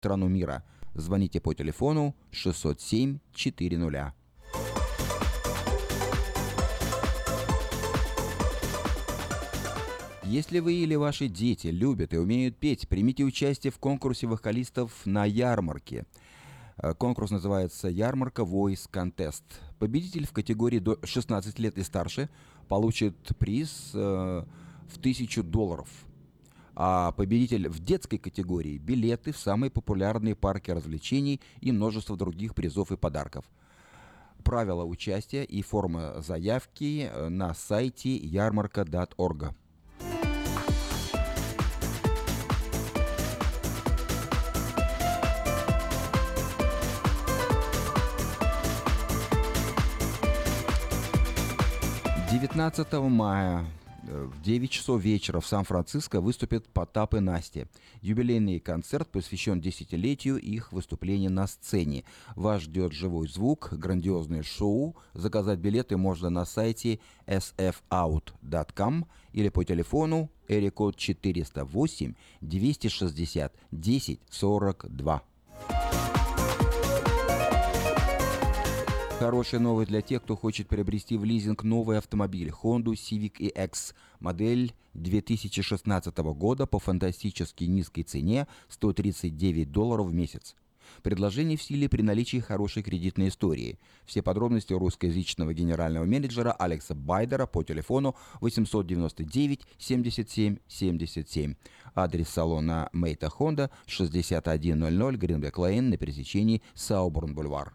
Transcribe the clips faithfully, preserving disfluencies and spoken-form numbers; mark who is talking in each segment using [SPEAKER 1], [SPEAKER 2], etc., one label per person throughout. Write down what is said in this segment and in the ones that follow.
[SPEAKER 1] страну мира. Звоните по телефону шестьсот семь четыреста. Если вы или ваши дети любят и умеют петь, примите участие в конкурсе вокалистов на ярмарке. Конкурс называется «Ярмарка Voice Contest». Победитель в категории до шестнадцати лет и старше получит приз э, в тысячу долларов. А победитель в детской категории – билеты в самые популярные парки развлечений и множество других призов и подарков. Правила участия и форма заявки на сайте ярмарка точка орг. девятнадцатого мая в девять часов вечера в Сан-Франциско выступят Потап и Настя. Юбилейный концерт посвящен десятилетию их выступления на сцене. Вас ждет живой звук, грандиозное шоу. Заказать билеты можно на сайте эс эф аут точка ком или по телефону эрикод четыреста восемь двести шестьдесят десять сорок два. Хорошая новость для тех, кто хочет приобрести в лизинг новый автомобиль Honda Civic и X, модель две тысячи шестнадцатого года по фантастически низкой цене сто тридцать девять долларов в месяц. Предложение в силе при наличии хорошей кредитной истории. Все подробности у русскоязычного генерального менеджера Алекса Байдера по телефону восемьсот девяносто девять семьдесят семь семьдесят семь. Адрес салона Мейта Honda шестьдесят один ноль ноль Гринбек Лейн на пересечении Сауборн-Бульвар.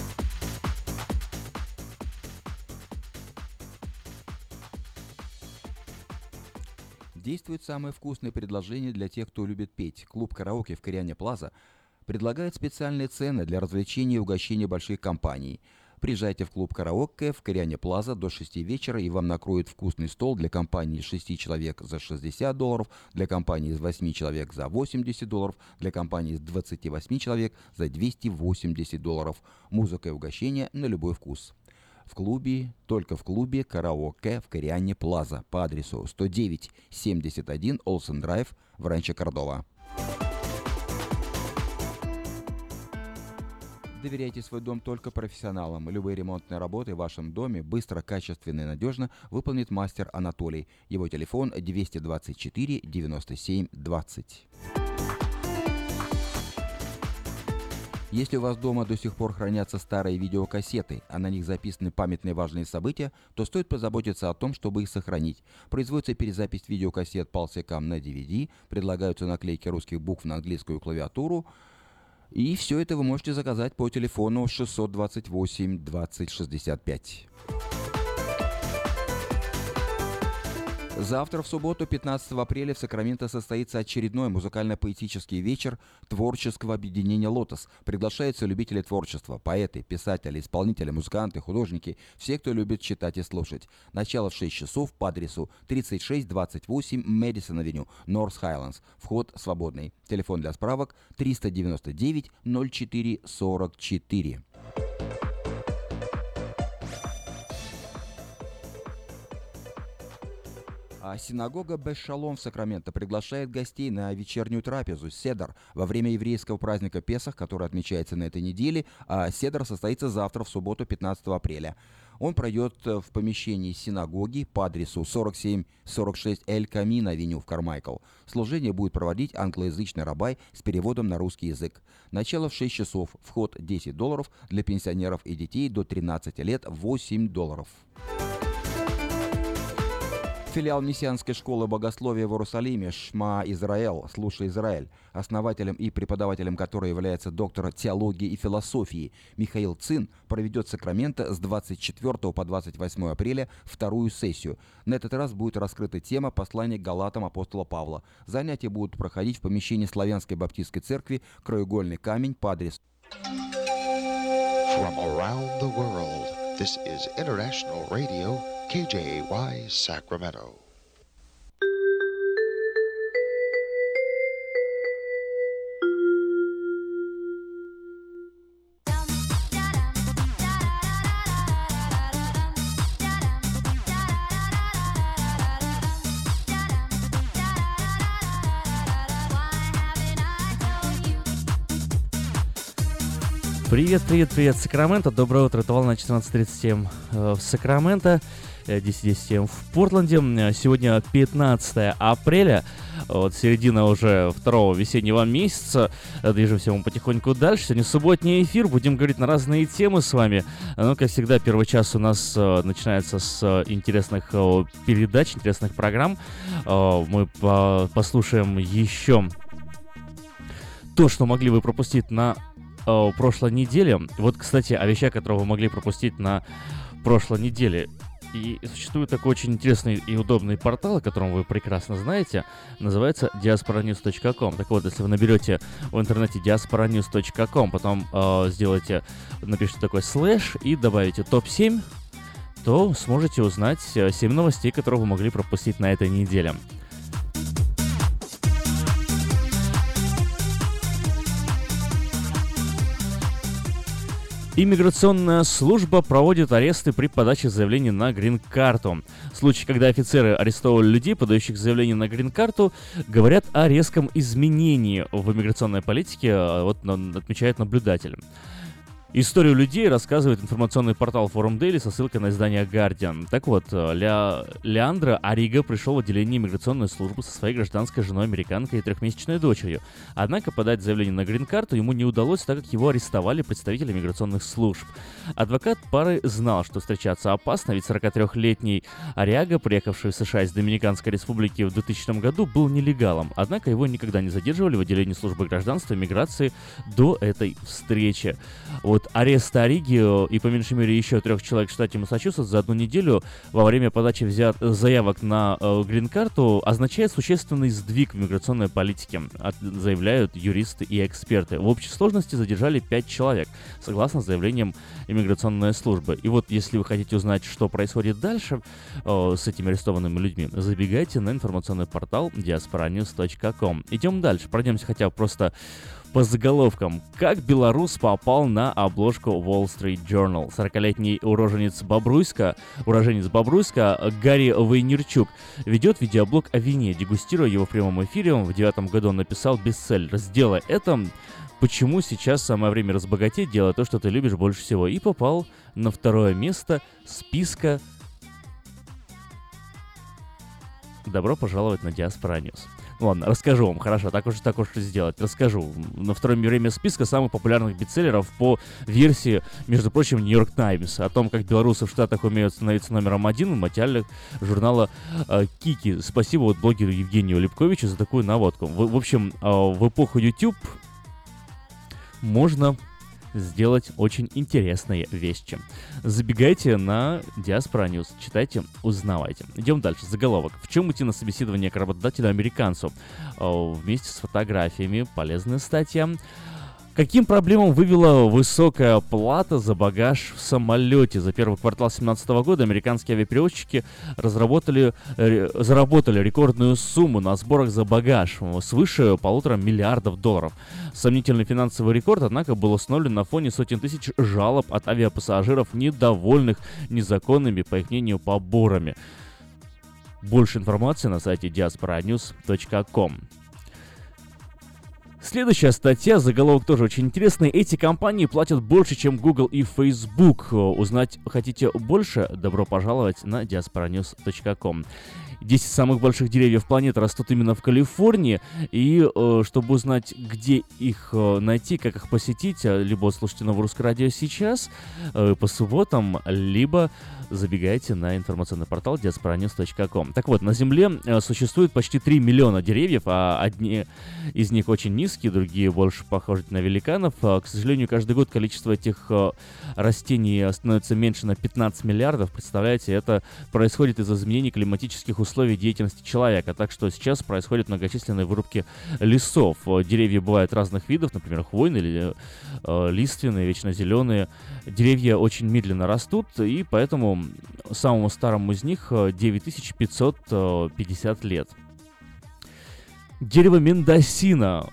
[SPEAKER 1] Действует самое вкусное предложение для тех, кто любит петь. Клуб караоке в Кориане Плаза предлагает специальные цены для развлечения и угощения больших компаний. Приезжайте в клуб караоке в Кориане Плаза до шести вечера, и вам накроют вкусный стол для компании из шести человек за шестьдесят долларов, для компании из восьми человек за восемьдесят долларов, для компании из двадцати восьми человек за двести восемьдесят долларов. Музыка и угощение на любой вкус. В клубе, только в клубе караоке в Кориане Плаза по адресу сто девять семьдесят один Олсен Драйв в Ранчо Кордова. Доверяйте свой дом только профессионалам. Любые ремонтные работы в вашем доме быстро, качественно и надежно выполнит мастер Анатолий. Его телефон двести двадцать четыре девяносто семь двадцать. Если у вас дома до сих пор хранятся старые видеокассеты, а на них записаны памятные важные события, то стоит позаботиться о том, чтобы их сохранить. Производится перезапись видеокассет Pulsecam на ди ви ди, предлагаются наклейки русских букв на английскую клавиатуру. И все это вы можете заказать по телефону шестьсот двадцать восемь двадцать шестьдесят пять. Завтра, в субботу, пятнадцатого апреля, в Сакраменто состоится очередной музыкально-поэтический вечер творческого объединения «Лотос». Приглашаются любители творчества, поэты, писатели, исполнители, музыканты, художники, все, кто любит читать и слушать. Начало в шесть часов по адресу тридцать шесть двадцать восемь Мэдисон-авеню, Норс Хайлендс. Вход свободный. Телефон для справок триста девяносто девять ноль четыре сорок четыре. А синагога Бес-Шалом в Сакраменто приглашает гостей на вечернюю трапезу «Седер» во время еврейского праздника Песах, который отмечается на этой неделе, а «Седер» состоится завтра, в субботу, пятнадцатого апреля. Он пройдет в помещении синагоги по адресу сорок семь сорок шесть Эль-Камин-авеню в Кармайкл. Служение будет проводить англоязычный рабай с переводом на русский язык. Начало в шесть часов, вход десять долларов, для пенсионеров и детей до тринадцати лет восемь долларов. Филиал Мессианской школы богословия в Иерусалиме «Шма Израэль», «Слушай, Израиль», основателем и преподавателем которой является доктор теологии и философии Михаил Цин, проведет в Сакраменто с двадцать четвёртого по двадцать восьмое апреля вторую сессию. На этот раз будет раскрыта тема послания к Галатам апостола Павла. Занятия будут проходить в помещении Славянской Баптистской церкви «Краеугольный камень» по адресу.
[SPEAKER 2] From around the world, this is International Radio, K J A Y, Sacramento.
[SPEAKER 3] Привет, привет, привет, Сакраменто. Доброе утро. Это волна четырнадцать тридцать семь э, в Сакраменто, десять десять семь в Портленде. Сегодня пятнадцатое апреля, вот середина уже второго весеннего месяца. Движемся мы потихоньку дальше. Сегодня субботний эфир. Будем говорить на разные темы с вами. Ну, как всегда, первый час у нас э, начинается с э, интересных э, передач, интересных программ. Э, мы по- послушаем еще то, что могли вы пропустить на э, прошлой неделе. Вот, кстати, о вещах, которые вы могли пропустить на прошлой неделе. И существует такой очень интересный и удобный портал, о котором вы прекрасно знаете, называется диаспора ньюс точка ком. Так вот, если вы наберете в интернете диаспора ньюс точка ком, потом э, сделаете, напишите такой слэш и добавите топ семь, то сможете узнать семь новостей, которые вы могли пропустить на этой неделе. Иммиграционная служба проводит аресты при подаче заявлений на грин-карту. Случаи, когда офицеры арестовывали людей, подающих заявление на грин-карту, говорят о резком изменении в иммиграционной политике, вот отмечает наблюдатель. Историю людей рассказывает информационный портал Forum Daily со ссылкой на издание Guardian. Так вот, Ле... Леандро Арига пришел в отделение иммиграционной службы со своей гражданской женой, американкой и трехмесячной дочерью. Однако подать заявление на грин-карту ему не удалось, так как его арестовали представители миграционных служб. Адвокат пары знал, что встречаться опасно, ведь сорокатрёхлетний Арига, приехавший в США из Доминиканской республики в двухтысячном году, был нелегалом. Однако его никогда не задерживали в отделении службы гражданства и миграции до этой встречи. Вот арест Ариги и по меньшей мере еще трех человек в штате Массачусетс за одну неделю во время подачи взят заявок на э, грин-карту означает существенный сдвиг в миграционной политике, от, заявляют юристы и эксперты. В общей сложности задержали пять человек, согласно заявлениям иммиграционной службы. И вот если вы хотите узнать, что происходит дальше э, с этими арестованными людьми, забегайте на информационный портал диаспора ньюс точка ком. Идем дальше, пройдемся хотя бы просто по заголовкам. Как белорус попал на обложку Wall Street Journal? сорокалетний уроженец Бобруйска, уроженец Бобруйска Гарри Войнерчук ведет видеоблог о вине. Дегустируя его в прямом эфире, в девятом году он написал бестселлер. Сделай это, почему сейчас самое время разбогатеть, делай то, что ты любишь больше всего. И попал на второе место списка. Добро пожаловать на Диаспора Ньюс. Ладно, расскажу вам, хорошо, так уж, так уж сделать, расскажу. На втором время списка самых популярных бестселлеров по версии, между прочим, Нью-Йорк Таймс, о том, как белорусы в Штатах умеют становиться номером один в материалах журнала э, Кики. Спасибо вот блогеру Евгению Липковичу за такую наводку. В, в общем, э, в эпоху YouTube можно сделать очень интересные вещи. Забегайте на Диаспора Ньюс, читайте, узнавайте. Идем дальше. Заголовок. В чем идти на собеседование к работодателю-американцу? Вместе с фотографиями. Полезная статья. Каким проблемам вывела высокая плата за багаж в самолете? За первый квартал две тысячи семнадцатого года американские авиаперевозчики разработали, ре, заработали рекордную сумму на сборах за багаж свыше полутора миллиардов долларов. Сомнительный финансовый рекорд, однако, был установлен на фоне сотен тысяч жалоб от авиапассажиров, недовольных незаконными, по их мнению, поборами. Больше информации на сайте диаспора ньюс точка ком. Следующая статья, заголовок тоже очень интересный. Эти компании платят больше, чем Google и Facebook. Узнать хотите больше? Добро пожаловать на диаспора ньюс точка ком. десять самых больших деревьев планеты растут именно в Калифорнии. И э, чтобы узнать, где их э, найти, как их посетить, либо слушайте Новое Русское Радио сейчас э, по субботам, либо забегайте на информационный портал диаспора ньюс точка ком. Так вот, на Земле э, существует почти три миллиона деревьев, а одни из них очень низкие, другие больше похожи на великанов. Э, к сожалению, каждый год количество этих э, растений становится меньше на пятнадцать миллиардов. Представляете, это происходит из-за изменений климатических условий деятельности человека. Так что сейчас происходят многочисленные вырубки лесов. Деревья бывают разных видов, например, хвойные или э, лиственные, вечно зеленые. Деревья очень медленно растут, и поэтому самому старому из них девять тысяч пятьсот пятьдесят лет. Дерево Мендосина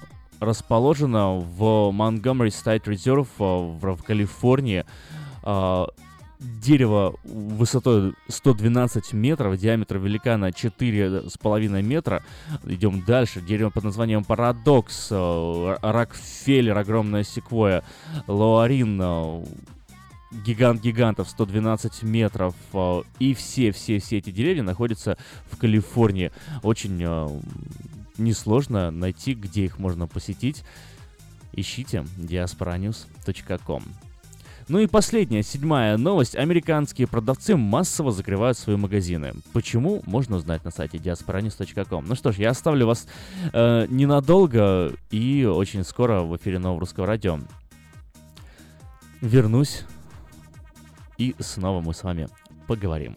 [SPEAKER 3] расположено в Montgomery State Reserve в, в Калифорнии. дерево высотой сто двенадцать метров, диаметр великана четыре с половиной метра. Идем дальше. Дерево под названием Парадокс, Рокфеллер, огромная секвоя, Лоарин, гигант гигантов сто двенадцать метров. И все-все-все эти деревья находятся в Калифорнии. Очень несложно найти, где их можно посетить. Ищите диаспора ньюс точка ком. Ну и последняя, седьмая новость. Американские продавцы массово закрывают свои магазины. Почему? Можно узнать на сайте диаспора ньюс точка ком. Ну что ж, я оставлю вас э, ненадолго и очень скоро в эфире Нового Русского Радио вернусь и снова мы с вами поговорим.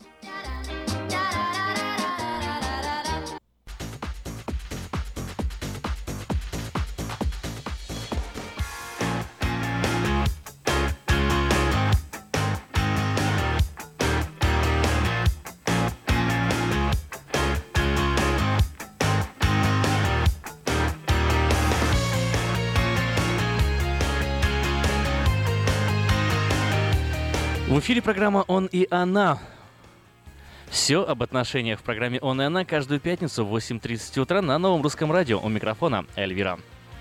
[SPEAKER 3] В эфире программа «Он и она». Все об отношениях в программе «Он и она» каждую пятницу в восемь тридцать утра на Новом Русском Радио. У микрофона Эльвира.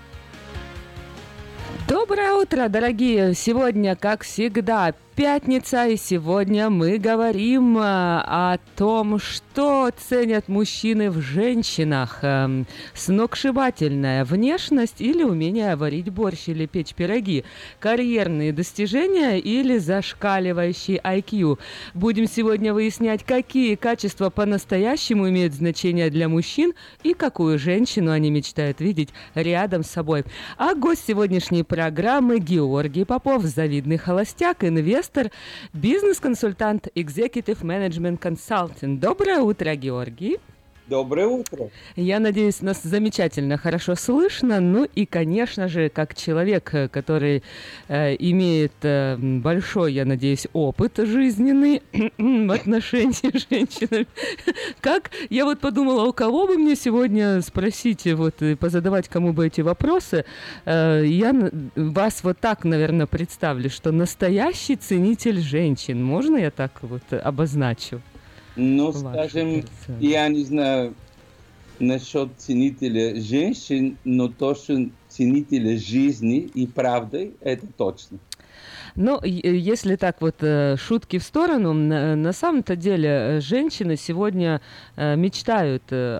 [SPEAKER 4] Доброе утро, дорогие! Сегодня, как всегда, пятница, и сегодня мы говорим о том, что ценят мужчины в женщинах. Сногсшибательная внешность или умение варить борщ или печь пироги, карьерные достижения или зашкаливающий ай кью. Будем сегодня выяснять, какие качества по-настоящему имеют значение для мужчин и какую женщину они мечтают видеть рядом с собой. А гость сегодняшней программы Георгий Попов, завидный холостяк, инвестор, бизнес-консультант, Executive Management Consultant. Доброе утро, Георгий.
[SPEAKER 5] Доброе утро.
[SPEAKER 4] Я надеюсь, нас замечательно, хорошо слышно. Ну и, конечно же, как человек, который э, имеет э, большой, я надеюсь, опыт жизненный в отношении с женщинами. Как? Я вот подумала, у кого бы мне сегодня спросить, вот, и позадавать кому бы эти вопросы. Э, я вас вот так, наверное, представлю, что настоящий ценитель женщин. Можно я так вот обозначу?
[SPEAKER 5] Ну, скажем, я не знаю насчет ценителя женщин, но то, что ценителя жизни и правды, это точно.
[SPEAKER 4] Ну, если так вот, шутки в сторону, на самом-то деле женщины сегодня мечтают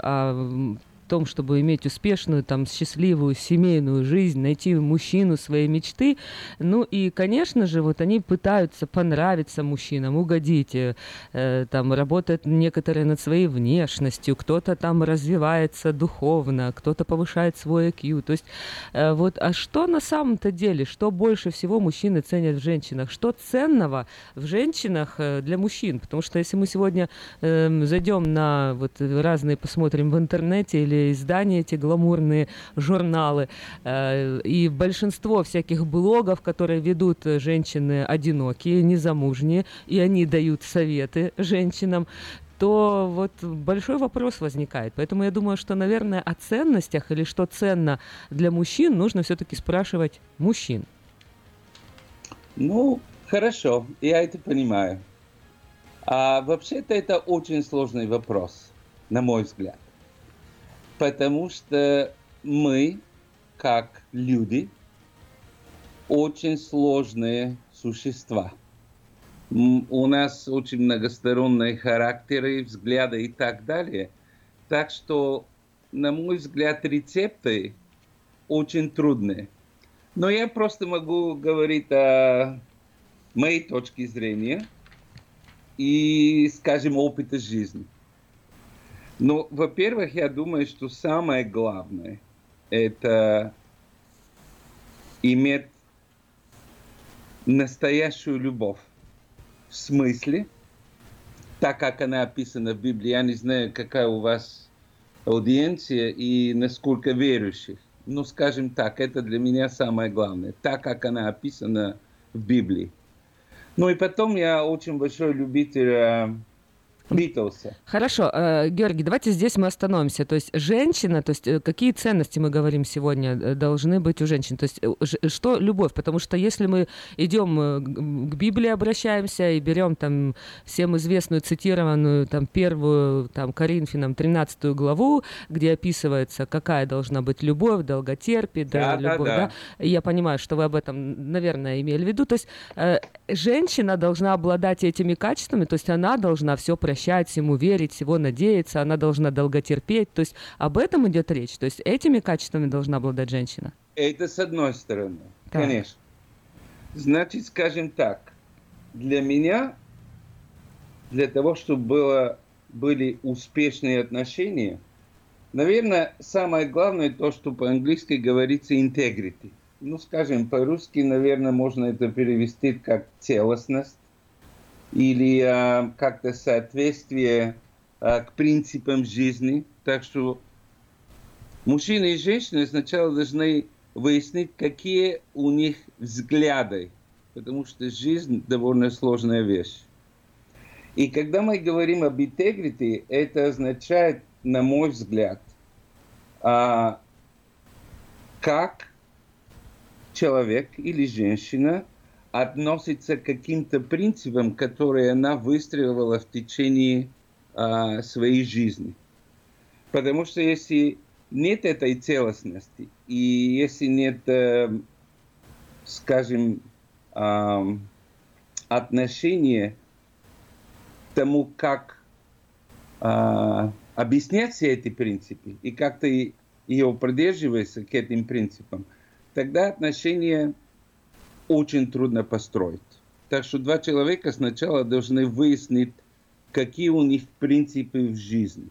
[SPEAKER 4] о том, чтобы иметь успешную, там, счастливую семейную жизнь, найти мужчину своей мечты. Ну и, конечно же, вот они пытаются понравиться мужчинам, угодить, э, там, работают некоторые над своей внешностью, кто-то там развивается духовно, кто-то повышает свой ай кью. То есть, э, вот, а что на самом-то деле, что больше всего мужчины ценят в женщинах? Что ценного в женщинах э, для мужчин? Потому что если мы сегодня э, зайдем на вот разные, посмотрим в интернете или издания, эти гламурные журналы, э, и большинство всяких блогов, которые ведут женщины одинокие, незамужние, и они дают советы женщинам, то вот большой вопрос возникает. Поэтому я думаю, что, наверное, о ценностях или что ценно для мужчин, нужно все-таки спрашивать мужчин.
[SPEAKER 5] Ну, хорошо, я это понимаю. А вообще-то это очень сложный вопрос, на мой взгляд. Потому что мы, как люди, очень сложные существа. У нас очень многосторонние характеры, взгляды и так далее. Так что, на мой взгляд, рецепты очень трудные. Но я просто могу говорить о моей точке зрения и, скажем, опыта жизни. Ну, во-первых, я думаю, что самое главное – это иметь настоящую любовь. В смысле, так как она описана в Библии, я не знаю, какая у вас аудиенция и насколько верующих. Но, скажем так, это для меня самое главное, так как она описана в Библии. Ну и потом я очень большой любитель Битлса.
[SPEAKER 4] Хорошо, э, Георгий, давайте здесь мы остановимся. То есть женщина, то есть э, какие ценности мы говорим сегодня э, должны быть у женщин? То есть э, ж- что любовь? Потому что если мы идем э, г- к Библии обращаемся и берем там всем известную цитированную там первую там Коринфянам тринадцатую главу, где описывается, какая должна быть любовь, долготерпие, да,
[SPEAKER 5] Да,
[SPEAKER 4] любовь,
[SPEAKER 5] да,
[SPEAKER 4] да.
[SPEAKER 5] да.
[SPEAKER 4] И я понимаю, что вы об этом, наверное, имели в виду. То есть э, женщина должна обладать этими качествами, то есть она должна все прощать, всему верить, всего надеяться, она должна долготерпеть. То есть об этом идет речь. То есть этими качествами должна обладать женщина.
[SPEAKER 5] Это с одной стороны,
[SPEAKER 4] Так.
[SPEAKER 5] конечно. Значит, скажем так, для меня, для того, чтобы было, были успешные отношения, наверное, самое главное то, что по-английски говорится integrity. Ну, скажем, по-русски, наверное, можно это перевести как целостность или а, как-то соответствие а, к принципам жизни. Так что мужчина и женщина сначала должны выяснить, какие у них взгляды, потому что жизнь довольно сложная вещь. И когда мы говорим об integrity, это означает, на мой взгляд, а, как человек или женщина относится к каким-то принципам, которые она выстраивала в течение а, своей жизни. Потому что если нет этой целостности, и если нет, э, скажем, э, отношения к тому, как э, объяснять все эти принципы, и как ты ее придерживаешься к этим принципам, тогда отношения очень трудно построить. Так что два человека сначала должны выяснить, какие у них принципы в жизни.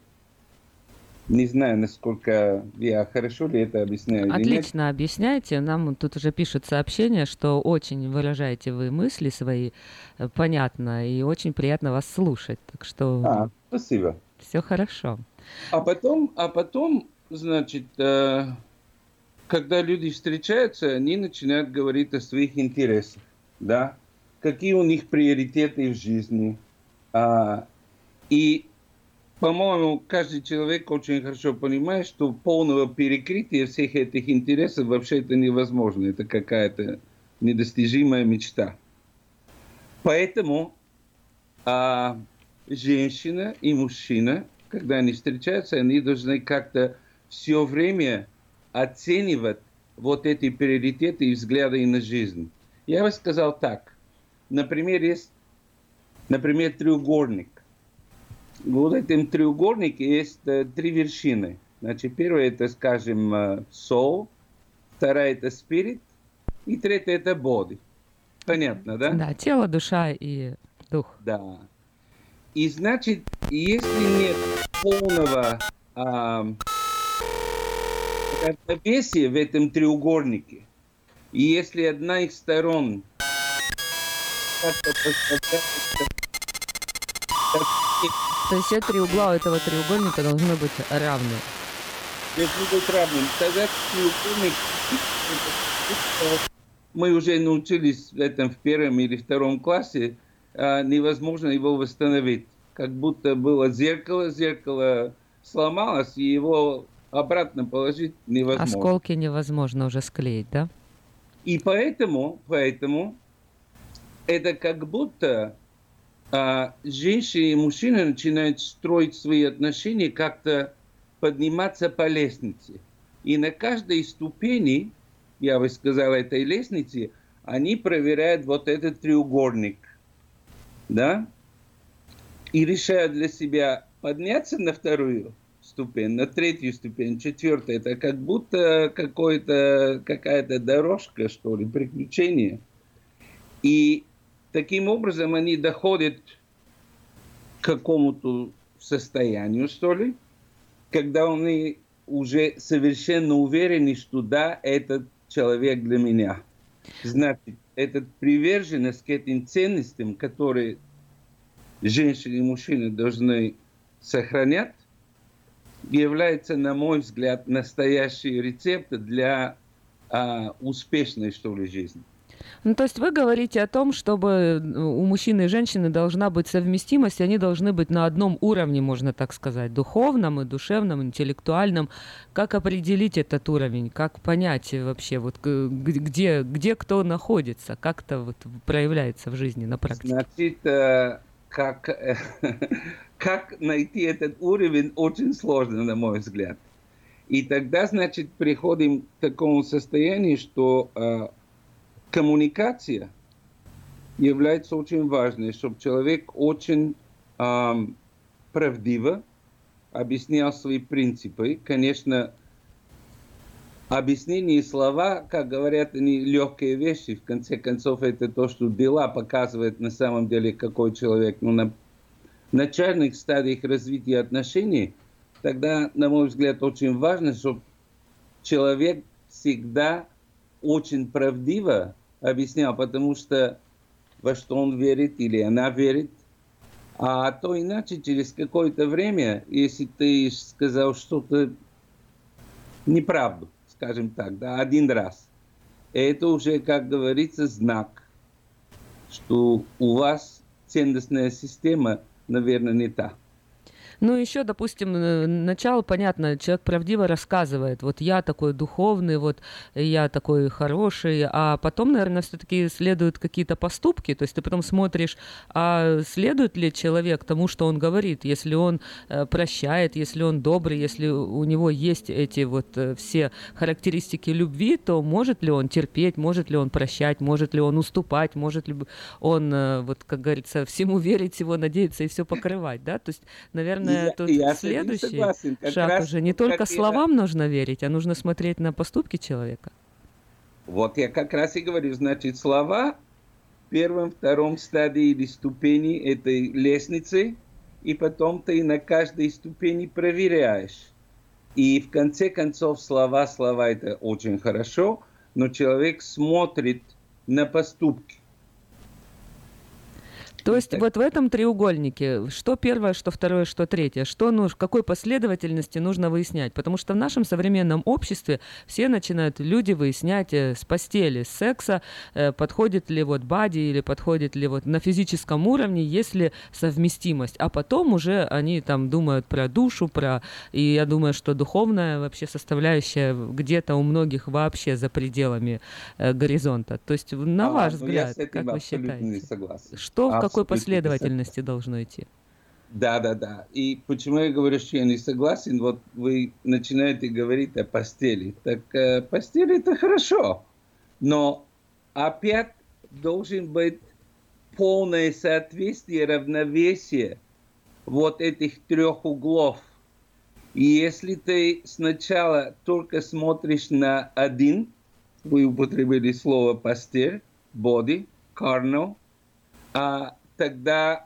[SPEAKER 5] Не знаю, насколько я хорошо ли это объясняю. или нет.
[SPEAKER 4] Отлично объясняете. Нам тут уже пишут сообщения, что очень выражаете вы мысли свои, э, понятно, и очень приятно вас слушать. Так что
[SPEAKER 5] А, спасибо.
[SPEAKER 4] все хорошо.
[SPEAKER 5] А потом, а потом, значит, э, когда люди встречаются, они начинают говорить о своих интересах, да, какие у них приоритеты в жизни. А, и, по-моему, каждый человек очень хорошо понимает, что полного перекрытия всех этих интересов вообще это невозможно. Это какая-то недостижимая мечта. Поэтому а, женщина и мужчина, когда они встречаются, они должны как-то все время оценивать вот эти приоритеты и взгляды на жизнь. Я бы сказал так. Например, есть, например, треугольник. Вот в этом треугольнике есть э, три вершины. Значит, первая это, скажем, э, soul, вторая это spirit, и третья это body. Понятно, да?
[SPEAKER 4] Да, тело, душа и дух.
[SPEAKER 5] Да. И значит, если нет полного а, равновесия в этом треугольнике, и если одна из сторон как-то поставляется,
[SPEAKER 4] То есть все три угла у этого треугольника должны быть равны.
[SPEAKER 5] должны быть равным, тогда треугольник, мы уже научились в этом в первом или втором классе, а, невозможно его восстановить. Как будто было зеркало, зеркало сломалось, и его обратно положить невозможно.
[SPEAKER 4] Осколки невозможно уже склеить, да?
[SPEAKER 5] И поэтому, поэтому это как будто а, женщина и мужчина начинают строить свои отношения, как-то подниматься по лестнице. И на каждой ступени, я бы сказал, этой лестницы, они проверяют вот этот треугольник. Да? И решают для себя подняться на вторую ступень, на третью ступень, четвертую. Это как будто какой-то, какая-то дорожка, что ли, приключение. И таким образом они доходят к какому-то состоянию, что ли, когда они уже совершенно уверены, что да, этот человек для меня. Значит, эта приверженность к этим ценностям, которые женщины и мужчины должны сохранять, является, на мой взгляд, настоящий рецепт для а, успешной, что ли, жизни.
[SPEAKER 4] Ну, то есть вы говорите о том, чтобы у мужчины и женщины должна быть совместимость, и они должны быть на одном уровне, можно так сказать, духовном и душевном, интеллектуальном. Как определить этот уровень? Как понять вообще, вот, где, где кто находится? Как это вот проявляется в жизни на практике?
[SPEAKER 5] Значит, э, как, э, как найти этот уровень, очень сложно, на мой взгляд. И тогда, значит, приходим к такому состоянию, что э, коммуникация является очень важной, чтобы человек очень э, правдиво объяснял свои принципы. Конечно, объяснение и слова, как говорят, они легкие вещи. В конце концов, это то, что дела показывают на самом деле, какой человек. Но на начальных стадиях развития отношений, тогда, на мой взгляд, очень важно, чтобы человек всегда очень правдиво объяснял, потому что во что он верит или она верит. А то иначе через какое-то время, если ты сказал что-то неправду, скажем так, да, один раз, это уже, как говорится, знак, что у вас ценностная система, наверное, не та.
[SPEAKER 4] Ну, еще, допустим, э, начало, понятно, человек правдиво рассказывает, вот я такой духовный, вот я такой хороший, а потом, наверное, все-таки следуют какие-то поступки, то есть ты потом смотришь, а следует ли человек тому, что он говорит, если он э, прощает, если он добрый, если у него есть эти вот э, все характеристики любви, то может ли он терпеть, может ли он прощать, может ли он уступать, может ли он, э, вот, как говорится, всему верить, всего надеяться и все покрывать, да, то есть, наверное,
[SPEAKER 5] Я,
[SPEAKER 4] тут
[SPEAKER 5] я
[SPEAKER 4] следующий
[SPEAKER 5] согласен. Как
[SPEAKER 4] шаг
[SPEAKER 5] раз,
[SPEAKER 4] уже не
[SPEAKER 5] вот
[SPEAKER 4] только
[SPEAKER 5] как я-
[SPEAKER 4] словам нужно верить, а нужно смотреть на поступки человека.
[SPEAKER 5] Вот я как раз и говорю, значит, слова в первом, втором стадии или ступени этой лестницы, и потом ты на каждой ступени проверяешь. И в конце концов слова, слова это очень хорошо, но человек смотрит на поступки.
[SPEAKER 4] То есть
[SPEAKER 5] Так.
[SPEAKER 4] вот в этом треугольнике, что первое, что второе, что третье, что нужно, в какой последовательности нужно выяснять? Потому что в нашем современном обществе все начинают люди выяснять э, с постели, с секса, э, подходит ли вот бади или подходит ли вот на физическом уровне, есть ли совместимость. А потом уже они там думают про душу, про... И я думаю, что духовная вообще составляющая где-то у многих вообще за пределами э, горизонта. То есть на
[SPEAKER 5] А,
[SPEAKER 4] ваш
[SPEAKER 5] но я
[SPEAKER 4] взгляд,
[SPEAKER 5] с этим
[SPEAKER 4] как вы
[SPEAKER 5] абсолютно не
[SPEAKER 4] считаете?
[SPEAKER 5] согласен.
[SPEAKER 4] Что в какой
[SPEAKER 5] Абсолютно не
[SPEAKER 4] последовательности должно идти?
[SPEAKER 5] Да, да, да. И почему я говорю, что я не согласен? Вот вы начинаете говорить о постели. Так э, постель это хорошо, но опять должен быть полное соответствие, равновесие вот этих трех углов. И если ты сначала только смотришь на один, вы употребили слово постель, body, carnal, а тогда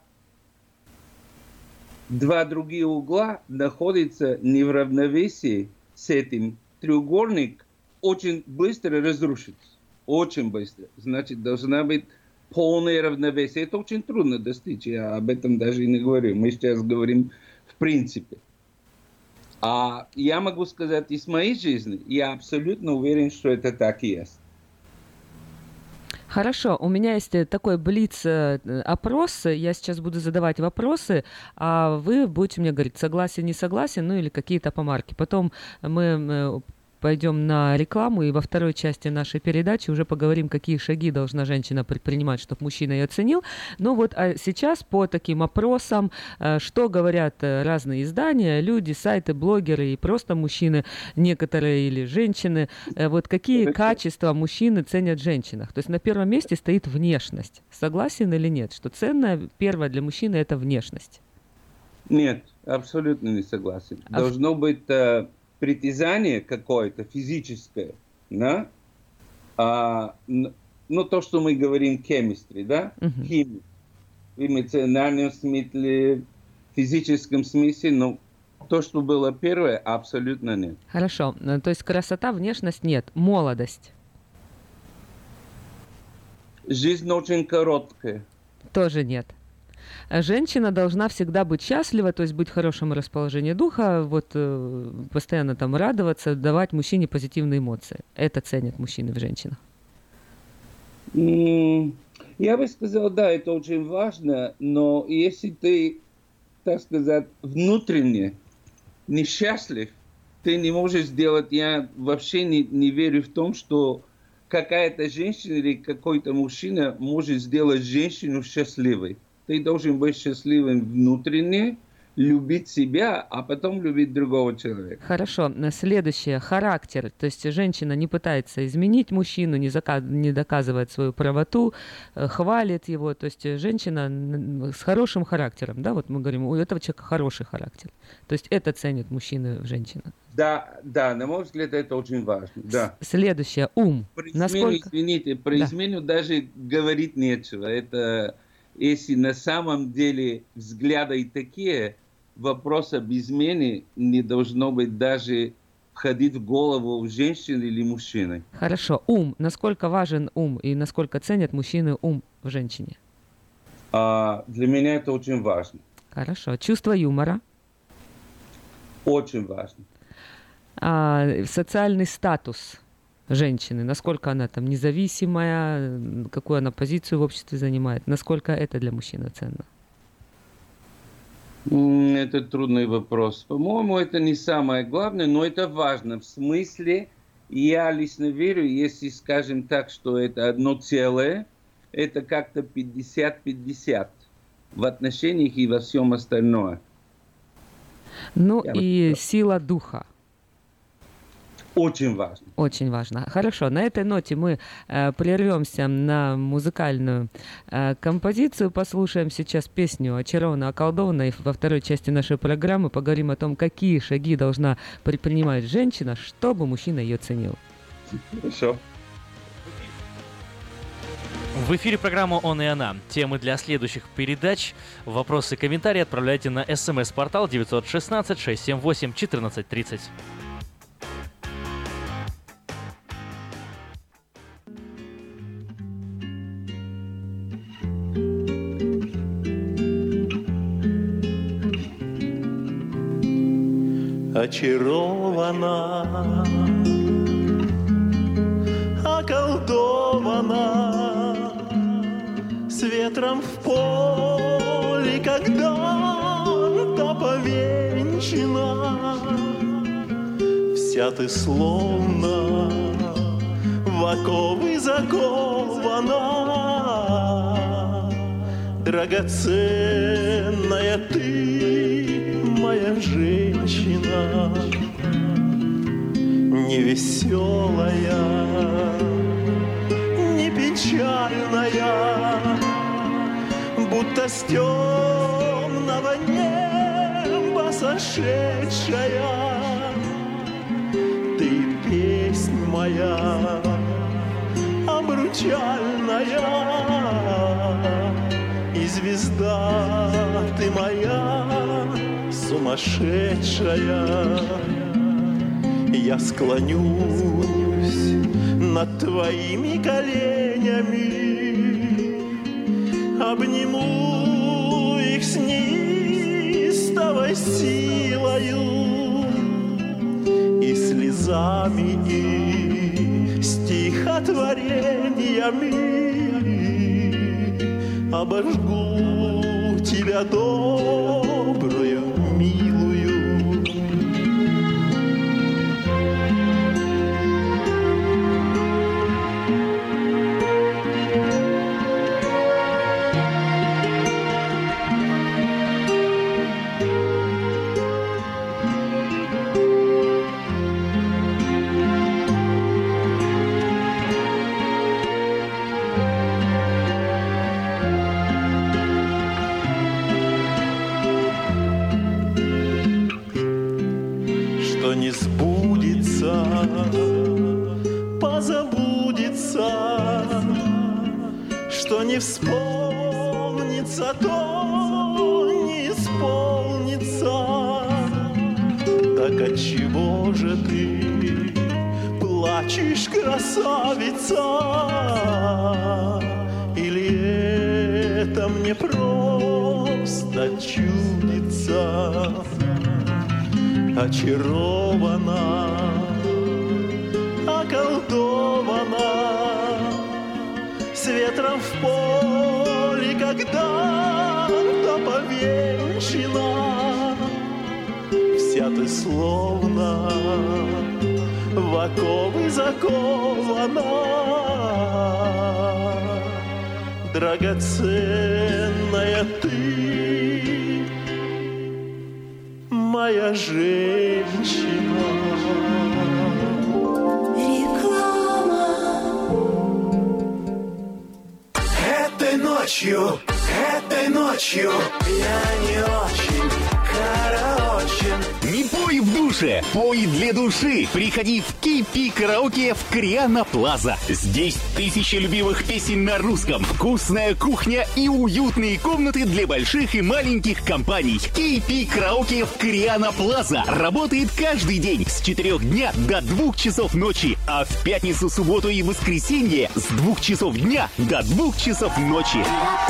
[SPEAKER 5] два другие угла находятся не в равновесии с этим. Треугольник очень быстро разрушится. Очень быстро. Значит, должна быть полное равновесие. Это очень трудно достичь. Я об этом даже и не говорю. Мы сейчас говорим в принципе. А я могу сказать из моей жизни, я абсолютно уверен, что это так и есть.
[SPEAKER 4] Хорошо, у меня есть э, такой блиц-опрос. Я сейчас буду задавать вопросы, а вы будете мне говорить, согласен, не согласен, ну или какие-то помарки. Потом мы э, пойдем на рекламу, и во второй части нашей передачи уже поговорим, какие шаги должна женщина предпринимать, чтобы мужчина ее ценил. Ну вот а сейчас по таким опросам, э, что говорят э, разные издания, люди, сайты, блогеры и просто мужчины, некоторые или женщины, э, вот какие
[SPEAKER 5] Хорошо.
[SPEAKER 4] качества мужчины ценят в женщинах. То есть на первом месте стоит внешность. Согласен или нет, что ценное первое для мужчины – это внешность?
[SPEAKER 5] Нет, абсолютно не согласен.
[SPEAKER 4] А в-
[SPEAKER 5] Должно быть э, притязание какое-то физическое, да? А, н- ну, то, что мы говорим chemistry, да?
[SPEAKER 4] Мгм.
[SPEAKER 5] Химия. В эмоциональном смысле, в физическом смысле, но то, что было первое, абсолютно нет.
[SPEAKER 4] Хорошо, э, то есть красота, внешность нет, молодость
[SPEAKER 5] Жизнь очень короткая.
[SPEAKER 4] тоже нет. А женщина должна всегда быть счастлива, то есть быть в хорошем расположении духа, вот э, постоянно там радоваться, давать мужчине позитивные эмоции. Это ценят мужчины в женщинах.
[SPEAKER 5] М, Я бы сказал, да, это очень важно, но если ты, так сказать, внутренне несчастлив, ты не можешь сделать, я вообще не, не верю в том, что какая-то женщина или какой-то мужчина может сделать женщину счастливой. Ты должен быть счастливым внутренне, любить себя, а потом любить другого человека.
[SPEAKER 4] Хорошо. Э, Следующее. Характер. То есть женщина не пытается изменить мужчину, не, зака- не доказывает свою правоту, э, хвалит его. То есть э, женщина н- с хорошим характером. Да, вот мы говорим, у этого человека хороший характер. То есть это ценит мужчина в женщине.
[SPEAKER 5] Да, да, на мой взгляд, это очень важно. Да.
[SPEAKER 4] С- Следующее. Ум.
[SPEAKER 5] Про измену,
[SPEAKER 4] Насколько...
[SPEAKER 5] извините, про
[SPEAKER 4] Да.
[SPEAKER 5] измену даже говорить нечего. Это если на самом деле взгляды такие, вопрос об измене не должно быть даже входить в голову женщины или мужчины.
[SPEAKER 4] Хорошо. Ум. Насколько важен ум и насколько ценят мужчины ум в женщине?
[SPEAKER 5] А для меня это очень важно.
[SPEAKER 4] Хорошо. Чувство юмора.
[SPEAKER 5] Очень важно.
[SPEAKER 4] А, социальный статус женщины, насколько она там независимая, м, какую она позицию в обществе занимает, насколько это для мужчины ценно.
[SPEAKER 5] М, Это трудный вопрос. По-моему, это не самое главное, но это важно. В смысле, я лично верю, если скажем так, что это одно целое, это как-то пятьдесят пятьдесят в отношениях и во всем остальном.
[SPEAKER 4] Ну
[SPEAKER 5] Я бы
[SPEAKER 4] и
[SPEAKER 5] сказал.
[SPEAKER 4] сила духа.
[SPEAKER 5] Очень важно.
[SPEAKER 4] Очень важно. Хорошо, на этой ноте мы э, прервемся на музыкальную э, композицию, послушаем сейчас песню «Очарована, околдована», и во второй части нашей программы поговорим о том, какие шаги должна предпринимать женщина, чтобы мужчина ее ценил.
[SPEAKER 5] Хорошо.
[SPEAKER 3] В эфире программа «Он и она». Темы для следующих передач, вопросы и комментарии отправляйте на смс-портал девять один шесть шесть семь восемь четырнадцать тридцать.
[SPEAKER 6] Очарована, околдована, с ветром в поле когда-то повенчана. Вся ты словно в оковы закована, драгоценная ты, моя женщина, не веселая, не печальная, будто с темного неба сошедшая. Ты песнь моя обручальная, и звезда ты моя сумасшедшая. Я склонюсь над твоими коленями, обниму их с неистовой силою, и слезами, и стихотворениями обожгу тебя добрую, милую. Что не сбудется, позабудется, что не вспомнится, то не исполнится. Так отчего же ты плачешь, красавица? Или это мне просто чудится? Очарована, околдована, с с ветром в поле когда-то повенчана. Вся ты словно в оковы закована, драгоценная ты, моя женщина.
[SPEAKER 7] Этой ночью, этой ночью я не очень караочен.
[SPEAKER 8] Не пой в душе, пой для души. Приходи в кей пи Караоке в Кориана Плаза. Здесь тысячи любимых песен на русском, вкусная кухня и уютные комнаты для больших и маленьких компаний. кей пи Караоке в Кориана Плаза работает каждый день с четырёх дня до двух часов ночи, а в пятницу, субботу и воскресенье с двух часов дня до двух часов ночи.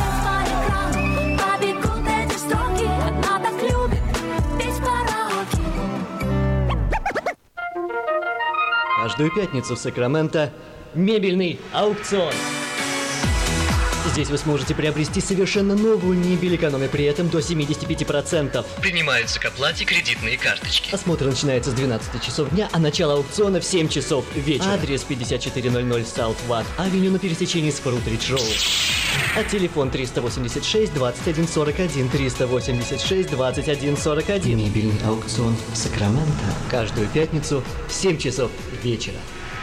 [SPEAKER 9] Каждую пятницу в Сакраменто мебельный аукцион. Здесь вы сможете приобрести совершенно новую мебель, экономя при этом до семьдесят пять процентов. Принимаются к оплате кредитные карточки. Осмотр начинается с двенадцати часов дня, а начало аукциона в семь часов вечера. Адрес пятьдесят четыре ноль ноль South Watt Авеню на пересечении с Фрутридж Роуд. А телефон триста восемьдесят шесть двадцать один сорок один, триста восемьдесят шесть двадцать один сорок один. Мебельный аукцион Сакраменто. Каждую пятницу в семь часов вечера.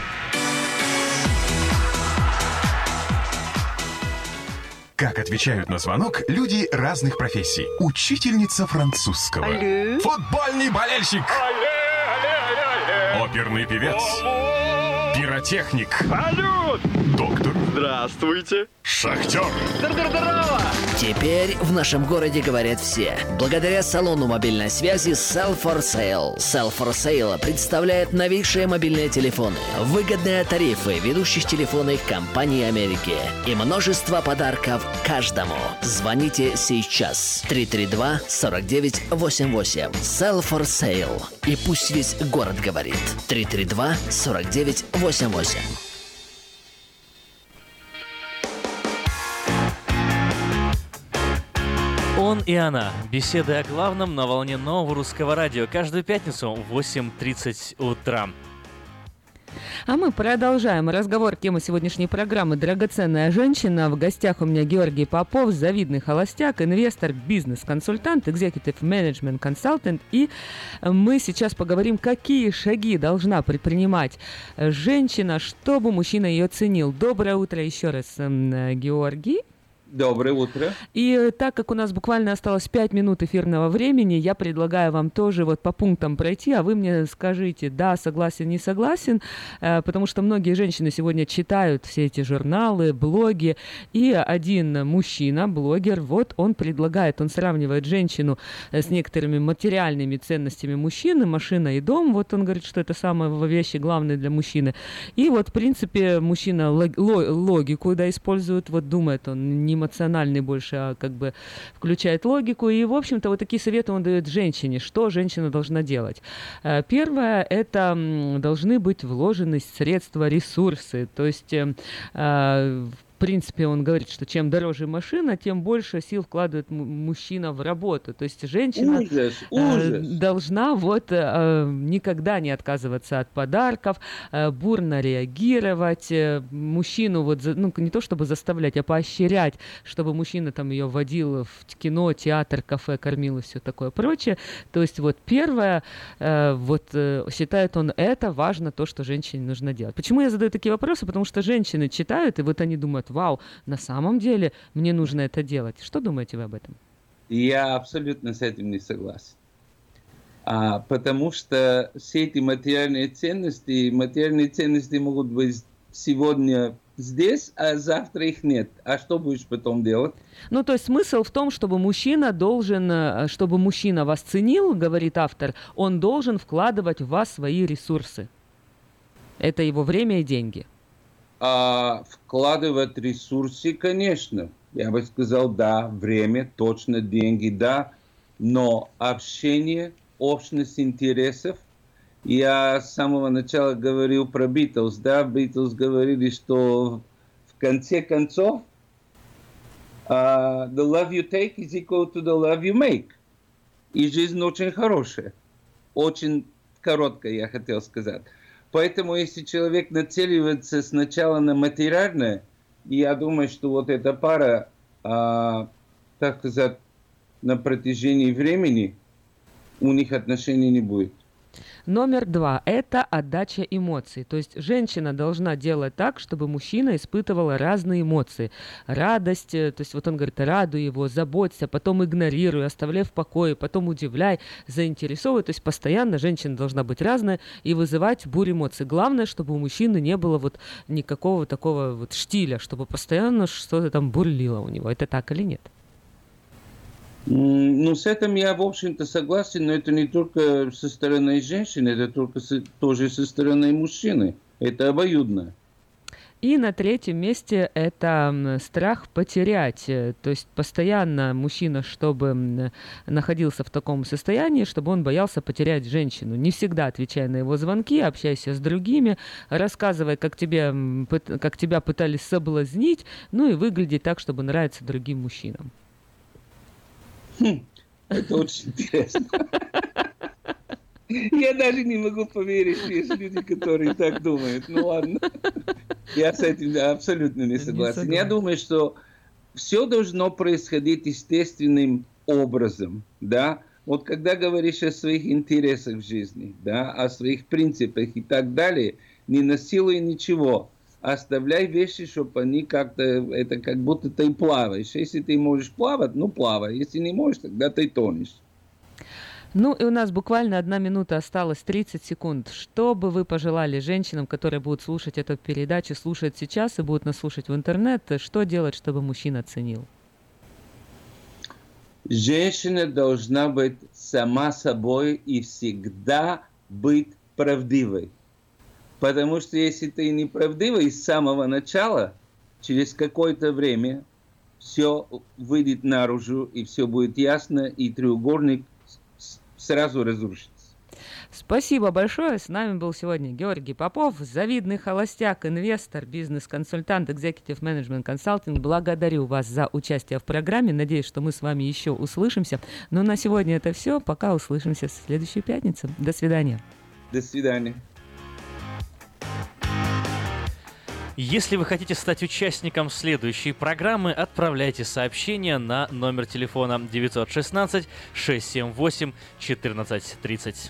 [SPEAKER 10] Как отвечают на звонок люди разных профессий. Учительница французского.
[SPEAKER 11] Алле.
[SPEAKER 10] Футбольный болельщик.
[SPEAKER 11] Алле, алле, алле.
[SPEAKER 10] Оперный певец.
[SPEAKER 11] Алло.
[SPEAKER 10] Пиротехник.
[SPEAKER 11] Салют.
[SPEAKER 10] Доктор.
[SPEAKER 11] Здравствуйте.
[SPEAKER 10] Шахтер.
[SPEAKER 11] Здорово.
[SPEAKER 12] Теперь в нашем городе говорят все. Благодаря салону мобильной связи Cell for Sale. Cell for Sale представляет новейшие мобильные телефоны, выгодные тарифы ведущих телефонных компаний Америки и множество подарков каждому. Звоните сейчас. три три два сорок девять восемьдесят восемь. Cell for Sale. И пусть весь город говорит. три три два сорок девять восемьдесят восемь.
[SPEAKER 3] Он и она. Беседы о главном на волне нового русского радио. Каждую пятницу в восемь тридцать утра.
[SPEAKER 4] А мы продолжаем разговор. Тема сегодняшней программы «Драгоценная женщина». В гостях у меня Георгий Попов, завидный холостяк, инвестор, бизнес-консультант, executive management consultant. И мы сейчас поговорим, какие шаги должна предпринимать женщина, чтобы мужчина ее ценил. Доброе утро еще раз, Георгий.
[SPEAKER 5] Доброе утро.
[SPEAKER 4] И так как у нас буквально осталось пять минут эфирного времени, я предлагаю вам тоже вот по пунктам пройти, а вы мне скажите, да, согласен, не согласен, потому что многие женщины сегодня читают все эти журналы, блоги, и один мужчина, блогер, вот он предлагает, он сравнивает женщину с некоторыми материальными ценностями мужчины, машина и дом, вот он говорит, что это самые вещи главные для мужчины. И вот, в принципе, мужчина логику, да, использует, вот думает он не эмоциональный больше, а как бы включает логику. И, в общем-то, вот такие советы он дает женщине, что женщина должна делать. Первое, это должны быть вложены средства, ресурсы. То есть в принципе, он говорит, что чем дороже машина, тем больше сил вкладывает м- мужчина в работу. То есть женщина
[SPEAKER 5] ужас,
[SPEAKER 4] ужас.
[SPEAKER 5] Э,
[SPEAKER 4] должна вот э, никогда не отказываться от подарков, э, бурно реагировать, э, мужчину вот, за, ну, не то чтобы заставлять, а поощрять, чтобы мужчина там ее водил в кино, театр, кафе, кормил и все такое прочее. То есть вот первое, э, вот э, считает он, это важно, то, что женщине нужно делать. Почему я задаю такие вопросы? Потому что женщины читают, и вот они думают, вау, на самом деле мне нужно это делать. Что думаете вы об этом?
[SPEAKER 5] Я абсолютно с этим не согласен. А, потому что все эти материальные ценности, материальные ценности могут быть сегодня здесь, а завтра их нет. А что будешь потом делать?
[SPEAKER 4] Ну, то есть смысл в том, чтобы мужчина должен, чтобы мужчина вас ценил, говорит автор, он должен вкладывать в вас свои ресурсы. Это его время и деньги.
[SPEAKER 5] А, вкладывать ресурсы, конечно. Я бы сказал, да, время, точно, деньги, да. Но общение, общность интересов. Я с самого начала говорил про Битлз, да. Битлз говорили, что в В конце концов, uh, the love you take is equal to the love you make. И жизнь очень хорошая. Очень короткая, я хотел сказать. Поэтому, если человек нацеливается сначала на материальное, я думаю, что вот эта пара, uh, так сказать, на протяжении времени у них отношений не будет.
[SPEAKER 4] Номер два – это отдача эмоций. То есть женщина должна делать так, чтобы мужчина испытывал разные эмоции. Радость, то есть вот он говорит, радуй его, заботься, потом игнорируй, оставляй в покое, потом удивляй, заинтересовывай. То есть постоянно женщина должна быть разная и вызывать бурю эмоций. Главное, чтобы у мужчины не было вот никакого такого вот штиля, чтобы постоянно что-то там бурлило у него. Это так или нет?
[SPEAKER 5] Ну, с этим я, в общем-то, согласен, но это не только со стороны женщины, это только со, тоже со стороны мужчины. Это обоюдно.
[SPEAKER 4] И на третьем месте это страх потерять. То есть постоянно мужчина, чтобы находился в таком состоянии, чтобы он боялся потерять женщину. Не всегда отвечая на его звонки, общайся с другими, рассказывай, как, тебе, как тебя пытались соблазнить, ну и выглядеть так, чтобы нравиться другим мужчинам.
[SPEAKER 5] Хм, это очень интересно. Я даже не могу поверить, что есть люди, которые так думают. Ну ладно. Я с этим абсолютно не согласен. Я думаю, что все должно происходить естественным образом. Да? Вот когда говоришь о своих интересах в жизни, да, о своих принципах и так далее, не насилуй ничего. Оставляй вещи, чтобы они как-то, это как будто ты плаваешь. Если ты можешь плавать, ну плавай. Если не можешь, тогда ты тонешь.
[SPEAKER 4] Ну и у нас буквально одна минута осталось, тридцать секунд. Что бы вы пожелали женщинам, которые будут слушать эту передачу, слушать сейчас и будут нас слушать в интернет, что делать, чтобы мужчина ценил?
[SPEAKER 5] Женщина должна быть сама собой и всегда быть правдивой. Потому что если ты неправдивый с самого начала, через какое-то время все выйдет наружу, и все будет ясно, и треугольник сразу разрушится.
[SPEAKER 4] Спасибо большое. С нами был сегодня Георгий Попов, завидный холостяк, инвестор, бизнес-консультант, Executive Management Consulting. Благодарю вас за участие в программе. Надеюсь, что мы с вами еще услышимся. Но на сегодня это все. Пока услышимся в следующую пятницу. До свидания.
[SPEAKER 5] До свидания.
[SPEAKER 3] Если вы хотите стать участником следующей программы, отправляйте сообщение на номер телефона девятьсот шестнадцать шестьсот семьдесят восемь четырнадцать тридцать.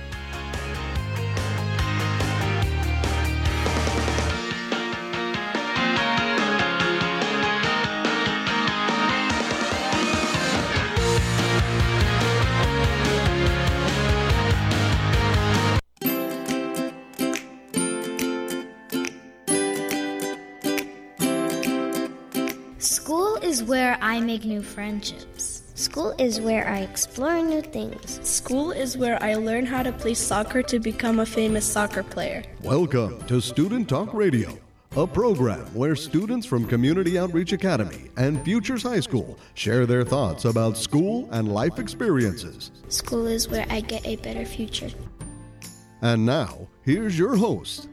[SPEAKER 13] School is where I make new friendships.
[SPEAKER 14] School is where I explore new things.
[SPEAKER 15] School is where I learn how to play soccer to become a famous soccer player.
[SPEAKER 16] Welcome to Student Talk Radio, a program where students from Community Outreach Academy and Futures High School share their thoughts about school and life experiences.
[SPEAKER 14] School is where I get a better future.
[SPEAKER 16] And now, here's your host.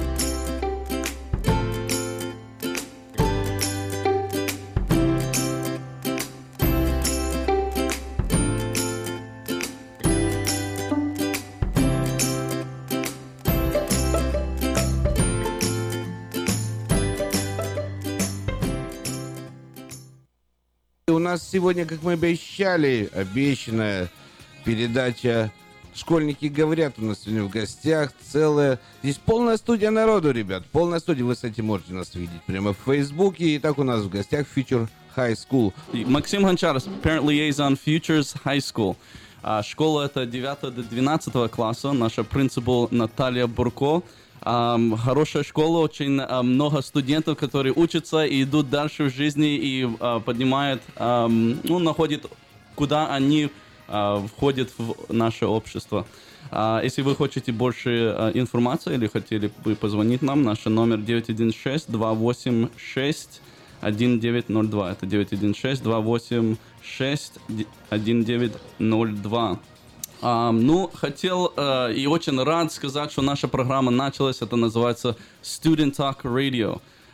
[SPEAKER 17] У нас сегодня, как мы обещали, обещанная передача «Школьники говорят». У нас сегодня в гостях целая... Здесь полная студия народу, ребят. Полная студия. Вы, кстати, можете нас видеть прямо в Фейсбуке. Итак, у нас в гостях Future High School.
[SPEAKER 18] Максим Гончаров, Parent Liaison Futures High School. А, школа это девятого до двенадцатого класса. Наша принципал Наталья Бурко. Um, хорошая школа, очень uh, много студентов, которые учатся и идут дальше в жизни и uh, поднимают, um, ну, находят, куда они uh, входят в наше общество. Uh, если вы хотите больше uh, информации или хотели бы позвонить нам, наш номер девять один шесть два восемь шесть один девять ноль два. Это девять один шесть два восемь шесть один девять ноль два. Um, ну, хотел uh, и очень рад сказать, что наша программа началась. Это называется Student Talk Radio.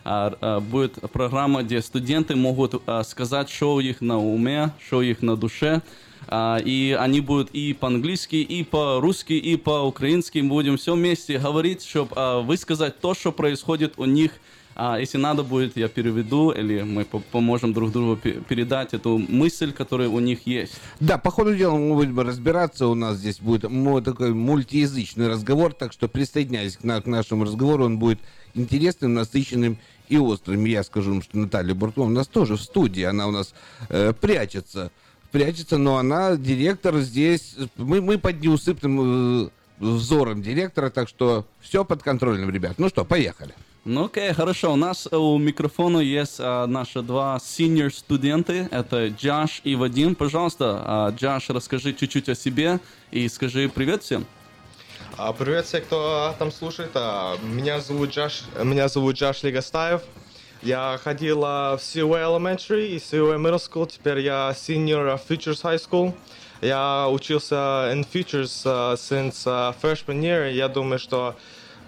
[SPEAKER 18] а, а, будет программа, где студенты могут а, сказать, что у них на уме, что у них на душе. А, и они будут и по-английски, и по-русски, и по-украински. Мы будем все вместе говорить, чтобы а, высказать то, что происходит у них. А, если надо будет, я переведу, или мы поможем друг другу передать эту мысль, которая у них есть.
[SPEAKER 17] Да, по ходу дела мы будем разбираться. У нас здесь будет такой мультиязычный разговор, так что присоединяйтесь к, на, к нашему разговору. Он будет интересным, насыщенным и острым. Я скажу вам, что Наталья Бурко у нас тоже в студии. Она у нас э, прячется. Прячется, но она директор здесь. Мы, мы под неусыпным э, взором директора, так что все под контролем, ребят. Ну что, поехали.
[SPEAKER 18] Ну окей, хорошо. У нас у микрофона есть а, наши два senior студенты. Это Джош и Вадим. Пожалуйста, а, Джош, расскажи чуть-чуть о себе и скажи привет всем.
[SPEAKER 19] А, привет всем, кто там слушает. А, меня зовут Джош, меня зовут Джош Легостаев. Я ходил в си ю эй Elementary и си ю эй Middle School. Теперь я senior в Futures High School. Я учился in Futures uh, since uh, freshman year. Я думаю, что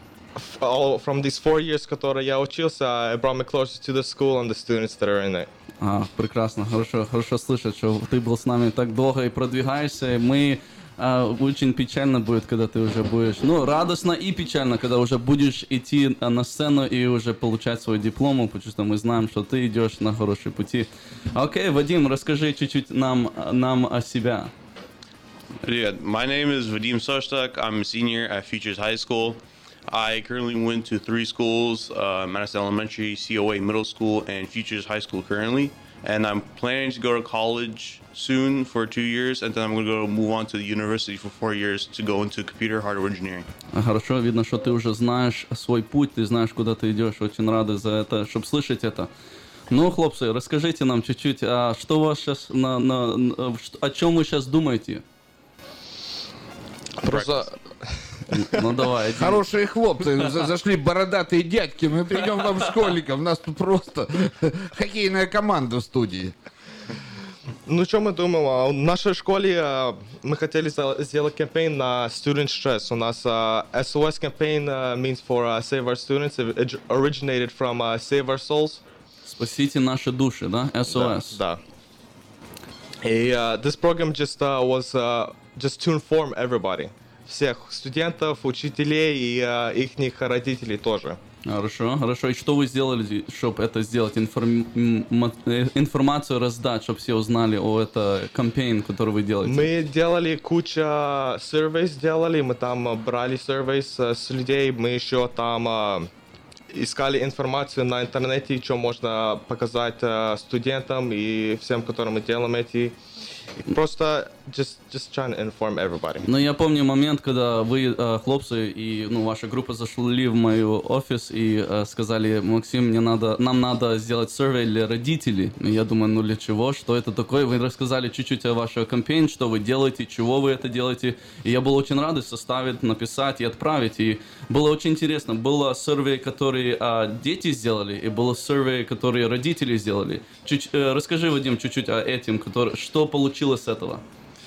[SPEAKER 19] all from these four years, которые я учился, it brought me closer to the school and the students that are in it.
[SPEAKER 18] А, прекрасно, хорошо, хорошо слышать, что ты был с нами так долго и продвигаешься. И мы а, очень печально будет, когда ты уже будешь, ну, радостно и печально, когда уже будешь идти на сцену и уже получать свой диплом, потому что мы знаем, что ты идешь на хороший пути. Окей, Вадим, расскажи чуть-чуть нам, нам о себе.
[SPEAKER 20] Привет, my name is Vadim Sostak. I'm a senior at Futures High School. I currently went to three schools, uh, Madison Elementary, C O A Middle School, and Futures High School currently. And I'm planning to go to college soon for two years, and then I'm going to go move on to the university for four years to go into computer hardware engineering.
[SPEAKER 18] Хорошо, видно, что ты уже знаешь свой путь, ты знаешь, куда ты идешь. Очень рады за это, чтобы слышать это. Ну, хлопцы, расскажите нам чуть-чуть, а что у вас сейчас, на, на, на, о чем вы сейчас думаете?
[SPEAKER 19] Просто...
[SPEAKER 18] Ну давай.
[SPEAKER 17] Хорошие хлопцы, зашли бородатые дядьки, мы придем вам школьникам, у нас тут просто хоккейная команда в студии.
[SPEAKER 19] Ну, что мы думаем? В нашей школе мы хотели сделать кампейн на Student Stress. У нас эс о эс campaign means for Save Our Students. It originated from Save Our Souls.
[SPEAKER 18] Спасите наши души, да? эс о эс.
[SPEAKER 19] Да. да. И uh, this program just uh, was uh, just to inform everybody. Всех студентов, учителей и uh, их родителей тоже.
[SPEAKER 18] Хорошо, хорошо. И что вы сделали, чтобы это сделать, информ... информацию раздать, чтобы все узнали о этом кампейн, который вы делаете?
[SPEAKER 19] Мы делали кучу surveys, сделали, мы там брали surveys с людей, мы еще там uh, искали информацию на интернете, что можно показать uh, студентам и всем, которым мы делаем эти. Просто just, just trying to inform everybody.
[SPEAKER 18] Но я помню момент, когда вы, хлопцы, и ну, ваша группа зашли в мой офис и э, сказали: Максим, мне надо, нам надо сделать survey для родителей. И я думаю, ну для чего, что это такое? Вы рассказали чуть-чуть о вашей кампейне, что вы делаете, чего вы это делаете. И я был очень рад составить, написать и отправить. И было очень интересно. Было survey, который э, дети сделали, и было survey, который родители сделали. Чуть, э, расскажи, Вадим, чуть-чуть о этом, который, что получилось с этого.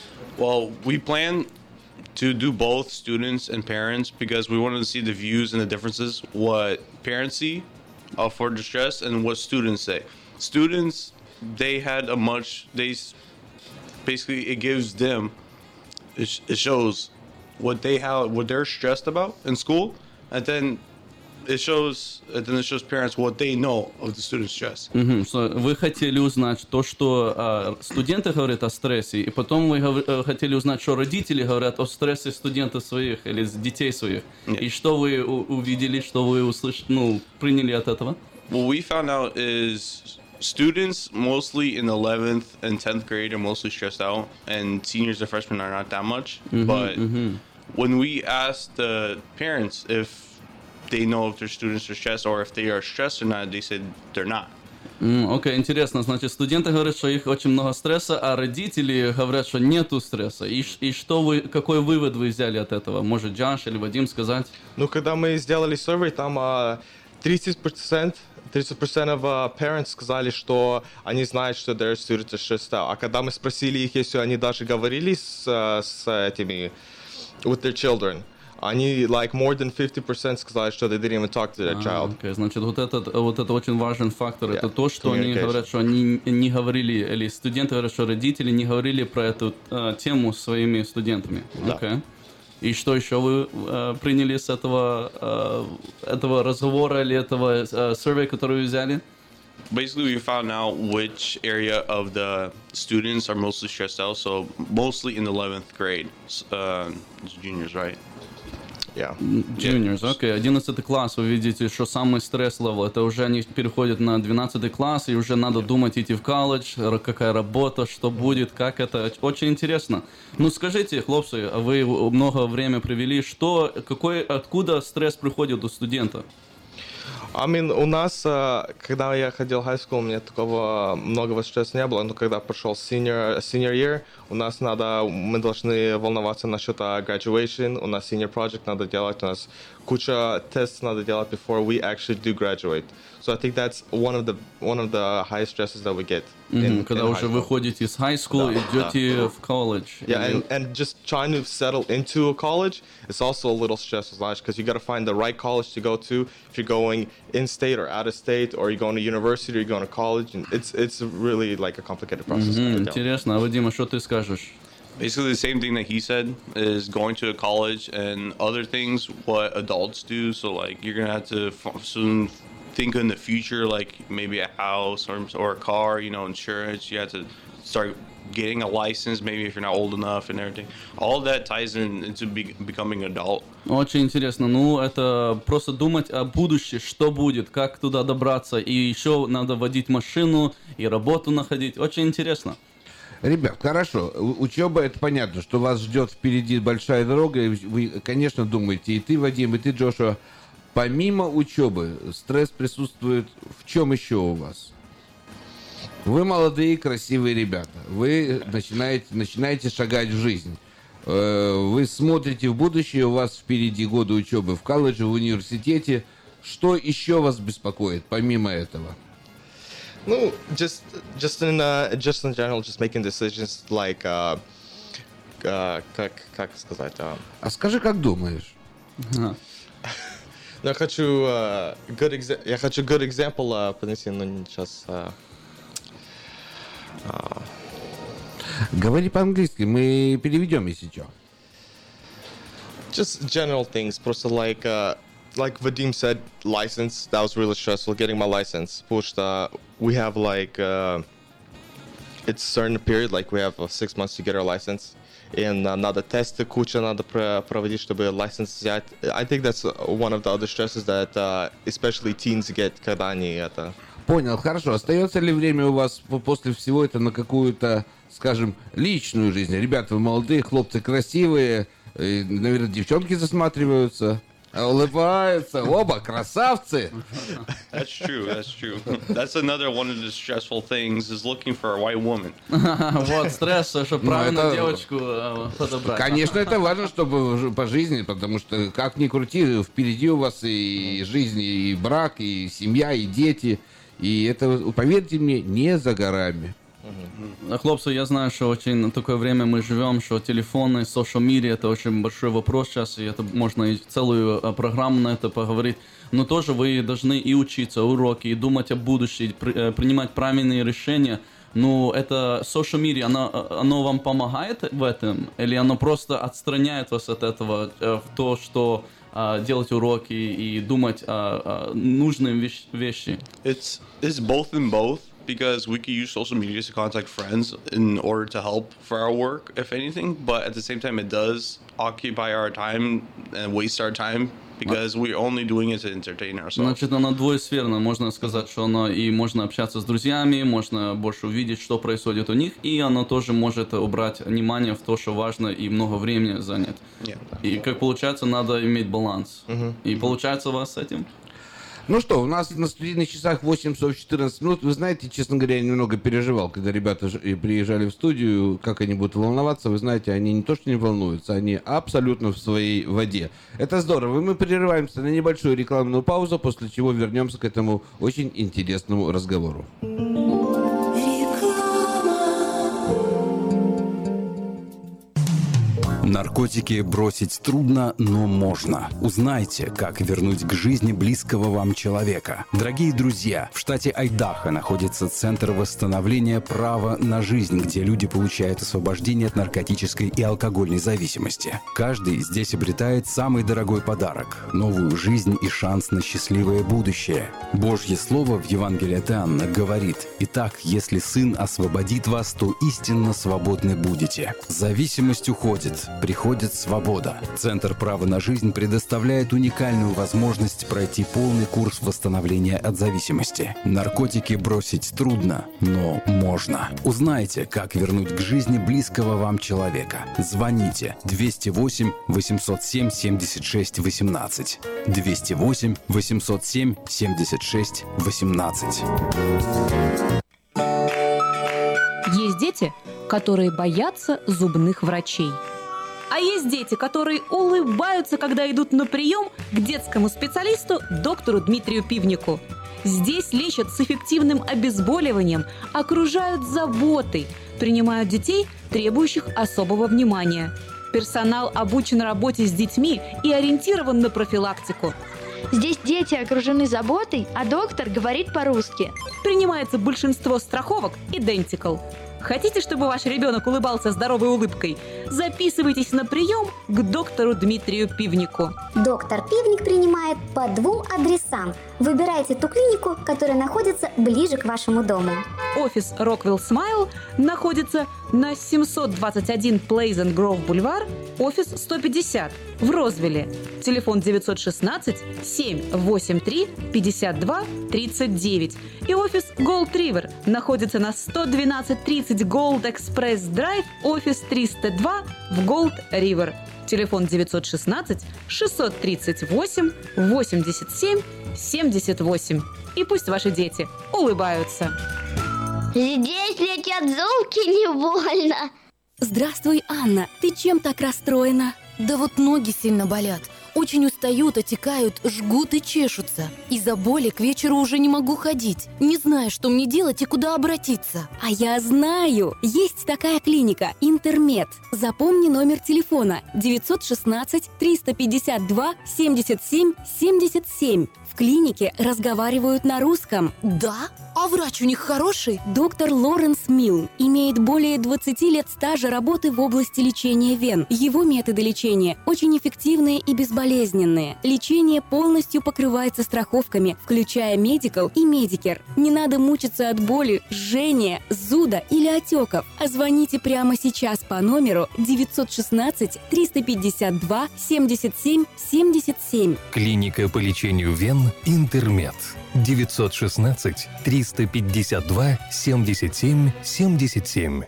[SPEAKER 20] Well, we plan to do both students and parents because we wanted to see the views and the differences, what parents see uh, for distress and what students say. Students, they had a much, they basically, it gives them, it, it shows what they have, what they're stressed about in school, and then it shows, and then it shows parents what they know of the student's stress.
[SPEAKER 18] Mm-hmm. So, вы хотели узнать то, что uh, студенты говорят о стрессе, и потом вы uh, хотели узнать, что родители говорят о стрессе студентов своих или детей своих. Yeah. И что вы у- увидели, что вы услышали, ну, приняли от этого?
[SPEAKER 20] What we found out is students mostly in eleventh and tenth grade are mostly stressed out, and seniors and freshmen are not that much. Mm-hmm, but mm-hmm. when we asked the parents if they know if their students are stressed or if they are stressed or not, they said they're not.
[SPEAKER 18] Окей, okay, интересно. Значит, студенты говорят, что их очень много стресса, а родители говорят, что нету стресса. И, и что вы, какой вывод вы взяли от этого? Может, Джош или Вадим сказать?
[SPEAKER 19] Ну, когда мы сделали survey, там uh, тридцать процентов тридцать процентов uh, parents сказали, что они знают, что their students are stressed out. А когда мы спросили их, если они даже говорили с, uh, с этими, with their children, они, like, more than fifty percent сказали, что they didn't even talk to their
[SPEAKER 18] А,
[SPEAKER 19] child.
[SPEAKER 18] окей, значит, вот, этот, вот это очень важный фактор.
[SPEAKER 19] Yeah,
[SPEAKER 18] Это то, что они
[SPEAKER 19] communication.
[SPEAKER 18] говорят, что они не говорили, или студенты говорят, что родители не говорили про эту э, тему с своими студентами.
[SPEAKER 19] Да.
[SPEAKER 18] Окей. И что еще вы э, приняли с этого, э, этого разговора или этого э, survey, который вы взяли?
[SPEAKER 20] Basically, we found out which area of the students are mostly stressed out. So mostly in the eleventh grade, uh, it's juniors, right?
[SPEAKER 19] Yeah.
[SPEAKER 18] Juniors, окей. Okay. одиннадцатый класс, вы видите, что самый стресс-левел, это уже они переходят на двенадцатый класс, и уже надо думать идти в колледж, какая работа, что будет, как это. Очень интересно. Ну, скажите, хлопцы, вы много времени провели, что, какой, откуда стресс приходит у студента?
[SPEAKER 19] I mean, у нас, когда я ходил в high school, у меня такого многого стресса не было, но когда прошел senior, senior year, у нас надо, мы должны волноваться насчет graduation, у нас senior project надо делать, у нас куча тестов надо делать before we actually do graduate. So I think that's one of the one of the highest stresses that we get.
[SPEAKER 18] Mm-hmm.
[SPEAKER 19] in,
[SPEAKER 18] Когда
[SPEAKER 19] in
[SPEAKER 18] уже выходите из high school,
[SPEAKER 19] да,
[SPEAKER 18] идете
[SPEAKER 19] да.
[SPEAKER 18] в колледж.
[SPEAKER 19] Yeah, and, and just trying to settle into a college is also a little stressful, because you got to find the right college to go to. If you're going in-state or out-of-state, or you're going to university, or you're going to college, and it's it's really like a complicated process.
[SPEAKER 18] Mm-hmm. Интересно, а вы, Дима, что ты скажешь?
[SPEAKER 20] Basically, the same thing that he said is going to a college and other things what adults do. So, like, you're gonna have to f- soon think in the future, like maybe a house or or a car, you know, insurance. You have to start getting a license, maybe if you're not old enough and everything. All that ties in into be- becoming an adult.
[SPEAKER 18] Очень интересно. Ну, это просто думать о будущем, что будет, как туда добраться. И еще надо водить машину и работу находить. Очень интересно.
[SPEAKER 17] Ребят, хорошо, учеба, это понятно, что вас ждет впереди большая дорога, и вы, конечно, думаете, и ты, Вадим, и ты, Джошуа, помимо учебы, стресс присутствует в чем еще у вас? Вы молодые, красивые ребята, вы начинаете, начинаете шагать в жизнь, вы смотрите в будущее, у вас впереди годы учебы в колледже, в университете, что еще вас беспокоит, помимо этого?
[SPEAKER 19] No, just just in uh, just in general, just making decisions like uh, uh, как как сказать? Uh,
[SPEAKER 17] а скажи, как думаешь?
[SPEAKER 19] Uh-huh. Я хочу uh, good exa- я хочу good example uh, принести, но сейчас. Uh, uh,
[SPEAKER 17] Говори по-английски, мы переведем, если что.
[SPEAKER 19] Just general things, просто like. Uh, Like Vadim said, license, that was really stressful, getting my license. Потому что we have like, uh, it's a certain period, like we have uh, six months to get our license. And uh, надо тесты, куча надо проводить, чтобы license взять. I think that's one of the other stresses that uh, especially teens get, когда они это...
[SPEAKER 17] Понял, хорошо. Остается ли время у вас после всего этого на какую-то, скажем, личную жизнь? Ребята, вы молодые, хлопцы красивые, и, наверное, девчонки засматриваются. Улыбаются. Оба красавцы.
[SPEAKER 20] That's true, that's true. That's another one of the stressful things is looking for a white woman.
[SPEAKER 18] Вот стресс, чтобы правильно девочку подобрать.
[SPEAKER 17] Конечно, это важно, чтобы по жизни, потому что, как ни крути, впереди у вас и жизнь, и брак, и семья, и дети. И это, поверьте мне, не за горами.
[SPEAKER 18] Хлопцы, я знаю, что очень на такое время мы живем, что телефоны, social media — это очень большой вопрос сейчас, и это можно и целую программу на это поговорить. Но тоже вы должны и учиться, уроки, и думать о будущем, при, принимать правильные решения. Ну, это social media, оно, оно вам помогает в этом? Или оно просто отстраняет вас от этого, в то, что делать уроки и думать о, о нужных вещ- вещи?
[SPEAKER 20] It's, it's both and both. Because we can use social media to contact friends in order to help for our work, if anything. But at the same time, it does occupy our time and waste our time because we're only doing it to entertain ourselves.
[SPEAKER 18] Значит, оно двуесферно. Можно сказать, что оно и можно общаться с друзьями, можно больше увидеть, что происходит у них, и оно тоже может убрать внимание в то, что важно, и много времени занять.
[SPEAKER 20] Yeah.
[SPEAKER 18] И как получается, надо иметь баланс.
[SPEAKER 19] Mm-hmm.
[SPEAKER 18] И получается у вас с этим?
[SPEAKER 17] Ну что, у нас на студийных часах восемь часов четырнадцать минут. Вы знаете, честно говоря, я немного переживал, когда ребята приезжали в студию, как они будут волноваться. Вы знаете, они не то что не волнуются, они абсолютно в своей воде. Это здорово. И мы прерываемся на небольшую рекламную паузу, после чего вернемся к этому очень интересному разговору.
[SPEAKER 21] Наркотики бросить трудно, но можно. Узнайте, как вернуть к жизни близкого вам человека. Дорогие друзья, в штате Айдахо находится Центр восстановления права на жизнь, где люди получают освобождение от наркотической и алкогольной зависимости. Каждый здесь обретает самый дорогой подарок – новую жизнь и шанс на счастливое будущее. Божье Слово в Евангелии от Иоанна говорит: «Итак, если Сын освободит вас, то истинно свободны будете». Зависимость уходит, приходит свобода. Центр права на жизнь предоставляет уникальную возможность пройти полный курс восстановления от зависимости. Наркотики бросить трудно, но можно. Узнайте, как вернуть к жизни близкого вам человека. Звоните двести восемь восемьсот семь семьдесят шесть восемнадцать. двести восемь восемьсот семь семьдесят шесть восемнадцать.
[SPEAKER 22] Есть дети, которые боятся зубных врачей. А есть дети, которые улыбаются, когда идут на прием к детскому специалисту доктору Дмитрию Пивнику. Здесь лечат с эффективным обезболиванием, окружают заботой, принимают детей, требующих особого внимания. Персонал обучен работе с детьми и ориентирован на профилактику.
[SPEAKER 23] Здесь дети окружены заботой, а доктор говорит по-русски.
[SPEAKER 22] Принимается большинство страховок Identical. Хотите, чтобы ваш ребенок улыбался здоровой улыбкой? Записывайтесь на прием к доктору Дмитрию Пивнику.
[SPEAKER 24] Доктор Пивник принимает по двум адресам. Выбирайте ту клинику, которая находится ближе к вашему дому.
[SPEAKER 22] Офис Rockwell Smile находится на семьсот двадцать один Pleasant Grove Boulevard, офис сто пятьдесят в Розвилле. Телефон девятьсот шестнадцать семь восемь три пятьдесят два тридцать девять. И офис Gold River находится на сто двенадцать тридцать Gold Express Drive, офис триста два в Gold River. Телефон девятьсот шестнадцать шестьсот тридцать восемь восемьдесят семь семьдесят восемь. И пусть ваши дети улыбаются.
[SPEAKER 24] Здесь летят зубки, не больно.
[SPEAKER 25] Здравствуй, Анна. Ты чем так расстроена?
[SPEAKER 26] Да вот ноги сильно болят. Очень устают, отекают, жгут и чешутся. Из-за боли к вечеру уже не могу ходить. Не знаю, что мне делать и куда обратиться.
[SPEAKER 25] А я знаю! Есть такая клиника «Интермед». Запомни номер телефона девятьсот шестнадцать триста пятьдесят два семьдесят семь семьдесят семь. В клинике разговаривают на русском.
[SPEAKER 26] Да? А врач у них хороший?
[SPEAKER 25] Доктор Лоренс Милн имеет более двадцати лет стажа работы в области лечения вен. Его методы лечения очень эффективные и безболезненные. Лечение полностью покрывается страховками, включая Medical и Medicare. Не надо мучиться от боли, жжения, зуда или отеков. А звоните прямо сейчас по номеру девятьсот шестнадцать триста пятьдесят два семьдесят семь семьдесят семь.
[SPEAKER 27] Клиника по лечению вен «Интермед». девятьсот шестнадцать триста пятьдесят два семьдесят семь семьдесят семь.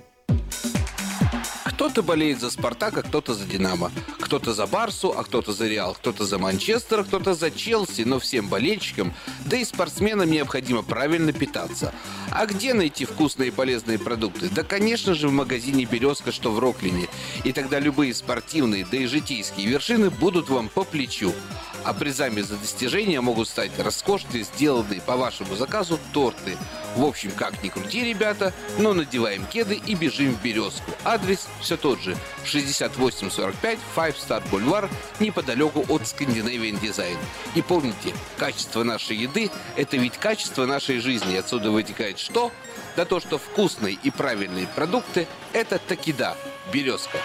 [SPEAKER 17] Кто-то болеет за «Спартак», а кто-то за «Динамо». Кто-то за «Барсу», а кто-то за «Реал». Кто-то за «Манчестер», а кто-то за «Челси». Но всем болельщикам, да и спортсменам необходимо правильно питаться. А где найти вкусные и полезные продукты? Да, конечно же, в магазине «Березка», что в Роклине. И тогда любые спортивные, да и житейские вершины будут вам по плечу. А призами за достижения могут стать роскошные, сделанные по вашему заказу торты. В общем, как ни крути, ребята, но надеваем кеды и бежим в «Березку». Адрес все тот же. шестьдесят восемь сорок пять Five Star Boulevard, неподалеку от Scandinavian Design. И помните, качество нашей еды – это ведь качество нашей жизни. Отсюда вытекает что? Да то, что вкусные и правильные продукты – это таки да, «Березка».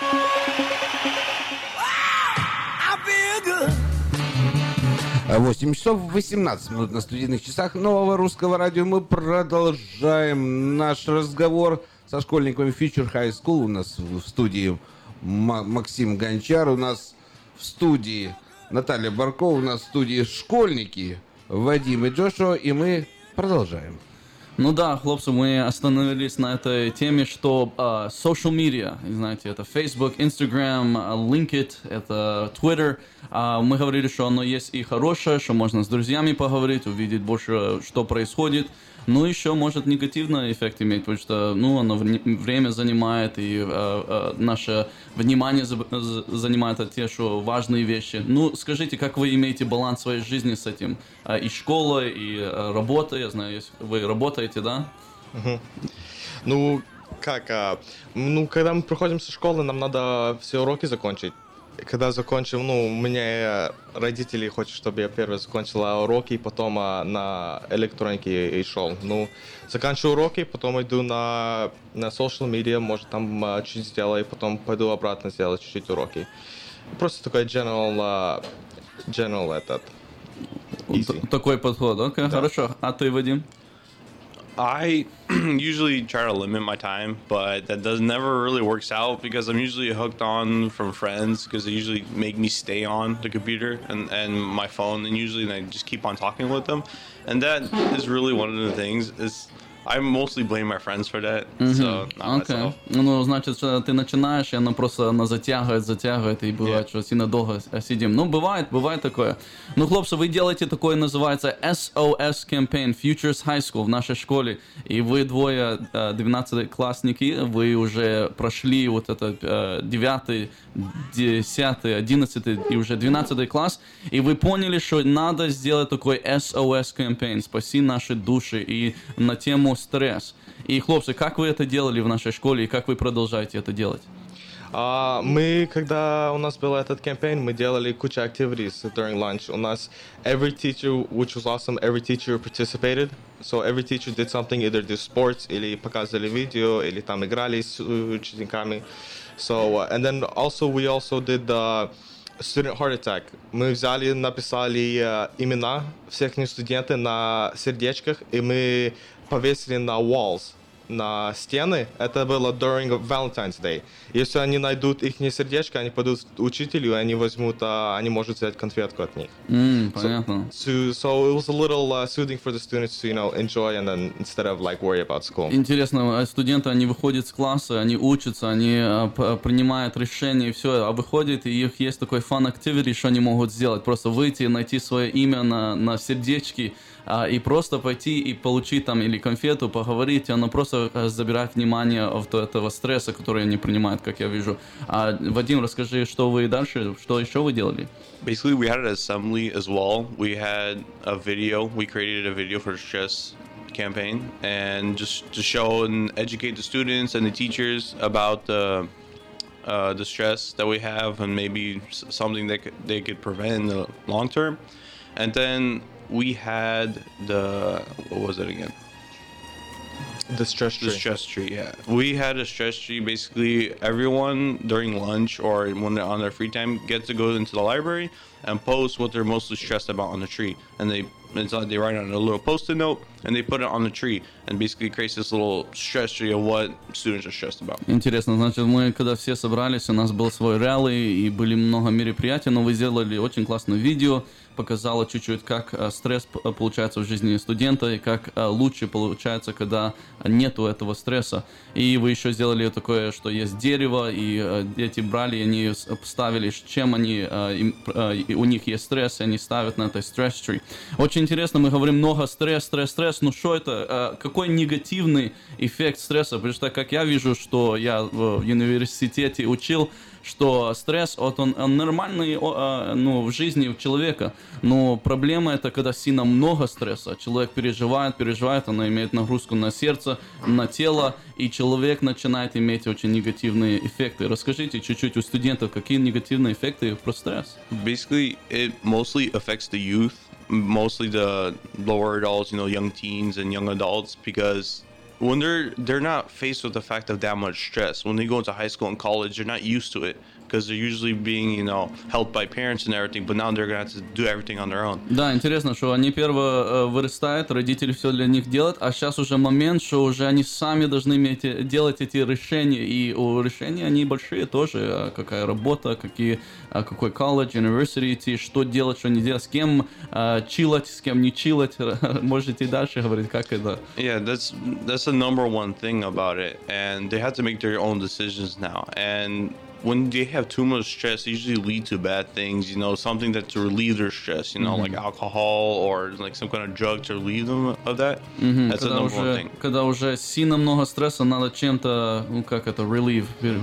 [SPEAKER 17] восемь часов восемнадцать минут на студийных часах Нового Русского Радио. Мы продолжаем наш разговор со школьниками Future High School. У нас в студии М- Максим Гончар, у нас в студии Наталья Барко, у нас в студии школьники Вадим и Джошуа, и мы продолжаем.
[SPEAKER 18] Ну да, хлопцы, мы остановились на этой теме, что uh, social media, знаете, это Facebook, Instagram, uh, LinkedIn, это Twitter. Uh, мы говорили, что оно есть и хорошее, что можно с друзьями поговорить, увидеть больше, что происходит. Ну, еще может негативный эффект иметь, потому что, ну, оно время занимает, и э, э, наше внимание за, за, занимает те, что важные вещи. Ну, скажите, как вы имеете баланс своей жизни с этим? Э, и школа, и э, работа, я знаю, вы работаете, да?
[SPEAKER 19] Угу. Ну, как, а, ну, когда мы приходим со школы, нам надо все уроки закончить. Когда закончим, ну, у меня родители хотят, чтобы я первый закончила уроки, потом а, на электронике и шел. Ну, заканчиваю уроки, потом иду на, на social media, может, там а, чуть сделаю, потом пойду обратно сделать чуть-чуть уроки. Просто такой general, uh, general этот, easy.
[SPEAKER 18] Такой подход, окей, okay, да. Хорошо. А ты, Вадим?
[SPEAKER 20] I usually try to limit my time, but that does never really works out because I'm usually hooked on from friends because they usually make me stay on the computer and, and my phone, and usually I just keep on talking with them, and that is really one of the things. Is I mostly blame my friends for that, mm-hmm. so not
[SPEAKER 18] okay.
[SPEAKER 20] myself.
[SPEAKER 18] Ну, значит, что ты начинаешь, и она просто она затягивает, затягивает, и бывает, yeah. что сильно долго сидим. Ну, бывает, бывает такое. Ну, хлопцы, вы делаете такое, называется эс о эс campaign, Futures High School в нашей школе, и вы двое двенадцатиклассники, вы уже прошли вот этот девятый, десятый, одиннадцатый и уже двенадцатый класс, и вы поняли, что надо сделать такой эс о эс campaign, спаси наши души, и на тему стресс. И, хлопцы, как вы это делали в нашей школе, и как вы продолжаете это делать?
[SPEAKER 19] Uh, мы, когда у нас был этот кампейн, мы делали кучу activities during lunch. У нас every teacher, which was awesome, every teacher participated. So every teacher did something, either did sports, или показывали видео, или там играли с учениками. So, uh, and then also, we also did the student heart attack. Мы взяли, написали uh, имена всех студентов на сердечках, и мы повесили на walls, на стены. Это было during Valentine's Day. Если они найдут их сердечко, они пойдут к учителю, и они возьмут, uh, они могут взять конфетку от них.
[SPEAKER 18] Mm, понятно.
[SPEAKER 19] So, so it was a little uh, soothing for the students to, you know, enjoy and then instead of like worry about school.
[SPEAKER 18] Интересно, студенты, они выходят с класса, они учатся, они uh, принимают решения и все, а выходят, и их есть такой fun activity, что они могут сделать. Просто выйти, найти свое имя на, на сердечке, uh, и просто пойти и получить там или конфету, поговорить, оно просто uh, забирает внимание от этого стресса, который они принимают, как я вижу. А, Вадим, расскажи, что вы дальше, что еще вы делали?
[SPEAKER 20] Basically, we had an assembly as well. We had a video. We created a video for the stress campaign, and just to show and educate the students and the teachers about the uh, the stress that we have, and maybe something that could, they could prevent in the long term. And then we had the what was it again?
[SPEAKER 19] The stress tree.
[SPEAKER 20] The stress tree, yeah. We had a stress tree. Basically, everyone during lunch or when they're on their free time gets to go into the library and post what they're mostly stressed about on the tree. And they inside they write on a little post-it note and they put it on the tree, and basically creates this little stress tree of what students are stressed about.
[SPEAKER 18] Интересно, значит, мы когда все собрались, у нас был свой ралли и были много мероприятий, но вы сделали очень классное видео, показала чуть-чуть, как а, стресс получается в жизни студента и как а, лучше получается, когда нету этого стресса. И вы еще сделали такое, что есть дерево, и а, дети брали, и они ставили, чем они, а, им, а, у них есть стресс, и они ставят на это stress tree. Очень интересно, мы говорим много стресс, стресс, стресс. Ну что это? А, какой негативный эффект стресса? Потому что, как я вижу, что я в университете учил, что стресс, вот он, он нормальный, ну, в жизни у человека, но проблема это, когда сильно много стресса, человек переживает, переживает, она имеет нагрузку на сердце, на тело, и человек начинает иметь очень негативные эффекты. Расскажите чуть-чуть у студентов, какие негативные эффекты про стресс?
[SPEAKER 20] Basically, it mostly affects the youth, mostly the lower adults, you know, young teens and young adults, because when they're they're not faced with the fact of that much stress, when they go into high school and college, they're not used to it because they're usually being, you know, helped by parents and everything, but now they're gonna have to do everything on their own.
[SPEAKER 18] Да, интересно, что они первое вырастают, родители все для них делают, а сейчас уже момент, что уже они сами должны иметь, делать эти решения, и у решений они большие тоже, какая работа, какие, какой колледж, university идти, что делать, что не делать, с кем чилать, с кем не чилать, можете дальше говорить, как это?
[SPEAKER 20] Yeah, that's that's the number one thing about it, and they have to make their own decisions now, and when they have too much stress, it usually lead to bad things, you know, something that to relieve their stress, you know, mm-hmm. like alcohol or like some kind of drug to relieve them of that. Mm-hmm. That's
[SPEAKER 18] когда
[SPEAKER 20] the number
[SPEAKER 18] уже,
[SPEAKER 20] one thing.
[SPEAKER 18] Когда уже сильно много стресса, надо чем-то, ну как это, relieve.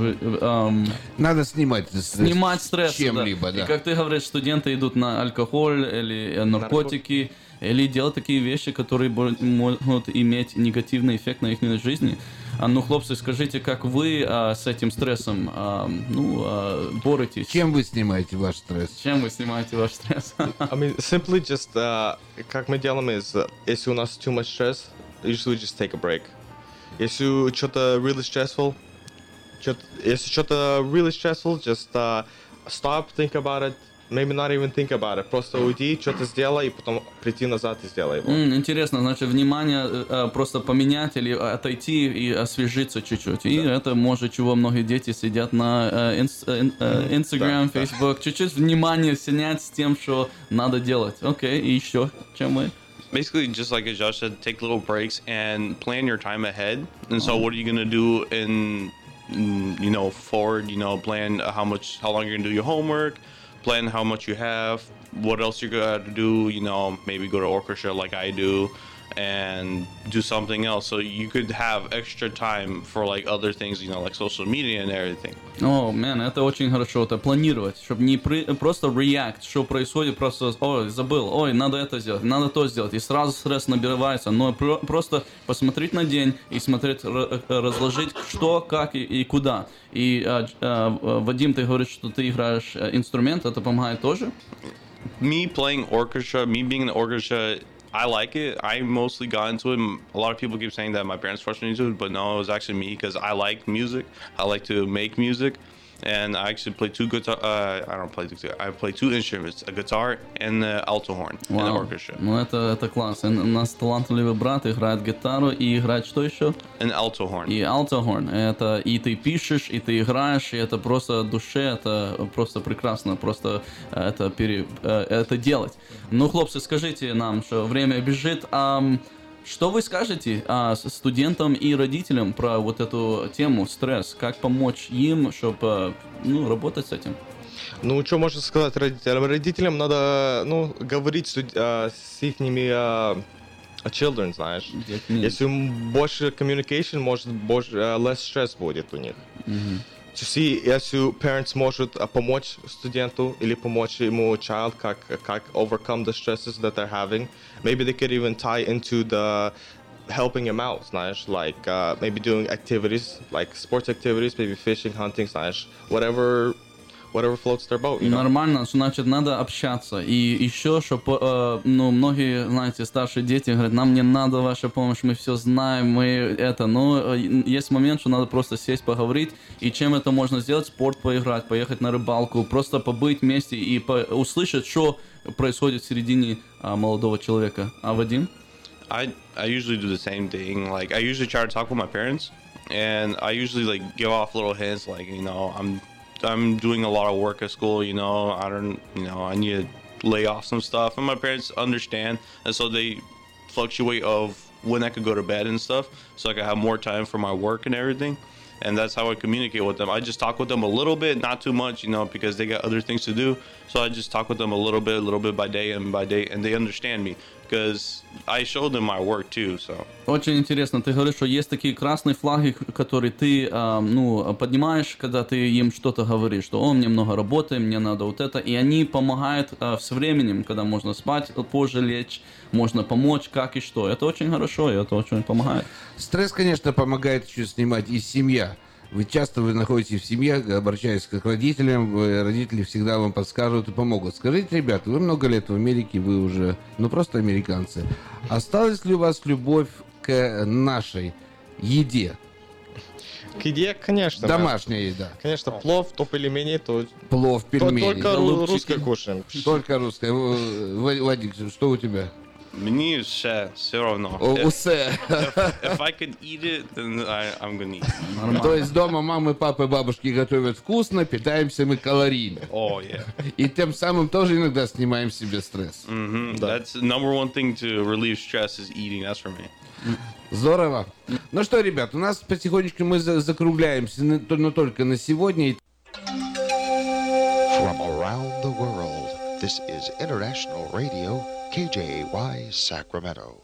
[SPEAKER 18] Um,
[SPEAKER 17] надо снимать
[SPEAKER 18] Снимать стресс,
[SPEAKER 17] чем-либо, да.
[SPEAKER 18] да. И как ты говоришь, студенты идут на алкоголь или наркотики. или делать такие вещи, которые могут иметь негативный эффект на их жизни. А, ну, хлопцы, скажите, как вы а, с этим стрессом а, ну, а, боретесь?
[SPEAKER 17] Чем вы снимаете ваш стресс?
[SPEAKER 18] Чем вы снимаете ваш стресс?
[SPEAKER 19] I mean, simply just, uh, как мы делаем, is, uh, если у нас too much stress, usually just take a break. Если что-то really stressful, что-то, если что-то really stressful, just uh, stop, think about it, maybe not even think about it. Просто уйди, что-то сделай, и потом прийти назад и сделай его.
[SPEAKER 18] Mm, интересно, значит, внимание э, просто поменять или отойти и освежиться чуть-чуть. Да. И это может, чего многие дети сидят на э, инс, э, э, Instagram, да, Facebook. Да. Чуть-чуть внимание снять с тем, что надо делать. Окей, okay, и еще, чем мы?
[SPEAKER 20] Basically, just like as Josh said, take little breaks and plan your time ahead. And so, what are you gonna do in, in, you know, forward? You know, plan how much, how long you're gonna do your homework. Plan how much you have, what else you're gonna do, you know, maybe go to orchestra like I do, and do something else. So you could have extra time for like other things, you know, like social media and everything.
[SPEAKER 18] О, oh, man, это очень хорошо, это планировать, чтобы не при, просто react, что происходит, просто, ой, забыл, ой, надо это сделать, надо то сделать, и сразу стресс набирается, но про, просто посмотреть на день и смотреть, разложить, что, как и, и куда. И а, а, Вадим, ты говоришь, что ты играешь инструмент, это помогает тоже?
[SPEAKER 20] Me playing orchestra, me being in the orchestra, I like it. I mostly got into it. A lot of people keep saying that my parents forced me into it, but no, it was actually me because I like music. I like to make music. And I actually play two guitar. Uh, I don't play guitar. I play two instruments: a guitar and the alto horn wow. in the orchestra.
[SPEAKER 18] Ну это это класс. У нас талантливый брат играет гитару и играет что еще?
[SPEAKER 20] An alto horn.
[SPEAKER 18] И alto horn. Это и ты пишешь, и ты играешь, и это просто душе, это просто прекрасно, просто это пере, это делать. Ну, хлопцы, скажите нам, что время бежит. А что вы скажете а, студентам и родителям про вот эту тему стресс? Как помочь им, чтобы ну, работать с этим?
[SPEAKER 19] Ну, что можно сказать родителям? Родителям надо ну, говорить с, а, с их а, children, знаешь. Детьми. Если больше communication, может, больше, uh, less stress будет у них. Mm-hmm. To see, если parents может uh, помочь студенту или помочь ему child, как, как overcome the stresses that they're having. Maybe they could even tie into the helping him out, знаешь, like uh, maybe doing activities, like sports activities, maybe fishing, hunting, знаешь, whatever, whatever floats their boat, you know?
[SPEAKER 18] Нормально, значит, надо общаться. И еще, чтобы, э, ну, многие, знаете, старшие дети говорят, нам не надо ваша помощь, мы все знаем, мы это, но э, есть момент, что надо просто сесть, поговорить, и чем это можно сделать? Спорт поиграть, поехать на рыбалку, просто побыть вместе и по- услышать, что происходит в середине а, молодого человека. А Вадим?
[SPEAKER 20] I I usually do the same thing. Like I usually try to talk with my parents, and I usually like give off little hints, like you know I'm I'm doing a lot of work at school. You know I don't you know I need to lay off some stuff, and my parents understand, and so they fluctuate of when I could go to bed and stuff, so I can have more time for my work and everything. And that's how I communicate with them. I just talk with them a little bit, not too much, you know, because they got other things to do. So I just talk with them a little bit, a little bit by day and by day, and they understand me because I show them my work too. So.
[SPEAKER 18] Очень интересно. Ты говоришь, что есть такие красные флаги, которые ты, э, ну, поднимаешь, когда ты им что-то говоришь, что, о, мне много работы, мне надо вот это, и они помогают э, с временем, когда можно спать, позже лечь, можно помочь, как и что. Это очень хорошо, и это очень помогает.
[SPEAKER 17] Стресс, конечно, помогает еще снимать и семья. Вы часто вы находитесь в семье, обращаясь к родителям, родители всегда вам подскажут и помогут. Скажите, ребята, вы много лет в Америке, вы уже, ну, просто американцы. Осталась ли у вас любовь к нашей еде?
[SPEAKER 19] К еде, конечно.
[SPEAKER 17] Домашняя еда.
[SPEAKER 19] Конечно, плов, то пельмени, то...
[SPEAKER 17] Плов, пельмени.
[SPEAKER 19] Только ру- русское кушаем.
[SPEAKER 17] Только русское. Вадик, что у тебя?
[SPEAKER 20] Мне все, все равно.
[SPEAKER 17] О, все.
[SPEAKER 20] If, if I could eat it, then I, I'm gonna eat it.
[SPEAKER 17] То есть дома мамы, папы, бабушки готовят вкусно, питаемся мы калорийно.
[SPEAKER 20] Oh, yeah.
[SPEAKER 17] И тем самым тоже иногда снимаем себе стресс.
[SPEAKER 20] Mm-hmm. Да. That's the number one thing to relieve stress is eating. That's for me.
[SPEAKER 17] Здорово. Ну что, ребят, у нас потихонечку мы закругляемся, но только на сегодня.
[SPEAKER 1] From around the world, this is International Radio, K J A Y, Sacramento.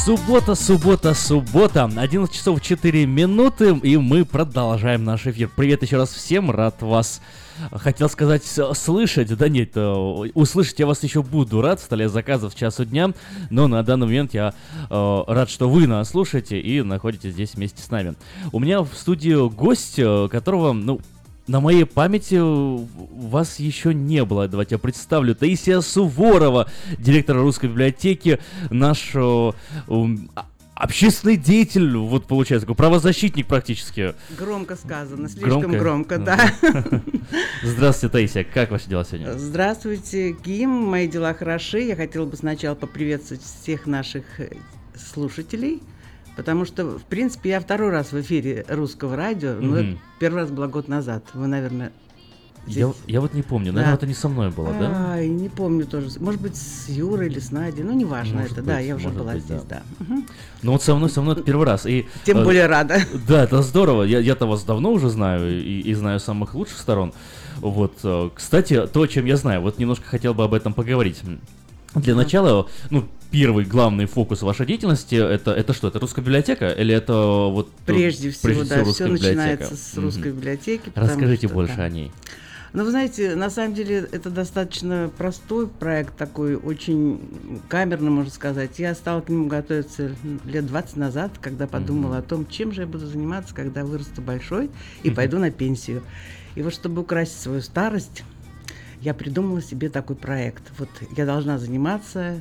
[SPEAKER 3] Суббота, суббота, суббота. одиннадцать часов четыре минуты, и мы продолжаем наш эфир. Привет еще раз всем, рад вас, хотел сказать, слышать. Да нет, услышать я вас еще буду рад в столе заказов часу дня. Но на данный момент я э, рад, что вы нас слушаете и находитесь здесь вместе с нами. У меня в студии гость, которого, ну, на моей памяти вас еще не было. Давайте я представлю. Таисия Суворова, директор Русской библиотеки, наш э, э, общественный деятель, вот получается, такой правозащитник практически.
[SPEAKER 2] Громко сказано, слишком громко, громко да.
[SPEAKER 3] Здравствуйте, Таисия, как ваши дела сегодня?
[SPEAKER 2] Здравствуйте, Ким, мои дела хороши. Я хотела бы сначала поприветствовать всех наших слушателей. Потому что, в принципе, я второй раз в эфире Русского радио, mm-hmm. но первый раз было год назад. Вы, наверное... Здесь...
[SPEAKER 3] Я, я вот не помню, наверное, да. это не со мной было, а, да?
[SPEAKER 2] Ай, не помню тоже. Может быть, с Юрой или с Надей, ну, неважно может это, быть, да, я уже была быть, здесь, да. да. Угу.
[SPEAKER 3] Ну, вот со мной, со мной это первый раз. И,
[SPEAKER 2] Тем э, более рада.
[SPEAKER 3] Да, это здорово. Я, я-то вас давно уже знаю и, и знаю самых лучших сторон. Вот, э, кстати, то, о чем я знаю, вот немножко хотел бы об этом поговорить. Для начала, ну, первый главный фокус вашей деятельности это, это что? Это русская библиотека или это вот
[SPEAKER 2] прежде всего,
[SPEAKER 3] прежде
[SPEAKER 2] да,
[SPEAKER 3] всего
[SPEAKER 2] все начинается с русской mm-hmm. библиотеки.
[SPEAKER 3] Расскажите
[SPEAKER 2] что,
[SPEAKER 3] больше
[SPEAKER 2] да.
[SPEAKER 3] о ней.
[SPEAKER 2] Ну, вы знаете, на самом деле это достаточно простой проект, такой очень камерный, можно сказать. Я стала к нему готовиться лет двадцать назад, когда подумала mm-hmm. о том, чем же я буду заниматься, когда вырасту большой и mm-hmm. пойду на пенсию. И вот чтобы украсить свою старость, я придумала себе такой проект. Вот я должна заниматься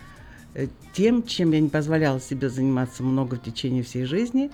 [SPEAKER 2] тем, чем я не позволяла себе заниматься много в течение всей жизни,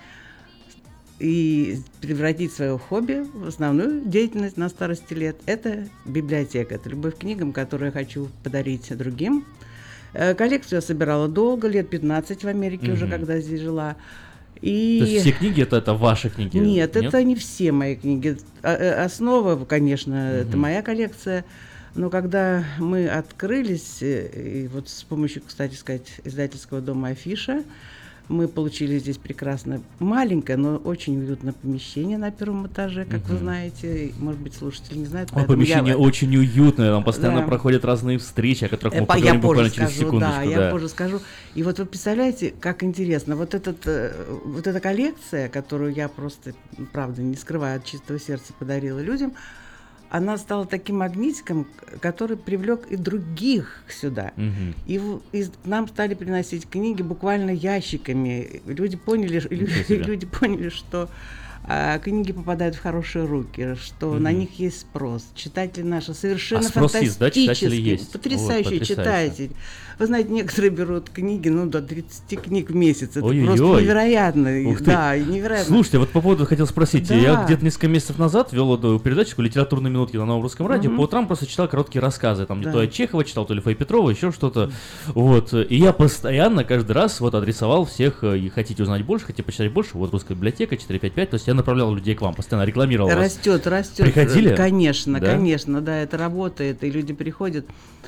[SPEAKER 2] и превратить свое хобби в основную деятельность на старости лет. Это библиотека, это любовь к книгам, которую я хочу подарить другим. Коллекцию я собирала долго, лет пятнадцать в Америке mm-hmm. уже, когда здесь жила. И...
[SPEAKER 3] То есть все книги это, это ваши книги?
[SPEAKER 2] Нет, Нет, это не все мои книги. Основа, конечно, mm-hmm. это моя коллекция. Но когда мы открылись, и вот с помощью, кстати сказать, издательского дома «Афиша», мы получили здесь прекрасное, маленькое, но очень уютное помещение на первом этаже, как uh-huh. вы знаете. Может быть, слушатели не знают.
[SPEAKER 3] О, помещение я... очень уютное, там постоянно да. проходят разные встречи, о которых мы поговорим
[SPEAKER 2] я
[SPEAKER 3] буквально
[SPEAKER 2] скажу,
[SPEAKER 3] через секундочку.
[SPEAKER 2] Да, да, я позже скажу. И вот вы представляете, как интересно. Вот, этот, вот эта коллекция, которую я просто, правда, не скрываю, от чистого сердца подарила людям, она стала таким магнитиком, который привлек и других сюда. Uh-huh. И, в, и к нам стали приносить книги буквально ящиками. Люди поняли, люди, люди поняли, что а, книги попадают в хорошие руки, что uh-huh. на них есть спрос. Читатели наши совершенно
[SPEAKER 3] а спрос
[SPEAKER 2] фантастические,
[SPEAKER 3] есть, да? Читатели есть.
[SPEAKER 2] Потрясающие вот, читатели. Вы знаете, некоторые берут книги, ну, до тридцати книг в месяц. Это
[SPEAKER 3] Ой-ой-ой.
[SPEAKER 2] просто невероятно. Да, невероятно.
[SPEAKER 3] Слушайте, вот по поводу хотел спросить. Да. Я где-то несколько месяцев назад вел эту передачу «Литературные минутки» на Новом Русском радио. Угу. По утрам просто читал короткие рассказы. Там да. не то я Чехова читал, то ли Фаи Петрова, еще что-то. Вот. И я постоянно, каждый раз вот адресовал всех. И хотите узнать больше, хотите почитать больше. Вот «Русская библиотека», четыре пять пять. То есть я направлял людей к вам, постоянно рекламировал вас.
[SPEAKER 2] Растет, растет.
[SPEAKER 3] Приходили?
[SPEAKER 2] Конечно,
[SPEAKER 3] да?
[SPEAKER 2] конечно, да, это работает. И люди приходят.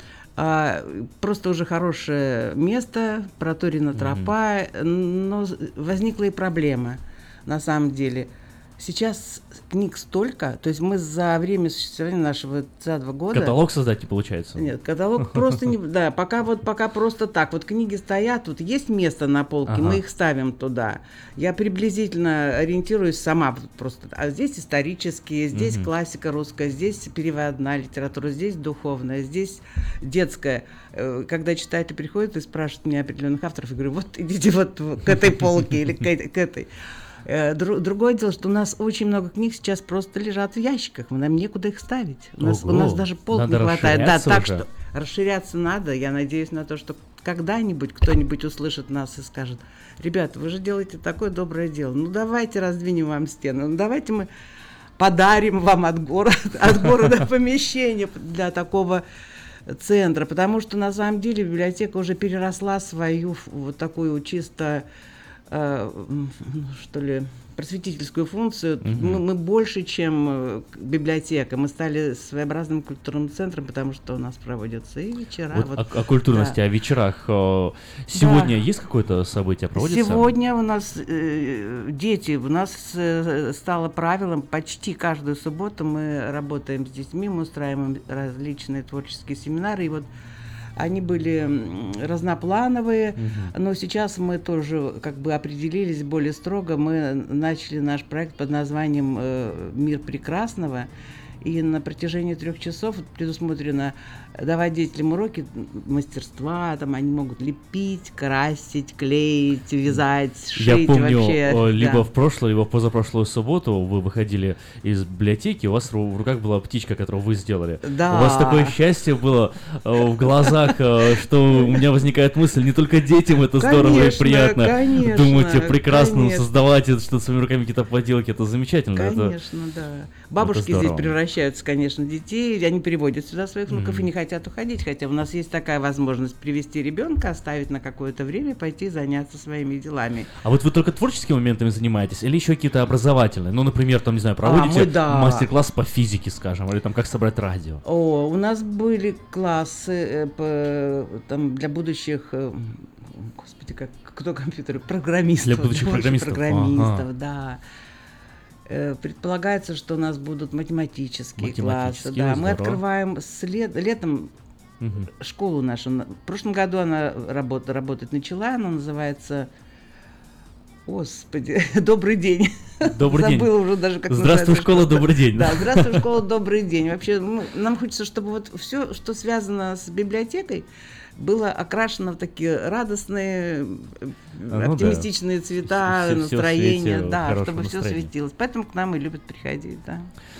[SPEAKER 2] А, просто уже хорошее место, проторена тропа, mm-hmm. но возникла и проблема, на самом деле. Сейчас книг столько, то есть мы за время существования нашего за два года...
[SPEAKER 3] Каталог создать не получается?
[SPEAKER 2] Нет, каталог просто не... Да, пока вот пока просто так. Вот книги стоят, тут есть место на полке, ага. мы их ставим туда. Я приблизительно ориентируюсь сама просто. А здесь исторические, здесь угу. классика русская, здесь переводная литература, здесь духовная, здесь детская. Когда читатели приходят и спрашивают меня определенных авторов, я говорю, вот идите вот к этой полке или к этой. Другое дело, что у нас очень много книг сейчас просто лежат в ящиках, нам некуда их ставить. У нас, у нас даже полок не хватает. Да, так что расширяться надо. Я надеюсь на то, что когда-нибудь кто-нибудь услышит нас и скажет: ребята, вы же делаете такое доброе дело, ну давайте раздвинем вам стену, ну давайте мы подарим вам от города, от города помещение для такого центра, потому что на самом деле библиотека уже переросла свою вот такую чисто что ли, просветительскую функцию. Угу. Мы, мы больше, чем библиотека. Мы стали своеобразным культурным центром, потому что у нас проводятся и вечера.
[SPEAKER 3] Вот
[SPEAKER 2] вот,
[SPEAKER 3] о, о культурности, да. О вечерах. Сегодня да. есть какое-то событие проводится?
[SPEAKER 2] Сегодня у нас э, дети. У нас э, стало правилом, почти каждую субботу мы работаем с детьми, мы устраиваем различные творческие семинары. И вот Они были разноплановые, угу. но сейчас мы тоже как бы определились более строго. Мы начали наш проект под названием «Мир прекрасного». И на протяжении трех часов предусмотрено давать детям уроки мастерства, там они могут лепить, красить, клеить, вязать, шить.
[SPEAKER 3] Я помню,
[SPEAKER 2] вообще,
[SPEAKER 3] либо
[SPEAKER 2] да.
[SPEAKER 3] в прошлую, либо в позапрошлую субботу вы выходили из библиотеки, у вас в руках была птичка, которую вы сделали.
[SPEAKER 2] Да.
[SPEAKER 3] У вас такое счастье было в глазах, что у меня возникает мысль, не только детям это здорово и приятно.
[SPEAKER 2] Конечно,
[SPEAKER 3] думаете, прекрасно
[SPEAKER 2] конечно.
[SPEAKER 3] создавать что-то своими руками, какие-то поделки, это замечательно.
[SPEAKER 2] Конечно,
[SPEAKER 3] это,
[SPEAKER 2] да. Бабушки
[SPEAKER 3] это
[SPEAKER 2] здесь превращаются, конечно, в детей, они приводят сюда своих внуков mm-hmm. и не хотят уходить, хотя у нас есть такая возможность привести ребенка, оставить на какое-то время, пойти заняться своими делами.
[SPEAKER 3] А вот вы только творческими моментами занимаетесь или еще какие-то образовательные? Ну, например, там, не знаю, проводите а, мы, да. мастер-класс по физике, скажем, или там как собрать радио?
[SPEAKER 2] О, у нас были классы э, по, там, для будущих, э, господи, как, кто компьютеры, программистов.
[SPEAKER 3] Для будущих
[SPEAKER 2] для
[SPEAKER 3] программистов?
[SPEAKER 2] программистов,
[SPEAKER 3] ага.
[SPEAKER 2] да. Предполагается, что у нас будут математические,
[SPEAKER 3] математические
[SPEAKER 2] классы. Да. Мы
[SPEAKER 3] здорово.
[SPEAKER 2] открываем след... летом угу. школу нашу. В прошлом году она работ... работать начала, она называется... Господи, добрый день.
[SPEAKER 3] Добрый день.
[SPEAKER 2] Забыла уже даже, как
[SPEAKER 3] Здравствуй, школа,
[SPEAKER 2] школа,
[SPEAKER 3] добрый день.
[SPEAKER 2] Да, здравствуй, школа, добрый день. Вообще, ну, нам хочется, чтобы вот все, что связано с библиотекой, было окрашено в такие радостные, ну, оптимистичные да. цвета, все, настроения, все да, чтобы все светилось. Поэтому к нам и любят приходить, да.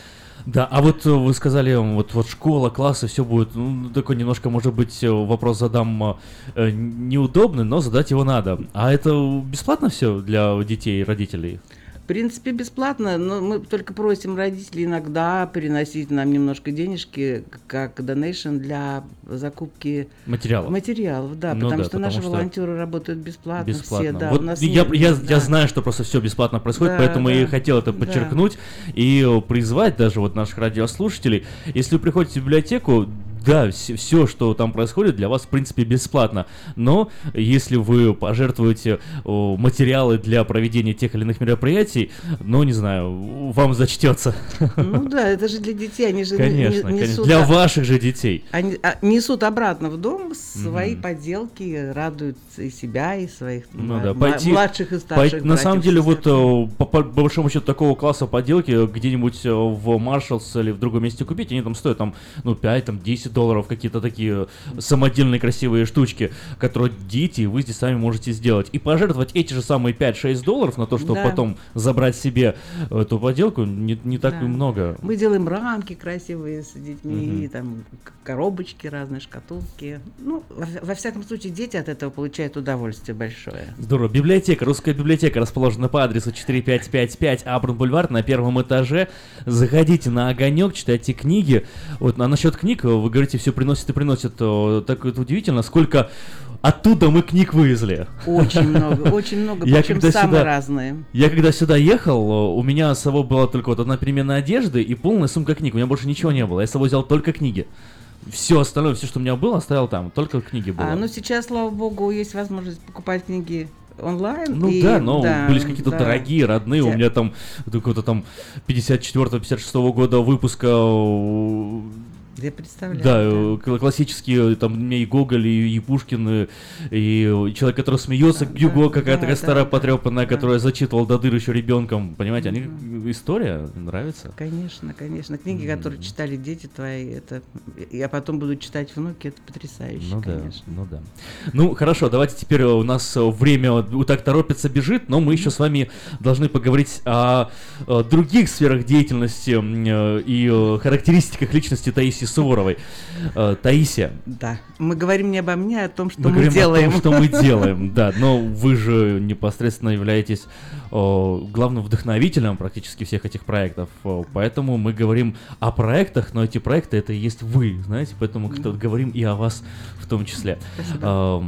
[SPEAKER 3] Да, а вот вы сказали, вот, вот школа, классы, все будет, ну, такой немножко, может быть, вопрос задам э, неудобный, но задать его надо. А это бесплатно все для детей и родителей?
[SPEAKER 2] В принципе, бесплатно, но мы только просим родителей иногда приносить нам немножко денежки, как донейшн для закупки
[SPEAKER 3] материалов.
[SPEAKER 2] Материалов, да,
[SPEAKER 3] ну
[SPEAKER 2] потому
[SPEAKER 3] да,
[SPEAKER 2] что
[SPEAKER 3] потому
[SPEAKER 2] наши
[SPEAKER 3] что
[SPEAKER 2] волонтеры работают бесплатно,
[SPEAKER 3] бесплатно.
[SPEAKER 2] все, да.
[SPEAKER 3] Вот
[SPEAKER 2] у нас
[SPEAKER 3] я,
[SPEAKER 2] нет,
[SPEAKER 3] я,
[SPEAKER 2] да.
[SPEAKER 3] я знаю, что просто все бесплатно происходит,
[SPEAKER 2] да,
[SPEAKER 3] поэтому
[SPEAKER 2] да,
[SPEAKER 3] я и хотел это подчеркнуть да. и призвать даже вот наших радиослушателей, если вы приходите в библиотеку, да, все, все, что там происходит, для вас, в принципе, бесплатно. Но если вы пожертвуете о, материалы для проведения тех или иных мероприятий, ну, не знаю, вам зачтется.
[SPEAKER 2] Ну да, это же для детей, они же
[SPEAKER 3] конечно,
[SPEAKER 2] не, несут...
[SPEAKER 3] Конечно, для ваших же детей.
[SPEAKER 2] Они а, несут обратно в дом свои mm-hmm. поделки, радуют и себя, и своих
[SPEAKER 3] ну,
[SPEAKER 2] м-
[SPEAKER 3] да,
[SPEAKER 2] м-
[SPEAKER 3] пойти,
[SPEAKER 2] младших и старших.
[SPEAKER 3] Пойти, на самом деле, вот по, по большому счету такого класса поделки где-нибудь в Маршаллс или в другом месте купить, они там стоят там, ну, пять, там, десять долларов, какие-то такие самодельные красивые штучки, которые дети, вы здесь сами можете сделать. И пожертвовать эти же самые пять-шесть долларов на то, чтобы да. потом забрать себе эту поделку, не, не так
[SPEAKER 2] да.
[SPEAKER 3] и много.
[SPEAKER 2] Мы делаем рамки красивые с детьми,
[SPEAKER 3] угу.
[SPEAKER 2] там коробочки разные, шкатулки. Ну, во, во всяком случае, дети от этого получают удовольствие большое.
[SPEAKER 3] Здорово. Библиотека, русская библиотека расположена по адресу четыре пять пять пять Абран-Бульвар на первом этаже. Заходите на огонек, читайте книги. Вот, а насчет книг, вы говорите, все приносит и приносит. Так это удивительно, сколько оттуда мы книг вывезли.
[SPEAKER 2] Очень много, очень много, причем самые
[SPEAKER 3] сюда,
[SPEAKER 2] разные.
[SPEAKER 3] Я когда сюда ехал, у меня с собой была только вот одна переменная одежды и полная сумка книг. У меня больше ничего не было. Я с собой взял только книги. Все остальное, все, что у меня было, оставил там. Только книги было.
[SPEAKER 2] А, ну сейчас, слава богу, есть возможность покупать книги онлайн.
[SPEAKER 3] Ну
[SPEAKER 2] и,
[SPEAKER 3] да, но
[SPEAKER 2] да,
[SPEAKER 3] были какие-то
[SPEAKER 2] да.
[SPEAKER 3] дорогие, родные.
[SPEAKER 2] Хотя...
[SPEAKER 3] У меня там какого-то там пятьдесят четвёртого пятьдесят шестого года выпуска.
[SPEAKER 2] Я представляю.
[SPEAKER 3] Да, да, классические, там, у меня и Гоголь, и, и Пушкин, и, и человек, который смеется, да, Гюго, да, какая-то да, такая да, старая да, потрепанная, да. которая зачитывал до дыр еще ребенком. Понимаете, они mm-hmm. история нравится.
[SPEAKER 2] Конечно, конечно. Книги, mm-hmm. которые читали дети твои, это я потом буду читать внуки, это потрясающе,
[SPEAKER 3] ну,
[SPEAKER 2] конечно.
[SPEAKER 3] Да, ну да. Ну хорошо, давайте теперь у нас время так торопится, бежит, но мы еще с вами должны поговорить о, о других сферах деятельности и характеристиках личности Таисии Суворовой. Э, Таисия.
[SPEAKER 2] Да, мы говорим не обо мне, а о том, что
[SPEAKER 3] мы,
[SPEAKER 2] мы делаем.
[SPEAKER 3] О том, что мы делаем, да. Но вы же непосредственно являетесь о, главным вдохновителем практически всех этих проектов. О, поэтому мы говорим о проектах, но эти проекты это и есть вы, знаете, поэтому mm-hmm. говорим и о вас в том числе. Спасибо.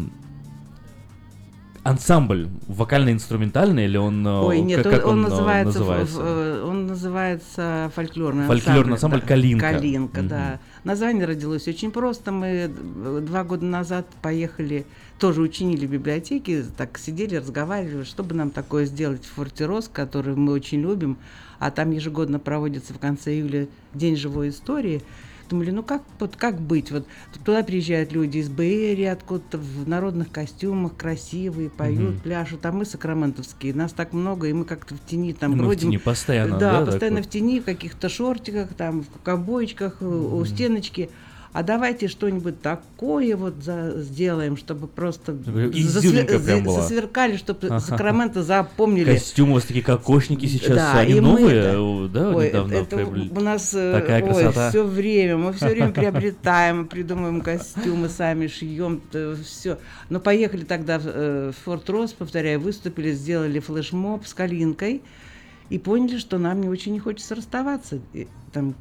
[SPEAKER 3] Ансамбль вокально-инструментальный или он
[SPEAKER 2] Ой, нет,
[SPEAKER 3] как, как
[SPEAKER 2] он,
[SPEAKER 3] он,
[SPEAKER 2] он называется,
[SPEAKER 3] называется?
[SPEAKER 2] В, он называется фольклорный,
[SPEAKER 3] фольклорный ансамбль, ансамбль
[SPEAKER 2] да,
[SPEAKER 3] «Калинка».
[SPEAKER 2] «Калинка»,
[SPEAKER 3] угу.
[SPEAKER 2] да. Название родилось очень просто. Мы два года назад поехали, тоже учинили в библиотеке, так сидели, разговаривали, что бы нам такое сделать в форте Росс, который мы очень любим, а там ежегодно проводится в конце июля День живой истории. думали, ну как, вот, как быть? Вот туда приезжают люди из Бэйри, откуда-то в народных костюмах, красивые, поют, mm-hmm. пляшут, а мы сакраментовские, нас так много, и мы как-то в тени там
[SPEAKER 3] мы
[SPEAKER 2] бродим.
[SPEAKER 3] В тени постоянно,
[SPEAKER 2] да?
[SPEAKER 3] Да,
[SPEAKER 2] постоянно
[SPEAKER 3] так
[SPEAKER 2] в тени, в каких-то шортиках, там, в ковбойчиках, mm-hmm. у стеночки. А давайте что-нибудь такое вот за, сделаем, чтобы просто
[SPEAKER 3] засвер...
[SPEAKER 2] засверкали, чтобы ага. Сакраменто запомнили.
[SPEAKER 3] Костюмы у вас такие кокошники сейчас, да, они новые, это... да,
[SPEAKER 2] ой,
[SPEAKER 3] недавно
[SPEAKER 2] это, это у нас
[SPEAKER 3] такая ой, красота.
[SPEAKER 2] Все время, мы все время приобретаем, придумываем костюмы, сами шьем, все. Но поехали тогда в Форт Росс, повторяю, выступили, сделали флешмоб с Калинкой и поняли, что нам не очень не хочется расставаться. И, там,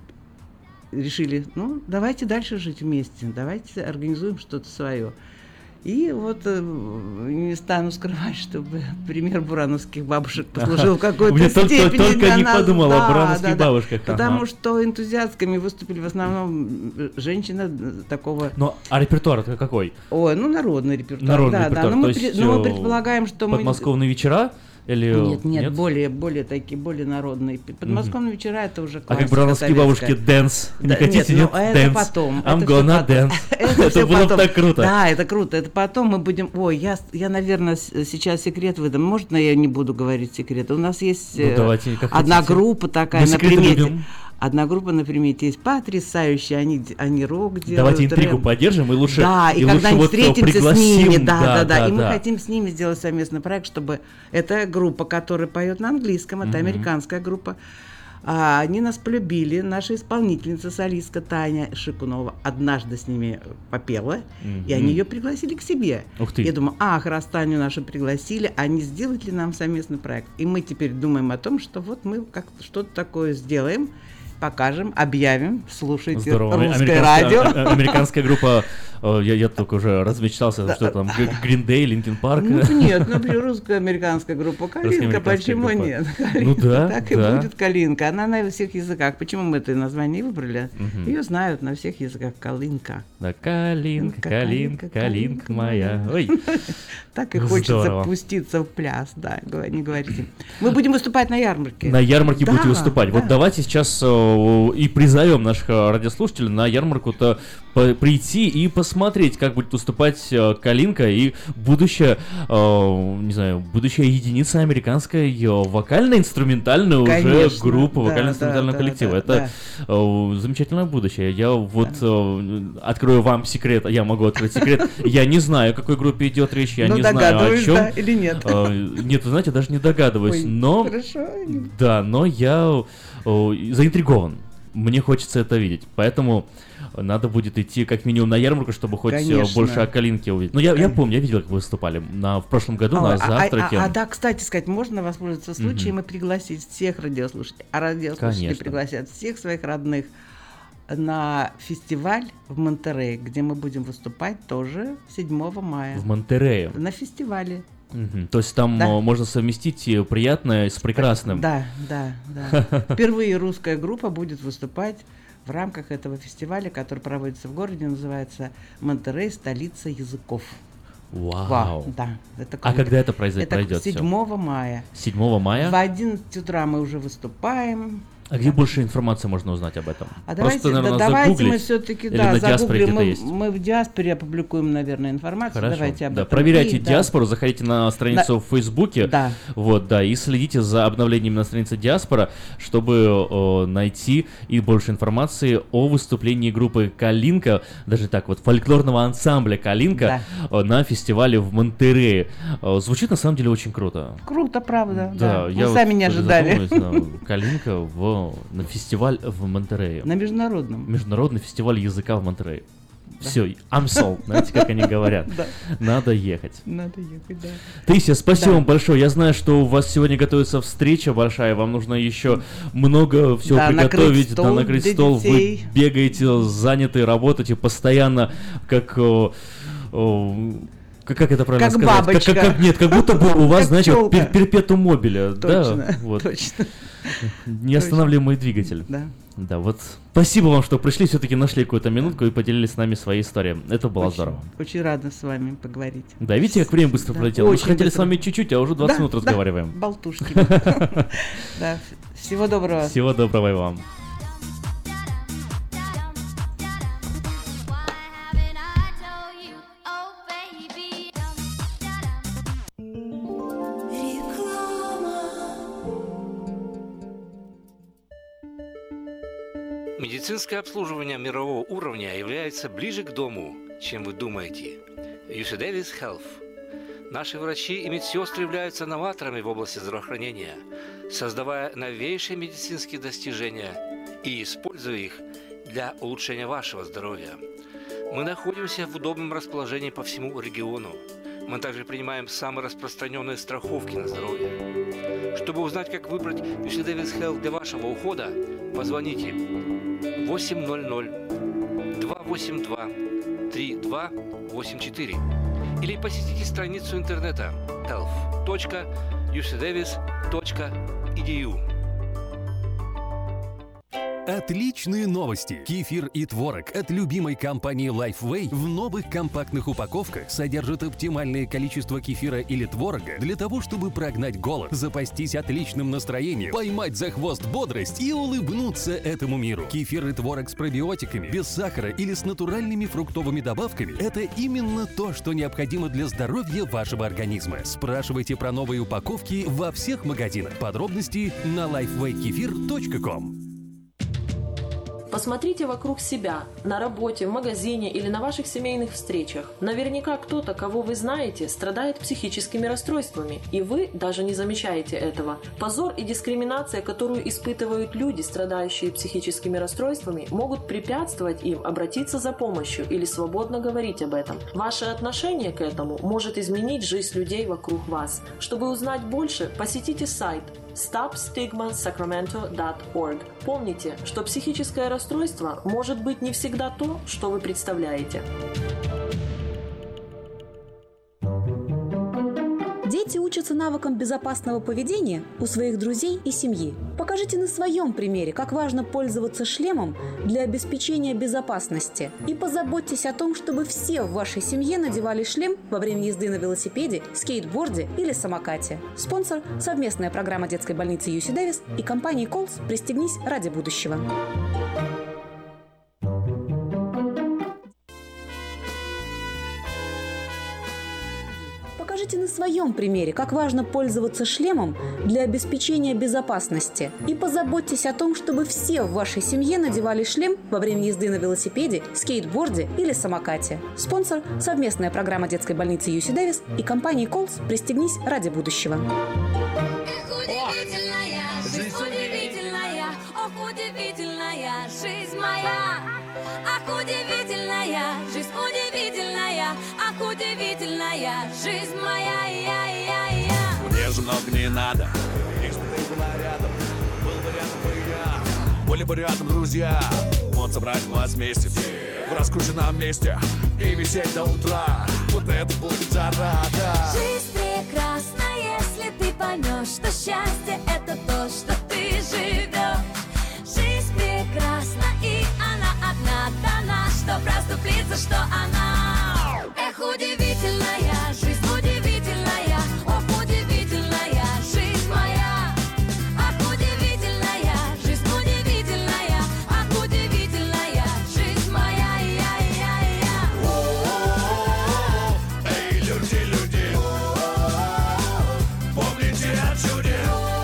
[SPEAKER 2] решили, ну, давайте дальше жить вместе, давайте организуем что-то свое. И вот э, не стану скрывать, чтобы пример бурановских бабушек послужил ага. в какой-то степени
[SPEAKER 3] только, только
[SPEAKER 2] для
[SPEAKER 3] не
[SPEAKER 2] нас.
[SPEAKER 3] подумала
[SPEAKER 2] да,
[SPEAKER 3] о бурановских
[SPEAKER 2] да,
[SPEAKER 3] бабушках.
[SPEAKER 2] Да. Ага. Потому что энтузиастками выступили в основном женщины такого...
[SPEAKER 3] Ну, а репертуар какой?
[SPEAKER 2] Ой, ну, народный репертуар.
[SPEAKER 3] Народный
[SPEAKER 2] да,
[SPEAKER 3] репертуар.
[SPEAKER 2] Да. Но, мы,
[SPEAKER 3] есть,
[SPEAKER 2] но мы предполагаем, что мы...
[SPEAKER 3] Подмосковные вечера? Или...
[SPEAKER 2] Нет, нет, нет, более, более такие, более народные. Подмосковные mm-hmm. вечера это уже классика.
[SPEAKER 3] А как бурановские бабушки дэнс? Не
[SPEAKER 2] да,
[SPEAKER 3] хотите,
[SPEAKER 2] нет?
[SPEAKER 3] нет?
[SPEAKER 2] Ну, это потом.
[SPEAKER 3] I'm
[SPEAKER 2] это
[SPEAKER 3] gonna dance.
[SPEAKER 2] это
[SPEAKER 3] это было бы так круто.
[SPEAKER 2] Да, это круто. Это потом мы будем... Ой, я, я, наверное, сейчас секрет выдам. Можно я не буду говорить секрет? У нас есть ну, давайте, одна хотите. Группа такая на примете. Одна группа на примете есть потрясающая, они, они рок делают.
[SPEAKER 3] Давайте интригу поддержим и лучше
[SPEAKER 2] Да, и,
[SPEAKER 3] и
[SPEAKER 2] когда они
[SPEAKER 3] вот
[SPEAKER 2] встретимся с ними, да, да, да, да. И
[SPEAKER 3] да.
[SPEAKER 2] мы хотим с ними сделать совместный проект, чтобы эта группа, которая поет на английском, это mm-hmm. американская группа, а, они нас полюбили. Наша исполнительница, солистка Таня Шикунова однажды с ними попела, mm-hmm. и они ее пригласили к себе.
[SPEAKER 3] Ух ты.
[SPEAKER 2] Я думаю, ах, раз Таню нашу пригласили, а не сделать ли нам совместный проект? И мы теперь думаем о том, что вот мы как-то что-то такое сделаем, покажем, объявим, слушайте
[SPEAKER 3] Здорово.
[SPEAKER 2] Русское радио.
[SPEAKER 3] А, американская группа, я, я только уже размечтался, что там, Green Day, Linkin Park.
[SPEAKER 2] Ну нет, например, русская американская группа Калинка, почему
[SPEAKER 3] группа.
[SPEAKER 2] Нет? Калинка,
[SPEAKER 3] ну да,
[SPEAKER 2] так
[SPEAKER 3] да.
[SPEAKER 2] и будет Калинка, она на всех языках. Почему мы это название выбрали? Угу. Ее знают на всех языках, Калинка.
[SPEAKER 3] Да, Калинка, Калинка, Калинка моя. Ой.
[SPEAKER 2] Так и хочется пуститься в пляс, да, не говорите. Мы будем выступать на ярмарке.
[SPEAKER 3] На ярмарке будете выступать. Вот давайте сейчас и призовем наших радиослушателей на ярмарку-то прийти и посмотреть, как будет выступать Калинка и будущая, не знаю, будущая единица американской вокально-инструментальной уже группы, да, вокально-инструментального да, коллектива. Да, Это да. замечательное будущее. Я вот да. открою вам секрет, я могу открыть секрет. Я не знаю, о какой группе идет речь, я
[SPEAKER 2] ну,
[SPEAKER 3] не знаю, о чем.
[SPEAKER 2] Да, или нет?
[SPEAKER 3] Нет, вы знаете, даже не догадываюсь.
[SPEAKER 2] Ой,
[SPEAKER 3] но
[SPEAKER 2] хорошо.
[SPEAKER 3] Да, но я заинтригован. Мне хочется это видеть, поэтому надо будет идти как минимум на ярмарку, чтобы хоть Конечно. больше о Калинке увидеть. Ну, я, я помню, я видел, как вы выступали на, в прошлом году а, на завтраке.
[SPEAKER 2] А, а, а да, кстати сказать, можно воспользоваться случаем mm-hmm. и пригласить всех радиослушателей. А радиослушатели Конечно. пригласят всех своих родных на фестиваль в Монтерее, где мы будем выступать тоже седьмого мая.
[SPEAKER 3] В Монтерее?
[SPEAKER 2] На фестивале.
[SPEAKER 3] Угу. То есть там
[SPEAKER 2] да.
[SPEAKER 3] можно совместить приятное с прекрасным.
[SPEAKER 2] Да, да, да. Впервые русская группа будет выступать в рамках этого фестиваля, который проводится в городе, называется «Монтерей. Столица языков».
[SPEAKER 3] Вау.
[SPEAKER 2] Вау, да, это
[SPEAKER 3] а когда это произойдет?
[SPEAKER 2] Это седьмого мая.
[SPEAKER 3] седьмого мая?
[SPEAKER 2] В одиннадцать утра мы уже выступаем.
[SPEAKER 3] А где больше информации можно узнать об этом?
[SPEAKER 2] А
[SPEAKER 3] Просто,
[SPEAKER 2] давайте,
[SPEAKER 3] наверное,
[SPEAKER 2] да, давайте
[SPEAKER 3] загуглить,
[SPEAKER 2] мы все-таки
[SPEAKER 3] или
[SPEAKER 2] да,
[SPEAKER 3] на диаспоре
[SPEAKER 2] мы,
[SPEAKER 3] есть?
[SPEAKER 2] мы в диаспоре опубликуем, наверное, информацию.
[SPEAKER 3] Хорошо.
[SPEAKER 2] Давайте об
[SPEAKER 3] да,
[SPEAKER 2] этом.
[SPEAKER 3] Проверяйте
[SPEAKER 2] и,
[SPEAKER 3] диаспору,
[SPEAKER 2] да.
[SPEAKER 3] заходите на страницу
[SPEAKER 2] да.
[SPEAKER 3] в Фейсбуке,
[SPEAKER 2] да.
[SPEAKER 3] вот, да, и следите за обновлениями на странице диаспора, чтобы о, найти и больше информации о выступлении группы Калинка, даже так вот, фольклорного ансамбля Калинка да. на фестивале в Монтерее. Звучит на самом деле очень круто.
[SPEAKER 2] Круто, правда.
[SPEAKER 3] Да,
[SPEAKER 2] да.
[SPEAKER 3] я
[SPEAKER 2] Мы сами не ожидали.
[SPEAKER 3] Да, Калинка в, на фестивале в Монтерее.
[SPEAKER 2] На международном.
[SPEAKER 3] Международный фестиваль языка в Монтерее. Да. Все, I'm sold, знаете, как они говорят.
[SPEAKER 2] Да.
[SPEAKER 3] Надо ехать.
[SPEAKER 2] Надо ехать, да.
[SPEAKER 3] Таисия, спасибо
[SPEAKER 2] да.
[SPEAKER 3] вам большое. Я знаю, что у вас сегодня готовится встреча большая, вам нужно еще много всего да, приготовить, накрыть стол, да, накрыть стол. Вы бегаете, заняты, работаете постоянно, как... О, о, Как, как это правильно
[SPEAKER 2] как
[SPEAKER 3] сказать?
[SPEAKER 2] Бабочка.
[SPEAKER 3] Как, как, нет, как будто бы у вас,
[SPEAKER 2] как
[SPEAKER 3] знаете,
[SPEAKER 2] пчелка.
[SPEAKER 3] пер, перпетум мобиля.
[SPEAKER 2] Точно,
[SPEAKER 3] да, вот.
[SPEAKER 2] точно.
[SPEAKER 3] Неостанавливаемый двигатель.
[SPEAKER 2] Да.
[SPEAKER 3] Да, вот спасибо вам, что пришли, все-таки нашли какую-то минутку и поделились с нами своей историей. Это было
[SPEAKER 2] очень,
[SPEAKER 3] здорово.
[SPEAKER 2] Очень рада с вами поговорить.
[SPEAKER 3] Да, видите, как время быстро
[SPEAKER 2] да,
[SPEAKER 3] пролетело. Мы же хотели
[SPEAKER 2] быстро.
[SPEAKER 3] с вами чуть-чуть, а уже двадцать
[SPEAKER 2] да,
[SPEAKER 3] минут
[SPEAKER 2] да,
[SPEAKER 3] разговариваем.
[SPEAKER 2] Болтушки. Да, всего доброго.
[SPEAKER 3] Всего доброго и вам.
[SPEAKER 6] Медицинское обслуживание мирового уровня является ближе к дому, чем вы думаете. ю си Davis Health. Наши врачи и медсестры являются новаторами в области здравоохранения, создавая новейшие медицинские достижения и используя их для улучшения вашего здоровья. Мы находимся в удобном расположении по всему региону. Мы также принимаем самые распространенные страховки на здоровье. Чтобы узнать, как выбрать ю си Davis Health для вашего ухода, позвоните восемь ноль ноль два восемь два три два восемь четыре или посетите страницу интернета health точка ю си davis точка и ди ю.
[SPEAKER 21] Отличные новости! Кефир и творог от любимой компании Lifeway в новых компактных упаковках содержат оптимальное количество кефира или творога для того, чтобы прогнать голод, запастись отличным настроением, поймать за хвост бодрость и улыбнуться этому миру. Кефир и творог с пробиотиками, без сахара или с натуральными фруктовыми добавками – это именно то, что необходимо для здоровья вашего организма. Спрашивайте про новые упаковки во всех магазинах. Подробности на лайфвей кефир точка ком.
[SPEAKER 7] Посмотрите вокруг себя, на работе, в магазине или на ваших семейных встречах. Наверняка кто-то, кого вы знаете, страдает психическими расстройствами, и вы даже не замечаете этого. Позор и дискриминация, которую испытывают люди, страдающие психическими расстройствами, могут препятствовать им обратиться за помощью или свободно говорить об этом. Ваше отношение к этому может изменить жизнь людей вокруг вас. Чтобы узнать больше, посетите сайт стоп стигма сакраменто точка орг. Помните, что психическое расстройство может быть не всегда то, что вы представляете.
[SPEAKER 22] Дети учатся навыкам безопасного поведения у своих друзей и семьи. Покажите на своем примере, как важно пользоваться шлемом для обеспечения безопасности. И позаботьтесь о том, чтобы все в вашей семье надевали шлем во время езды на велосипеде, скейтборде или самокате. Спонсор – совместная программа детской больницы ю си Davis и компании Колс «Пристегнись ради будущего». Покажите на своем примере, как важно пользоваться шлемом для обеспечения безопасности. И позаботьтесь о том, чтобы все в вашей семье надевали шлем во время езды на велосипеде, скейтборде или самокате. Спонсор – совместная программа детской больницы ю си Davis и компании Колс «Пристегнись ради будущего».
[SPEAKER 8] Жизнь удивительная, ох, удивительная жизнь моя. Ах, удивительная, жизнь удивительная, ах, удивительная жизнь моя, я, я, я.
[SPEAKER 9] Мне же много не надо, лишь бы ты была рядом, был бы рядом бы я, были бы рядом друзья. Вот собрать вас вместе, в раскрученном месте и висеть до утра, вот это будет зарада.
[SPEAKER 8] Жизнь прекрасна, если ты поймешь, что счастье это то, что ты живешь. Жизнь прекрасна, и она одна дана, что проступится, что она. Эх, удивительная жизнь, удивительная, ох, удивительная жизнь моя. Ах, удивительная жизнь, удивительная, ах, удивительная жизнь моя, я, я, я.
[SPEAKER 9] О-о-о-о, эй, люди, люди, помните о чуде.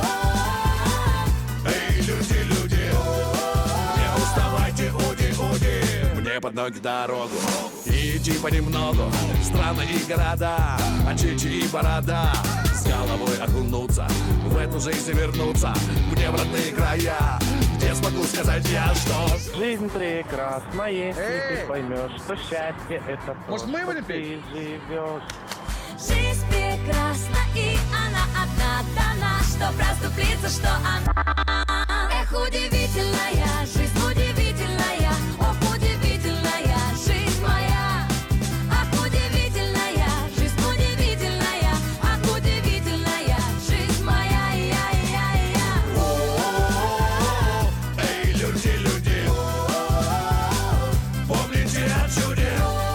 [SPEAKER 9] Эй, люди, люди, не уставайте, уди, уди, мне под ноги дорогу. И идти понемногу, страны и города, очечи и борода, с головой окунуться, в эту жизнь вернуться, мне в родные края, где смогу сказать я, что
[SPEAKER 10] жизнь прекрасна, если
[SPEAKER 9] Эй!
[SPEAKER 10] ты поймешь, что счастье это то,
[SPEAKER 9] Может, мы
[SPEAKER 10] что
[SPEAKER 9] будем
[SPEAKER 10] ты
[SPEAKER 9] петь?
[SPEAKER 10] живешь.
[SPEAKER 8] Жизнь прекрасна, и она одна дана, что проступится, что она. Эх, удивительная жизнь, удивительная, ох, удивительная жизнь моя. Ах, удивительная жизнь, удивительная, ах, удивительная жизнь моя, я, я, я.
[SPEAKER 9] О-о-о-о, эй, люди, люди, помните о чуде.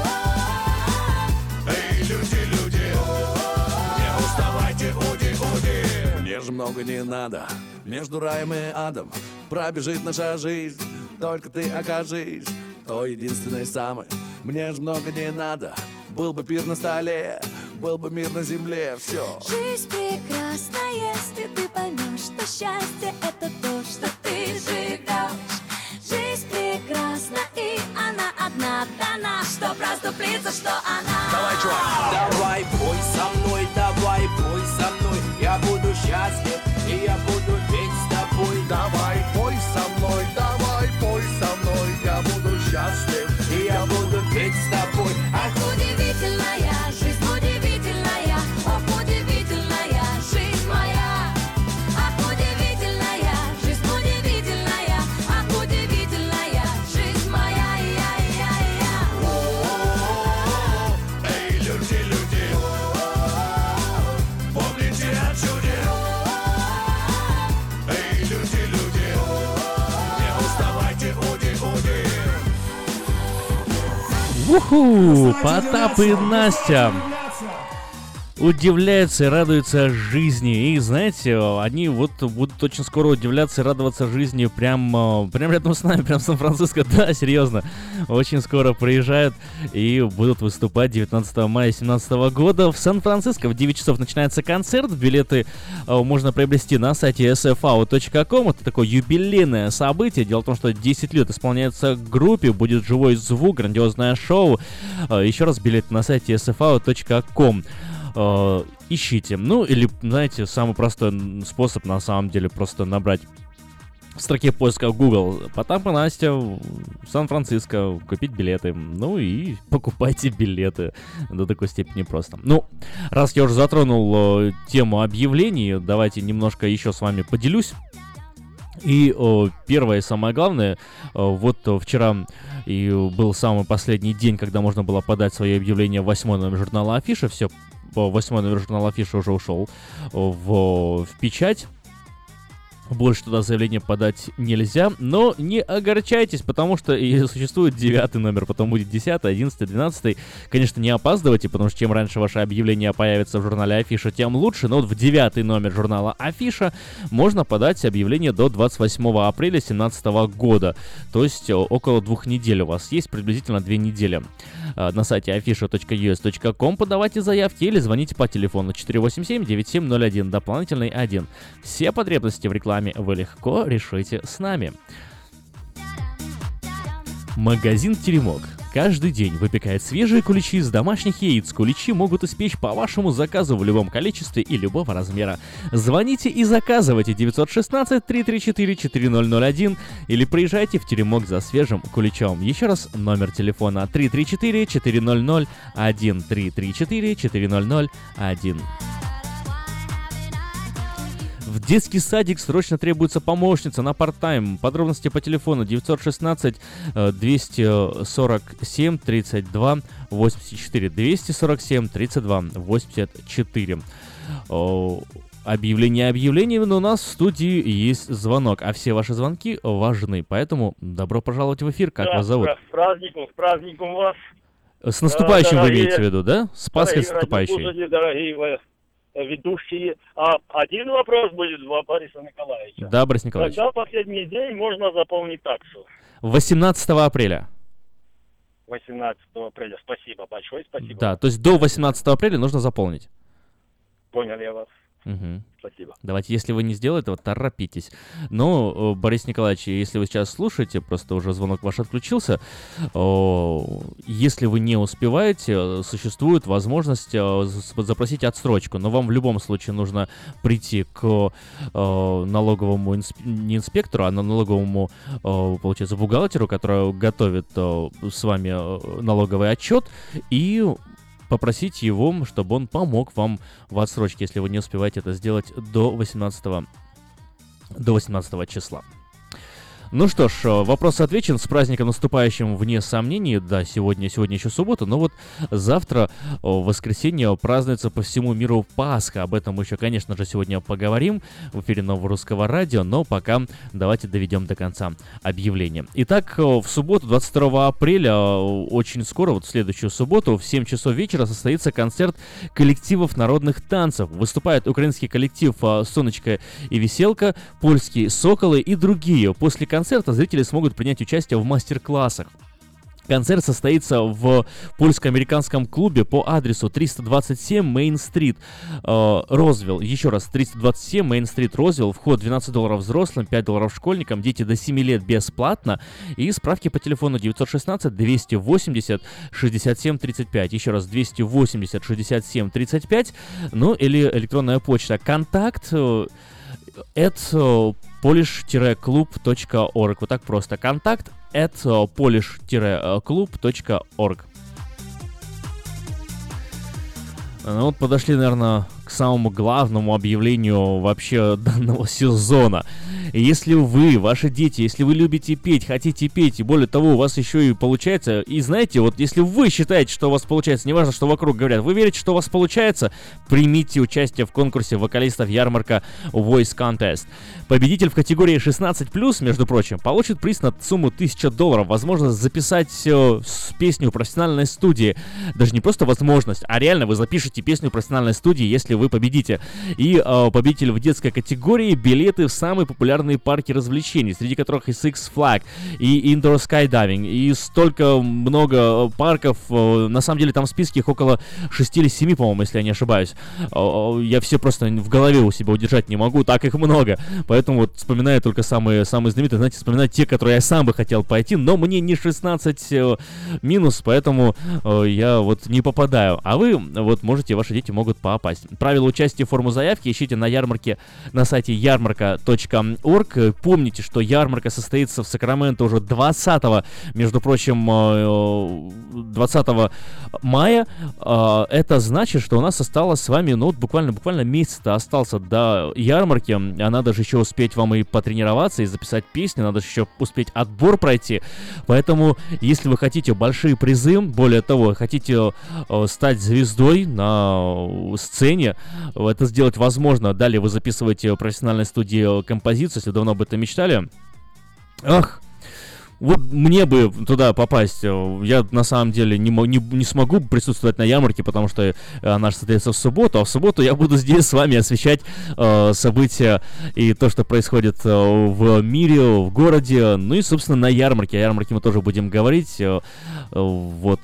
[SPEAKER 9] Эй, люди, люди, не уставайте, уди, уди. Мне же много не надо, между раем и адом пробежит наша жизнь, только ты окажись той единственной самой. Мне же много не надо, был бы пир на столе, был бы мир на земле, все.
[SPEAKER 8] Жизнь прекрасна, если ты поймешь, что счастье это то, что ты живешь. Жизнь прекрасна, и она одна дана, чтоб раступлиться, что она.
[SPEAKER 4] Давай, чувак! Давай, пой со мной, давай, пой со мной. Я буду счастлив, и я буду петь с тобой.
[SPEAKER 9] Давай, пой со мной, давай, пой со мной. Я буду счастлив,
[SPEAKER 4] и я буду петь с тобой.
[SPEAKER 8] Ах, удивительная жизнь, удивительная, ох, удивительная жизнь моя. Ах, удивительная жизнь, удивительная, ах, удивительная жизнь моя. Я-я-я.
[SPEAKER 9] О-о-о-о, эй, люди, люди, помните о чуде. Эй, люди, люди, не уставайте, уди, уди.
[SPEAKER 3] Уху! Потап и Настя удивляются и радуются жизни. И знаете, они вот будут очень скоро удивляться и радоваться жизни прям, прям рядом с нами, прям в Сан-Франциско. Да, серьезно. Очень скоро приезжают и будут выступать девятнадцатого мая две тысячи семнадцатого года в Сан-Франциско. В девять часов начинается концерт. Билеты можно приобрести на сайте эс эф эй точка ком. Это такое юбилейное событие. Дело в том, что десять лет исполняется группе, будет живой звук, грандиозное шоу. Еще раз, билеты на сайте эс эф эй точка ком. Uh, ищите. Ну, или, знаете, самый простой способ, на самом деле, просто набрать в строке поиска Google «Потап и Настя в Сан-Франциско», купить билеты. Ну и покупайте билеты. До такой степени просто. Ну, раз я уже затронул uh, тему объявлений, давайте немножко еще с вами поделюсь. И о, первое и самое главное, о, вот о, вчера и был самый последний день, когда можно было подать свои объявления в восьмой номер журнала «Афиша». Все, восьмой номер журнала «Афиша» уже ушел в, в печать. Больше туда заявление подать нельзя, но не огорчайтесь, потому что и существует девятый номер, потом будет десятый, одиннадцатый, двенадцатый. Конечно, не опаздывайте, потому что чем раньше ваше объявление появится в журнале «Афиша», тем лучше. Но вот в девятый номер журнала «Афиша» можно подать объявление до двадцать восьмого апреля две тысячи семнадцатого года. То есть около двух недель у вас есть, приблизительно две недели. На сайте афиша точка ю эс точка ком подавайте заявки или звоните по телефону четыре восемь семь девять семь ноль один, дополнительный один. Все потребности в рекламе вы легко решите с нами. Магазин «Теремок» каждый день выпекает свежие куличи из домашних яиц. Куличи могут испечь по вашему заказу в любом количестве и любого размера. Звоните и заказывайте девять один шесть три три четыре четыре ноль ноль один или приезжайте в «Теремок» за свежим куличом. Еще раз, номер телефона три три четыре четыре ноль ноль один, три три четыре четыре ноль ноль один. В детский садик срочно требуется помощница на парт-тайм. Подробности по телефону девять один шесть двести сорок семь тридцать два восемьдесят четыре. двести сорок семь тридцать два восемьдесят четыре. О, объявление объявлениями, но у нас в студии есть звонок, а все ваши звонки важны. Поэтому добро пожаловать в эфир. Как
[SPEAKER 5] да,
[SPEAKER 3] вас зовут?
[SPEAKER 5] С праздником, с праздником вас.
[SPEAKER 3] С наступающим,
[SPEAKER 5] дорогие,
[SPEAKER 3] вы имеете в виду, да? С Пасхой с наступающей.
[SPEAKER 5] Дорогие, дорогие ведущие. А один вопрос будет у Бориса Николаевича.
[SPEAKER 3] Да, Борис Николаевич.
[SPEAKER 5] Когда в последний день можно заполнить таксу?
[SPEAKER 3] восемнадцатого апреля.
[SPEAKER 5] восемнадцатого апреля. Спасибо большое, спасибо.
[SPEAKER 3] Да, то есть до восемнадцатого апреля нужно заполнить.
[SPEAKER 5] Понял я вас.
[SPEAKER 3] Угу.
[SPEAKER 5] Спасибо.
[SPEAKER 3] Давайте, если вы не сделали этого, торопитесь. Но, Борис Николаевич, если вы сейчас слушаете, просто уже звонок ваш отключился, если вы не успеваете, существует возможность запросить отсрочку, но вам в любом случае нужно прийти к налоговому инсп... не инспектору, а налоговому, получается, бухгалтеру, который готовит с вами налоговый отчет, и попросить его, чтобы он помог вам в отсрочке, если вы не успеваете это сделать до восемнадцатого, до восемнадцатого числа. Ну что ж, вопрос отвечен. С праздником наступающим, вне сомнений. Да, сегодня, сегодня еще суббота, но вот завтра, в воскресенье, празднуется по всему миру Пасха. Об этом мы еще, конечно же, сегодня поговорим в эфире Нового Русского Радио, но пока давайте доведем до конца объявление. Итак, в субботу, двадцать второго апреля, очень скоро, вот в следующую субботу, в семь часов вечера состоится концерт коллективов народных танцев. Выступает украинский коллектив «Сонечка и Веселка», польские «Соколы» и другие. После концерта зрители смогут принять участие в мастер-классах. Концерт состоится в польско-американском клубе по адресу триста двадцать семь Мейн-стрит, э, Розвилл. Еще раз, триста двадцать семь Мейн-стрит, Розвилл. Вход двенадцать долларов взрослым, пять долларов школьникам, дети до семи лет бесплатно. И справки по телефону девятьсот шестнадцать двести восемьдесят шестьдесят семь тридцать пять. Еще раз, двести восемьдесят шестьдесят семь тридцать пять. Ну, или электронная почта. Контакт at polish клуб точка орг. Вот так просто. Контакт at polish клуб точка орг. Ну вот подошли, наверное, к самому главному объявлению вообще данного сезона. Если вы, ваши дети, если вы любите петь, хотите петь, и более того, у вас еще и получается, и знаете, вот если вы считаете, что у вас получается, неважно, что вокруг говорят, вы верите, что у вас получается, примите участие в конкурсе вокалистов ярмарка Voice Contest. Победитель в категории шестнадцать плюс, между прочим, получит приз на сумму тысяча долларов, возможность записать э, песню в профессиональной студии. Даже не просто возможность, а реально вы запишете песню в профессиональной студии, если вы победите. И э, победитель в детской категории билеты в самые популярные парки развлечений, среди которых и Six Flags, и Indoor Skydiving, и столько много парков. На самом деле там в списке их около шести или семи, по-моему, если я не ошибаюсь. Я все просто в голове у себя удержать не могу, так их много. Поэтому вот вспоминаю только самые, самые знаменитые, знаете, вспоминаю те, которые я сам бы хотел пойти, но мне не шестнадцать минус, поэтому я вот не попадаю. А вы, вот можете, ваши дети могут попасть. Правила участия, форму заявки ищите на ярмарке, на сайте ярмарка точка орг. Помните, что ярмарка состоится в Сакраменто уже двадцатого, между прочим, двадцатого мая. Это значит, что у нас осталось с вами, ну, буквально, буквально месяц-то остался до ярмарки, а надо же еще успеть вам и потренироваться, и записать песни, надо же еще успеть отбор пройти. Поэтому, если вы хотите большие призы, более того, хотите стать звездой на сцене, это сделать возможно. Далее вы записываете в профессиональной студии композицию, если давно об этом мечтали. Ах, вот мне бы туда попасть. Я на самом деле не, не, не смогу присутствовать на ярмарке, потому что она же состоится в субботу, а в субботу я буду здесь с вами освещать э, события и то, что происходит э, в мире, в городе, ну и, собственно, на ярмарке. О ярмарке мы тоже будем говорить. Э, вот.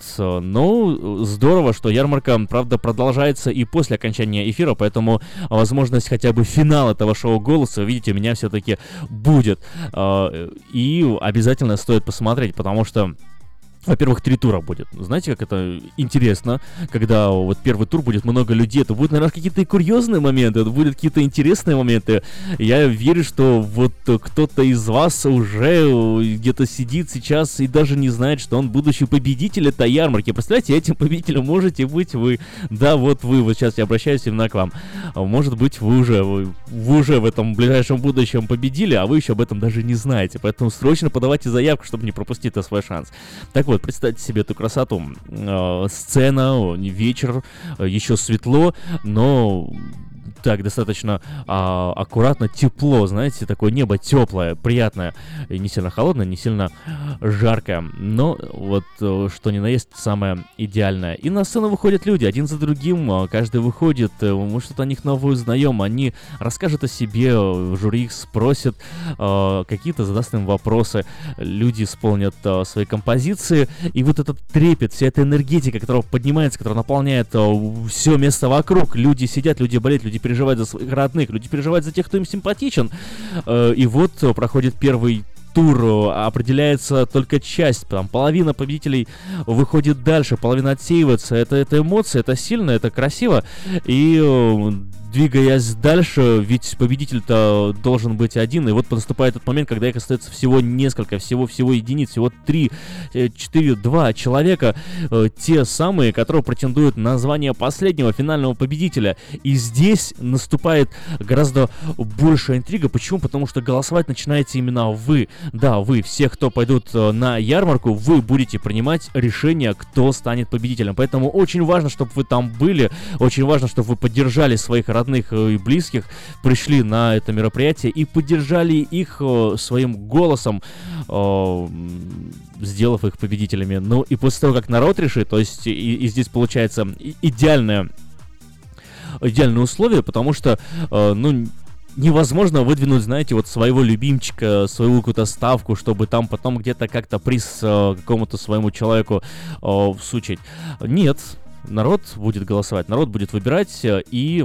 [SPEAKER 3] Но здорово, что ярмарка, правда, продолжается и после окончания эфира, поэтому возможность хотя бы финала этого шоу «Голоса», видите, у меня все-таки будет. Э, и обязательно стоит посмотреть, потому что, во-первых, три тура будет. Знаете, как это интересно, когда вот первый тур будет много людей. Это будут, наверное, какие-то курьезные моменты, это будут какие-то интересные моменты. Я верю, что вот кто-то из вас уже где-то сидит сейчас и даже не знает, что он будущий победитель этой ярмарки. Представляете, этим победителем можете быть вы. Да, вот вы. Вот сейчас я обращаюсь именно к вам. Может быть, вы уже, вы, вы уже в этом ближайшем будущем победили, а вы еще об этом даже не знаете. Поэтому срочно подавайте заявку, чтобы не пропустить свой шанс. Так вот, Вот, представьте себе эту красоту. Э, сцена, вечер, э, еще светло, но так достаточно а, аккуратно, тепло, знаете, такое небо теплое, приятное, и не сильно холодное, не сильно жаркое, но вот что ни на есть самое идеальное. И на сцену выходят люди, один за другим, каждый выходит, мы что-то о них новое узнаем, они расскажут о себе, жюри их спросят, а, какие-то задаст им вопросы, люди исполнят а, свои композиции, и вот этот трепет, вся эта энергетика, которая поднимается, которая наполняет а, все место вокруг, люди сидят, люди болеют, люди переживают за своих родных, люди переживают за тех, кто им симпатичен. И вот проходит первый тур, определяется только часть, там половина победителей выходит дальше, половина отсеивается. Это, это эмоции, это сильно, это красиво. И двигаясь дальше, ведь победитель-то должен быть один, и вот наступает тот момент, когда их остается всего несколько, всего-всего единиц, всего три, четыре, два человека, э, те самые, которые претендуют на звание последнего финального победителя. И здесь наступает гораздо большая интрига. Почему? Потому что голосовать начинаете именно вы. Да, вы, все, кто пойдут э, на ярмарку, вы будете принимать решение, кто станет победителем. Поэтому очень важно, чтобы вы там были, очень важно, чтобы вы поддержали своих родных и близких, пришли на это мероприятие и поддержали их э, своим голосом, э, сделав их победителями. Ну и после того, как народ решит, то есть и, и здесь получается идеальное, идеальное условие, потому что, э, ну, невозможно выдвинуть, знаете, вот своего любимчика, свою какую-то ставку, чтобы там потом где-то как-то приз э, какому-то своему человеку э, всучить. Нет, народ будет голосовать, народ будет выбирать, э, и...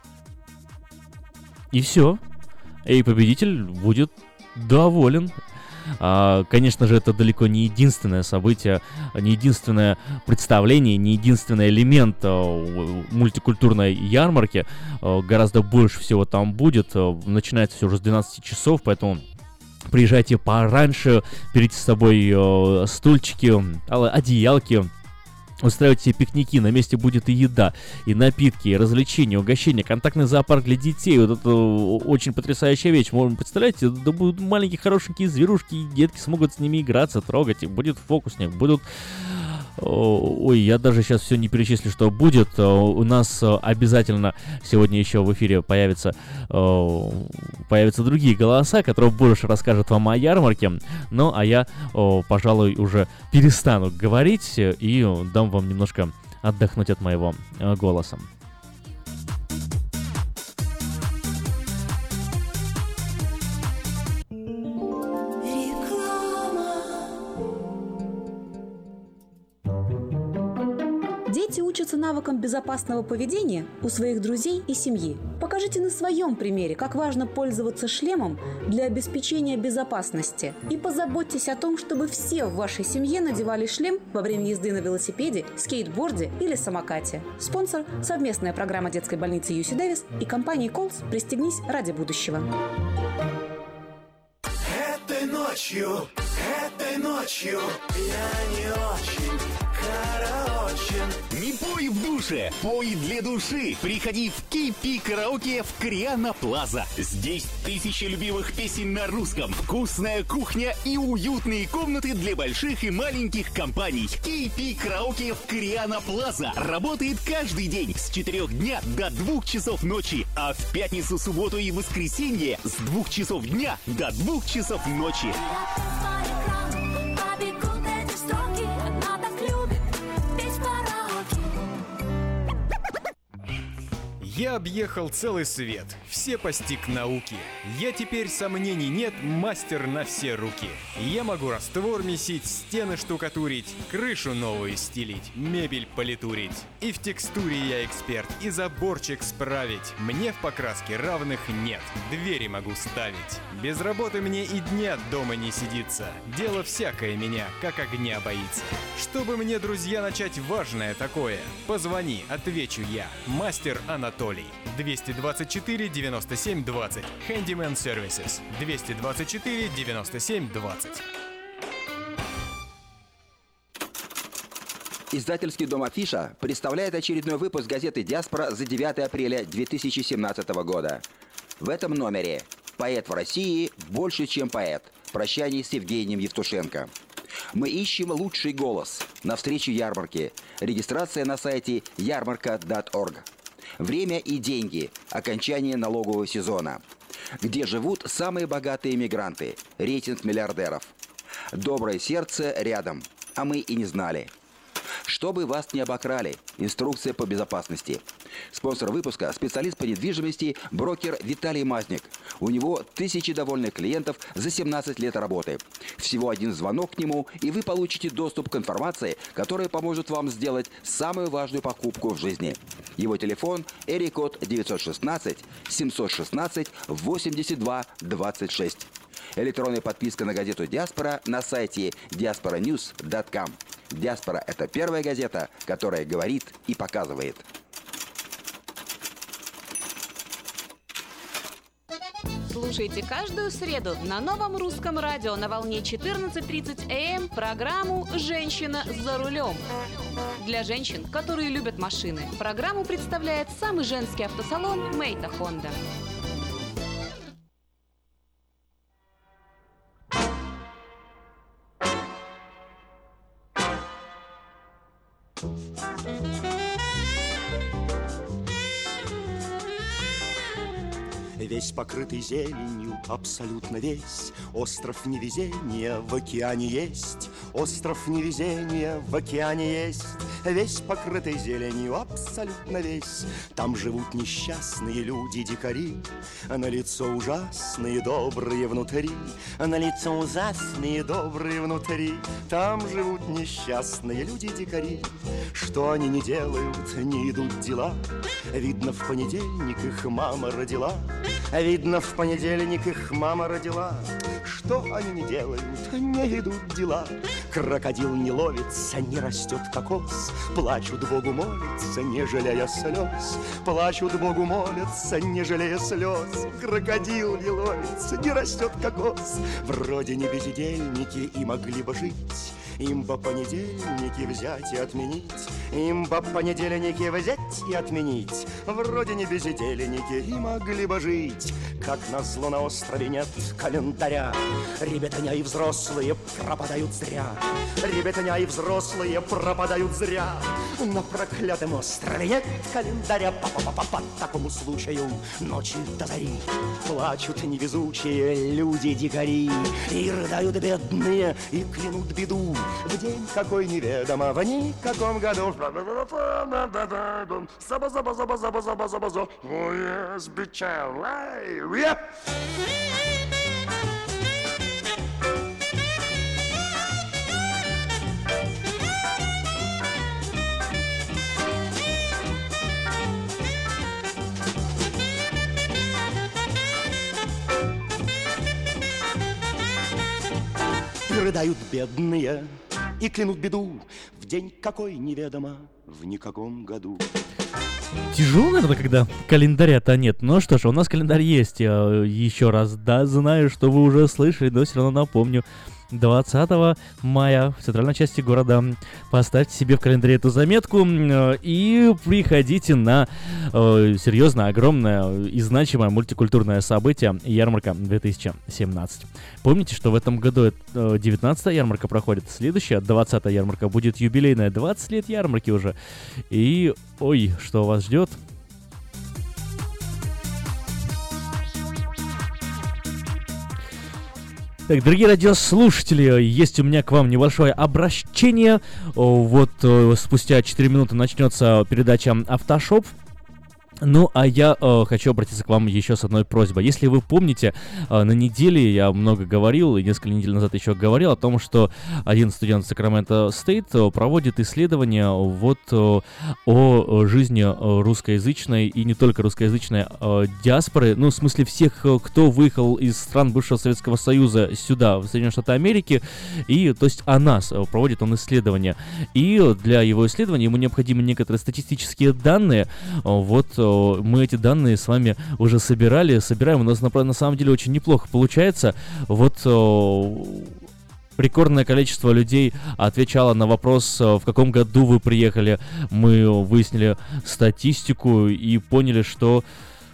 [SPEAKER 3] И все. И победитель будет доволен. А, конечно же, это далеко не единственное событие, не единственное представление, не единственный элемент а, мультикультурной ярмарки. А, гораздо больше всего там будет. А, начинается все уже с двенадцати часов, поэтому приезжайте пораньше, берите с собой а, стульчики, одеялки. Устраивайте себе пикники, на месте будет и еда, и напитки, и развлечения, угощения, контактный зоопарк для детей. Вот это очень потрясающая вещь. Можно, представляете, да будут маленькие хорошенькие зверушки, и детки смогут с ними играться, трогать, и будет фокусник, будут... Ой, я даже сейчас все не перечислю, что будет. У нас обязательно сегодня еще в эфире появятся, появятся другие голоса, которые больше расскажут вам о ярмарке. Ну, а я, пожалуй, уже перестану говорить и дам вам немножко отдохнуть от моего голоса.
[SPEAKER 22] Дети учатся навыкам безопасного поведения у своих друзей и семьи. Покажите на своем примере, как важно пользоваться шлемом для обеспечения безопасности. И позаботьтесь о том, чтобы все в вашей семье надевали шлем во время езды на велосипеде, скейтборде или самокате. Спонсор – совместная программа детской больницы ю си Дэвис и компании Колс «Пристегнись ради будущего».
[SPEAKER 11] Этой ночью, этой ночью я не очень караочен.
[SPEAKER 12] Не пой в душе, пой для души. Приходи в кей пи Караоке в Кориана Плаза. Здесь тысячи любимых песен на русском, вкусная кухня и уютные комнаты для больших и маленьких компаний. кей пи Караоке в Кориана Плаза работает каждый день с четырёх дня до двух часов ночи, а в пятницу, субботу и воскресенье с двух часов дня до двух часов ночи.
[SPEAKER 13] Я объехал целый свет, все постиг науки. Я теперь, сомнений нет, мастер на все руки. Я могу раствор месить, стены штукатурить, крышу новую стелить, мебель политурить. И в текстуре я эксперт, и заборчик справить. Мне в покраске равных нет, двери могу ставить. Без работы мне и дня дома не сидится. Дело всякое меня, как огня боится. Чтобы мне, друзья, начать важное такое, позвони, отвечу я, мастер Анатолий. двести двадцать четыре девяносто семь двадцать. Handyman Services. двести двадцать четыре девяносто семь двадцать.
[SPEAKER 14] Издательский дом «Афиша» представляет очередной выпуск газеты «Диаспора» за девятое апреля две тысячи семнадцатого года. В этом номере «Поэт в России больше, чем поэт. Прощание с Евгением Евтушенко». Мы ищем лучший голос. Навстречу ярмарке. Регистрация на сайте ярмарка точка орг. Время и деньги. Окончание налогового сезона. Где живут самые богатые мигранты. Рейтинг миллиардеров. Доброе сердце рядом. А мы и не знали. Чтобы вас не обокрали. Инструкция по безопасности. Спонсор выпуска – специалист по недвижимости, брокер Виталий Мазник. У него тысячи довольных клиентов за семнадцать лет работы. Всего один звонок к нему, и вы получите доступ к информации, которая поможет вам сделать самую важную покупку в жизни. Его телефон – эрикод девятьсот шестнадцать семьсот шестнадцать восемьдесят два двадцать шесть. Электронная подписка на газету «Диаспора» на сайте диаспора ньюс точка ком. «Диаспора» – это первая газета, которая говорит и показывает.
[SPEAKER 22] Слушайте каждую среду на новом русском радио на волне четырнадцать тридцать эй эм программу «Женщина за рулем». Для женщин, которые любят машины, программу представляет самый женский автосалон «Мейта Хонда».
[SPEAKER 11] Весь покрытый зеленью, абсолютно весь. Остров невезения в океане есть. Остров невезения в океане есть. весь покрытый зеленью, абсолютно весь. Там живут несчастные люди-дикари, на лицо ужасные, добрые внутри, на лицо ужасные, добрые внутри. Там живут несчастные люди-дикари. Что они не делают, не идут дела. Видно, в понедельник их мама родила. Видно, в понедельник их мама родила. Что они не делают, не идут дела. Крокодил не ловится, не растет кокос. Плачут Богу молятся, не жалея слез. Плачут Богу молятся, не жалея слез. Крокодил не ловится, не растет кокос. Вроде не бездельники и могли бы жить. Им бы понедельники взять и отменить. Им бы понедельники взять и отменить. Вроде не бездельники и могли бы жить. Как назло на острове нет календаря. Ребятня и взрослые пропадают зря. Ребятня и взрослые пропадают зря. На проклятом острове нет календаря. По-по-по-по по такому случаю ночи до зари плачут невезучие люди-дикари. И рыдают бедные, и клянут беду. В день какой неведомо, в никаком году. Заба-заба-заба-заба-заба-заба-заба. Oh yes, bitch, yeah. Рыдают бедные и клянут беду. В день какой неведомо, в никаком году.
[SPEAKER 3] Тяжело, наверное, когда календаря-то нет. Ну что ж, у нас календарь есть. Я еще раз, да, знаю, что вы уже слышали, но все равно напомню. двадцатого мая в центральной части города. Поставьте себе в календаре эту заметку и приходите на э, серьезно огромное и значимое мультикультурное событие ярмарка две тысячи семнадцать. Помните, что в этом году девятнадцатая ярмарка проходит, следующая, двадцатая ярмарка, будет юбилейная, двадцать лет ярмарки уже. И, ой, что вас ждет? Так, дорогие радиослушатели, есть у меня к вам небольшое обращение. Вот спустя четыре минуты начнется передача «Автошоп». Ну, а я э, хочу обратиться к вам еще с одной просьбой. Если вы помните, э, на неделе я много говорил, и несколько недель назад еще говорил о том, что один студент Сакраменто Стейт проводит исследования вот э, о жизни русскоязычной и не только русскоязычной э, диаспоры, ну, в смысле всех, кто выехал из стран бывшего Советского Союза сюда, в Соединенные Штаты Америки, и, то есть, о нас проводит он исследования. И для его исследования ему необходимы некоторые статистические данные, вот, мы эти данные с вами уже собирали, собираем, у нас на, на самом деле очень неплохо получается. Вот о, рекордное количество людей отвечало на вопрос, в каком году вы приехали. Мы выяснили статистику и поняли, что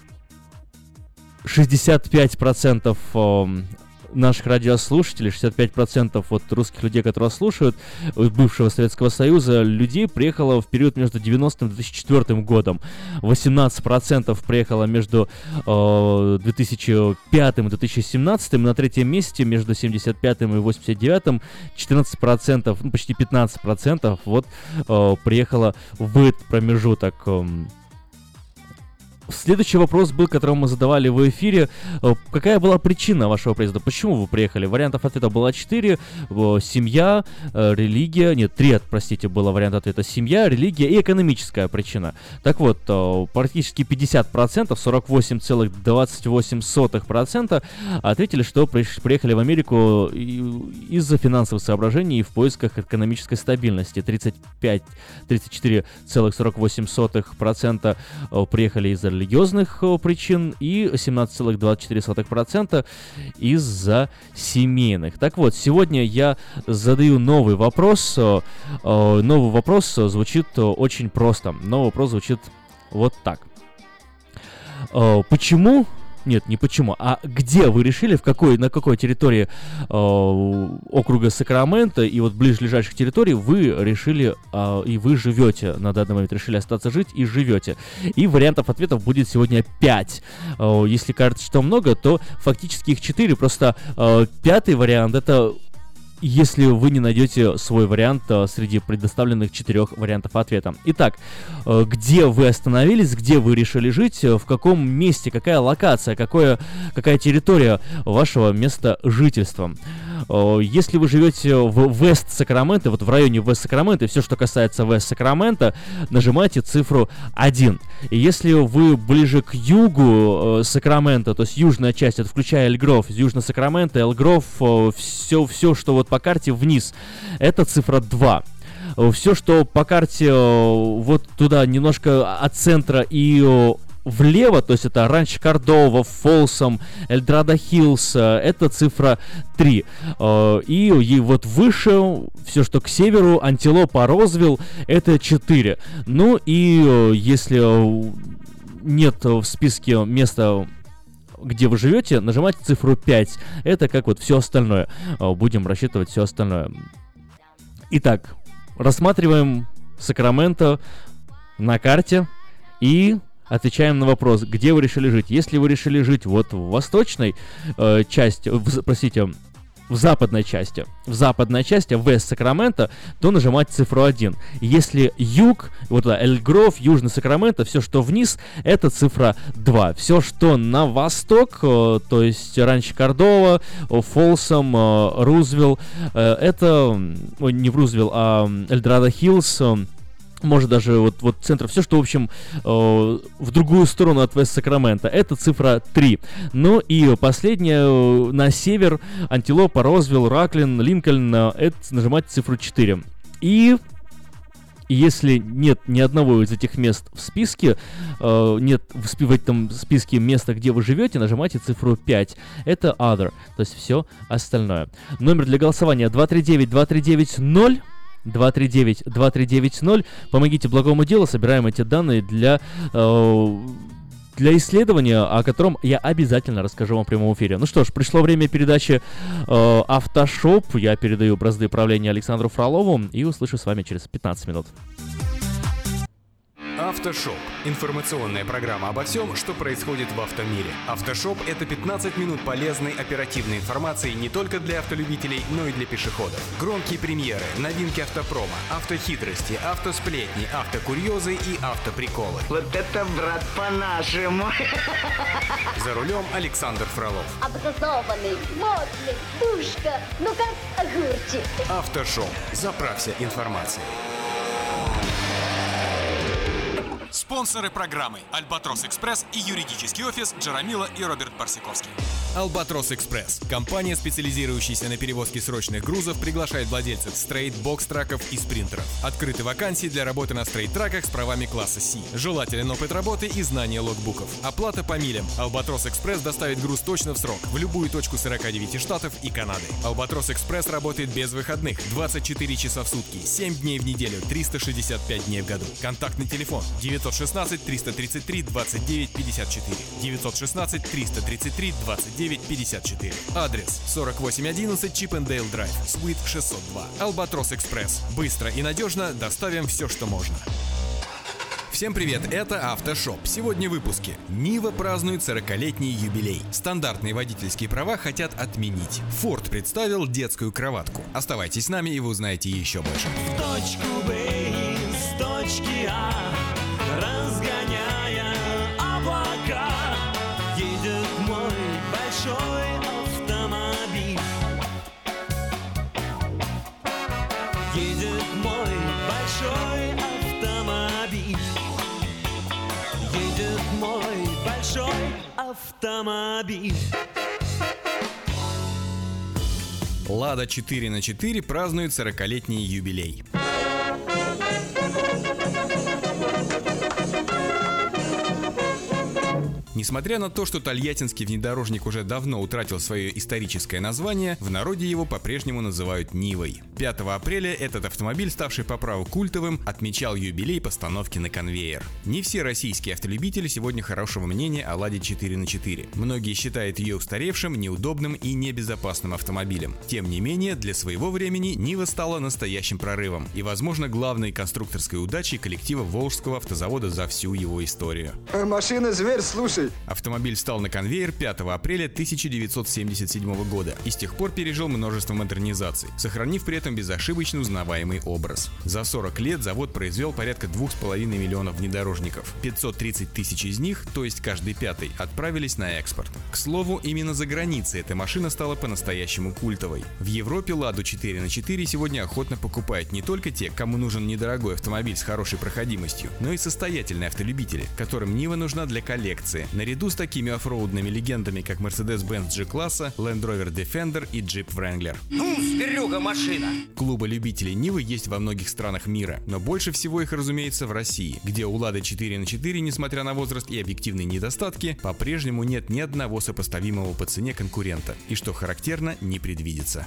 [SPEAKER 3] шестьдесят пять процентов наших радиослушателей, шестьдесят пять процентов вот русских людей, которые слушают, бывшего Советского Союза, людей приехало в период между девяностым и две тысячи четвёртым годом. восемнадцать процентов приехало между э, две тысячи пятым и две тысячи семнадцатым. На третьем месте между семьдесят пятым и восемьдесят девятым четырнадцать процентов, ну почти пятнадцать процентов вот э, приехало в этот промежуток. Э, Следующий вопрос был, который мы задавали в эфире. Какая была причина вашего приезда? Почему вы приехали? Вариантов ответа было четыре. Семья, религия... Нет, три, простите, было вариант ответа. Семья, религия и экономическая причина. Так вот, практически пятьдесят процентов, сорок восемь целых двадцать восемь сотых процента ответили, что приехали в Америку из-за финансовых соображений и в поисках экономической стабильности. тридцать пять, тридцать четыре целых сорок восемь сотых процента приехали из-за религиозных причин и семнадцать целых двадцать четыре сотых процента из-за семейных. Так вот, сегодня я задаю новый вопрос. Новый вопрос звучит очень просто. Новый вопрос звучит вот так. Почему... Нет, не почему, а где вы решили, в какой, на какой территории э, округа Сакраменто и вот ближайших территорий вы решили, э, и вы живете, на данный момент решили остаться жить и живете. И вариантов ответов будет сегодня пять. Э, если кажется, что много, то фактически их четыре, просто э, пятый вариант — это если вы не найдете свой вариант э, среди предоставленных четырех вариантов ответа. Итак, э, где вы остановились, где вы решили жить, э, в каком месте, какая локация, какое, какая территория вашего места жительства. Э, если вы живете в Вест-Сакраменто, вот в районе Вест-Сакраменто, все, что касается Вест-Сакраменто, нажимайте цифру один. И если вы ближе к югу э, Сакраменто, то есть южная часть, это включая Эль-Гров, южно Сакраменто, Эль-Гров, э, все, все, что вот по карте вниз, это цифра два. Все, что по карте э, вот туда немножко от центра и э, влево, то есть это Ранч Кордова, Фолсом, Эльдорадо Хиллз, это цифра три. И, и вот выше, все, что к северу, Антилопа, Розвилл, это четыре. Ну и если нет в списке места, где вы живете, нажимайте цифру пять. Это как вот все остальное. Будем рассчитывать все остальное. Итак, рассматриваем Сакраменто на карте и отвечаем на вопрос, где вы решили жить. Если вы решили жить вот в восточной э, части, в, простите, в западной части, в западной части, в Вест-Сакраменто, то нажимать цифру один. Если юг, вот Эль-Гров, Южный Сакраменто, все, что вниз, это цифра два. Все, что на восток, э, то есть Ранч Кордова, Фолсом, э, Рузвилл, э, это, э, не в Рузвилл, а Эльдорадо Хиллз, э, может даже вот, вот центр, все, что, в общем, э, в другую сторону от Вест-Сакраменто, это цифра три. Ну и последнее, э, на север, Антилопа, Розвилл, Раклин, Линкольн, э, это нажимать цифру четыре. И если нет ни одного из этих мест в списке, э, нет в, в этом списке места, где вы живете, нажимайте цифру пять. Это other, то есть все остальное. Номер для голосования два три девять два три девять ноль. два три девять два три девять ноль. Помогите благому делу, собираем эти данные для, э, для исследования, о котором я обязательно расскажу вам в прямом эфире. Ну что ж, пришло время передачи э, «Автошоп». Я передаю бразды правления Александру Фролову и услышу с вами через пятнадцать минут.
[SPEAKER 13] Автошоп. Информационная программа обо всем, что происходит в автомире. Автошоп — это пятнадцать минут полезной оперативной информации не только для автолюбителей, но и для пешеходов. Громкие премьеры, новинки автопрома, автохитрости, автосплетни, автокурьезы и автоприколы.
[SPEAKER 15] Вот это, брат, по-нашему.
[SPEAKER 13] За рулем Александр Фролов.
[SPEAKER 15] Образованный, модный, пушка, ну как огурчик.
[SPEAKER 13] Автошоп. Заправься информацией.
[SPEAKER 16] Спонсоры программы «Альбатрос Экспресс» и юридический офис Джарамила и Роберт Барсиковский.
[SPEAKER 13] «Альбатрос Экспресс» – компания, специализирующаяся на перевозке срочных грузов, приглашает владельцев стрейт, бокс-траков и спринтеров. Открыты вакансии для работы на стрейт-траках с правами класса Си. Желателен опыт работы и знание логбуков. Оплата по милям. «Альбатрос Экспресс» доставит груз точно в срок в любую точку сорока девяти штатов и Канады. «Альбатрос Экспресс» работает без выходных, двадцать четыре часа в сутки, семь дней в неделю, триста шестьдесят пять дней в году. Контактный телефон девятьсот шестнадцать триста тридцать три двадцать девять пятьдесят четыре. девятьсот шестнадцать триста тридцать три двадцать девять пятьдесят четыре. Адрес сорок восемь одиннадцать Чиппендейл Драйв, Суит шестьсот два. «Альбатрос Экспресс». Быстро и надежно доставим все, что можно. Всем привет, это «Автошоп». Сегодня в выпуске. Нива празднует сорокалетний юбилей. Стандартные водительские права хотят отменить. Форд представил детскую кроватку. Оставайтесь с нами, и вы узнаете еще больше.
[SPEAKER 4] В точку Б, с точки А, разгоняя облака, едет мой большой автомобиль. Едет мой большой автомобиль. Едет мой большой автомобиль.
[SPEAKER 13] Лада четыре на четыре празднует сорокалетний юбилей. Несмотря на то, что тольяттинский внедорожник уже давно утратил свое историческое название, в народе его по-прежнему называют Нивой. пятого апреля этот автомобиль, ставший по праву культовым, отмечал юбилей постановки на конвейер. Не все российские автолюбители сегодня хорошего мнения о Ладе четыре на четыре. Многие считают ее устаревшим, неудобным и небезопасным автомобилем. Тем не менее, для своего времени Нива стала настоящим прорывом и, возможно, главной конструкторской удачей коллектива Волжского автозавода за всю его историю.
[SPEAKER 23] Машина-зверь, слушай.
[SPEAKER 18] ноль.
[SPEAKER 13] Автомобиль встал на конвейер пятого апреля тысяча девятьсот семьдесят седьмого года и с тех пор пережил множество модернизаций, сохранив при этом безошибочно узнаваемый образ. За сорок лет завод произвел порядка двух с половиной миллионов внедорожников. пятьсот тридцать тысяч из них, то есть каждый пятый, отправились на экспорт. К слову, именно за границей эта машина стала по-настоящему культовой. В Европе Ладу четыре на четыре сегодня охотно покупают не только те, кому нужен недорогой автомобиль с хорошей проходимостью, но и состоятельные автолюбители, которым Нива нужна для коллекции, наряду с такими оффроудными легендами, как Mercedes-Benz G-класса, Land Rover Defender и Jeep Wrangler.
[SPEAKER 19] Ну, зверюга машина!
[SPEAKER 13] Клубы любителей Нивы есть во многих странах мира, но больше всего их, разумеется, в России, где у Лады четыре на четыре, несмотря на возраст и объективные недостатки, по-прежнему нет ни одного сопоставимого по цене конкурента, и, что характерно, не предвидится.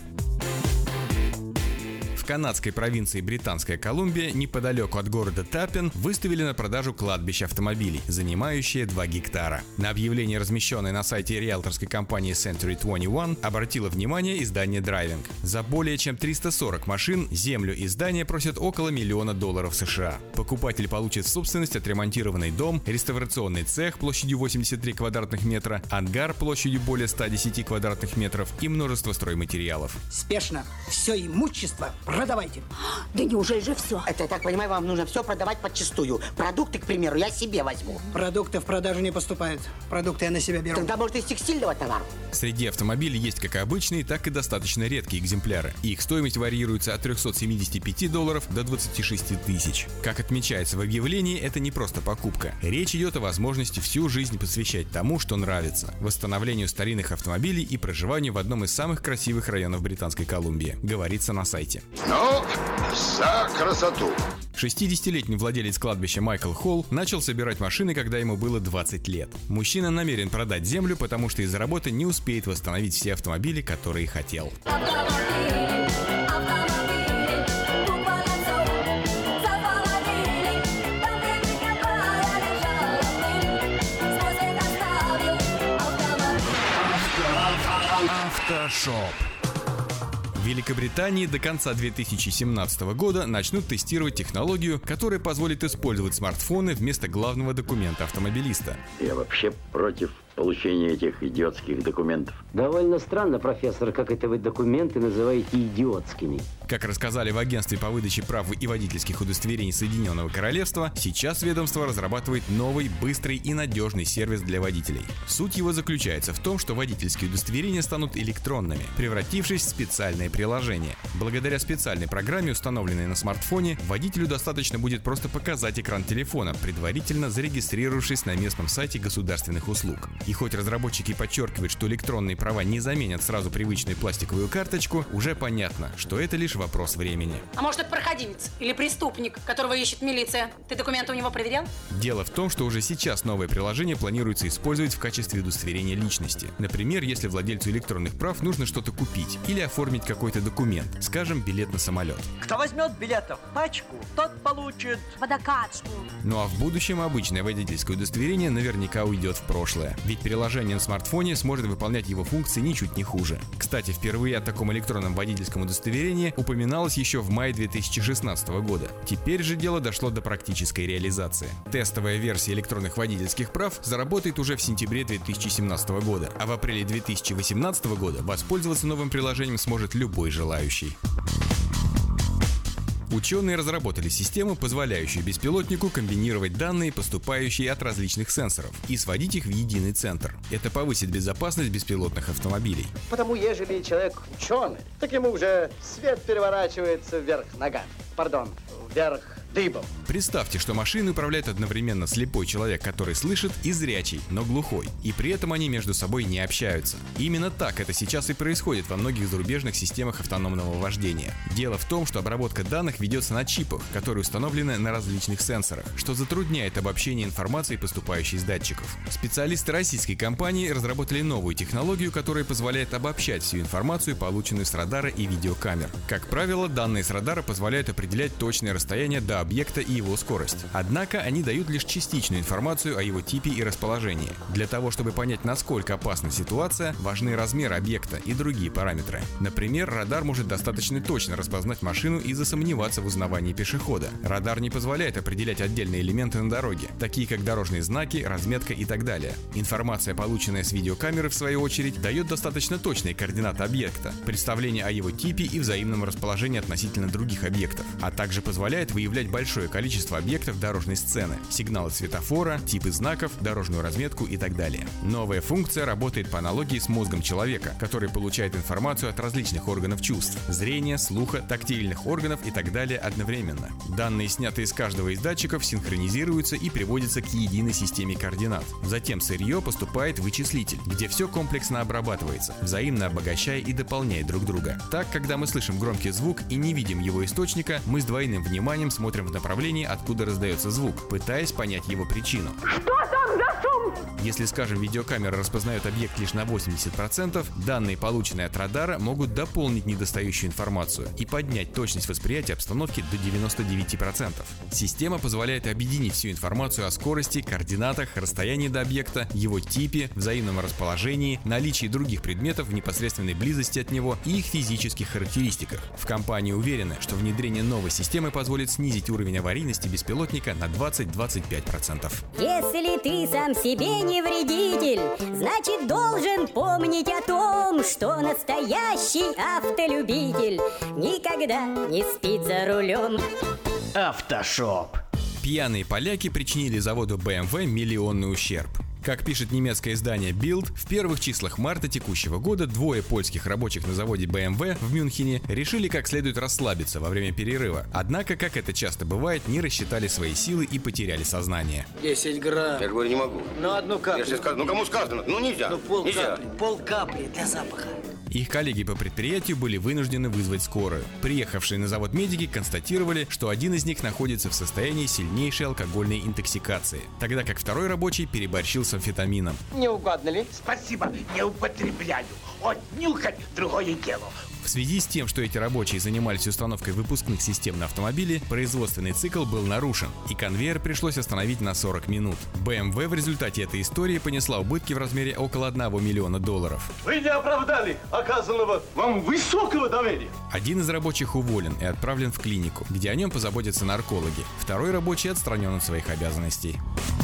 [SPEAKER 13] В канадской провинции Британская Колумбия, неподалеку от города Таппин, выставили на продажу кладбище автомобилей, занимающее два гектара. На объявление, размещенное на сайте риэлторской компании Century двадцать один, обратило внимание издание Driving. За более чем триста сорок машин землю и здание просят около миллиона долларов США. Покупатель получит в собственность отремонтированный дом, реставрационный цех площадью восемьдесят три квадратных метра, ангар площадью более ста десяти квадратных метров и множество стройматериалов.
[SPEAKER 19] Спешно. Все имущество продавайте.
[SPEAKER 23] Да неужели же все?
[SPEAKER 19] Это, я так понимаю, вам нужно все продавать подчистую. Продукты, к примеру, я себе возьму.
[SPEAKER 24] Продукты в продажу не поступают. Продукты я на себя беру.
[SPEAKER 19] Тогда, может, из текстильного товара?
[SPEAKER 13] Среди автомобилей есть как обычные, так и достаточно редкие экземпляры. Их стоимость варьируется от трёхсот семидесяти пяти долларов до двадцати шести тысяч. Как отмечается в объявлении, это не просто покупка. Речь идет о возможности всю жизнь посвящать тому, что нравится. Восстановлению старинных автомобилей и проживанию в одном из самых красивых районов Британской Колумбии. Говорится на сайте.
[SPEAKER 25] Ну, за красоту!
[SPEAKER 13] шестидесятилетний владелец кладбища Майкл Холл начал собирать машины, когда ему было двадцать лет. Мужчина намерен продать землю, потому что из-за работы не успеет восстановить все автомобили, которые хотел.
[SPEAKER 16] Автошоп.
[SPEAKER 13] В Великобритании до конца две тысячи семнадцатого года начнут тестировать технологию, которая позволит использовать смартфоны вместо главного документа автомобилиста.
[SPEAKER 26] Я вообще против получения этих идиотских документов.
[SPEAKER 27] Довольно странно, профессор, как это вы документы называете идиотскими.
[SPEAKER 13] Как рассказали в агентстве по выдаче прав и водительских удостоверений Соединенного Королевства, сейчас ведомство разрабатывает новый, быстрый и надежный сервис для водителей. Суть его заключается в том, что водительские удостоверения станут электронными, превратившись в специальное приложение. Благодаря специальной программе, установленной на смартфоне, водителю достаточно будет просто показать экран телефона, предварительно зарегистрировавшись на местном сайте государственных услуг. И хоть разработчики подчеркивают, что электронные права не заменят сразу привычную пластиковую карточку, уже понятно, что это лишь вопрос времени.
[SPEAKER 28] А может, это проходимец или преступник, которого ищет милиция? Ты документы у него проверял?
[SPEAKER 13] Дело в том, что уже сейчас новое приложение планируется использовать в качестве удостоверения личности. Например, если владельцу электронных прав нужно что-то купить или оформить какой-то документ, скажем, билет на самолет.
[SPEAKER 29] Кто возьмет билетов пачку, тот получит
[SPEAKER 28] водокачку.
[SPEAKER 13] Ну а в будущем обычное водительское удостоверение наверняка уйдет в прошлое. Ведь приложение на смартфоне сможет выполнять его функции ничуть не хуже. Кстати, впервые о таком электронном водительском удостоверении упоминалось еще в мае две тысячи шестнадцатого года. Теперь же дело дошло до практической реализации. Тестовая версия электронных водительских прав заработает уже в сентябре две тысячи семнадцатого года, а в апреле две тысячи восемнадцатого года воспользоваться новым приложением сможет любой желающий. Ученые разработали систему, позволяющую беспилотнику комбинировать данные, поступающие от различных сенсоров, и сводить их в единый центр. Это повысит безопасность беспилотных автомобилей.
[SPEAKER 30] Потому, ежели человек ученый, так ему уже свет переворачивается вверх ногами. Пардон, вверх дыбом.
[SPEAKER 13] Представьте, что машиной управляет одновременно слепой человек, который слышит, и зрячий, но глухой. И при этом они между собой не общаются. Именно так это сейчас и происходит во многих зарубежных системах автономного вождения. Дело в том, что обработка данных ведется на чипах, которые установлены на различных сенсорах, что затрудняет обобщение информации, поступающей с датчиков. Специалисты российской компании разработали новую технологию, которая позволяет обобщать всю информацию, полученную с радара и видеокамер. Как правило, данные с радара позволяют определять точное расстояние до объекта и его скорость. Однако они дают лишь частичную информацию о его типе и расположении. Для того, чтобы понять, насколько опасна ситуация, важны размер объекта и другие параметры. Например, радар может достаточно точно распознать машину и засомневаться в узнавании пешехода. Радар не позволяет определять отдельные элементы на дороге, такие как дорожные знаки, разметка и так далее. Информация, полученная с видеокамеры, в свою очередь, дает достаточно точные координаты объекта, представление о его типе и взаимном расположении относительно других объектов, а также позволяет выявлять большое количество объектов дорожной сцены, сигналы светофора, типы знаков, дорожную разметку и так далее. Новая функция работает по аналогии с мозгом человека, который получает информацию от различных органов чувств – зрения, слуха, тактильных органов и так далее одновременно. Данные, снятые с каждого из датчиков, синхронизируются и приводятся к единой системе координат. Затем сырье поступает в вычислитель, где все комплексно обрабатывается, взаимно обогащая и дополняя друг друга. Так, когда мы слышим громкий звук и не видим его источника, мы с двойным вниманием смотрим в направлении, откуда раздается звук, пытаясь понять его причину.
[SPEAKER 15] Что там за шум?
[SPEAKER 13] Если, скажем, видеокамера распознает объект лишь на восемьдесят процентов, данные, полученные от радара, могут дополнить недостающую информацию и поднять точность восприятия обстановки до девяноста девяти процентов. Система позволяет объединить всю информацию о скорости, координатах, расстоянии до объекта, его типе, взаимном расположении, наличии других предметов в непосредственной близости от него и их физических характеристиках. В компании уверены, что внедрение новой системы позволит снизить уровень аварийности беспилотника на двадцать-двадцать пять процентов.
[SPEAKER 1] Если ты сам себе не вредитель, значит должен помнить о том, что настоящий автолюбитель никогда не спит за рулем.
[SPEAKER 30] Автошоп.
[SPEAKER 13] Пьяные поляки причинили заводу бэ эм вэ миллионный ущерб. Как пишет немецкое издание Bild, в первых числах марта текущего года двое польских рабочих на заводе бэ эм вэ в Мюнхене решили как следует расслабиться во время перерыва. Однако, как это часто бывает, не рассчитали свои силы и потеряли сознание.
[SPEAKER 30] десять грамм.
[SPEAKER 25] Я говорю, не могу.
[SPEAKER 30] Ну, одну каплю.
[SPEAKER 25] Я же сказал, ну кому сказано? Ну нельзя.
[SPEAKER 30] Ну, пол
[SPEAKER 25] нельзя.
[SPEAKER 30] капли. Пол капли для запаха.
[SPEAKER 13] Их коллеги по предприятию были вынуждены вызвать скорую. Приехавшие на завод медики констатировали, что один из них находится в состоянии сильнейшей алкогольной интоксикации, тогда как второй рабочий переборщил с амфетамином.
[SPEAKER 30] Не угодно ли?
[SPEAKER 2] Спасибо, не употребляю. Вот нюхать другое дело.
[SPEAKER 13] В связи с тем, что эти рабочие занимались установкой выпускных систем на автомобиле, производственный цикл был нарушен, и конвейер пришлось остановить на сорок минут. бэ эм вэ в результате этой истории понесла убытки в размере около одного миллиона долларов.
[SPEAKER 30] Вы не оправдали оказанного вам высокого доверия.
[SPEAKER 13] Один из рабочих уволен и отправлен в клинику, где о нем позаботятся наркологи. Второй рабочий отстранен от своих обязанностей.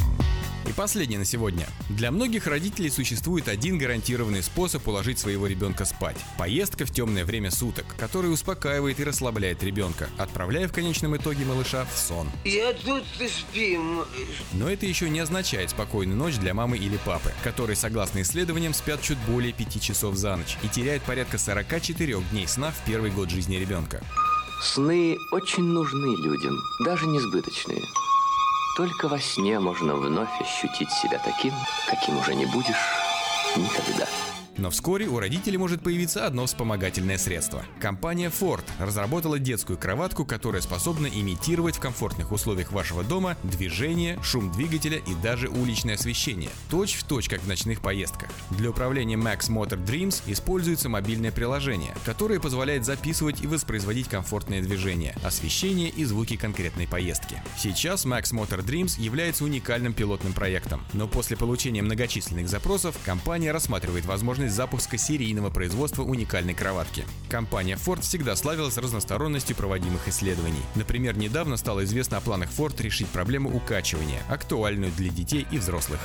[SPEAKER 13] И последнее на сегодня. Для многих родителей существует один гарантированный способ уложить своего ребенка спать. Поездка в темное время суток, который успокаивает и расслабляет ребенка, отправляя в конечном итоге малыша в сон.
[SPEAKER 30] Я тут спим.
[SPEAKER 13] Но это еще не означает спокойную ночь для мамы или папы, которые, согласно исследованиям, спят чуть более пяти часов за ночь и теряют порядка сорока четырёх дней сна в первый год жизни ребенка.
[SPEAKER 27] Сны очень нужны людям, даже несбыточные. Только во сне можно вновь ощутить себя таким, каким уже не будешь никогда.
[SPEAKER 13] Но вскоре у родителей может появиться одно вспомогательное средство. Компания Ford разработала детскую кроватку, которая способна имитировать в комфортных условиях вашего дома движение, шум двигателя и даже уличное освещение. Точь в точь, как в ночных поездках. Для управления Max Motor Dreams используется мобильное приложение, которое позволяет записывать и воспроизводить комфортное движение, освещение и звуки конкретной поездки. Сейчас Max Motor Dreams является уникальным пилотным проектом, но после получения многочисленных запросов компания рассматривает возможность запуска серийного производства уникальной кроватки. Компания Ford всегда славилась разносторонностью проводимых исследований. Например, недавно стало известно о планах Ford решить проблему укачивания, актуальную для детей и взрослых.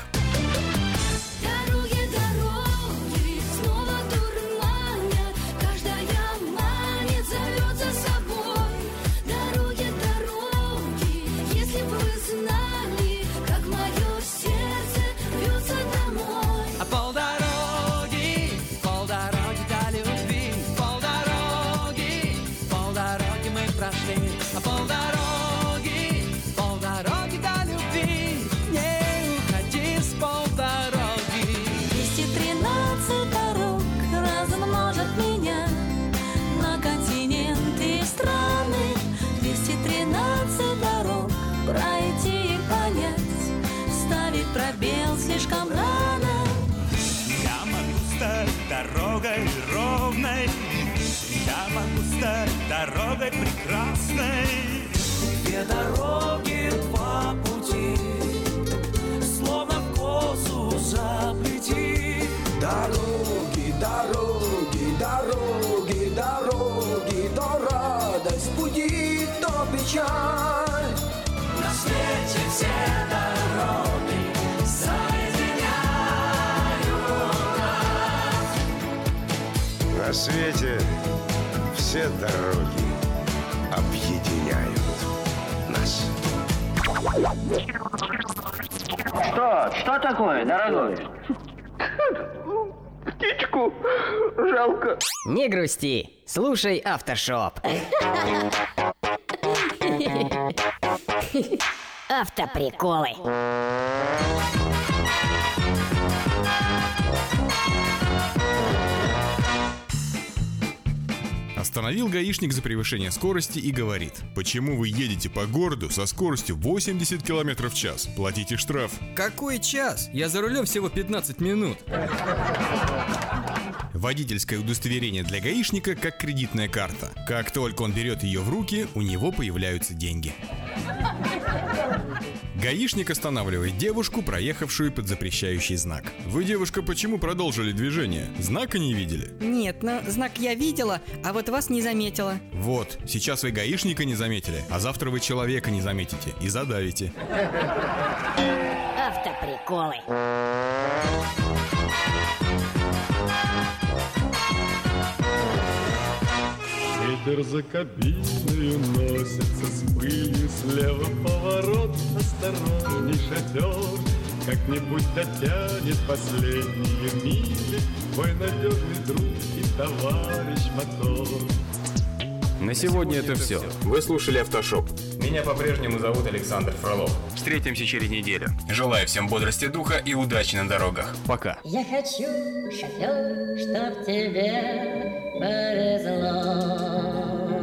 [SPEAKER 15] Пройти и понять, ставить пробел слишком рано.
[SPEAKER 6] Я могу стать дорогой ровной, я могу стать дорогой прекрасной, где дорога
[SPEAKER 4] печаль. На свете все дороги соединяют нас.
[SPEAKER 5] На свете все дороги объединяют нас.
[SPEAKER 7] Что? Что такое, дорогой? Птичку жалко.
[SPEAKER 8] Не грусти, слушай Автошоп.
[SPEAKER 1] Автоприколы.
[SPEAKER 16] Остановил гаишник за превышение скорости и говорит: почему вы едете по городу со скоростью восемьдесят километров в час? Платите штраф.
[SPEAKER 9] Какой час? Я за рулем всего пятнадцать минут.
[SPEAKER 16] Водительское удостоверение для гаишника как кредитная карта. Как только он берет ее в руки, у него появляются деньги. Гаишник останавливает девушку, проехавшую под запрещающий знак. Вы, девушка, почему продолжили движение? Знака не видели?
[SPEAKER 10] Нет, но знак я видела, а вот вас не заметила.
[SPEAKER 16] Вот, сейчас вы гаишника не заметили, а завтра вы человека не заметите и задавите.
[SPEAKER 1] Автоприколы.
[SPEAKER 12] Ветер за кабиной уносится с пылью, слева поворот, осторожней, шофер как-нибудь дотянет последние мили, твой надежный друг и товарищ мотор.
[SPEAKER 13] На сегодня это все. Вы слушали Автошоп. Меня по-прежнему зовут Александр Фролов. Встретимся через неделю. Желаю всем бодрости духа и удачи на дорогах. Пока.
[SPEAKER 1] Я хочу, шофер, чтоб тебе повезло.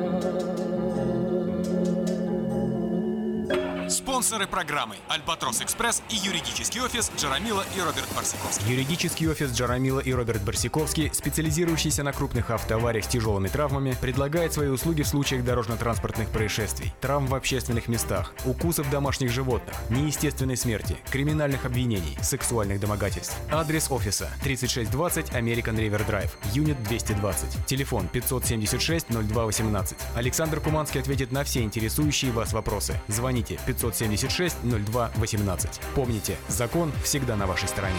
[SPEAKER 16] Спонсоры программы «Альбатрос Экспресс» и юридический офис Джарамила и Роберт Барсиковский.
[SPEAKER 13] Юридический офис Джарамила и Роберт Барсиковский, специализирующийся на крупных автоавариях с тяжелыми травмами, предлагает свои услуги в случаях дорожно-транспортных происшествий, травм в общественных местах, укусов домашних животных, неестественной смерти, криминальных обвинений, сексуальных домогательств. Адрес офиса: тридцать шесть двадцать American River Drive, Юнит двести двадцать. Телефон пятьсот семьдесят шесть ноль два восемнадцать. Александр Куманский ответит на все интересующие вас вопросы. Звоните пятьсот семьдесят шесть ноль два восемнадцать. Помните, закон всегда на вашей стороне.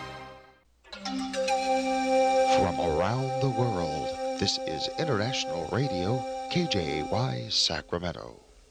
[SPEAKER 17] From around the world, this is International Radio, K J Y Sacramento.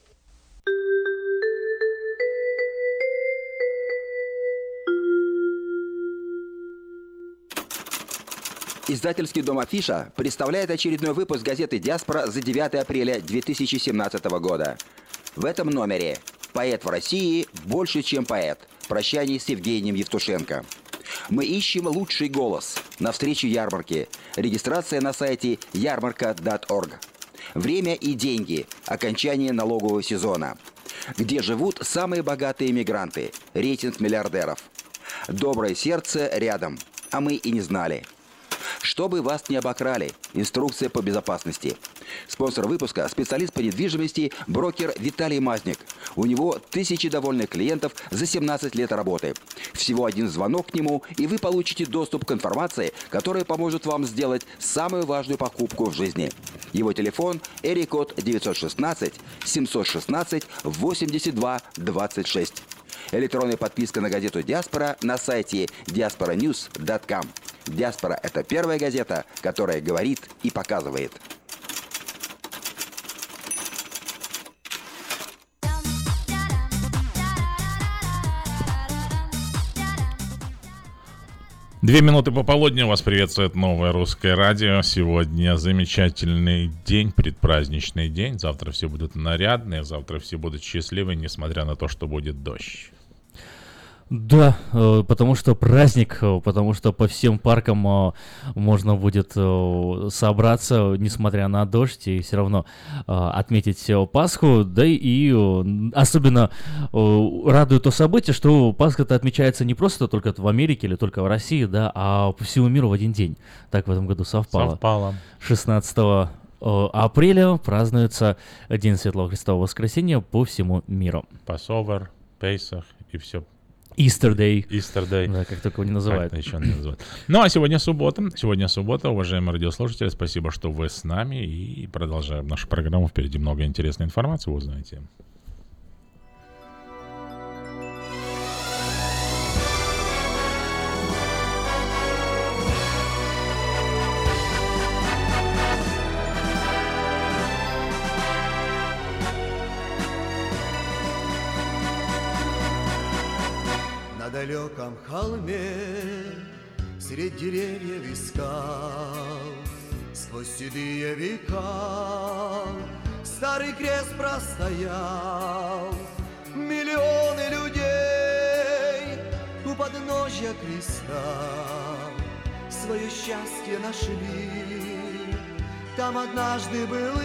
[SPEAKER 14] Издательский дом «Афиша» представляет очередной выпуск газеты «Диаспора» за девятое апреля две тысячи семнадцатого года. В этом номере «Поэт в России больше, чем поэт. Прощание с Евгением Евтушенко». Мы ищем лучший голос. Навстречу ярмарке. Регистрация на сайте ярмарка точка орг. Время и деньги. Окончание налогового сезона. Где живут самые богатые мигранты. Рейтинг миллиардеров. Доброе сердце рядом. А мы и не знали. Чтобы вас не обокрали. Инструкция по безопасности. Спонсор выпуска – специалист по недвижимости, брокер Виталий Мазник. У него тысячи довольных клиентов за семнадцать лет работы. Всего один звонок к нему, и вы получите доступ к информации, которая поможет вам сделать самую важную покупку в жизни. Его телефон – эрикод девятьсот шестнадцать семьсот шестнадцать восемьдесят два двадцать шесть. Электронная подписка на газету «Диаспора» на сайте диаспора ньюс точка ком. «Диаспора» – это первая газета, которая говорит и показывает.
[SPEAKER 18] Две минуты пополудни вас приветствует Новое Русское Радио. Сегодня замечательный день, предпраздничный день. Завтра все будут нарядные, завтра все будут счастливы, несмотря на то, что будет дождь.
[SPEAKER 3] Да, потому что праздник, потому что по всем паркам можно будет собраться, несмотря на дождь, и все равно отметить Пасху. Да и особенно радует то событие, что Пасха-то отмечается не просто только в Америке или только в России, да, а по всему миру в один день. Так в этом году совпало.
[SPEAKER 18] Совпало.
[SPEAKER 3] шестнадцатого апреля празднуется День Светлого Христового Воскресения по всему миру.
[SPEAKER 18] Пасовер, Пейсах и все.
[SPEAKER 3] Easter Day.
[SPEAKER 18] Easter Day.
[SPEAKER 3] Да, как только его не называют.
[SPEAKER 18] Как еще не называют. Ну, а сегодня суббота. Сегодня суббота, уважаемые радиослушатели. Спасибо, что вы с нами. И продолжаем нашу программу. Впереди много интересной информации, вы узнаете.
[SPEAKER 11] На далеком холме средь деревьев и скал сквозь седые века старый крест простоял. Миллионы людей у подножья креста свое счастье нашли. Там однажды был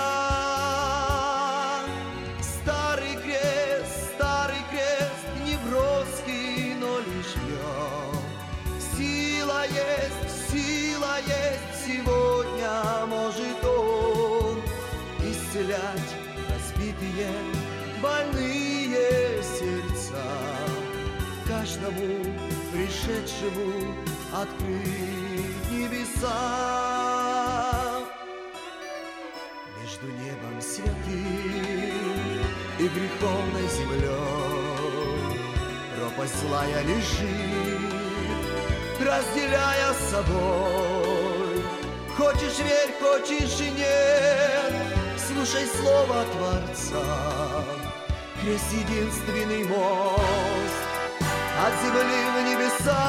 [SPEAKER 11] я. Старый крест, старый крест, не броский, но лишь я. Сила есть, сила есть, сегодня может он исцелять разбитые, больные сердца. Каждому пришедшему открыть небеса. Между небом святым и греховной землей пропасть злая лежит, разделяя с собой. Хочешь верь, хочешь и нет, слушай слово Творца. Крест единственный мост от земли в небеса.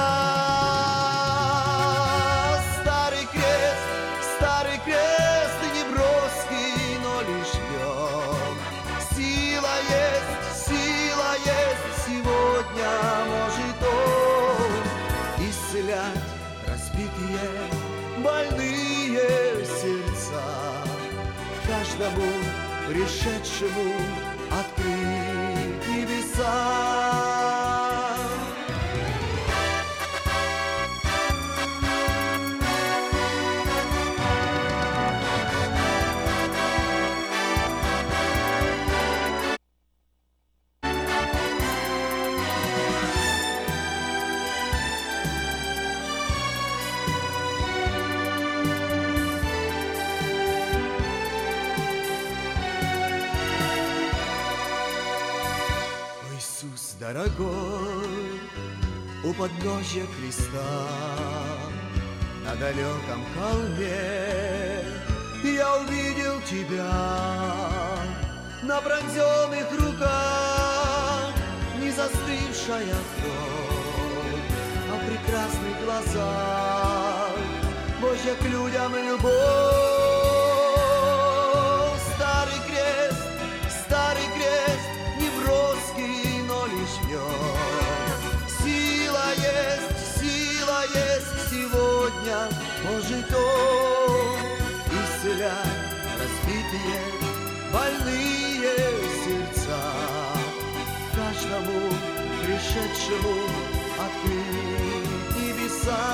[SPEAKER 11] Старый крест, старый крест, не броский, но лишь днем. Сила есть, сила есть, сегодня может он исцелять разбитые, больные сердца. Каждому пришедшему открыть небеса. Дорогой, у подножья креста, на далеком холме я увидел тебя. На пронзенных руках не застывшая кровь, а в прекрасных глазах Божья к людям любовь. Старый крест, старый крест, не броский, но лишь в нем. Сила есть, сила есть, сегодня может он исцелять разбитые, больные сердца. Каждому пришедшему открыть небеса.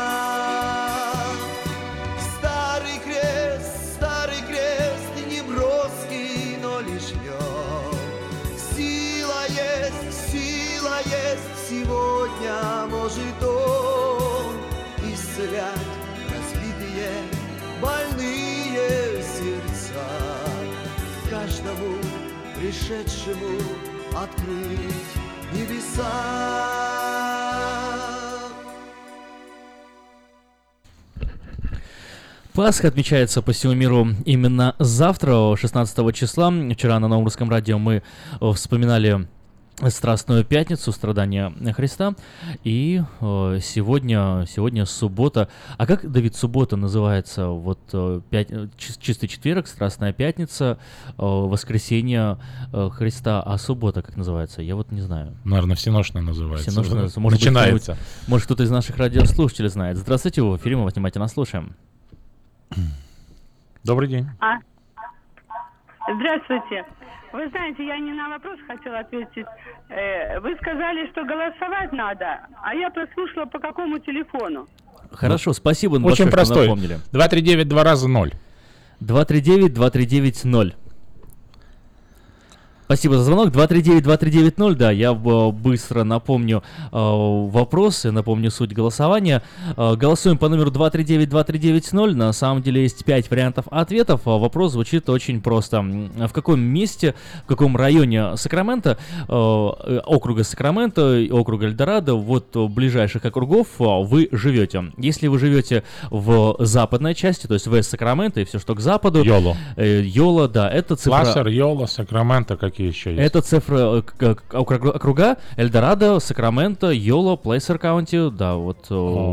[SPEAKER 11] Старый крест, старый крест, не броский, но лишь в нем. Сила есть, сила есть, сегодня может он исцелять разбитые, больные сердца. Каждому пришедшему открыть небеса.
[SPEAKER 3] Пасха отмечается по всему миру именно завтра, шестнадцатого числа. Вчера на Новом Русском радио мы вспоминали Страстную Пятницу, страдания Христа. И э, сегодня, сегодня суббота. А как, Давид, суббота называется? Вот э, пять, чистый четверг, Страстная Пятница, э, воскресенье э, Христа. А суббота как называется? Я вот не знаю.
[SPEAKER 18] Наверное, всеношная называется.
[SPEAKER 3] Всеношная, может
[SPEAKER 18] начинается.
[SPEAKER 3] Быть, может, кто-то из наших радиослушателей знает. Здравствуйте, в эфире, мы вас внимательно слушаем.
[SPEAKER 18] Добрый день.
[SPEAKER 19] А? Здравствуйте. Вы знаете, я не на вопрос хотела ответить. Э, вы сказали, что голосовать надо, а я прослушала по какому телефону.
[SPEAKER 3] Хорошо, спасибо.
[SPEAKER 18] Очень
[SPEAKER 3] большое,
[SPEAKER 18] простой.
[SPEAKER 3] Что напомнили.
[SPEAKER 18] два три девять два раза ноль.
[SPEAKER 3] два три девять два три девять ноль. Спасибо за звонок. два три девять два три девять ноль. Да, я быстро напомню э, вопросы, напомню суть голосования. Э, голосуем по номеру два три девять два три девять ноль. На самом деле есть пять вариантов ответов. Вопрос звучит очень просто. В каком месте, в каком районе Сакраменто, э, округа Сакраменто, округа Эльдорадо, вот ближайших округов вы живете? Если вы живете в западной части, то есть в Сакраменто и все, что к западу.
[SPEAKER 18] Йоло.
[SPEAKER 3] Э, Йоло, да, это цифра...
[SPEAKER 18] Лассер, Йоло, Сакраменто, какие еще есть?
[SPEAKER 3] Это цифра округа Эльдорадо, Сакраменто, Йоло, Плейсер Каунти, да, вот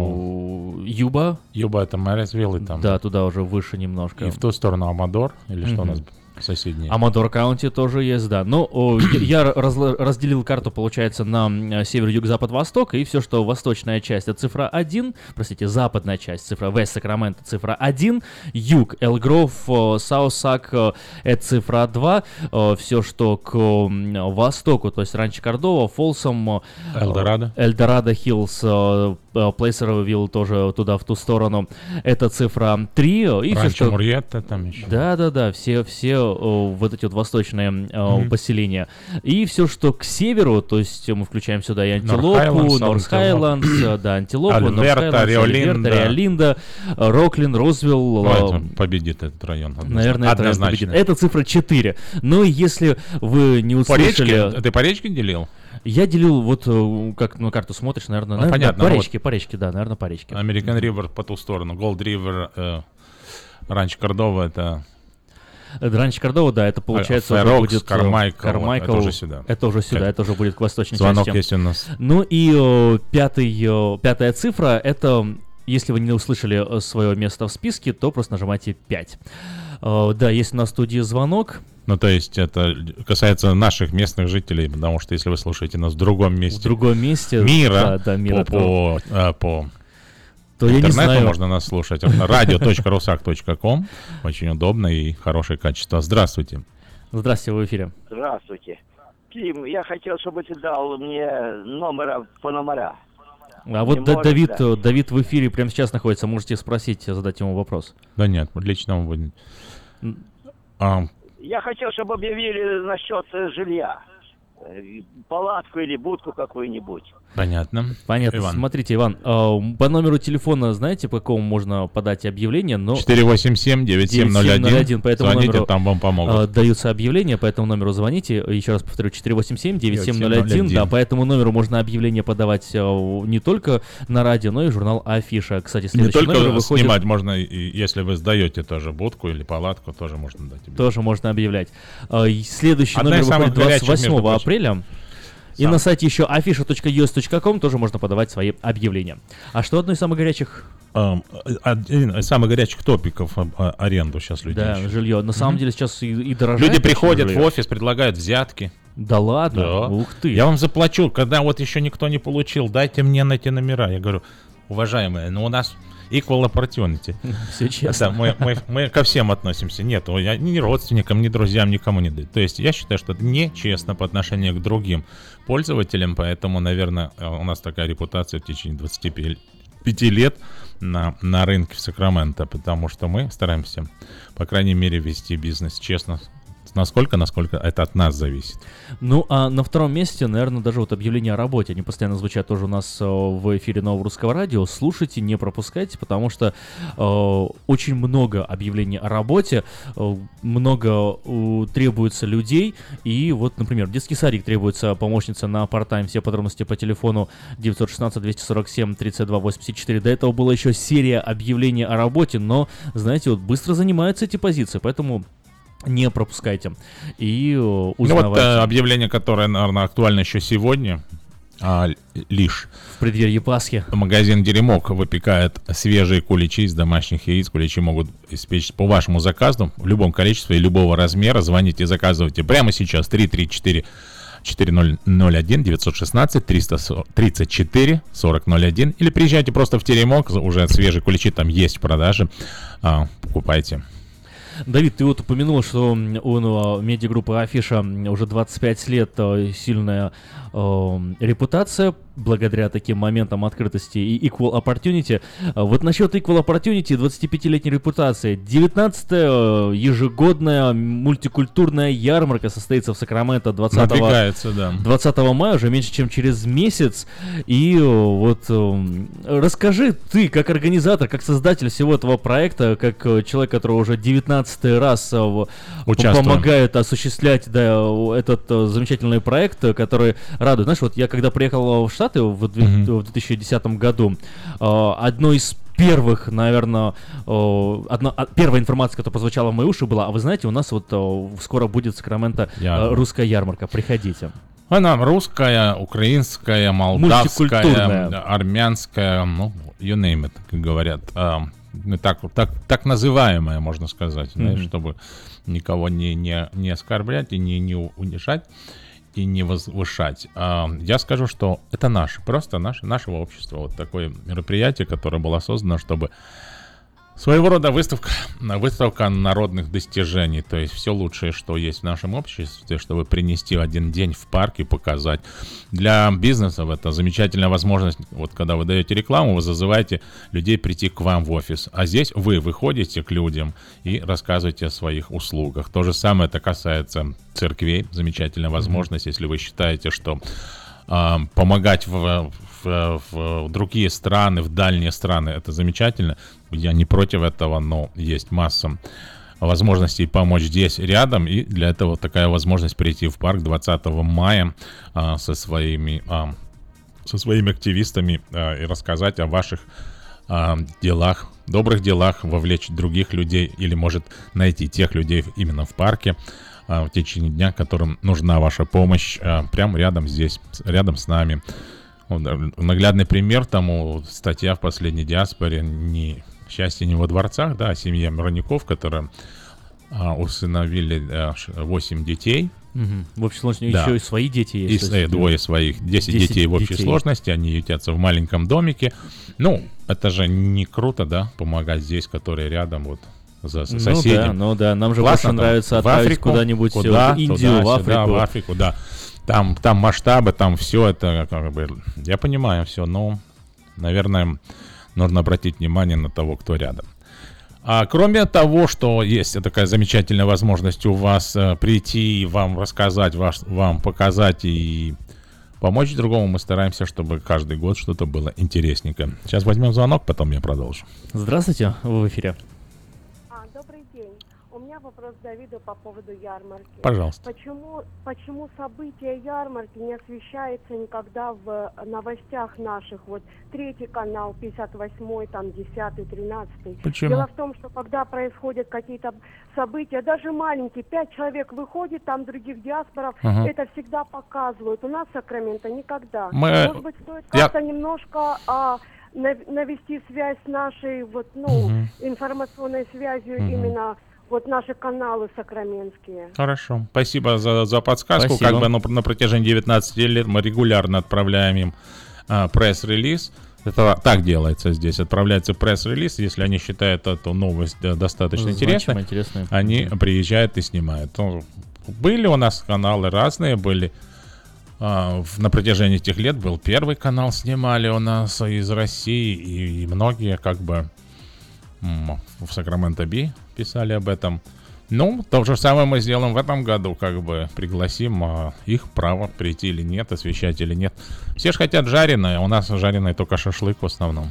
[SPEAKER 3] о, Юба.
[SPEAKER 18] Юба это Мэрисвилл и там.
[SPEAKER 3] Да, туда уже выше немножко.
[SPEAKER 18] И в ту сторону Амадор, или что
[SPEAKER 3] mm-hmm.
[SPEAKER 18] у нас соседние?
[SPEAKER 3] Амадор Каунти тоже есть, да. Но о, я, я раз, разделил карту, получается, на север, юг, запад, восток, и все, что восточная часть, это цифра один, простите, западная часть, цифра Вест Сакраменто, цифра один, юг, Элгров, Саусак, это цифра два, все, что к востоку, то есть Ранчо Кордова, Фолсом,
[SPEAKER 18] Эльдорадо,
[SPEAKER 3] Эльдорадо Хиллз, Плейсервилл тоже туда, в ту сторону, это цифра три. И
[SPEAKER 18] Ранчо
[SPEAKER 3] все, что...
[SPEAKER 18] Мурьетта там еще.
[SPEAKER 3] Да-да-да, все, все вот эти вот восточные mm-hmm. поселения. И все, что к северу, то есть мы включаем сюда и Антилопу, Норс Хайландс, да, Антилопу, Норс Хайландс, Риолинда, Роклин, Розвилл.
[SPEAKER 18] Ну, победит этот район.
[SPEAKER 3] Наверное, это район победит. Это цифра четыре. Но если вы не услышали...
[SPEAKER 18] По речке? Ты по речке делил?
[SPEAKER 3] Я делил, вот как на карту смотришь, наверное,
[SPEAKER 18] ну,
[SPEAKER 3] наверное
[SPEAKER 18] понятно,
[SPEAKER 3] по
[SPEAKER 18] ну
[SPEAKER 3] речке,
[SPEAKER 18] вот
[SPEAKER 3] по речке, да, наверное, по речке.
[SPEAKER 18] American River по ту сторону, Gold River, э, Ранчо Кордова, это...
[SPEAKER 3] Ранчо Кордова, да, это получается
[SPEAKER 18] Fair
[SPEAKER 3] уже
[SPEAKER 18] Oaks,
[SPEAKER 3] будет
[SPEAKER 18] Кармайкл,
[SPEAKER 3] Кармайкл,
[SPEAKER 18] это уже сюда.
[SPEAKER 3] Это уже сюда, okay. Это уже будет к восточной
[SPEAKER 18] Звонок
[SPEAKER 3] части.
[SPEAKER 18] есть у нас.
[SPEAKER 3] Ну и о, пятый, о, пятая цифра, это, если вы не услышали свое место в списке, то просто нажимайте пять. О, да, есть у нас в студии звонок.
[SPEAKER 18] Ну, то есть это касается наших местных жителей, потому что если вы слушаете нас в другом месте,
[SPEAKER 3] в другом месте
[SPEAKER 18] мира,
[SPEAKER 3] да, да, мира
[SPEAKER 18] по, по, а, по
[SPEAKER 3] то
[SPEAKER 18] интернету
[SPEAKER 3] я не знаю.
[SPEAKER 18] Можно нас слушать. радио точка русак точка ком. Очень удобно и хорошее качество. Здравствуйте.
[SPEAKER 3] Здравствуйте, в эфире.
[SPEAKER 2] Здравствуйте. Ким, я хотел, чтобы ты дал мне номера по номера.
[SPEAKER 3] А вот
[SPEAKER 2] можешь,
[SPEAKER 3] Давид,
[SPEAKER 2] да?
[SPEAKER 3] Давид в эфире прямо сейчас находится. Можете спросить, задать ему вопрос.
[SPEAKER 18] Да нет, лично он будет. А...
[SPEAKER 2] Я хотел, чтобы объявили насчет жилья. Палатку или будку какую-нибудь.
[SPEAKER 18] Понятно.
[SPEAKER 3] Понятно.
[SPEAKER 18] Иван.
[SPEAKER 3] Смотрите, Иван, э, по номеру телефона знаете, по какому можно подать объявление? Но
[SPEAKER 18] четыре восемь семь девять семь ноль один.
[SPEAKER 3] По этому
[SPEAKER 18] звоните,
[SPEAKER 3] номеру
[SPEAKER 18] там вам помогут.
[SPEAKER 3] Э, даются объявления, по этому номеру звоните. Еще раз повторю, четыре восемь семь девять семь ноль один. Да, по этому номеру можно объявление подавать э, не только на радио, но и журнал Афиша. Кстати, следующий
[SPEAKER 18] не только
[SPEAKER 3] номер выходит...
[SPEAKER 18] снимать, можно, и, если вы сдаете тоже будку или палатку, тоже можно дать. Объявление.
[SPEAKER 3] Тоже можно объявлять. Э, следующий
[SPEAKER 18] Одна
[SPEAKER 3] номер выходит двадцать восьмого апреля. И
[SPEAKER 18] Сам.
[SPEAKER 3] на сайте еще афиша точка ю эс точка ком тоже можно подавать свои объявления. А что одно из самых горячих?
[SPEAKER 18] Um, один из самых горячих топиков а, аренду сейчас люди
[SPEAKER 3] Да,
[SPEAKER 18] ищут.
[SPEAKER 3] жилье. На самом mm-hmm. деле сейчас и, и дорожает.
[SPEAKER 18] Люди приходят
[SPEAKER 3] жилье.
[SPEAKER 18] в офис, предлагают взятки.
[SPEAKER 3] Да ладно?
[SPEAKER 18] Да.
[SPEAKER 3] Ух ты.
[SPEAKER 18] Я вам заплачу, когда вот еще никто не получил, дайте мне на эти номера. Я говорю, уважаемые, ну у нас equal opportunity.
[SPEAKER 3] Все честно.
[SPEAKER 18] Это мы, мы, мы ко всем относимся. Нет, я ни родственникам, ни друзьям, никому не даю. То есть я считаю, что это нечестно по отношению к другим пользователям, поэтому, наверное, у нас такая репутация в течение двадцати пяти лет на, на рынке в Сакраменто, потому что мы стараемся, по крайней мере, вести бизнес честно. Насколько, насколько это от нас зависит.
[SPEAKER 3] Ну, а на втором месте, наверное, даже вот объявления о работе. Они постоянно звучат тоже у нас э, в эфире Нового Русского Радио. Слушайте, не пропускайте, потому что э, очень много объявлений о работе, э, много э, требуется людей. И вот, например, в детский садик требуется помощница на парт-тайм. Все подробности по телефону девять один шесть двести сорок семь тридцать два восемьдесят четыре. До этого была еще серия объявлений о работе, но, знаете, вот быстро занимаются эти позиции, поэтому... Не пропускайте. И узнавайте.
[SPEAKER 18] Ну вот э, объявление, которое, наверное, актуально еще сегодня, а, лишь.
[SPEAKER 3] В преддверии Пасхи.
[SPEAKER 18] Магазин «Теремок» выпекает свежие куличи из домашних яиц. Куличи могут испечь по вашему заказу в любом количестве и любого размера. Звоните и заказывайте прямо сейчас. три три четыре четыре ноль ноль один девять один шесть триста тридцать четыре сорок ноль один. Или приезжайте просто в «Теремок». Уже свежие куличи там есть в продаже. А, покупайте.
[SPEAKER 3] Давид, ты вот упомянул, что у медиагруппы Афиша уже двадцать пять лет сильная э, репутация. благодаря таким моментам открытости и equal opportunity. Вот насчет equal opportunity, двадцатипятилетней репутации. девятнадцатая ежегодная мультикультурная ярмарка состоится в Сакраменто двадцатого мая, уже меньше, чем через месяц. И вот расскажи ты, как организатор, как создатель всего этого проекта, как человек, который уже девятнадцатый раз помогает осуществлять, да, этот замечательный проект, который радует. Знаешь, вот я когда приехал в Штаты в две тысячи десятом году, одной из первых, наверное, одна, первая информация, которая прозвучала в мои уши, была: а вы знаете, у нас вот скоро будет в Сакраменто Я... русская ярмарка, приходите.
[SPEAKER 18] Она русская, украинская, молдавская, армянская, ну, you name it, как говорят. Так, так, так называемая, можно сказать, mm-hmm. знаешь, чтобы никого не, не, не оскорблять и не, не унижать и не возвышать. А, я скажу, что это наше, просто наше, нашего общества. Вот такое мероприятие, которое было создано, чтобы своего рода выставка, выставка народных достижений, то есть все лучшее, что есть в нашем обществе, чтобы принести один день в парк и показать. Для бизнесов это замечательная возможность. Вот когда вы даете рекламу, вы зазываете людей прийти к вам в офис, а здесь вы выходите к людям и рассказываете о своих услугах. То же самое это касается церквей. Замечательная возможность, mm-hmm. если вы считаете, что э, помогать в В, в другие страны, в дальние страны, это замечательно. Я не против этого, но есть масса возможностей помочь здесь, рядом. И для этого такая возможность прийти в парк двадцатого мая а, со своими а, со своими активистами а, и рассказать о ваших а, делах, добрых делах, вовлечь других людей или, может, найти тех людей именно в парке а, в течение дня, которым нужна ваша помощь, а, прямо рядом здесь, рядом с нами. Наглядный пример тому статья в последней диаспоре, не счастье не во дворцах, да, а семья Мироняков, которая а, усыновили а, восемь детей.
[SPEAKER 3] Угу. В общей сложности да. еще и свои дети есть.
[SPEAKER 18] И, двое своих, десять детей в общей детей. Сложности, они ютятся в маленьком домике. Ну, это же не круто, да, помогать здесь, которые рядом, вот, за соседям.
[SPEAKER 3] Ну да, ну да, нам же больше нравится отправить
[SPEAKER 18] Африку,
[SPEAKER 3] куда-нибудь
[SPEAKER 18] куда,
[SPEAKER 3] в Индию,
[SPEAKER 18] туда,
[SPEAKER 3] в Африку.
[SPEAKER 18] Сюда, в Африку, да. Там, там масштабы, там все это, как бы, я понимаю все, но, наверное, нужно обратить внимание на того, кто рядом. А кроме того, что есть такая замечательная возможность у вас э, прийти и вам рассказать, ваш, вам показать и помочь другому, мы стараемся, чтобы каждый год что-то было интересненькое. Сейчас возьмем звонок, потом я продолжу.
[SPEAKER 3] Здравствуйте, вы в эфире.
[SPEAKER 20] Добрый день. У меня вопрос к Давиду по поводу ярмарки.
[SPEAKER 18] Пожалуйста.
[SPEAKER 20] Почему, почему события ярмарки не освещаются никогда в новостях наших? Вот третий канал, пятьдесят восьмой, там десятый, тринадцатый.
[SPEAKER 18] Почему?
[SPEAKER 20] Дело в том, что когда происходят какие-то события, даже маленькие, пять человек выходит, там других диаспоров, ага. это всегда показывают. У нас в Сакраменто никогда. Мы... Может быть, стоит как-то Я... немножко... А, навести связь с нашей вот, ну, угу. информационной связью угу. именно вот наши каналы сакраменские.
[SPEAKER 18] Хорошо. Спасибо за, за подсказку.
[SPEAKER 3] Спасибо.
[SPEAKER 18] Как бы на, на протяжении девятнадцати лет мы регулярно отправляем им а, пресс-релиз. Это так делается здесь. Отправляется пресс-релиз. Если они считают эту новость достаточно интересной, они mm-hmm. приезжают и снимают. Ну, были у нас каналы разные, были. Uh, на протяжении этих лет был первый канал, снимали у нас из России, и, и многие как бы м- в Сакраменто Би писали об этом. Ну, то же самое мы сделаем в этом году, как бы пригласим а, их право прийти или нет, освещать или нет. Все же хотят жареное, у нас жареное только шашлык в основном.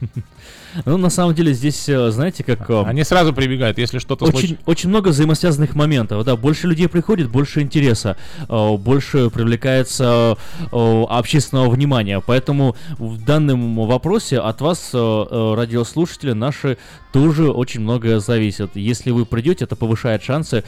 [SPEAKER 3] Ну, на самом деле, здесь, знаете, как...
[SPEAKER 18] Они сразу прибегают, если что-то
[SPEAKER 3] случится. Очень много взаимосвязанных моментов, да, больше людей приходит, больше интереса, больше привлекается общественного внимания, поэтому в данном вопросе от вас, радиослушатели, наши тоже очень многое зависит. Если вы придете, это повышает шансы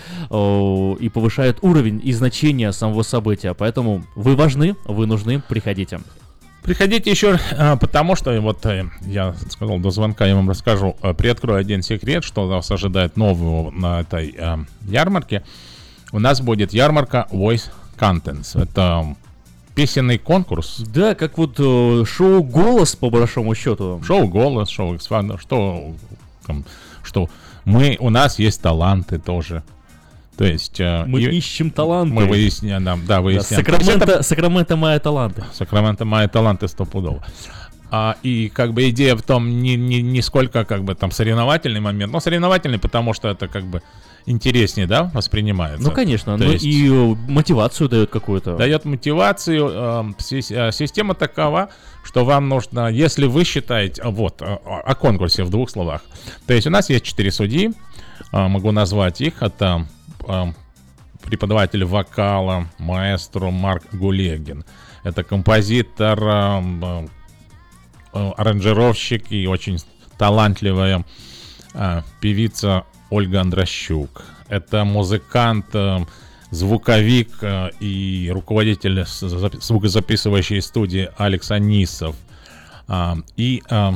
[SPEAKER 3] и повышает уровень и значение самого события, поэтому вы важны, вы нужны, приходите.
[SPEAKER 18] Приходите еще, потому что, вот я сказал до звонка, я вам расскажу, приоткрою один секрет, что нас ожидает нового на этой э, ярмарке. У нас будет ярмарка Voice Contents. Это песенный конкурс.
[SPEAKER 3] Да, как вот э, шоу «Голос», по большому счету.
[SPEAKER 18] Шоу «Голос», шоу «X-Factor», что, там, что мы, у нас есть таланты тоже. То есть...
[SPEAKER 3] Мы и, ищем таланты.
[SPEAKER 18] Мы выясняем, да, да, выясняем.
[SPEAKER 3] Да, Сакраменто, это... Сакраменто мои таланты.
[SPEAKER 18] Сакраменто мои таланты стопудово. А, и как бы идея в том, не, не, не сколько как бы там соревновательный момент, но соревновательный, потому что это как бы интереснее, да, воспринимается.
[SPEAKER 3] Ну, конечно,
[SPEAKER 18] то
[SPEAKER 3] ну
[SPEAKER 18] есть...
[SPEAKER 3] и мотивацию дает какую-то.
[SPEAKER 18] Дает мотивацию. Э, система такова, что вам нужно, если вы считаете, вот, о, о конкурсе в двух словах. То есть у нас есть четыре судьи, э, могу назвать их, это э, преподаватель вокала, маэстро Марк Гулегин, это композитор, э, э, аранжировщик и очень талантливая э, певица Ольга Андрощук. Это музыкант, э, звуковик э, и руководитель звукозаписывающей студии Алекс Анисов. Э, и, э,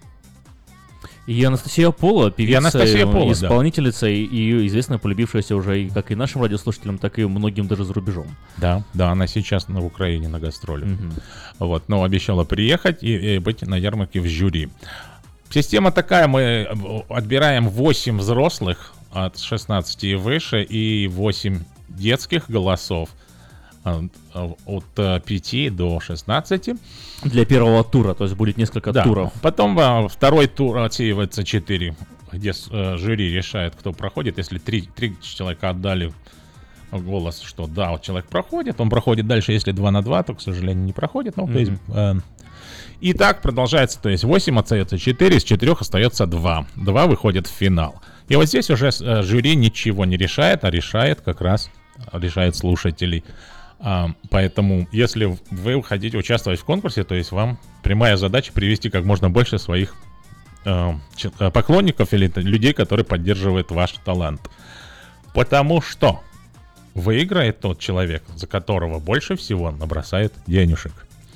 [SPEAKER 3] и Анастасия Пола, певица, и
[SPEAKER 18] Анастасия Пола,
[SPEAKER 3] исполнительница, да. и известная, полюбившаяся уже и, как и нашим радиослушателям, так и многим даже за рубежом.
[SPEAKER 18] Да, да, она сейчас на Украине на гастроле. Mm-hmm. Вот, но обещала приехать и, и быть на ярмарке в жюри. Система такая, мы отбираем восемь взрослых от шестнадцати и выше и восемь детских голосов от пяти до шестнадцати.
[SPEAKER 3] Для первого тура, то есть будет несколько да. туров.
[SPEAKER 18] Потом во второй тур отсеивается четыре, где жюри решает, кто проходит. Если три, три человека отдали голос, что да, вот человек проходит, он проходит дальше. Если два на два, то, к сожалению, не проходит. Ну, mm-hmm. то есть... Э, И так продолжается, то есть восемь остается четыре, из четырёх остается два. два выходит в финал. И вот здесь уже э, жюри ничего не решает, а решает как раз, решает слушателей. А, поэтому, если вы хотите участвовать в конкурсе, то есть вам прямая задача привести как можно больше своих э, поклонников или людей, которые поддерживают ваш талант. Потому что выиграет тот человек, за которого больше всего набросает денежек.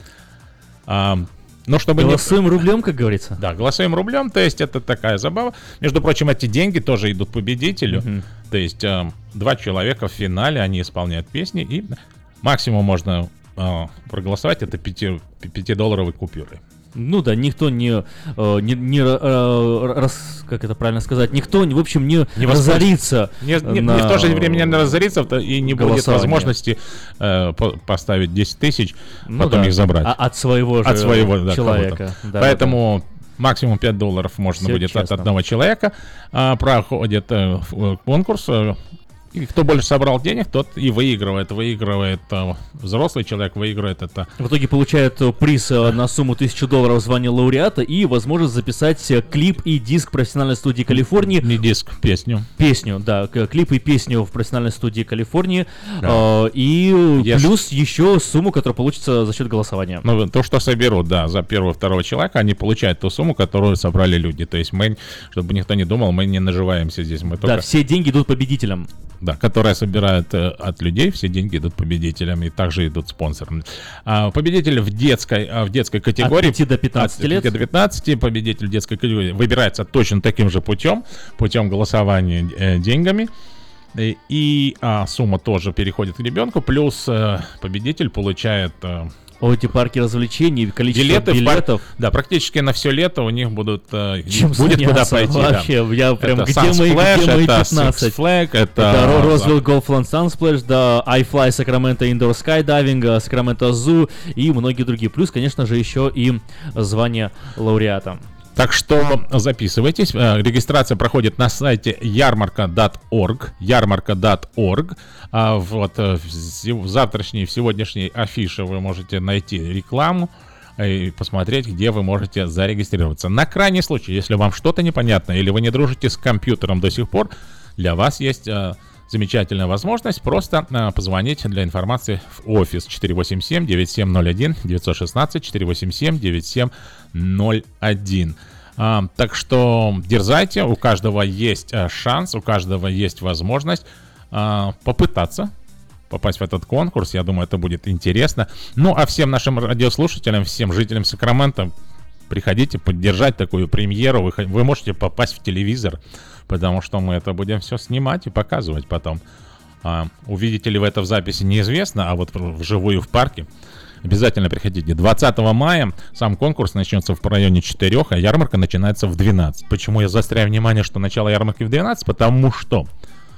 [SPEAKER 18] А, но чтобы
[SPEAKER 3] голосуем
[SPEAKER 18] не...
[SPEAKER 3] рублем, как говорится.
[SPEAKER 18] Да, голосуем рублем, то есть это такая забава. Между прочим, эти деньги тоже идут победителю. Mm-hmm. То есть э, два человека в финале, они исполняют песни, и максимум можно э, проголосовать, это пятидолларовые купюры.
[SPEAKER 3] Ну да, никто не, э, не, не э, рас, как это правильно сказать, никто, в общем, не, не разорится.
[SPEAKER 18] Не, не, на... не в то же время не разорится и не будет возможности э, по, поставить десять тысяч, ну потом да. их забрать.
[SPEAKER 3] А от своего же
[SPEAKER 18] от своего, да,
[SPEAKER 3] человека. Да,
[SPEAKER 18] Поэтому
[SPEAKER 3] да.
[SPEAKER 18] максимум пять долларов можно Все будет честно. От одного человека. А, проходит э, конкурс. Э, И кто больше собрал денег, тот и выигрывает. Выигрывает э, взрослый человек, выигрывает это.
[SPEAKER 3] В итоге получает приз э, на сумму тысячу долларов в звании лауреата и возможность записать э, клип и диск профессиональной студии Калифорнии.
[SPEAKER 18] Не диск, песню.
[SPEAKER 3] Песню, да, клип и песню в профессиональной студии Калифорнии. Да. Э, и yes. плюс еще сумму, которая получится за счет голосования.
[SPEAKER 18] Ну, то, что соберут, да, за первого, второго человека, они получают ту сумму, которую собрали люди. То есть мы, чтобы никто не думал, мы не наживаемся здесь. Мы только...
[SPEAKER 3] Да, все деньги идут победителям.
[SPEAKER 18] Да, которые собирают э, от людей, все деньги идут победителям и также идут спонсорам. А, победитель в детской, а, в детской категории...
[SPEAKER 3] От пяти до пятнадцати лет.
[SPEAKER 18] От пяти до пятнадцати победитель в детской категории выбирается точно таким же путем, путем голосования э, деньгами. И, и а, сумма тоже переходит к ребенку, плюс э, победитель получает... Э,
[SPEAKER 3] О, эти парки развлечений, количество
[SPEAKER 18] билеты
[SPEAKER 3] билетов.
[SPEAKER 18] Пар... Да, практически на все лето у них будут э,
[SPEAKER 3] Чем будет куда пойти. Вообще, да. Я прям,
[SPEAKER 18] это
[SPEAKER 3] где мои,
[SPEAKER 18] Flash,
[SPEAKER 3] где мои
[SPEAKER 18] это
[SPEAKER 3] пятнадцать?
[SPEAKER 18] Six Flag, это...
[SPEAKER 3] это Roswell Golfland Sunsplash, да, iFly Sacramento Indoor Skydiving, Sacramento Zoo и многие другие. Плюс, конечно же, еще и звание лауреата.
[SPEAKER 18] Так что записывайтесь. Регистрация проходит на сайте ярмарка точка орг. ярмарка точка орг. А вот в завтрашней, в сегодняшней афише вы можете найти рекламу и посмотреть, где вы можете зарегистрироваться. На крайний случай, если вам что-то непонятно или вы не дружите с компьютером до сих пор, для вас есть замечательная возможность просто а, позвонить для информации в офис четыре восемь семь девять семь ноль один девять один шесть четыре восемь семь девять семь ноль один. А, так что дерзайте, у каждого есть а, шанс, у каждого есть возможность а, попытаться попасть в этот конкурс. Я думаю, это будет интересно. Ну, а всем нашим радиослушателям, всем жителям Сакрамента, приходите поддержать такую премьеру. Вы, вы можете попасть в телевизор, потому что мы это будем все снимать и показывать потом. А, увидите ли вы это в записи, неизвестно, а вот вживую в парке обязательно приходите. двадцатого мая сам конкурс начнется в районе четырёх, а ярмарка начинается в двенадцать. Почему я заостряю внимание, что начало ярмарки в двенадцать? Потому что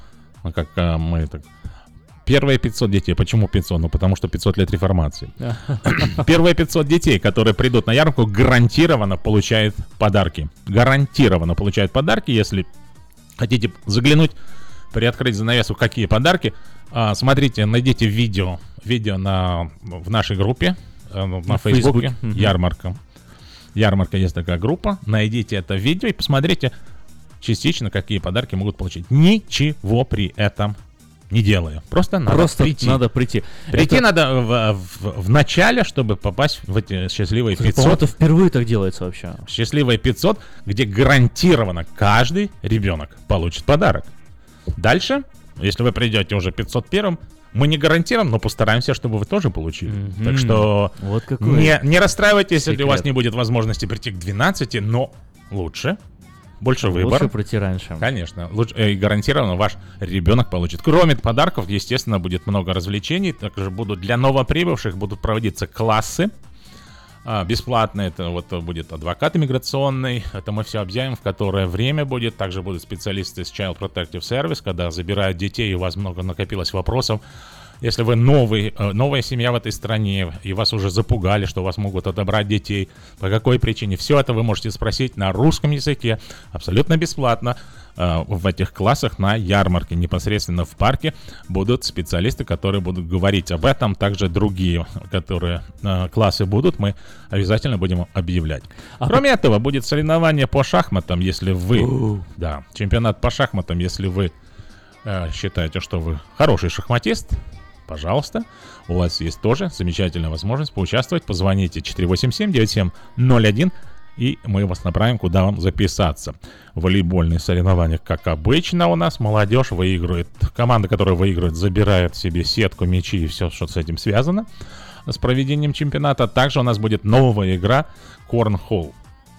[SPEAKER 18] как а, мы так... Первые пятьсот детей. Почему пятьсот? Ну, потому что пятьсот лет реформации. Первые пятьсот детей, которые придут на ярмарку, гарантированно получают подарки. Гарантированно получают подарки. Если хотите заглянуть, приоткрыть занавеску, какие подарки, а, смотрите, найдите видео. Видео на, в нашей группе, на Фейсбуке. Ярмарка. Ярмарка есть такая группа. Найдите это видео и посмотрите частично, какие подарки могут получить. Ничего при этом не делаю. Просто надо
[SPEAKER 3] Просто
[SPEAKER 18] прийти.
[SPEAKER 3] надо прийти.
[SPEAKER 18] Прийти
[SPEAKER 3] это...
[SPEAKER 18] надо в, в, в начале, чтобы попасть в эти счастливые пятьсот.
[SPEAKER 3] Это впервые так делается вообще.
[SPEAKER 18] Счастливые пятьсот, где гарантированно каждый ребенок получит подарок. Дальше, если вы придете уже пятьсот первым, мы не гарантируем, но постараемся, чтобы вы тоже получили. Mm-hmm. Так что
[SPEAKER 3] вот
[SPEAKER 18] не, не расстраивайтесь,
[SPEAKER 3] секрет.
[SPEAKER 18] Если у вас не будет возможности прийти к двенадцати, но лучше. Больше выбора.
[SPEAKER 3] Лучше прийти раньше.
[SPEAKER 18] Конечно. Лучше, э, гарантированно ваш ребенок получит. Кроме подарков, естественно, будет много развлечений. Также будут для новоприбывших будут проводиться классы. А, бесплатно это вот будет адвокат иммиграционный. Это мы все объявим, в которое время будет. Также будут специалисты с Child Protective Service, когда забирают детей, и у вас много накопилось вопросов. Если вы новый, новая семья в этой стране, и вас уже запугали, что вас могут отобрать детей, по какой причине, все это вы можете спросить на русском языке, абсолютно бесплатно. В этих классах на ярмарке, непосредственно в парке, будут специалисты, которые будут говорить об этом. Также другие, которые классы будут, мы обязательно будем объявлять. А Кроме по... этого, будет соревнование по шахматам, если вы... У-у-у. Да, чемпионат по шахматам, если вы э, считаете, что вы хороший шахматист, пожалуйста, у вас есть тоже замечательная возможность поучаствовать. Позвоните четыре восемь семь девять семь ноль один, и мы вас направим, куда вам записаться. Волейбольные соревнования, как обычно, у нас молодежь выигрывает. Команда, которая выигрывает, забирает себе сетку, мячи и все, что с этим связано, с проведением чемпионата. Также у нас будет новая игра Cornhole.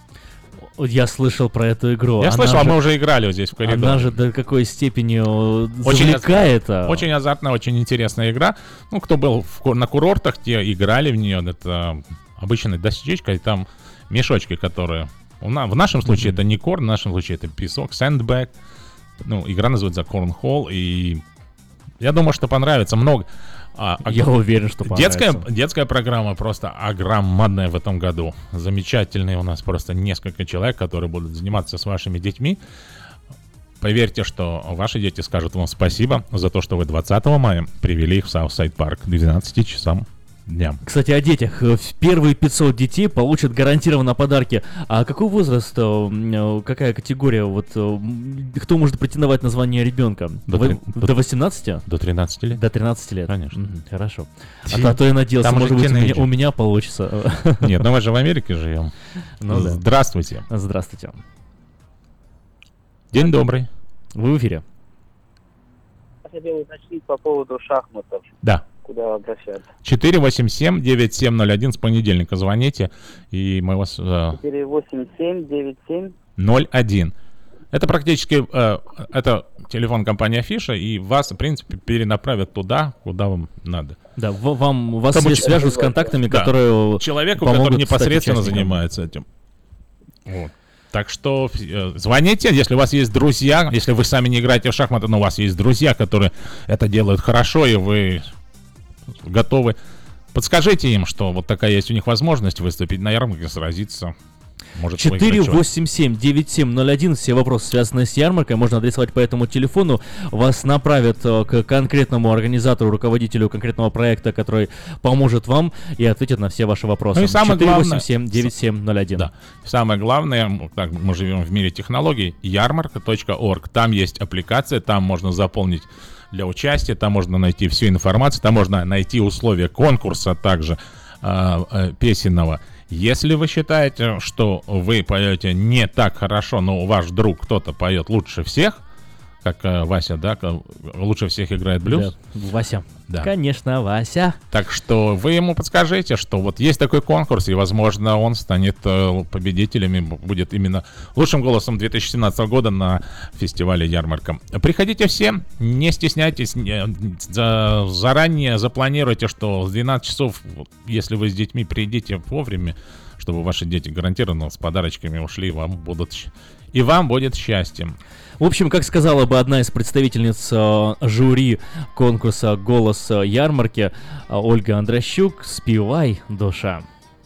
[SPEAKER 3] Я слышал про эту игру.
[SPEAKER 18] Я
[SPEAKER 3] она
[SPEAKER 18] слышал,
[SPEAKER 3] же,
[SPEAKER 18] а мы уже играли вот здесь в коридоре.
[SPEAKER 3] Она же до какой степени
[SPEAKER 18] очень
[SPEAKER 3] завлекает.
[SPEAKER 18] Азарт, очень азартная, очень интересная игра. Ну, кто был в, на курортах, те играли в нее. Это обычная дощечка, и там мешочки, которые... У на, в нашем случае mm-hmm. это не корн, в нашем случае это песок, сэндбэг. Ну, игра называется Cornhole, и я думаю, что понравится много. А,
[SPEAKER 3] Я а, уверен, что понравится.
[SPEAKER 18] Детская, детская программа просто огромная в этом году. Замечательные у нас просто несколько человек, которые будут заниматься с вашими детьми. Поверьте, что ваши дети скажут вам спасибо за то, что вы двадцатого мая привели их в Саутсайд Парк к двенадцати часам дня.
[SPEAKER 3] Кстати, о детях. Первые пятьсот детей получат гарантированно подарки. А какой возраст, какая категория, вот кто может претендовать на звание ребенка?
[SPEAKER 18] До,
[SPEAKER 3] Вы,
[SPEAKER 18] до,
[SPEAKER 3] до восемнадцати?
[SPEAKER 18] До тринадцати лет.
[SPEAKER 3] До тринадцати лет.
[SPEAKER 18] Конечно.
[SPEAKER 3] М-м, хорошо. А то, а то я надеялся,
[SPEAKER 18] Там
[SPEAKER 3] может быть, у меня, у меня получится.
[SPEAKER 18] Нет, ну мы же в Америке живем.
[SPEAKER 3] Ну, да.
[SPEAKER 18] Здравствуйте.
[SPEAKER 3] Здравствуйте.
[SPEAKER 18] День добрый.
[SPEAKER 3] Вы в эфире.
[SPEAKER 21] Я хотел уточнить по поводу шахматов.
[SPEAKER 18] Да.
[SPEAKER 21] Куда обращаться?
[SPEAKER 18] четыре восемь семь девять семь ноль один, с понедельника звоните, и мы вас...
[SPEAKER 21] четыре восемь семь девять семь
[SPEAKER 18] ноль один. Это практически... Э, это телефон компании Афиша, и вас, в принципе, перенаправят туда, куда вам надо.
[SPEAKER 3] Да, вам, вас
[SPEAKER 18] Чтобы
[SPEAKER 3] свяжут с контактами,
[SPEAKER 18] да.
[SPEAKER 3] которые
[SPEAKER 18] человеку, который непосредственно занимается этим. Вот. Так что э, звоните, если у вас есть друзья, если вы сами не играете в шахматы, но у вас есть друзья, которые это делают хорошо, и вы готовы. Подскажите им, что вот такая есть у них возможность выступить на ярмарке, сразиться. Может,
[SPEAKER 3] четыре восемь семь девять семь ноль один. Все вопросы, связанные с ярмаркой, можно адресовать по этому телефону. Вас направят к конкретному организатору, руководителю конкретного проекта, который поможет вам и ответит на все ваши вопросы.
[SPEAKER 18] Ну и самое
[SPEAKER 3] четыре восемь
[SPEAKER 18] главное,
[SPEAKER 3] семь девять семь ноль один.
[SPEAKER 18] Да. Самое главное, так, мы живем в мире технологий, ярмарка точка орг. Там есть аппликация, там можно заполнить для участия, там можно найти всю информацию, там можно найти условия конкурса также э, э, песенного. Если вы считаете, что вы поете не так хорошо, но ваш друг кто-то поет лучше всех, как э, Вася, да, лучше всех играет блюз.
[SPEAKER 3] Да, Вася.
[SPEAKER 18] Да.
[SPEAKER 3] Конечно, Вася.
[SPEAKER 18] Так что вы ему подскажите, что вот есть такой конкурс, и, возможно, он станет э, победителем и будет именно лучшим голосом две тысячи семнадцатого года на фестивале «Ярмарка». Приходите все, не стесняйтесь, не, за, заранее запланируйте, что с двенадцати часов, если вы с детьми придите вовремя, чтобы ваши дети гарантированно с подарочками ушли, вам будут И вам будет счастьем.
[SPEAKER 3] В общем, как сказала бы одна из представительниц э, жюри конкурса «Голос ярмарки» э, Ольга Андрощук, спевай, душа.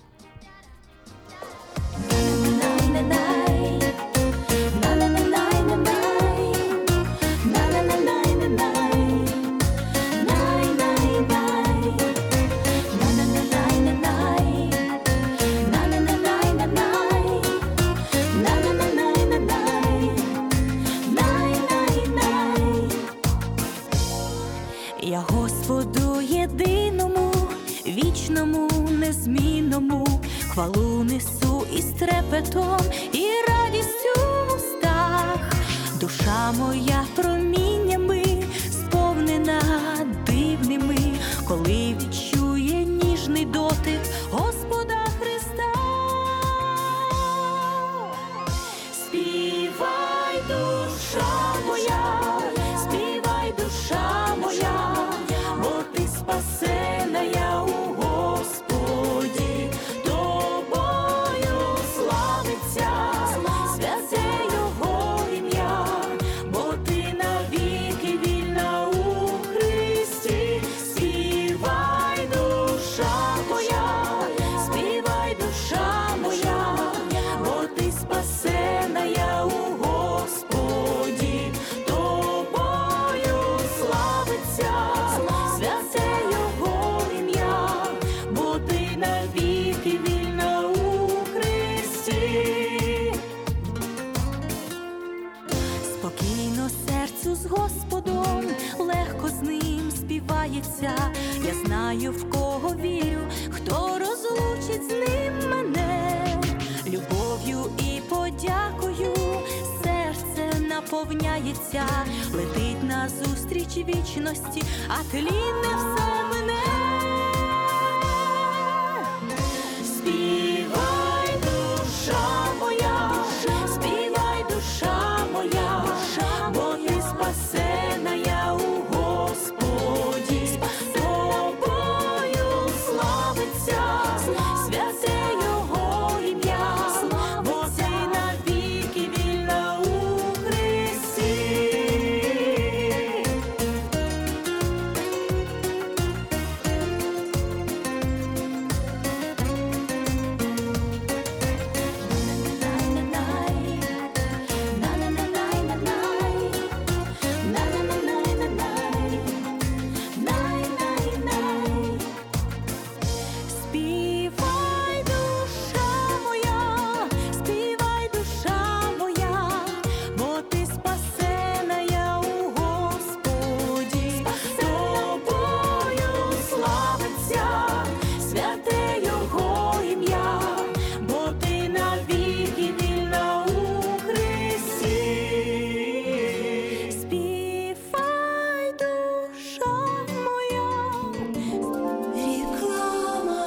[SPEAKER 15] Я Господу єдиному, вічному, незмінному, хвалу несу із трепетом і радістю в устах. Душа моя проміннями сповнена дивними, коли відчує ніжний дотик Господа Христа. Співай, душа моя, співай, душа моя, бо ти спасена я у Господі, тобою славиться святе Його ім'я, бо ти навіки вільна у Христі. Співай, душа моя, співай, душа моя, бо ти спасена я у Господі, тобою славиться святе Його ім'я, бо ти навіки вільна у Христі. Спокійно серцю з Господом, легко з ним співається. Я знаю, в кого вірю, хто розлучить з ним мене. Любов'ю і подякою серце наповняється, летить назустріч вічності, а тлінне все мене. Співай, душа моя, співай, душа моя, бо ти спасена я у Господі, тобою славиться святе Його ім'я, бо ти навіки вільна у Христі. Співай, душа моя, співай, душа моя, бо ти спасена я у Господі, тобою славиться святе Його ім'я, бо ти навіки вільна у Христі. Співай, душа моя. Реклама.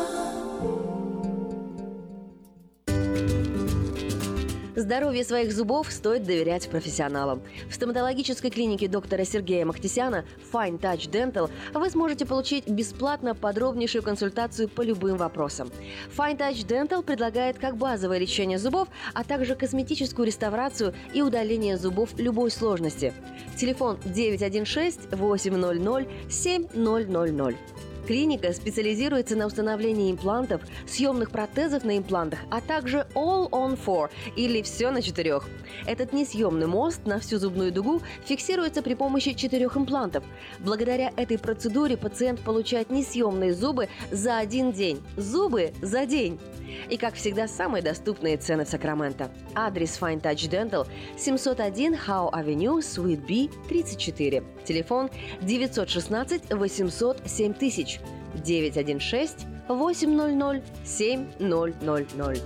[SPEAKER 22] Здоровье своих зубов стоит доверять профессионалам. В стоматологической клинике доктора Сергея Махтисяна Fine Touch Dental вы сможете получить бесплатно подробнейшую консультацию по любым вопросам. Fine Touch Dental предлагает как базовое лечение зубов, а также косметическую реставрацию и удаление зубов любой сложности. Телефон девять один шесть восемь ноль ноль семь ноль ноль ноль. Клиника специализируется на установлении имплантов, съемных протезов на имплантах, а также All on Four или все на четырех. Этот несъемный мост на всю зубную дугу фиксируется при помощи четырех имплантов. Благодаря этой процедуре пациент получает несъемные зубы за один день. Зубы за день! И, как всегда, самые доступные цены в Сакраменто. Адрес Fine Touch Dental семьсот один Howe Avenue, Suite B, тридцать четыре. Телефон девять один шесть восемьсот семь тысяч. девять один шесть восемь ноль ноль семь ноль ноль ноль.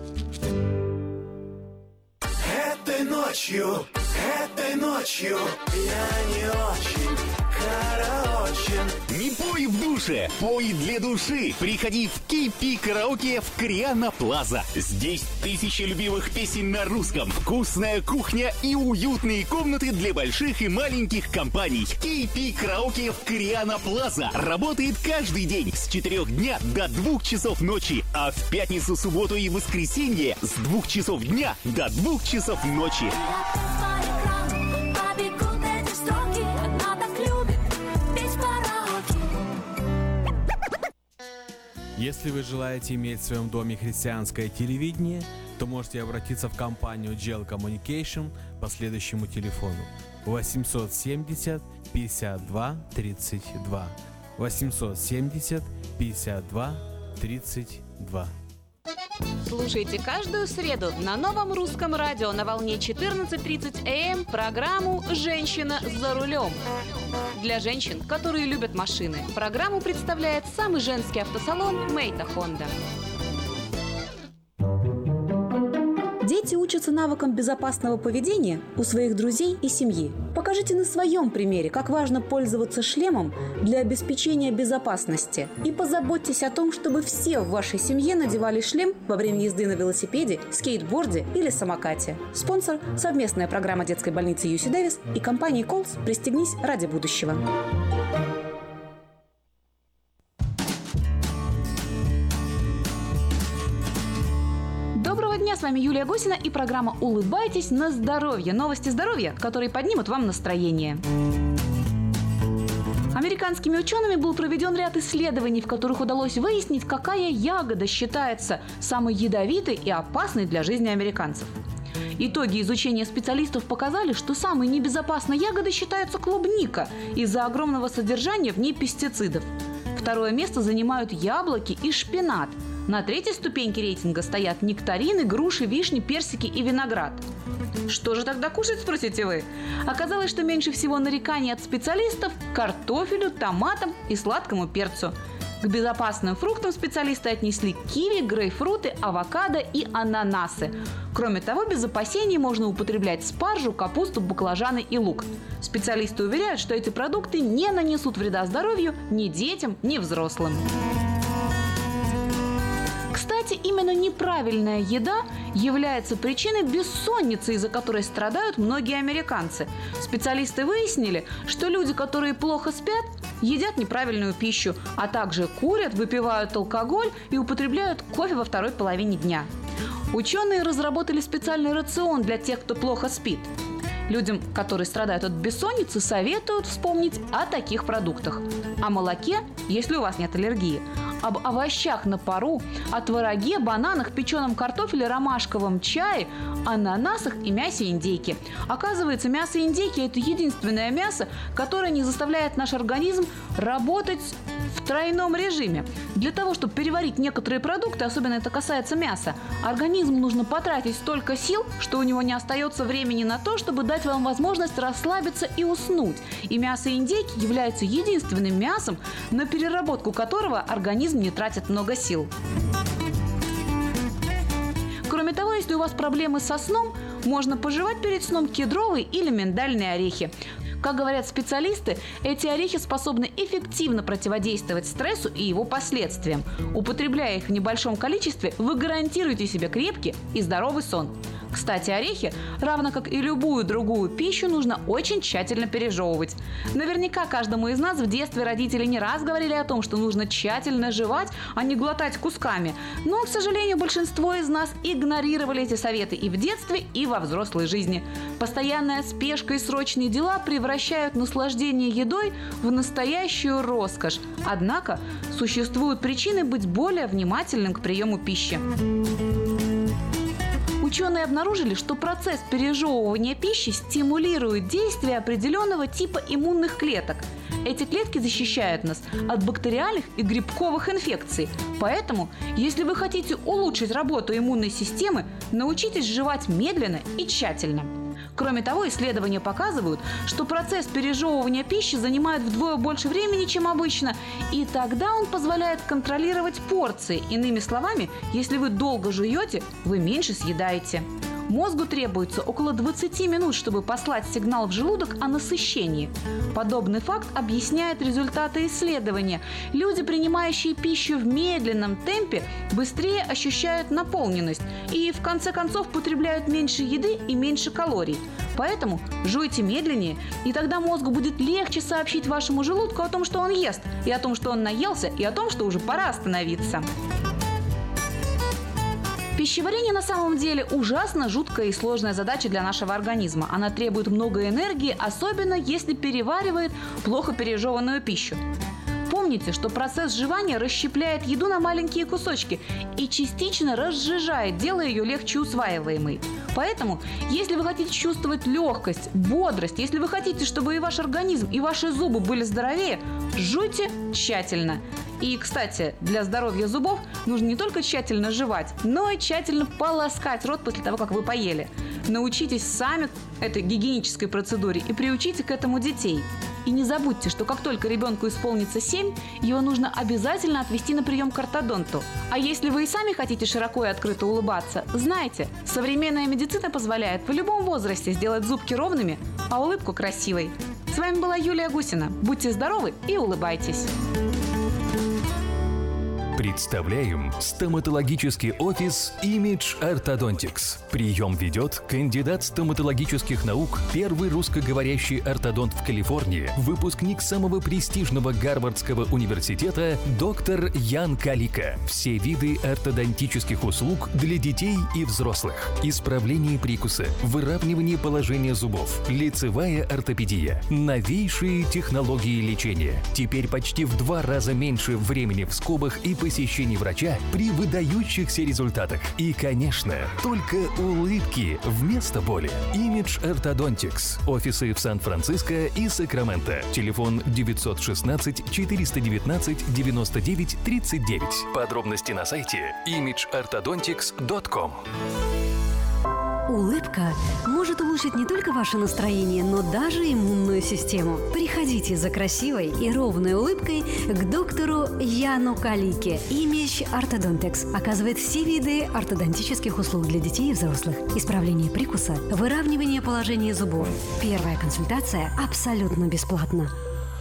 [SPEAKER 4] Этой ночью, этой ночью я не очень, караочен. Не будь
[SPEAKER 5] Пой в душе, пой для души. Приходи в кей пи Караоке в Кориана Плаза. Здесь тысячи любимых песен на русском, вкусная кухня и уютные комнаты для больших и маленьких компаний. кей пи Караоке в Кориана Плаза работает каждый день с четырёх дня до двух часов ночи, а в пятницу, субботу и воскресенье с двух часов дня до двух часов ночи.
[SPEAKER 6] Если вы желаете иметь в своем доме христианское телевидение, то можете обратиться в компанию джи эл Communication по следующему телефону восемьсот семьдесят пятьдесят два тридцать два. восемьсот семьдесят пятьдесят два тридцать два.
[SPEAKER 23] Слушайте каждую среду на новом русском радио на волне четырнадцать тридцать эй эм программу «Женщина за рулем». Для женщин, которые любят машины, программу представляет самый женский автосалон «Мейта Хонда».
[SPEAKER 24] Дети учатся навыкам безопасного поведения у своих друзей и семьи. Покажите на своем примере, как важно пользоваться шлемом для обеспечения безопасности. И позаботьтесь о том, чтобы все в вашей семье надевали шлем во время езды на велосипеде, скейтборде или самокате. Спонсор – совместная программа детской больницы ю си Дэвис и компании Колс «Пристегнись ради будущего».
[SPEAKER 23] Доброго дня, с вами Юлия Гусина и программа «Улыбайтесь на здоровье». Новости здоровья, которые поднимут вам настроение. Американскими учеными был проведен ряд исследований, в которых удалось выяснить, какая ягода считается самой ядовитой и опасной для жизни американцев. Итоги изучения специалистов показали, что самой небезопасной ягодой считается клубника из-за огромного содержания в ней пестицидов. Второе место занимают яблоки и шпинат. На третьей ступеньке рейтинга стоят нектарины, груши, вишни, персики и виноград. Что же тогда кушать, спросите вы? Оказалось, что меньше всего нареканий от специалистов к картофелю, томатам и сладкому перцу. К безопасным фруктам специалисты отнесли киви, грейпфруты, авокадо и ананасы. Кроме того, без опасений можно употреблять спаржу, капусту, баклажаны и лук. Специалисты уверяют, что эти продукты не нанесут вреда здоровью ни детям, ни взрослым. Кстати, именно неправильная еда является причиной бессонницы, из-за которой страдают многие американцы. Специалисты выяснили, что люди, которые плохо спят, едят неправильную пищу, а также курят, выпивают алкоголь и употребляют кофе во второй половине дня. Ученые разработали специальный рацион для тех, кто плохо спит. Людям, которые страдают от бессонницы, советуют вспомнить о таких продуктах: о молоке, если у вас нет аллергии, об овощах на пару, о твороге, бананах, печеном картофеле, ромашковом чае, ананасах и мясе индейки. Оказывается, мясо индейки – это единственное мясо, которое не заставляет наш организм работать в тройном режиме. Для того, чтобы переварить некоторые продукты, особенно это касается мяса, организму нужно потратить столько сил, что у него не остается времени на то, чтобы дать вам возможность расслабиться и уснуть. И мясо индейки является единственным мясом, на переработку которого организм не тратит много сил. Кроме того, если у вас проблемы со сном, можно пожевать перед сном кедровые или миндальные орехи. Как говорят специалисты, эти орехи способны эффективно противодействовать стрессу и его последствиям. Употребляя их в небольшом количестве, вы гарантируете себе крепкий и здоровый сон. Кстати, орехи, равно как и любую другую пищу, нужно очень тщательно пережевывать. Наверняка каждому из нас в детстве родители не раз говорили о том, что нужно тщательно жевать, а не глотать кусками. Но, к сожалению, большинство из нас игнорировали эти советы и в детстве, и во взрослой жизни. Постоянная спешка и срочные дела превращают наслаждение едой в настоящую роскошь. Однако существуют причины быть более внимательным к приему пищи. Ученые обнаружили, что процесс пережевывания пищи стимулирует действие определенного типа иммунных клеток. Эти клетки защищают нас от бактериальных и грибковых инфекций. Поэтому, если вы хотите улучшить работу иммунной системы, научитесь жевать медленно и тщательно. Кроме того, исследования показывают, что процесс пережевывания пищи занимает вдвое больше времени, чем обычно, и тогда он позволяет контролировать порции. Иными словами, если вы долго жуете, вы меньше съедаете. Мозгу требуется около двадцать минут, чтобы послать сигнал в желудок о насыщении. Подобный факт объясняет результаты исследования. Люди, принимающие пищу в медленном темпе, быстрее ощущают наполненность и, в конце концов, потребляют меньше еды и меньше калорий. Поэтому жуйте медленнее, и тогда мозгу будет легче сообщить вашему желудку о том, что он ест, и о том, что он наелся, и о том, что уже пора остановиться. Пищеварение на самом деле ужасно жуткая и сложная задача для нашего организма. Она требует много энергии, особенно если переваривает плохо пережеванную пищу. Помните, что процесс жевания расщепляет еду на маленькие кусочки и частично разжижает, делая ее легче усваиваемой. Поэтому, если вы хотите чувствовать легкость, бодрость, если вы хотите, чтобы и ваш организм, и ваши зубы были здоровее, жуйте тщательно. И, кстати, для здоровья зубов нужно не только тщательно жевать, но и тщательно полоскать рот после того, как вы поели. Научитесь сами этой гигиенической процедуре и приучите к этому детей. И не забудьте, что как только ребенку исполнится семь, его нужно обязательно отвести на прием к ортодонту. А если вы и сами хотите широко и открыто улыбаться, знайте, современная медицина позволяет в любом возрасте сделать зубки ровными, а улыбку красивой. С вами была Юлия Гусина. Будьте здоровы и улыбайтесь.
[SPEAKER 7] Представляем стоматологический офис Image Orthodontics. Прием ведет кандидат стоматологических наук, первый русскоговорящий ортодонт в Калифорнии, выпускник самого престижного Гарвардского университета доктор Ян Калика. Все виды ортодонтических услуг для детей и взрослых. Исправление прикуса, выравнивание положения зубов, лицевая ортопедия, новейшие технологии лечения. Теперь почти в два раза меньше времени в скобах и посещений врача при выдающихся результатах. И, конечно, только улыбки вместо боли. Image Orthodontics. Офисы в Сан-Франциско и Сакраменто. Телефон девятьсот шестнадцать четыреста девятнадцать девяносто девять тридцать девять. Подробности на сайте имидж ортодонтикс точка ком.
[SPEAKER 8] Улыбка может улучшить не только ваше настроение, но даже иммунную систему. Приходите за красивой и ровной улыбкой к доктору Яну Калике. Image Orthodontics оказывает все виды ортодонтических услуг для детей и взрослых. Исправление прикуса, выравнивание положения зубов. Первая консультация абсолютно бесплатна.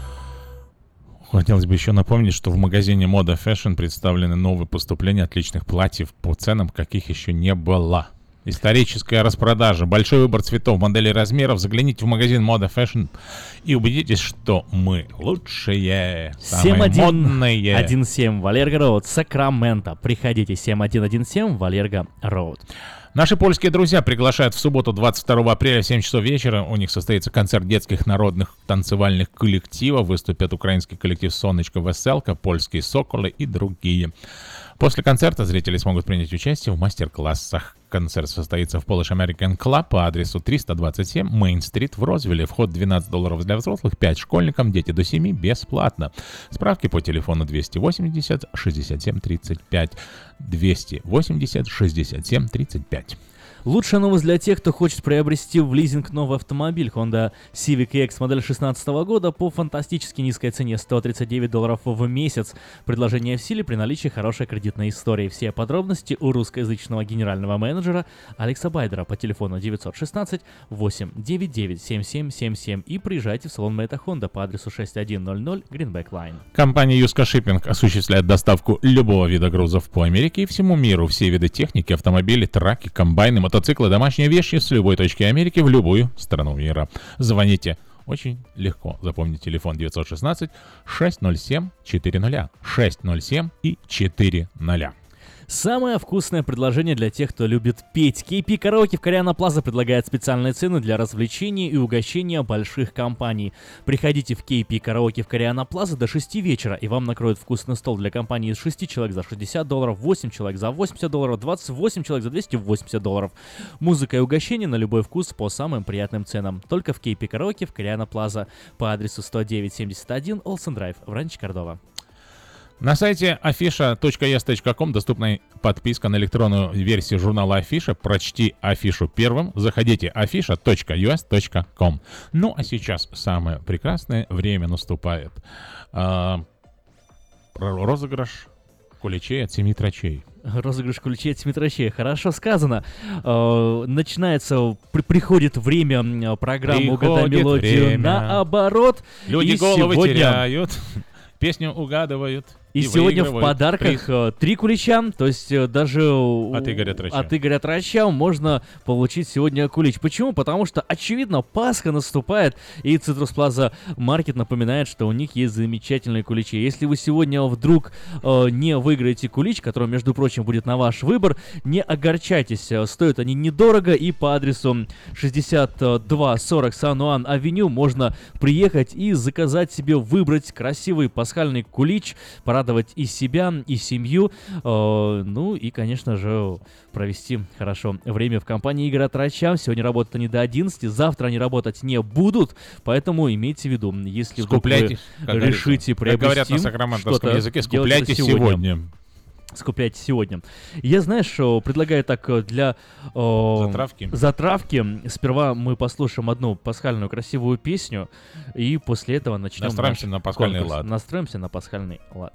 [SPEAKER 18] Хотелось бы еще напомнить, что в магазине Moda Fashion представлены новые поступления отличных платьев по ценам, каких еще не было. Историческая распродажа, большой выбор цветов, моделей, размеров. Загляните в магазин Moda Fashion и убедитесь, что мы лучшие, самые модные.
[SPEAKER 3] семь один семь Валерго Роуд, Сакраменто. Приходите, семь один один семь Валерго Роуд.
[SPEAKER 18] Наши польские друзья приглашают в субботу, двадцать второго апреля, в семь часов вечера. У них состоится концерт детских народных танцевальных коллективов. Выступят украинский коллектив «Сонечка Веселка», польские «Соколы» и другие. После концерта зрители смогут принять участие в мастер-классах. Концерт состоится в Polish American Club по адресу триста двадцать семь Мейн-стрит в Розвилле. Вход двенадцать долларов для взрослых, пять школьникам, дети до семи бесплатно. Справки по телефону двести восемьдесят шестьдесят семь тридцать пять. двести восемьдесят шестьдесят семь тридцать пять.
[SPEAKER 3] Лучшая новость для тех, кто хочет приобрести в лизинг новый автомобиль. Honda Civic и X модель шестнадцатого года по фантастически низкой цене сто тридцать девять долларов в месяц. Предложение в силе при наличии хорошей кредитной истории. Все подробности у русскоязычного генерального менеджера Алекса Байдера по телефону девятьсот шестнадцать восемь девять девять семь семь семь семь и приезжайте в салон Мэйта Honda по адресу шесть один ноль ноль Greenback Line.
[SPEAKER 18] Компания Юска Shipping осуществляет доставку любого вида грузов по Америке и всему миру. Все виды техники, автомобили, траки, комбайны, мотоциклы, домашние вещи с любой точки Америки в любую страну мира. Звоните. Очень легко. Запомните телефон девятьсот шестнадцать шестьсот семь четыреста шестьсот семь и четыре ноль.
[SPEAKER 3] Самое вкусное предложение для тех, кто любит петь. кей пи Караоке в Кориана Плаза предлагает специальные цены для развлечений и угощения больших компаний. Приходите в кей пи Караоке в Кориана Плаза до шести вечера, и вам накроют вкусный стол для компании из шести человек за шестьдесят долларов, восемь человек за восемьдесят долларов, двадцать восемь человек за двести восемьдесят долларов. Музыка и угощение на любой вкус по самым приятным ценам. Только в кей пи Караоке в Кориана Плаза по адресу сто девять семьдесят один Олсен Драйв в Ранчо Кордова.
[SPEAKER 18] На сайте афиша точка ес точка ком доступна подписка на электронную версию журнала Афиша. Прочти афишу первым. Заходите афиша точка ю эс точка ком. Ну а сейчас самое прекрасное время наступает. А, розыгрыш Куличей от семи трачей.
[SPEAKER 3] Розыгрыш куличей от семи трачей. Хорошо сказано. Э, начинается, при, приходит время программы «Угадай мелодию» наоборот.
[SPEAKER 18] Люди
[SPEAKER 3] и
[SPEAKER 18] головы
[SPEAKER 3] сегодня...
[SPEAKER 18] теряют, песню угадывают.
[SPEAKER 3] И, и сегодня в подарках приз. три кулича, то есть даже
[SPEAKER 18] от Игоря Трача.
[SPEAKER 3] от Игоря Трача можно получить сегодня кулич. Почему? Потому что, очевидно, Пасха наступает, и Citrus Plaza Market напоминает, что у них есть замечательные куличи. Если вы сегодня вдруг э, не выиграете кулич, который, между прочим, будет на ваш выбор, не огорчайтесь. Стоят они недорого, и по адресу шестьдесят два сорок Сан-Уан-Авеню можно приехать и заказать себе, выбрать красивый пасхальный кулич, порадовать и себя, и семью, э, ну и, конечно же, провести хорошо время в компании Игоря Трача. Сегодня работают они до одиннадцати, завтра они работать не будут, поэтому имейте в виду, если вдруг вы решите приобрести, как говорят на
[SPEAKER 18] сакраментовском языке, скупляйте сегодня. сегодня.
[SPEAKER 3] Скупляйте сегодня. Я, знаешь, предлагаю так для о,
[SPEAKER 18] затравки.
[SPEAKER 3] затравки. Сперва мы послушаем одну пасхальную красивую песню, и после этого начнем.
[SPEAKER 18] Настроимся на пасхальный
[SPEAKER 3] конкурс.
[SPEAKER 18] лад.
[SPEAKER 3] Настроимся на пасхальный лад.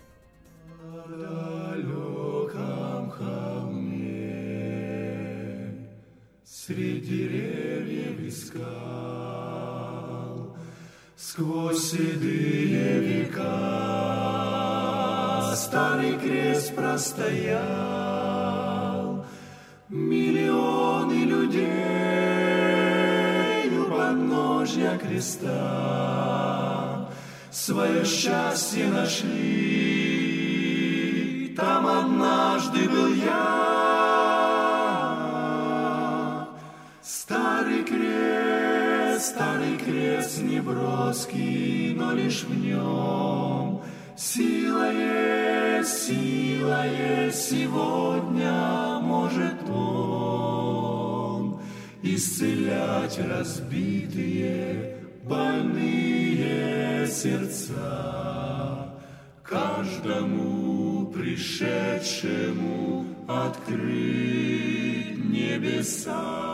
[SPEAKER 11] Среди деревьев и скал, сквозь седые века, старый крест простоял. Миллионы людей у подножья креста свое счастье нашли. Там однажды был я. Старый крест, старый крест неброский, но лишь в нем сила есть, сила есть. Сегодня может он исцелять разбитые, больные сердца. Каждому пришедшему открыть небеса.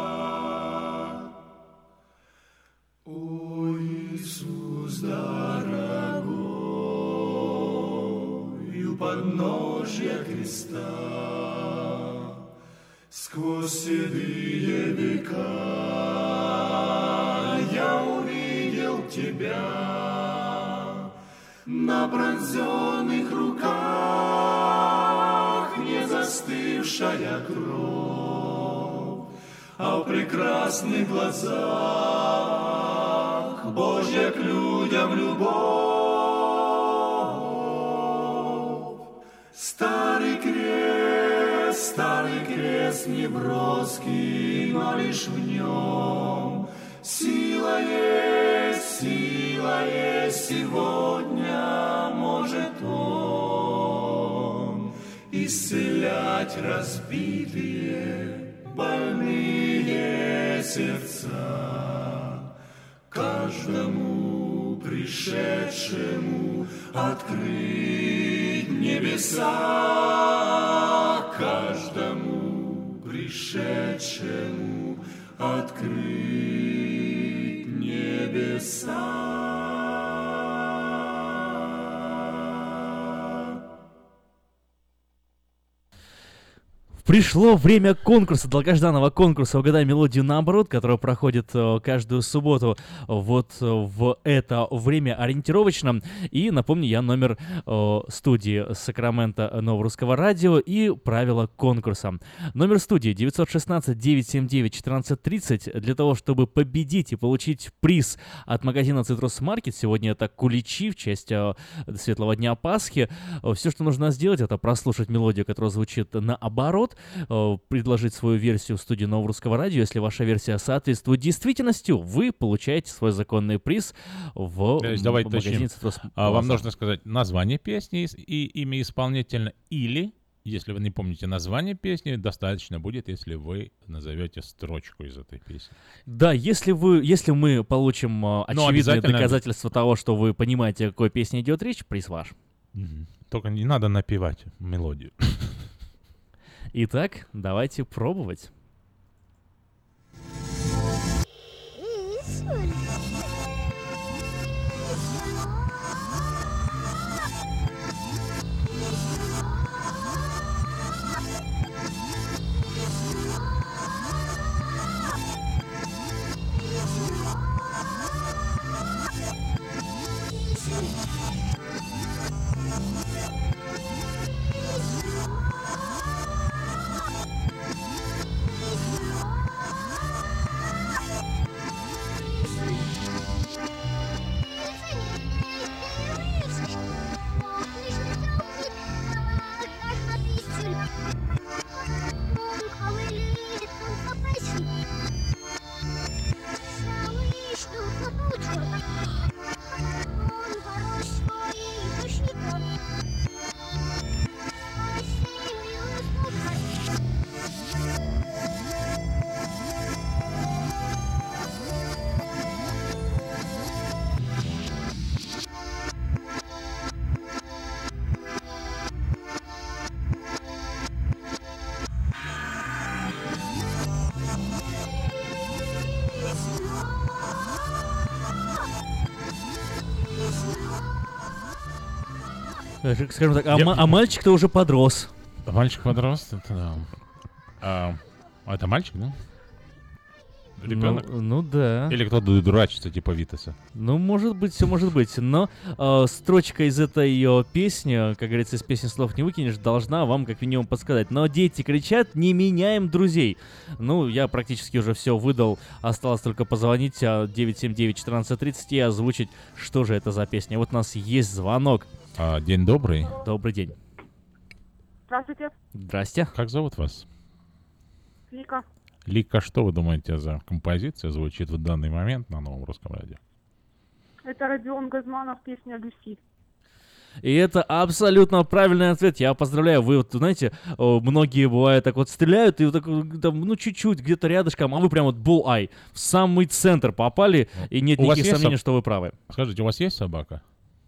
[SPEAKER 11] О, Иисус дорогой, у подножья креста, сквозь седые века я увидел тебя. На пронзенных руках не застывшая кровь, а в прекрасных глазах Божья к людям любовь. Старый крест, старый крест неброский, но лишь в нем сила есть, сила есть. Сегодня может он исцелять разбитые, больные сердца. Каждому пришедшему открыть небеса. Каждому пришедшему открыть небеса.
[SPEAKER 3] Пришло время конкурса, долгожданного конкурса «Угадай мелодию наоборот», который проходит э, каждую субботу вот э, в это время ориентировочно. И напомню я номер э, студии Сакраменто Нового Русского Радио и правила конкурса. Номер студии девятьсот шестнадцать девятьсот семьдесят девять четырнадцать тридцать. Для того, чтобы победить и получить приз от магазина Citrus Market, сегодня это куличи в честь э, Светлого Дня Пасхи. Все, что нужно сделать, это прослушать мелодию, которая звучит наоборот, предложить свою версию в студии Нового Русского Радио. Если ваша версия соответствует действительности, вы получаете свой законный приз в
[SPEAKER 18] Давай
[SPEAKER 3] магазине Citrus Plaza.
[SPEAKER 18] А вам нужно сказать название песни и имя исполнителя, или, если вы не помните название песни, достаточно будет, если вы назовете строчку из этой песни.
[SPEAKER 3] Да, если вы, если мы получим uh, очевидные доказательства того, что вы понимаете, о какой песне идет речь, приз ваш.
[SPEAKER 18] Угу. Только не надо напевать мелодию.
[SPEAKER 3] Итак, давайте пробовать. Скажем так, а, Я... а мальчик-то уже подрос.
[SPEAKER 18] Мальчик подрос, это да. А, а это мальчик, да? Ребенок?
[SPEAKER 3] Ну, ну да.
[SPEAKER 18] Или кто-то дурачится, типа Витаса.
[SPEAKER 3] Ну, может быть, все может быть. Но э, строчка из этой ее песни, как говорится, из песни слов не выкинешь, должна вам как минимум подсказать. Но дети кричат: не меняем друзей. Ну, я практически уже все выдал. Осталось только позвонить девять семь девять четырнадцать тридцать и озвучить, что же это за песня. Вот у нас есть звонок.
[SPEAKER 18] А, день добрый.
[SPEAKER 3] Добрый день.
[SPEAKER 20] Здравствуйте.
[SPEAKER 3] Здрасте.
[SPEAKER 18] Как зовут вас?
[SPEAKER 20] Лика.
[SPEAKER 18] Лика, что вы думаете за композиция звучит в данный момент на Новом Русском радио?
[SPEAKER 20] Это Родион Газманов, песня «Люси».
[SPEAKER 3] И это абсолютно правильный ответ. Я поздравляю. Вы вот, знаете, многие бывает так вот стреляют и вот так, там, ну, чуть-чуть где-то рядышком, а вы прям вот bull-eye в самый центр попали, и нет у никаких сомнений, соб... что вы правы.
[SPEAKER 18] Скажите, у вас есть собака?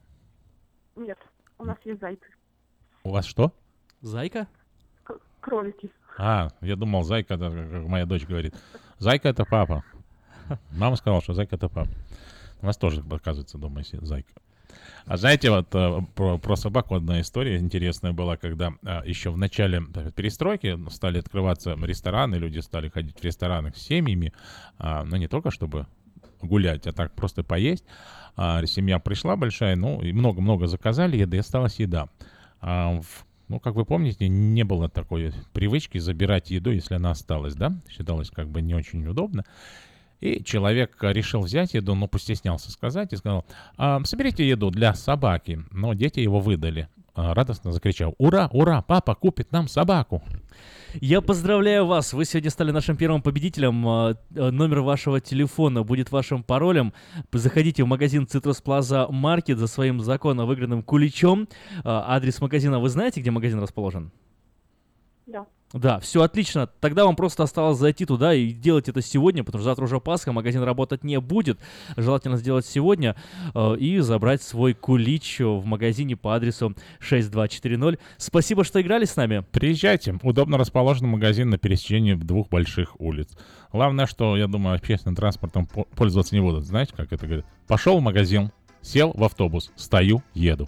[SPEAKER 20] Нет, у нас есть зайка.
[SPEAKER 18] У вас что?
[SPEAKER 3] Зайка?
[SPEAKER 20] К- кролики.
[SPEAKER 18] А, я думал, зайка, это, как моя дочь говорит. Зайка — это папа. Мама сказала, что зайка — это папа. У нас тоже, оказывается, дома есть зайка. А знаете, вот про, про собаку одна история интересная была, когда а, еще в начале перестройки стали открываться рестораны, люди стали ходить в рестораны с семьями, а, но не только чтобы гулять, а так просто поесть. А, семья пришла большая, ну, и много-много заказали еды, и осталась еда. А, в Ну, как вы помните, не было такой привычки забирать еду, если она осталась, да? Считалось как бы не очень удобно. И человек решил взять еду, но постеснялся сказать и сказал: а, соберите еду для собаки. Но дети его выдали. А, радостно закричал: ура, ура, папа купит нам собаку.
[SPEAKER 3] Я поздравляю вас, вы сегодня стали нашим первым победителем. Номер вашего телефона будет вашим паролем. Заходите в магазин Citrus Plaza Market за своим законно выигранным куличом. Адрес магазина вы знаете, где магазин расположен?
[SPEAKER 20] Да.
[SPEAKER 3] Да, все отлично. Тогда вам просто осталось зайти туда и делать это сегодня, потому что завтра уже Пасха, магазин работать не будет. Желательно сделать сегодня э, и забрать свой кулич в магазине по адресу шесть два четыре ноль. Спасибо, что играли с нами.
[SPEAKER 18] Приезжайте. Удобно расположен магазин на пересечении двух больших улиц. Главное, что, я думаю, общественным транспортом пользоваться не будут. Знаете, как это говорят? Пошел в магазин, сел в автобус, стою, еду.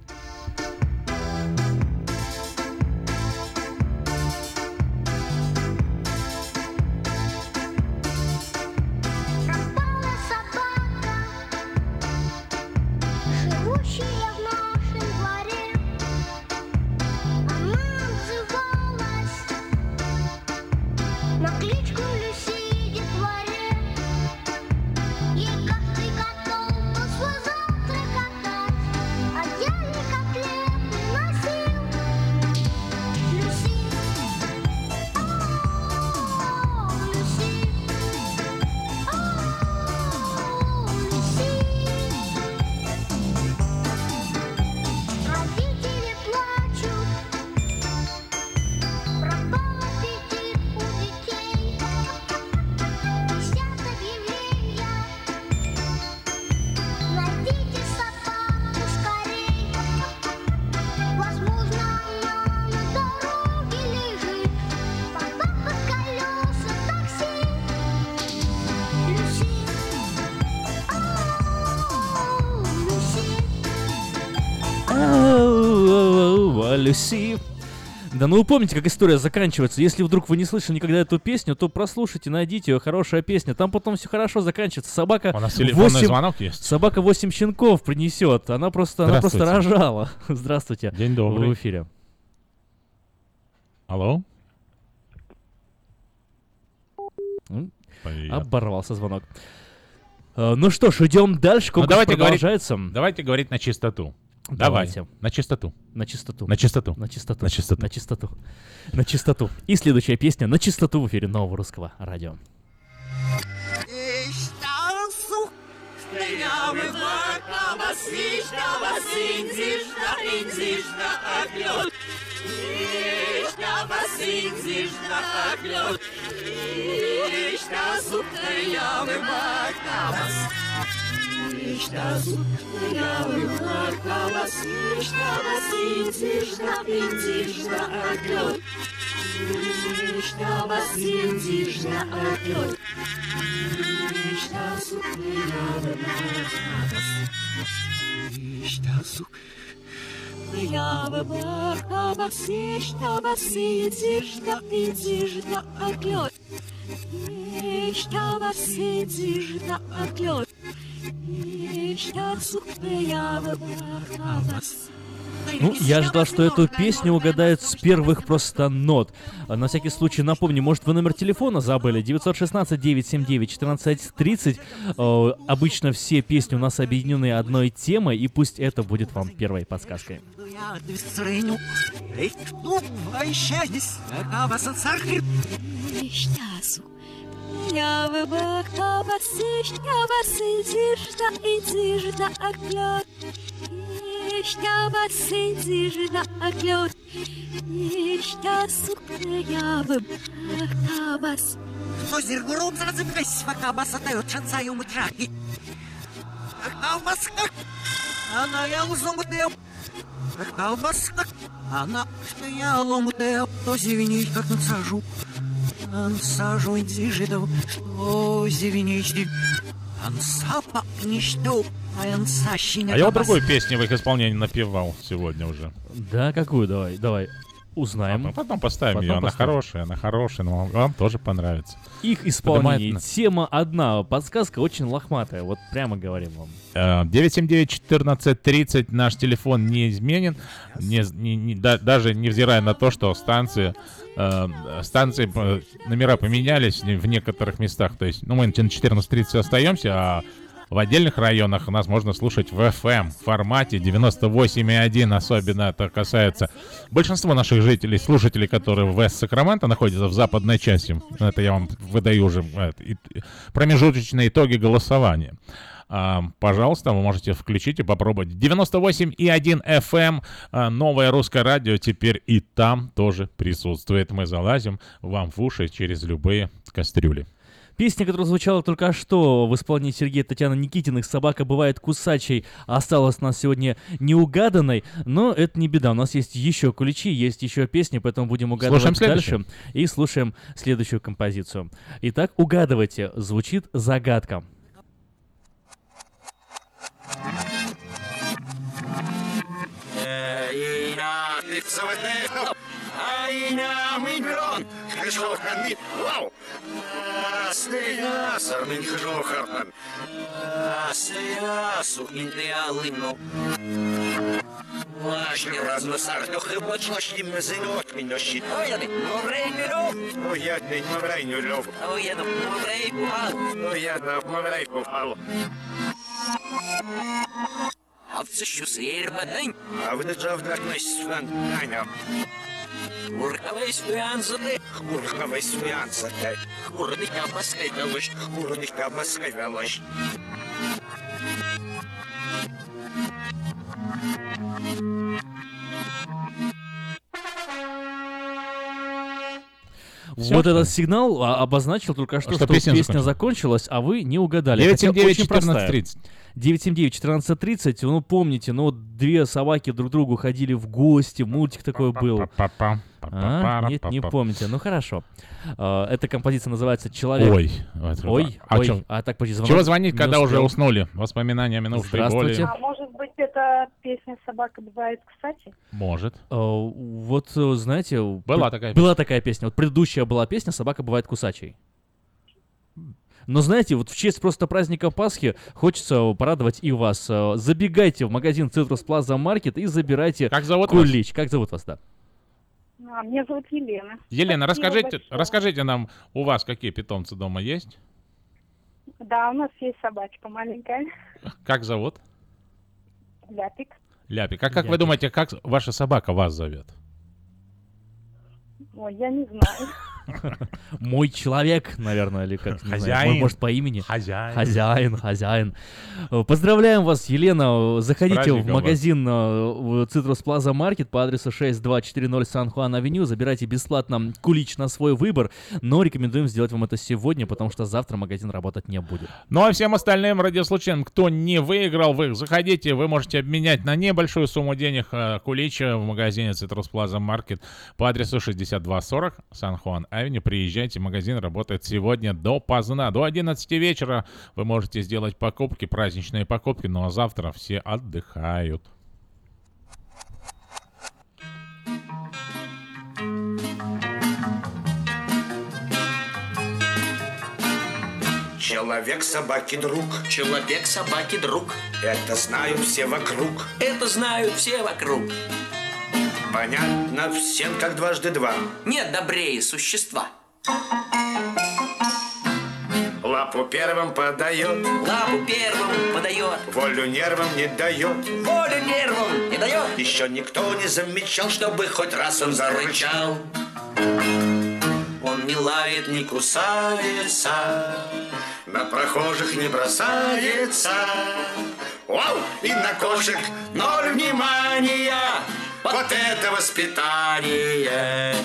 [SPEAKER 3] Люси. Да ну вы помните, как история заканчивается. Если вдруг вы не слышали никогда эту песню, то прослушайте, найдите ее, хорошая песня. Там потом все хорошо заканчивается. Собака
[SPEAKER 18] У нас телефонный восемь... звонок есть.
[SPEAKER 3] Собака восемь щенков принесет. Она просто, она просто рожала. Здравствуйте.
[SPEAKER 18] День добрый.
[SPEAKER 3] Вы в эфире.
[SPEAKER 18] Алло?
[SPEAKER 3] Привет. Оборвался звонок. Ну что ж, идем дальше. Конкурс
[SPEAKER 18] давайте
[SPEAKER 3] продолжается.
[SPEAKER 18] Говорить, давайте говорить на чистоту.
[SPEAKER 3] Давайте.
[SPEAKER 18] Давай. На чистоту.
[SPEAKER 3] На чистоту.
[SPEAKER 18] На чистоту.
[SPEAKER 3] На чистоту.
[SPEAKER 18] На чистоту.
[SPEAKER 3] На чистоту. На чистоту. И следующая песня на чистоту в эфире Нового Русского радио.
[SPEAKER 15] Ich da sucht ja wir war was ich da was ich da bin ich da aglot ich da was ich da aglot ich da sucht ja wir was ich da sucht я выбрала все, что вас идешь, да идешь, да отлет. И что вас идешь, да отлет. И что сухое я выбрала вас.
[SPEAKER 3] Ну, я ожидал, что эту песню угадают с первых просто нот. На всякий случай напомню, может, вы номер телефона забыли? девять один шесть девять семь девять четырнадцать тридцать. Э, обычно все песни у нас объединены одной темой, и пусть это будет вам первой подсказкой.
[SPEAKER 15] Я выбрала все, что вас идешь, да идешь, да отлет. Что вас идешь, да отлет. Что сухое я выбрала вас.
[SPEAKER 1] Что зергуром зацеплясь, пока вас отдает шансаю муджаки. Колбаска, она я ломутел. Колбаска, она что я ломутел. То зеленей, как насажу. Насажу индижидов, что зеленей. Ансапа ничто.
[SPEAKER 18] А я вот другой песни в их исполнении напевал сегодня уже.
[SPEAKER 3] Да, какую? Давай, давай. Узнаем.
[SPEAKER 18] А потом поставим потом ее. Она поставим. Хорошая, она хорошая, но вам тоже понравится.
[SPEAKER 3] Их исполнение. Поднимает... Тема одна. Подсказка очень лохматая. Вот прямо говорим
[SPEAKER 18] вам. девять семь девять четырнадцать тридцать. Наш телефон не изменен. Не, не, не, да, даже невзирая на то, что станции... станции, номера поменялись в некоторых местах. То есть, ну, мы на четырнадцать тридцать остаемся, а в отдельных районах нас можно слушать в эф эм формате девяносто восемь и один. Особенно это касается большинства наших жителей, слушателей, которые в Вест-Сакраменто находятся в западной части. Это я вам выдаю уже промежуточные итоги голосования. Uh, пожалуйста, вы можете включить и попробовать. девяносто восемь и один эф эм, uh, новое русское радио, теперь и там тоже присутствует. Мы залазим вам в уши через любые кастрюли.
[SPEAKER 3] Песня, которая звучала только что в исполнении Сергея и Татьяны Никитиных «Собака бывает кусачей», осталась у нас сегодня неугаданной, но это не беда. У нас есть еще куличи, есть еще песни, поэтому будем угадывать дальше. И слушаем следующую композицию. Итак, угадывайте. Звучит загадка.
[SPEAKER 1] Айна мигрон, хожу ханит, вау! Стыня, сармин хожу харпан. Стыня, сухин реалыну. Важный разносарто хыба члощим зенот минощит. Ояды, мурейню, ояды, мурейню лев. Ояды, мурейку пал. Ояды, мурейку пал. Овцещу свербадень, а выдаджав дакнась фан каня. Хурковый свянцаты, хурковый свянцаты, хурдыка баскайвелыш, хурдыка баскайвелыш.
[SPEAKER 3] Все, вот этот сигнал обозначил только что, что, что песня, песня закончилась, а вы не угадали. девять семь девять четырнадцать тридцать. девять семь девять четырнадцать тридцать. Ну, помните, ну, две собаки друг к другу ходили в гости, мультик такой был. А? Нет, не помните. Ну, хорошо. Uh, эта композиция называется «Человек».
[SPEAKER 18] Ой.
[SPEAKER 3] Ой,
[SPEAKER 18] а
[SPEAKER 3] ой.
[SPEAKER 18] Чё?
[SPEAKER 3] А так, почти
[SPEAKER 18] Чего звонить, когда уже уснули? Воспоминания минувшей боли.
[SPEAKER 20] А может быть, это песня «Собака бывает кстати»?
[SPEAKER 18] Может.
[SPEAKER 3] Uh, вот, знаете...
[SPEAKER 18] Была такая
[SPEAKER 3] песня. Была такая песня. Вот предыдущая была песня «Собака бывает кусачей». Но знаете, вот в честь просто праздника Пасхи хочется порадовать и вас. Забегайте в магазин Citrus Plaza Market и забирайте
[SPEAKER 18] как зовут
[SPEAKER 3] кулич.
[SPEAKER 18] Вас?
[SPEAKER 3] Как зовут вас, да?
[SPEAKER 20] А, меня зовут Елена.
[SPEAKER 18] Елена, расскажите, расскажите нам, у вас какие питомцы дома есть?
[SPEAKER 20] Да, у нас есть собачка маленькая.
[SPEAKER 18] Как зовут?
[SPEAKER 20] Ляпик.
[SPEAKER 18] Ляпик. А как
[SPEAKER 3] Ляпик.
[SPEAKER 18] Вы думаете, как ваша собака вас зовет?
[SPEAKER 20] Ой, я не знаю.
[SPEAKER 3] Мой человек, наверное, или как?
[SPEAKER 18] Хозяин.
[SPEAKER 3] Может, по имени?
[SPEAKER 18] Хозяин.
[SPEAKER 3] Хозяин, хозяин. Поздравляем вас, Елена. Заходите в магазин в Citrus Plaza Market по адресу шесть два четыре ноль Сан-Хуан-Авеню. Забирайте бесплатно кулич на свой выбор. Но рекомендуем сделать вам это сегодня, потому что завтра магазин работать не будет.
[SPEAKER 18] Ну а всем остальным радиослушателям, кто не выиграл, вы заходите, вы можете обменять на небольшую сумму денег кулич в магазине Citrus Plaza Market по адресу шестьдесят два сорок Сан-Хуан-Авеню. Приезжайте, магазин работает сегодня до поздна, до одиннадцати вечера. Вы можете сделать покупки, праздничные покупки, ну а завтра все отдыхают.
[SPEAKER 1] Человек собаки друг.
[SPEAKER 9] Человек собаки друг.
[SPEAKER 1] Это знают все вокруг.
[SPEAKER 9] Это знают все вокруг.
[SPEAKER 1] Понятно всем, как дважды два.
[SPEAKER 9] Нет добрее существа.
[SPEAKER 1] Лапу первым подает.
[SPEAKER 9] Лапу первым подает.
[SPEAKER 1] Волю нервам не дает.
[SPEAKER 9] Волю нервам не дает.
[SPEAKER 1] Еще никто не замечал, чтобы хоть раз он зарычал.
[SPEAKER 9] Он не лает, не кусается,
[SPEAKER 1] на прохожих не бросается. Вау! И на кошек ноль внимания. Вот это воспитание.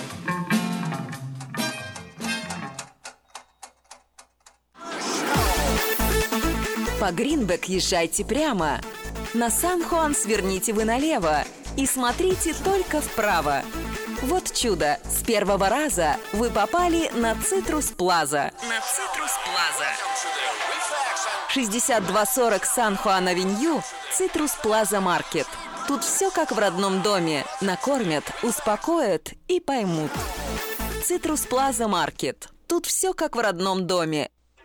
[SPEAKER 10] По Гринбек езжайте прямо. На Сан-Хуан сверните вы налево и смотрите только вправо. Вот чудо! С первого раза вы попали на Цитрус Плаза. На Цитрус Плаза. шестьдесят два сорок Сан-Хуан-Авеню, Цитрус Плаза Маркет. Тут все как в родном доме. Накормят, успокоят и поймут. Цитрус Плаза Маркет. Тут все как в родном доме.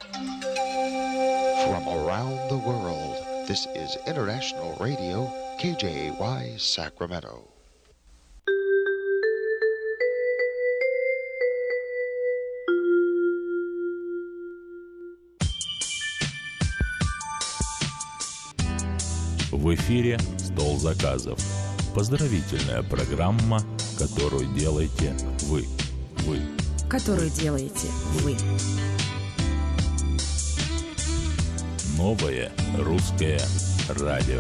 [SPEAKER 17] From around the world, this is International Radio, кей джей эй уай Sacramento.
[SPEAKER 12] В эфире «Стол заказов». Поздравительная программа, которую делаете вы. Вы.
[SPEAKER 16] Которую делаете вы.
[SPEAKER 12] Новое русское радио.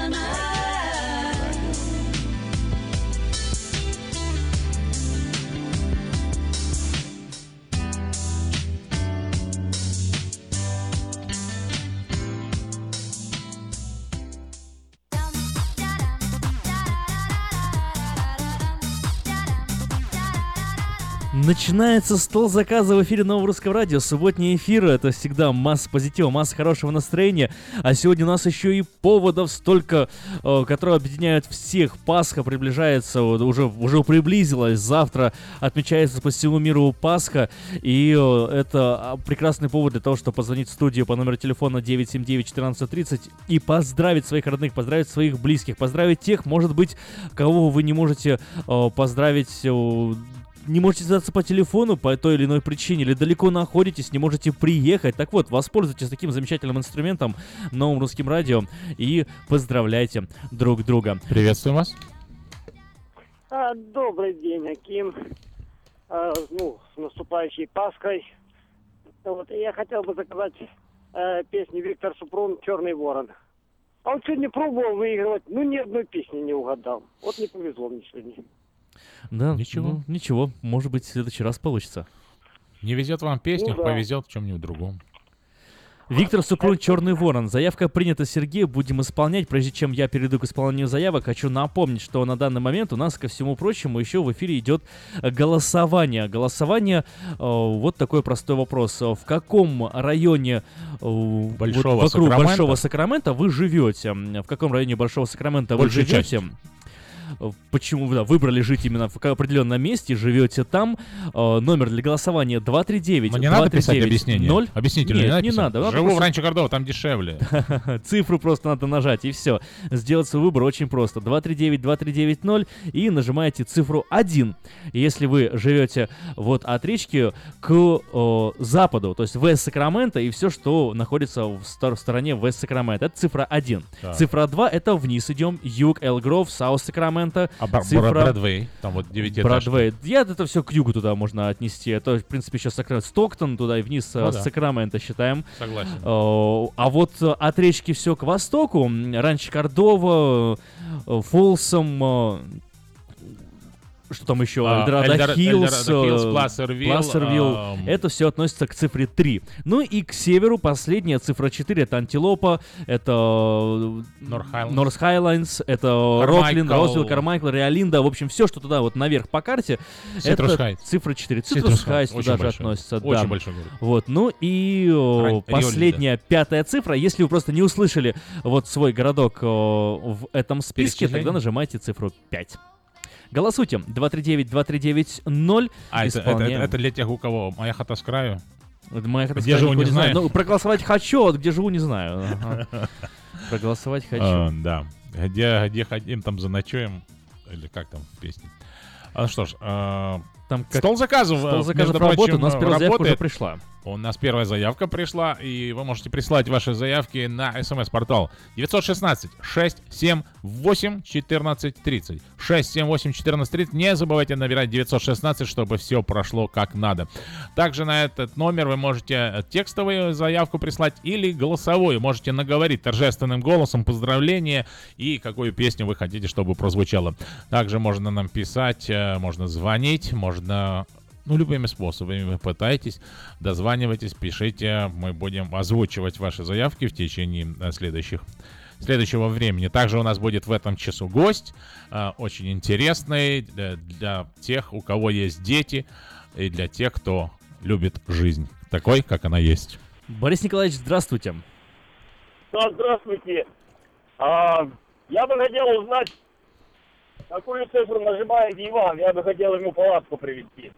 [SPEAKER 3] Начинается стол заказа в эфире Нового Русского Радио. Субботний эфир — это всегда масса позитива, масса хорошего настроения. А сегодня у нас еще и поводов столько, э, которые объединяют всех. Пасха приближается, уже, уже приблизилась. Завтра отмечается по всему миру Пасха. И э, это прекрасный повод для того, чтобы позвонить в студию по номеру телефона девять семь девять четырнадцать тридцать и поздравить своих родных, поздравить своих близких, поздравить тех, может быть, кого вы не можете э, поздравить... Э, не можете связаться по телефону по той или иной причине, или далеко находитесь, не можете приехать. Так вот, воспользуйтесь таким замечательным инструментом, Новым Русским Радио, и поздравляйте друг друга.
[SPEAKER 18] Приветствуем вас.
[SPEAKER 25] А, добрый день, Аким. А, ну, с наступающей Пасхой. Вот, я хотел бы заказать а, песню Виктор Супрун «Черный ворон». А вот сегодня пробовал выигрывать, ну ни одной песни не угадал. Вот не повезло мне сегодня.
[SPEAKER 3] Да, ничего. Ну, ничего, может быть, в следующий раз получится.
[SPEAKER 18] Не везет вам в песнях,
[SPEAKER 25] Ну да.
[SPEAKER 18] повезет в чем-нибудь другом.
[SPEAKER 3] Виктор Супрун, «Черный ворон». Заявка принята, Сергей, будем исполнять. Прежде чем я перейду к исполнению заявок, хочу напомнить, что на данный момент у нас, ко всему прочему, еще в эфире идет голосование. Голосование, э, вот такой простой вопрос. В каком районе э,
[SPEAKER 18] Большого
[SPEAKER 3] вот вокруг
[SPEAKER 18] Сакрамента?
[SPEAKER 3] Большого Сакрамента вы живете? В каком районе Большого Сакрамента вы
[SPEAKER 18] Большая
[SPEAKER 3] живете?
[SPEAKER 18] часть.
[SPEAKER 3] Почему вы да, выбрали жить именно в определенном месте, живете там? Э, номер для голосования два три девять.
[SPEAKER 18] Но не надо писать объяснение.
[SPEAKER 3] ноль.
[SPEAKER 18] Объяснительное
[SPEAKER 3] Нет,
[SPEAKER 18] не надо
[SPEAKER 3] не
[SPEAKER 18] писать.
[SPEAKER 3] надо. Надо
[SPEAKER 18] Живу
[SPEAKER 3] просто-
[SPEAKER 18] в Ранчо Кордова, там дешевле.
[SPEAKER 3] Цифру просто надо нажать, и все. Сделать свой выбор очень просто. два три девять два три девять ноль и нажимаете цифру один. И если вы живете вот от речки к э, западу, то есть Вест Сакраменто и все, что находится в, стор- в стороне Вест Сакраменто, это цифра один.
[SPEAKER 18] Так.
[SPEAKER 3] Цифра два — это вниз идем, юг, Эл Гров, Саус Сакраменто.
[SPEAKER 18] А Бр-
[SPEAKER 3] Цифра-
[SPEAKER 18] Бродвей, там вот девятиэтажки.
[SPEAKER 3] Бродвей. Я это все к югу туда можно отнести. Это, в принципе, сейчас Сакраменто. Стоктон туда и вниз
[SPEAKER 18] Ну
[SPEAKER 3] э,
[SPEAKER 18] да.
[SPEAKER 3] Сакраменто считаем.
[SPEAKER 18] Согласен.
[SPEAKER 3] Э, А вот э, от речки все к востоку. м, Ранчо Кордова, э, Фолсом, э, что там еще?
[SPEAKER 18] А,
[SPEAKER 3] Эльдорадо
[SPEAKER 18] Эльдорадо-
[SPEAKER 3] Хиллз,
[SPEAKER 18] Эльдорадо Хиллз,
[SPEAKER 3] э,
[SPEAKER 18] Плассервилл,
[SPEAKER 3] Плассервилл.
[SPEAKER 18] ам.
[SPEAKER 3] Это все относится к цифре три. Ну и к северу последняя цифра четыре. Это Антилопа, это
[SPEAKER 18] Норth Хайлендс.
[SPEAKER 3] Норс Хайлендс, это
[SPEAKER 18] Кармайкл.
[SPEAKER 3] Роклин, Розвилл, Кармайкл, Реалинда. В общем, все, что туда вот наверх по карте,
[SPEAKER 18] Citrus
[SPEAKER 3] это
[SPEAKER 18] Heights.
[SPEAKER 3] цифра четыре.
[SPEAKER 18] Citrus
[SPEAKER 3] Citrus
[SPEAKER 18] Heights.
[SPEAKER 3] Heights
[SPEAKER 18] Очень
[SPEAKER 3] туда же
[SPEAKER 18] большой.
[SPEAKER 3] относится.
[SPEAKER 18] Очень
[SPEAKER 3] да.
[SPEAKER 18] большой город.
[SPEAKER 3] Вот, ну и о,
[SPEAKER 18] Ран-
[SPEAKER 3] последняя, пятая цифра. Если вы просто не услышали вот свой городок о, в этом списке,
[SPEAKER 18] Перечисление.
[SPEAKER 3] тогда нажимайте цифру пять. Голосуйте. два три девять два три девять ноль.
[SPEAKER 18] А, это, это,
[SPEAKER 3] Исполняем.
[SPEAKER 18] это для тех, у кого моя хата с краю.
[SPEAKER 3] Мы,
[SPEAKER 18] где живу, не знаю.
[SPEAKER 3] Ну, проголосовать хочу, а где живу, не знаю. Ага. Проголосовать хочу.
[SPEAKER 18] А, да. Где, где ходим, там заночуем. Или как там в песне. А, что ж, а,
[SPEAKER 3] там как...
[SPEAKER 18] стол заказов,
[SPEAKER 3] стол заказов работает. У нас первая заявка уже пришла.
[SPEAKER 18] У нас первая заявка пришла, и вы можете присылать ваши заявки на смс-портал девятьсот шестнадцать шестьсот семьдесят восемь четырнадцать тридцать. шестьсот семьдесят восемь четырнадцать тридцать. Не забывайте набирать девятьсот шестнадцать, чтобы все прошло как надо. Также на этот номер вы можете текстовую заявку прислать или голосовую. Можете наговорить торжественным голосом поздравления и какую песню вы хотите, чтобы прозвучала. Также можно нам писать, можно звонить, можно... Ну, любыми способами вы пытаетесь, дозванивайтесь, пишите. Мы будем озвучивать ваши заявки в течение следующих, следующего времени. Также у нас будет в этом часу гость, э, очень интересный для, для тех, у кого есть дети, и для тех, кто любит жизнь такой, как она есть.
[SPEAKER 3] Борис Николаевич, здравствуйте.
[SPEAKER 2] Да, здравствуйте. А, я бы хотел узнать, какую цифру нажимает Иван. Я бы хотел ему палатку привезти.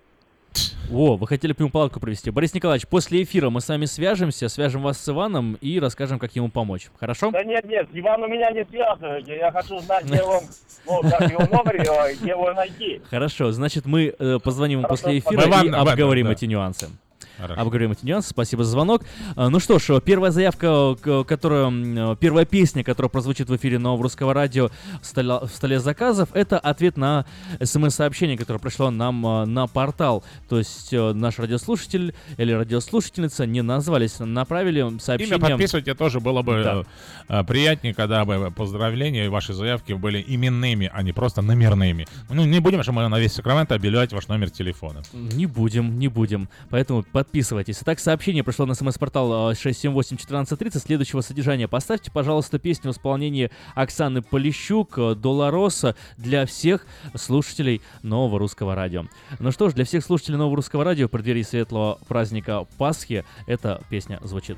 [SPEAKER 3] О, вы хотели бы ему палатку привезти. Борис Николаевич, после эфира мы с вами свяжемся, свяжем вас с Иваном и расскажем, как ему помочь. Хорошо?
[SPEAKER 2] Да нет, нет, Иван у меня не связывайте. Я хочу знать, где он, ну, как его номер, его, где его найти.
[SPEAKER 3] Хорошо, значит, мы э, позвоним ему после эфира и обговорим эти нюансы. Хорошо. Обговорим эти нюансы. Спасибо за звонок. Ну что ж, первая заявка, которая, первая песня, которая прозвучит в эфире Нового Русского Радио в столе, в столе заказов, это ответ на смс-сообщение, которое пришло нам на портал. То есть наш радиослушатель или радиослушательница не назвались, направили сообщение.
[SPEAKER 18] Имя подписывайте, тоже было бы да. приятнее, когда бы поздравления и ваши заявки были именными, а не просто номерными. Ну, не будем же мы на весь Сакраменто объявлять ваш номер телефона.
[SPEAKER 3] Не будем, не будем. Поэтому подписывайтесь. Подписывайтесь. Итак, сообщение пришло на смс-портал шесть семь восемь четырнадцать тридцать. Следующего содержания. Поставьте, пожалуйста, песню в исполнении Оксаны Полищук «Долороса» для всех слушателей Нового Русского Радио. Ну что ж, для всех слушателей Нового Русского Радио в преддверии светлого праздника Пасхи эта песня звучит.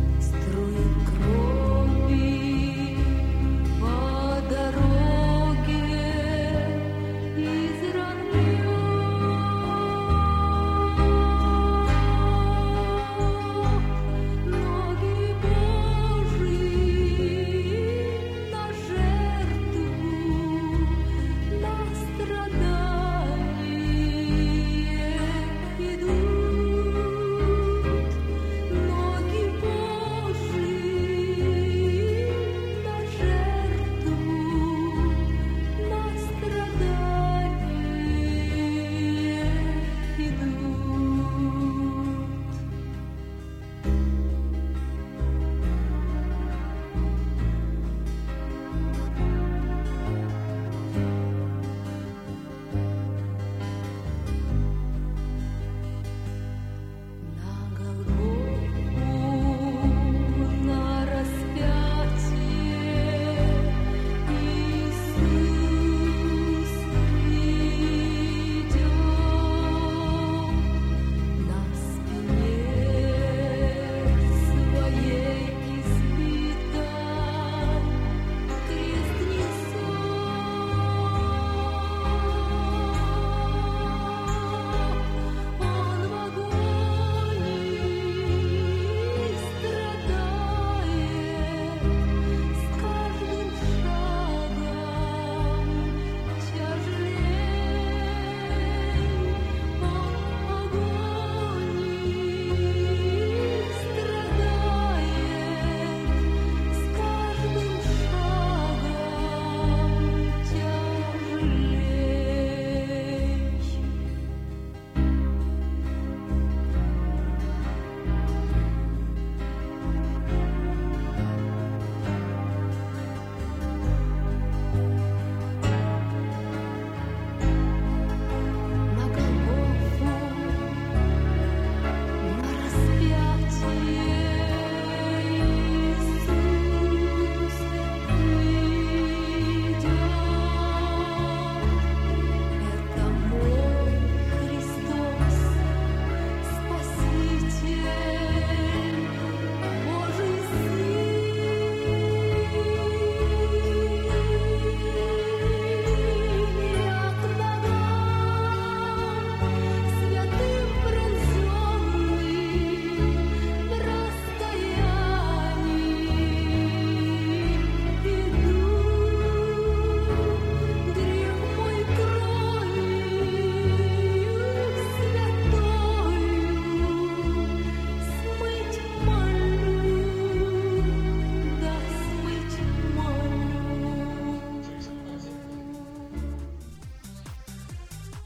[SPEAKER 15] Дороги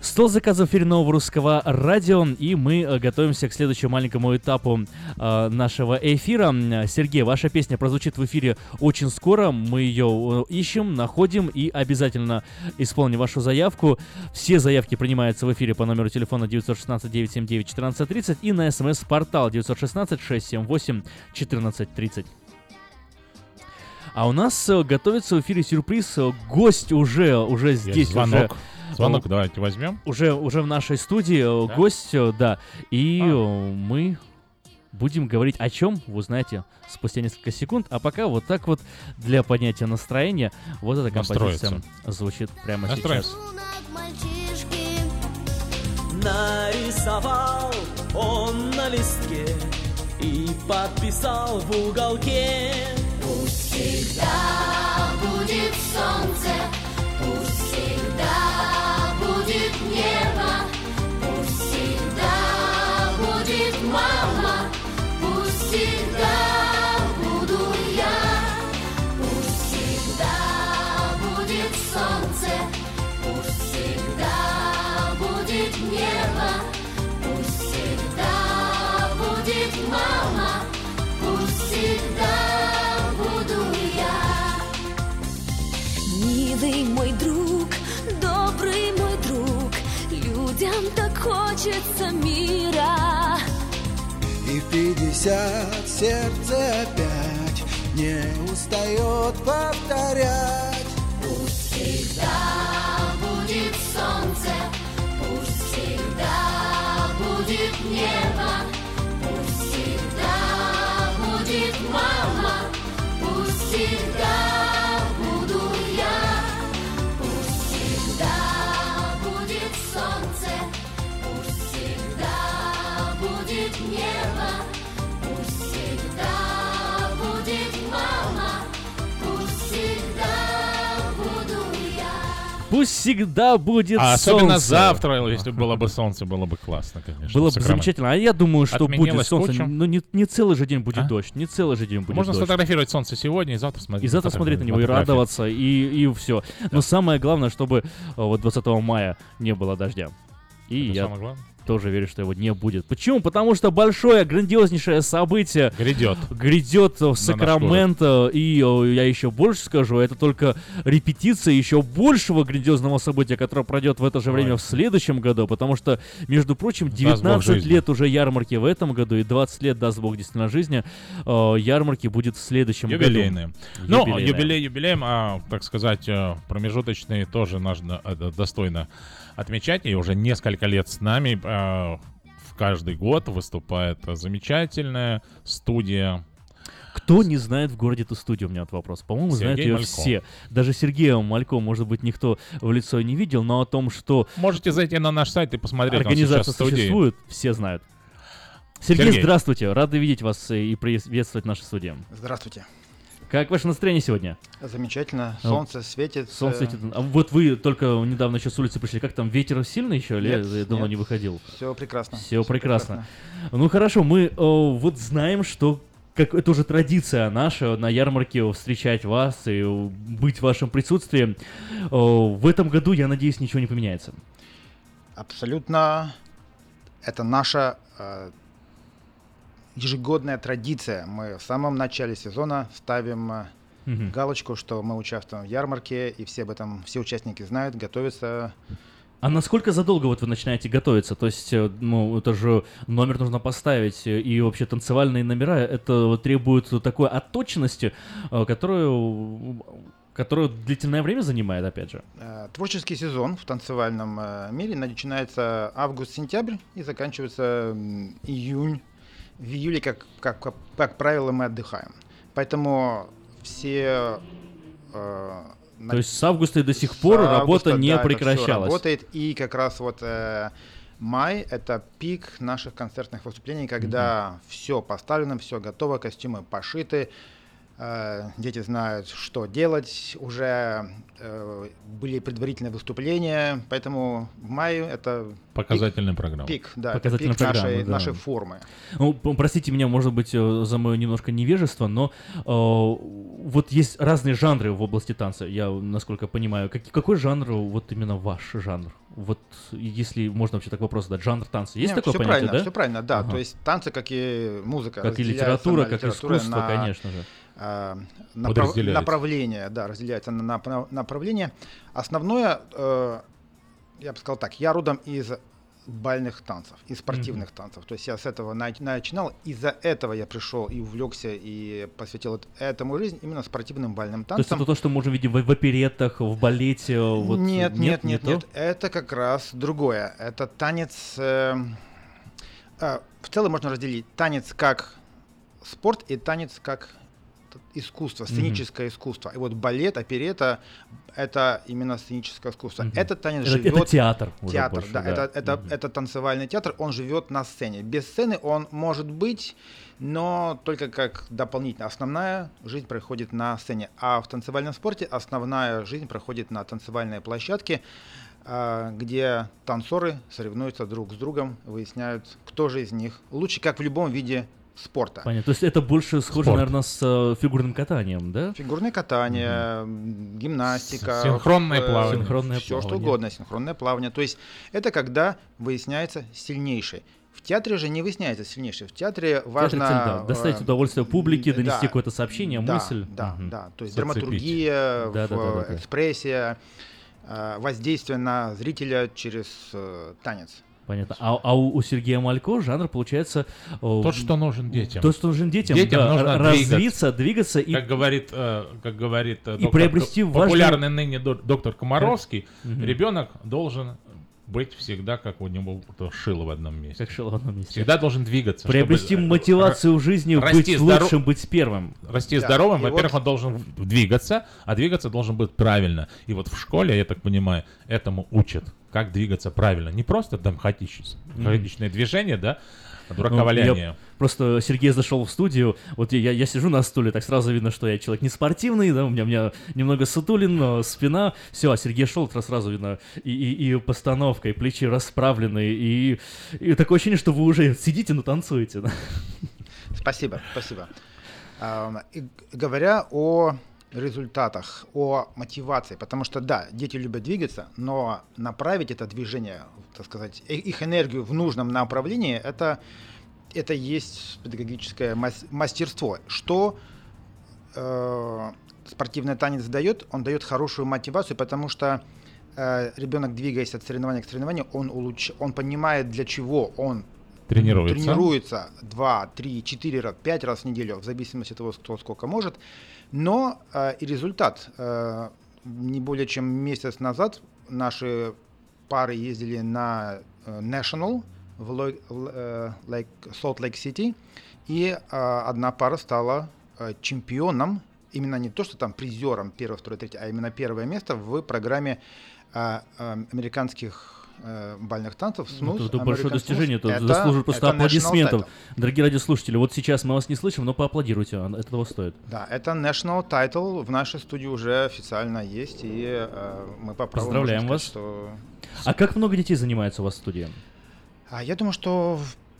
[SPEAKER 3] Стол заказов в эфире Нового Русского Радио, и мы э, готовимся к следующему маленькому этапу э, нашего эфира. Сергей, ваша песня прозвучит в эфире очень скоро, мы ее э, ищем, находим и обязательно исполним вашу заявку. Все заявки принимаются в эфире по номеру телефона девять один шесть девять семь девять один четыре три ноль и на смс-портал девять один шесть шесть семь восемь один четыре три ноль. А у нас э, готовится в эфире сюрприз. Гость уже, уже здесь.
[SPEAKER 18] Есть звонок.
[SPEAKER 3] Уже,
[SPEAKER 18] Звонок, давайте возьмем.
[SPEAKER 3] Уже, уже в нашей студии да? гость, да. И а. мы будем говорить о чем, вы узнаете спустя несколько секунд. А пока вот так вот для поднятия настроения вот эта композиция звучит прямо сейчас.
[SPEAKER 4] Нарисовал он на листке и подписал в уголке.
[SPEAKER 15] Пусть всегда будет солнце, пусть всегда будет небо, пусть всегда будет мама, пусть всегда буду я, пусть всегда будет солнце, пусть всегда будет небо, пусть всегда будет мама, пусть всегда. Милый мой друг, добрый мой друг, людям так хочется мира.
[SPEAKER 13] И в пятьдесят сердце опять не устает повторять.
[SPEAKER 15] Пусть всегда будет солнце, пусть всегда будет небо, пусть всегда будет мама, пусть всегда. Небо, пусть всегда будет мама, пусть всегда буду я.
[SPEAKER 3] Пусть всегда будет
[SPEAKER 18] а
[SPEAKER 3] солнце.
[SPEAKER 18] Особенно завтра, если было бы солнце, было бы классно, конечно.
[SPEAKER 3] Было бы замечательно. А я думаю, что
[SPEAKER 18] Отменилось
[SPEAKER 3] будет солнце.
[SPEAKER 18] куча.
[SPEAKER 3] Ну, не, не целый же день будет а? дождь. Не целый же день будет
[SPEAKER 18] Можно
[SPEAKER 3] дождь.
[SPEAKER 18] сфотографировать солнце сегодня и завтра смотреть.
[SPEAKER 3] И завтра смотреть на него, и радоваться, и, и все. Да. Но самое главное, чтобы вот двадцатого мая не было дождя. И
[SPEAKER 18] Это
[SPEAKER 3] я
[SPEAKER 18] самое главное.
[SPEAKER 3] тоже верю, что его не будет. Почему? Потому что большое, грандиознейшее событие
[SPEAKER 18] грядет,
[SPEAKER 3] грядет в Сакраменто. И о, я еще больше скажу, это только репетиция еще большего грандиозного события, которое пройдет в это же время Ой. в следующем году. Потому что, между прочим, девятнадцать лет уже ярмарки в этом году и двадцать лет, даст Бог, действительно жизни, э, ярмарки будет в следующем
[SPEAKER 18] Юбилейные.
[SPEAKER 3] году.
[SPEAKER 18] Ну, юбилей юбилеем, а, так сказать, промежуточные тоже нужно достойно отмечать. И уже несколько лет с нами э, в каждый год выступает замечательная студия.
[SPEAKER 3] Кто не знает в городе эту студию, у меня вот вопрос. По-моему,
[SPEAKER 18] Сергей
[SPEAKER 3] знают ее
[SPEAKER 18] Малько.
[SPEAKER 3] все. Даже Сергея Малько, может быть, никто в лицо не видел, но о том, что...
[SPEAKER 18] Можете зайти на наш сайт и посмотреть.
[SPEAKER 3] Организация существует, все знают. Сергей,
[SPEAKER 18] Сергей,
[SPEAKER 3] здравствуйте. Рады видеть вас и приветствовать в нашей студии.
[SPEAKER 14] Здравствуйте.
[SPEAKER 3] Как ваше настроение сегодня?
[SPEAKER 14] Замечательно. Солнце ну, светит.
[SPEAKER 3] Солнце светит. А вот вы только недавно еще с улицы пришли. Как там, ветер сильный еще? Или я давно не выходил?
[SPEAKER 14] Все прекрасно.
[SPEAKER 3] Все, Все прекрасно. прекрасно. Ну хорошо, мы о, вот знаем, что как, это уже традиция наша на ярмарке встречать вас и быть в вашем присутствии. О, в этом году, я надеюсь, ничего не поменяется.
[SPEAKER 14] Абсолютно. Это наша... ежегодная традиция. Мы в самом начале сезона ставим mm-hmm. галочку, что мы участвуем в ярмарке, и все об этом, все участники знают, готовятся.
[SPEAKER 3] А насколько задолго вот вы начинаете готовиться? То есть, ну, это же номер нужно поставить, и вообще танцевальные номера, это требует такой отточенности, которую... которую длительное время занимает, опять же.
[SPEAKER 14] Творческий сезон в танцевальном мире начинается август-сентябрь и заканчивается июнь. В июле, как, как, как, как правило, мы отдыхаем. Поэтому все... Э,
[SPEAKER 3] То есть с августа и до сих пор августа, работа не да, прекращалась?
[SPEAKER 14] Работает. И как раз вот э, май — это пик наших концертных выступлений, когда mm-hmm. все поставлено, все готово, костюмы пошиты, э, дети знают, что делать, уже э, были предварительные выступления, поэтому в мае это...
[SPEAKER 18] Показательная программа.
[SPEAKER 14] Пик, да,
[SPEAKER 3] Показательная
[SPEAKER 14] это пик
[SPEAKER 3] программа,
[SPEAKER 14] нашей,
[SPEAKER 3] да.
[SPEAKER 14] нашей формы.
[SPEAKER 3] Ну, простите меня, может быть, за мое немножко невежество, но э, вот есть разные жанры в области танца, я насколько понимаю. Как, какой жанр, вот именно ваш жанр? вот если можно вообще так вопрос задать, жанр танца, есть
[SPEAKER 14] Нет,
[SPEAKER 3] такое
[SPEAKER 14] все
[SPEAKER 3] понятие,
[SPEAKER 14] правильно,
[SPEAKER 3] да?
[SPEAKER 14] все правильно, да.
[SPEAKER 3] Ага.
[SPEAKER 14] То есть танцы, как и музыка,
[SPEAKER 3] как и литература, как и искусство, конечно же.
[SPEAKER 14] Э, направ... Направление, да, разделяется на направ... направление. Основное, э, я бы сказал так, я родом из бальных танцев, из спортивных mm-hmm. танцев. То есть я с этого начинал, из-за этого я пришел и увлекся, и посвятил этому жизнь именно спортивным бальным танцам.
[SPEAKER 3] То есть это то, что мы можем видеть в, в опереттах, в балете? Вот,
[SPEAKER 14] нет, нет, нет,
[SPEAKER 3] нет,
[SPEAKER 14] нет. Это как раз другое. Это танец... Э, э, в целом можно разделить танец как спорт и танец как искусство, сценическое mm-hmm. искусство. И вот балет, оперетта — это именно сценическое искусство. Mm-hmm. Этот танец
[SPEAKER 3] это,
[SPEAKER 14] живет...
[SPEAKER 3] Это театр.
[SPEAKER 14] Театр,
[SPEAKER 3] больше,
[SPEAKER 14] да.
[SPEAKER 3] да.
[SPEAKER 14] Это, это, mm-hmm. это танцевальный театр, он живет на сцене. Без сцены он может быть, но только как дополнительно. Основная жизнь проходит на сцене. А в танцевальном спорте основная жизнь проходит на танцевальной площадке, где танцоры соревнуются друг с другом, выясняют, кто же из них лучше, как в любом виде спорта.
[SPEAKER 3] Понятно. То есть это больше схоже, Спорт. наверное, с э, фигурным катанием, да?
[SPEAKER 14] Фигурное катание, угу. гимнастика,
[SPEAKER 18] синхронное плавание,
[SPEAKER 3] синхронное
[SPEAKER 14] все
[SPEAKER 3] плавание.
[SPEAKER 14] что угодно, синхронное плавание. То есть это когда выясняется сильнейший. В театре же не выясняется сильнейший. В театре важно
[SPEAKER 3] Театре, да, доставить удовольствие публике, донести
[SPEAKER 14] да,
[SPEAKER 3] какое-то сообщение,
[SPEAKER 14] да,
[SPEAKER 3] мысль.
[SPEAKER 14] Да,
[SPEAKER 3] угу.
[SPEAKER 14] да. То есть
[SPEAKER 18] Зацепить.
[SPEAKER 14] драматургия,
[SPEAKER 3] да, да, да, да,
[SPEAKER 14] экспрессия, воздействие на зрителя через танец.
[SPEAKER 3] Понятно. А, а у, у Сергея Малько жанр получается...
[SPEAKER 18] То, что нужен детям.
[SPEAKER 3] То, что нужен детям.
[SPEAKER 18] Детям
[SPEAKER 3] да,
[SPEAKER 18] нужно
[SPEAKER 3] развиться, двигаться.
[SPEAKER 18] Как
[SPEAKER 3] и,
[SPEAKER 18] говорит, э, как говорит
[SPEAKER 3] и
[SPEAKER 18] доктор,
[SPEAKER 3] приобрести
[SPEAKER 18] популярный
[SPEAKER 3] важную...
[SPEAKER 18] ныне доктор Комаровский,
[SPEAKER 3] угу.
[SPEAKER 18] ребенок должен быть всегда, как у него шило в одном месте.
[SPEAKER 3] Как шило в одном месте.
[SPEAKER 18] Всегда должен двигаться.
[SPEAKER 3] Приобрести мотивацию в жизни, быть
[SPEAKER 18] здоров...
[SPEAKER 3] лучшим, быть первым.
[SPEAKER 18] Расти
[SPEAKER 14] да.
[SPEAKER 18] здоровым,
[SPEAKER 14] И
[SPEAKER 18] во-первых,
[SPEAKER 14] вот...
[SPEAKER 18] он должен двигаться, а двигаться должен быть правильно. И вот в школе, я так понимаю, этому учат, как двигаться правильно. Не просто там хаотичное, mm-hmm. хаотичное движение, да, а дураковаляние.
[SPEAKER 3] Ну, просто Сергей зашел в студию, вот я, я сижу на стуле, так сразу видно, что я человек не спортивный, да, у меня, у меня немного сутулин, спина, все, а Сергей шел, это сразу видно и, и, и постановка, и плечи расправлены, и, и такое ощущение, что вы уже сидите, но танцуете. Да?
[SPEAKER 14] Спасибо, спасибо. А, и, говоря о результатах, о мотивации, потому что, да, дети любят двигаться, но направить это движение, так сказать, их энергию в нужном направлении, это, это есть педагогическое мастерство. Что э, спортивный танец дает? Он дает хорошую мотивацию, потому что э, ребенок, двигаясь от соревнования к соревнованию, он, улуч... он понимает, для чего он
[SPEAKER 18] тренируется,
[SPEAKER 14] тренируется два, три, четыре раз, пять раз в неделю, в зависимости от того, кто сколько может. Но э, и результат. Э, не более чем месяц назад наши пары ездили на э, National в Лой, э, Lake, Salt Lake City, и э, одна пара стала э, чемпионом, именно не то, что там призером первое, второе, третье, а именно первое место в программе э, э, американских бальных танцев.
[SPEAKER 3] Ну, это, это большое достижение, это, это заслуживает просто
[SPEAKER 14] это
[SPEAKER 3] аплодисментов. Дорогие радиослушатели, вот сейчас мы вас не слышим, но поаплодируйте, это того стоит.
[SPEAKER 14] Да, это National Title в нашей студии уже официально есть, и э, мы по праву
[SPEAKER 3] поздравляем
[SPEAKER 14] сказать,
[SPEAKER 3] вас.
[SPEAKER 14] Что...
[SPEAKER 3] А как много детей занимается у вас в студии?
[SPEAKER 14] А, я думаю, что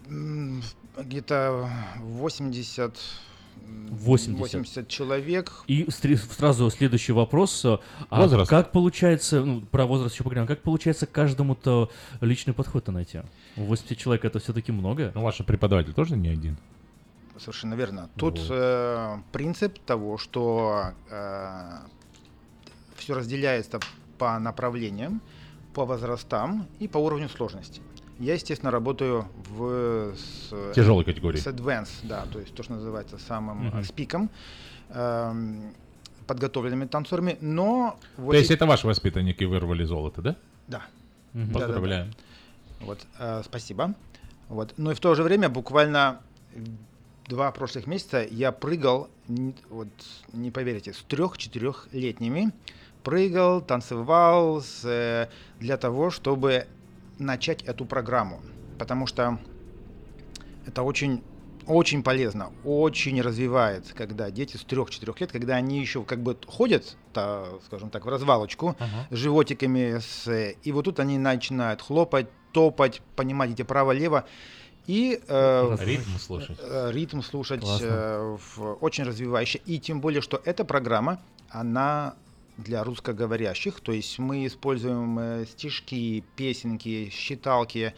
[SPEAKER 14] где-то восемьдесят восемьдесят человек.
[SPEAKER 3] И сразу следующий вопрос. А
[SPEAKER 18] возраст.
[SPEAKER 3] Как получается, ну, про возраст еще поговорим, как получается каждому-то личный подход-то найти? восемьдесят человек это все-таки много?
[SPEAKER 18] Ну, ваш преподаватель тоже не один?
[SPEAKER 14] Совершенно верно. Тут
[SPEAKER 18] вот.
[SPEAKER 14] э, принцип того, что э, все разделяется по направлениям, по возрастам и по уровню сложности. Я, естественно, работаю в с,
[SPEAKER 18] тяжелой категории.
[SPEAKER 14] С advanced, да, то есть то, что называется самым
[SPEAKER 18] uh-huh.
[SPEAKER 14] с пиком, э, подготовленными танцорами, но...
[SPEAKER 18] То
[SPEAKER 14] вот
[SPEAKER 18] есть
[SPEAKER 14] и...
[SPEAKER 18] это ваши воспитанники вырвали золото, да?
[SPEAKER 14] Да.
[SPEAKER 18] Uh-huh. Поздравляем.
[SPEAKER 14] Да, да, да. Вот, э, спасибо. Вот. Но и в то же время буквально два прошлых месяца я прыгал, не, вот, не поверите, с трех-четырехлетними, прыгал, танцевал с, э, для того, чтобы начать эту программу, потому что это очень, очень полезно, очень развивает, когда дети с трех-четырех лет, когда они еще как бы ходят, то, скажем так, в развалочку, uh-huh. с животиками, с, и вот тут они начинают хлопать, топать, понимать эти право-лево, и э,
[SPEAKER 18] ритм слушать,
[SPEAKER 14] э, ритм слушать э, в, очень развивающе, и тем более, что эта программа, она для русскоговорящих, то есть мы используем э, стишки, песенки, считалки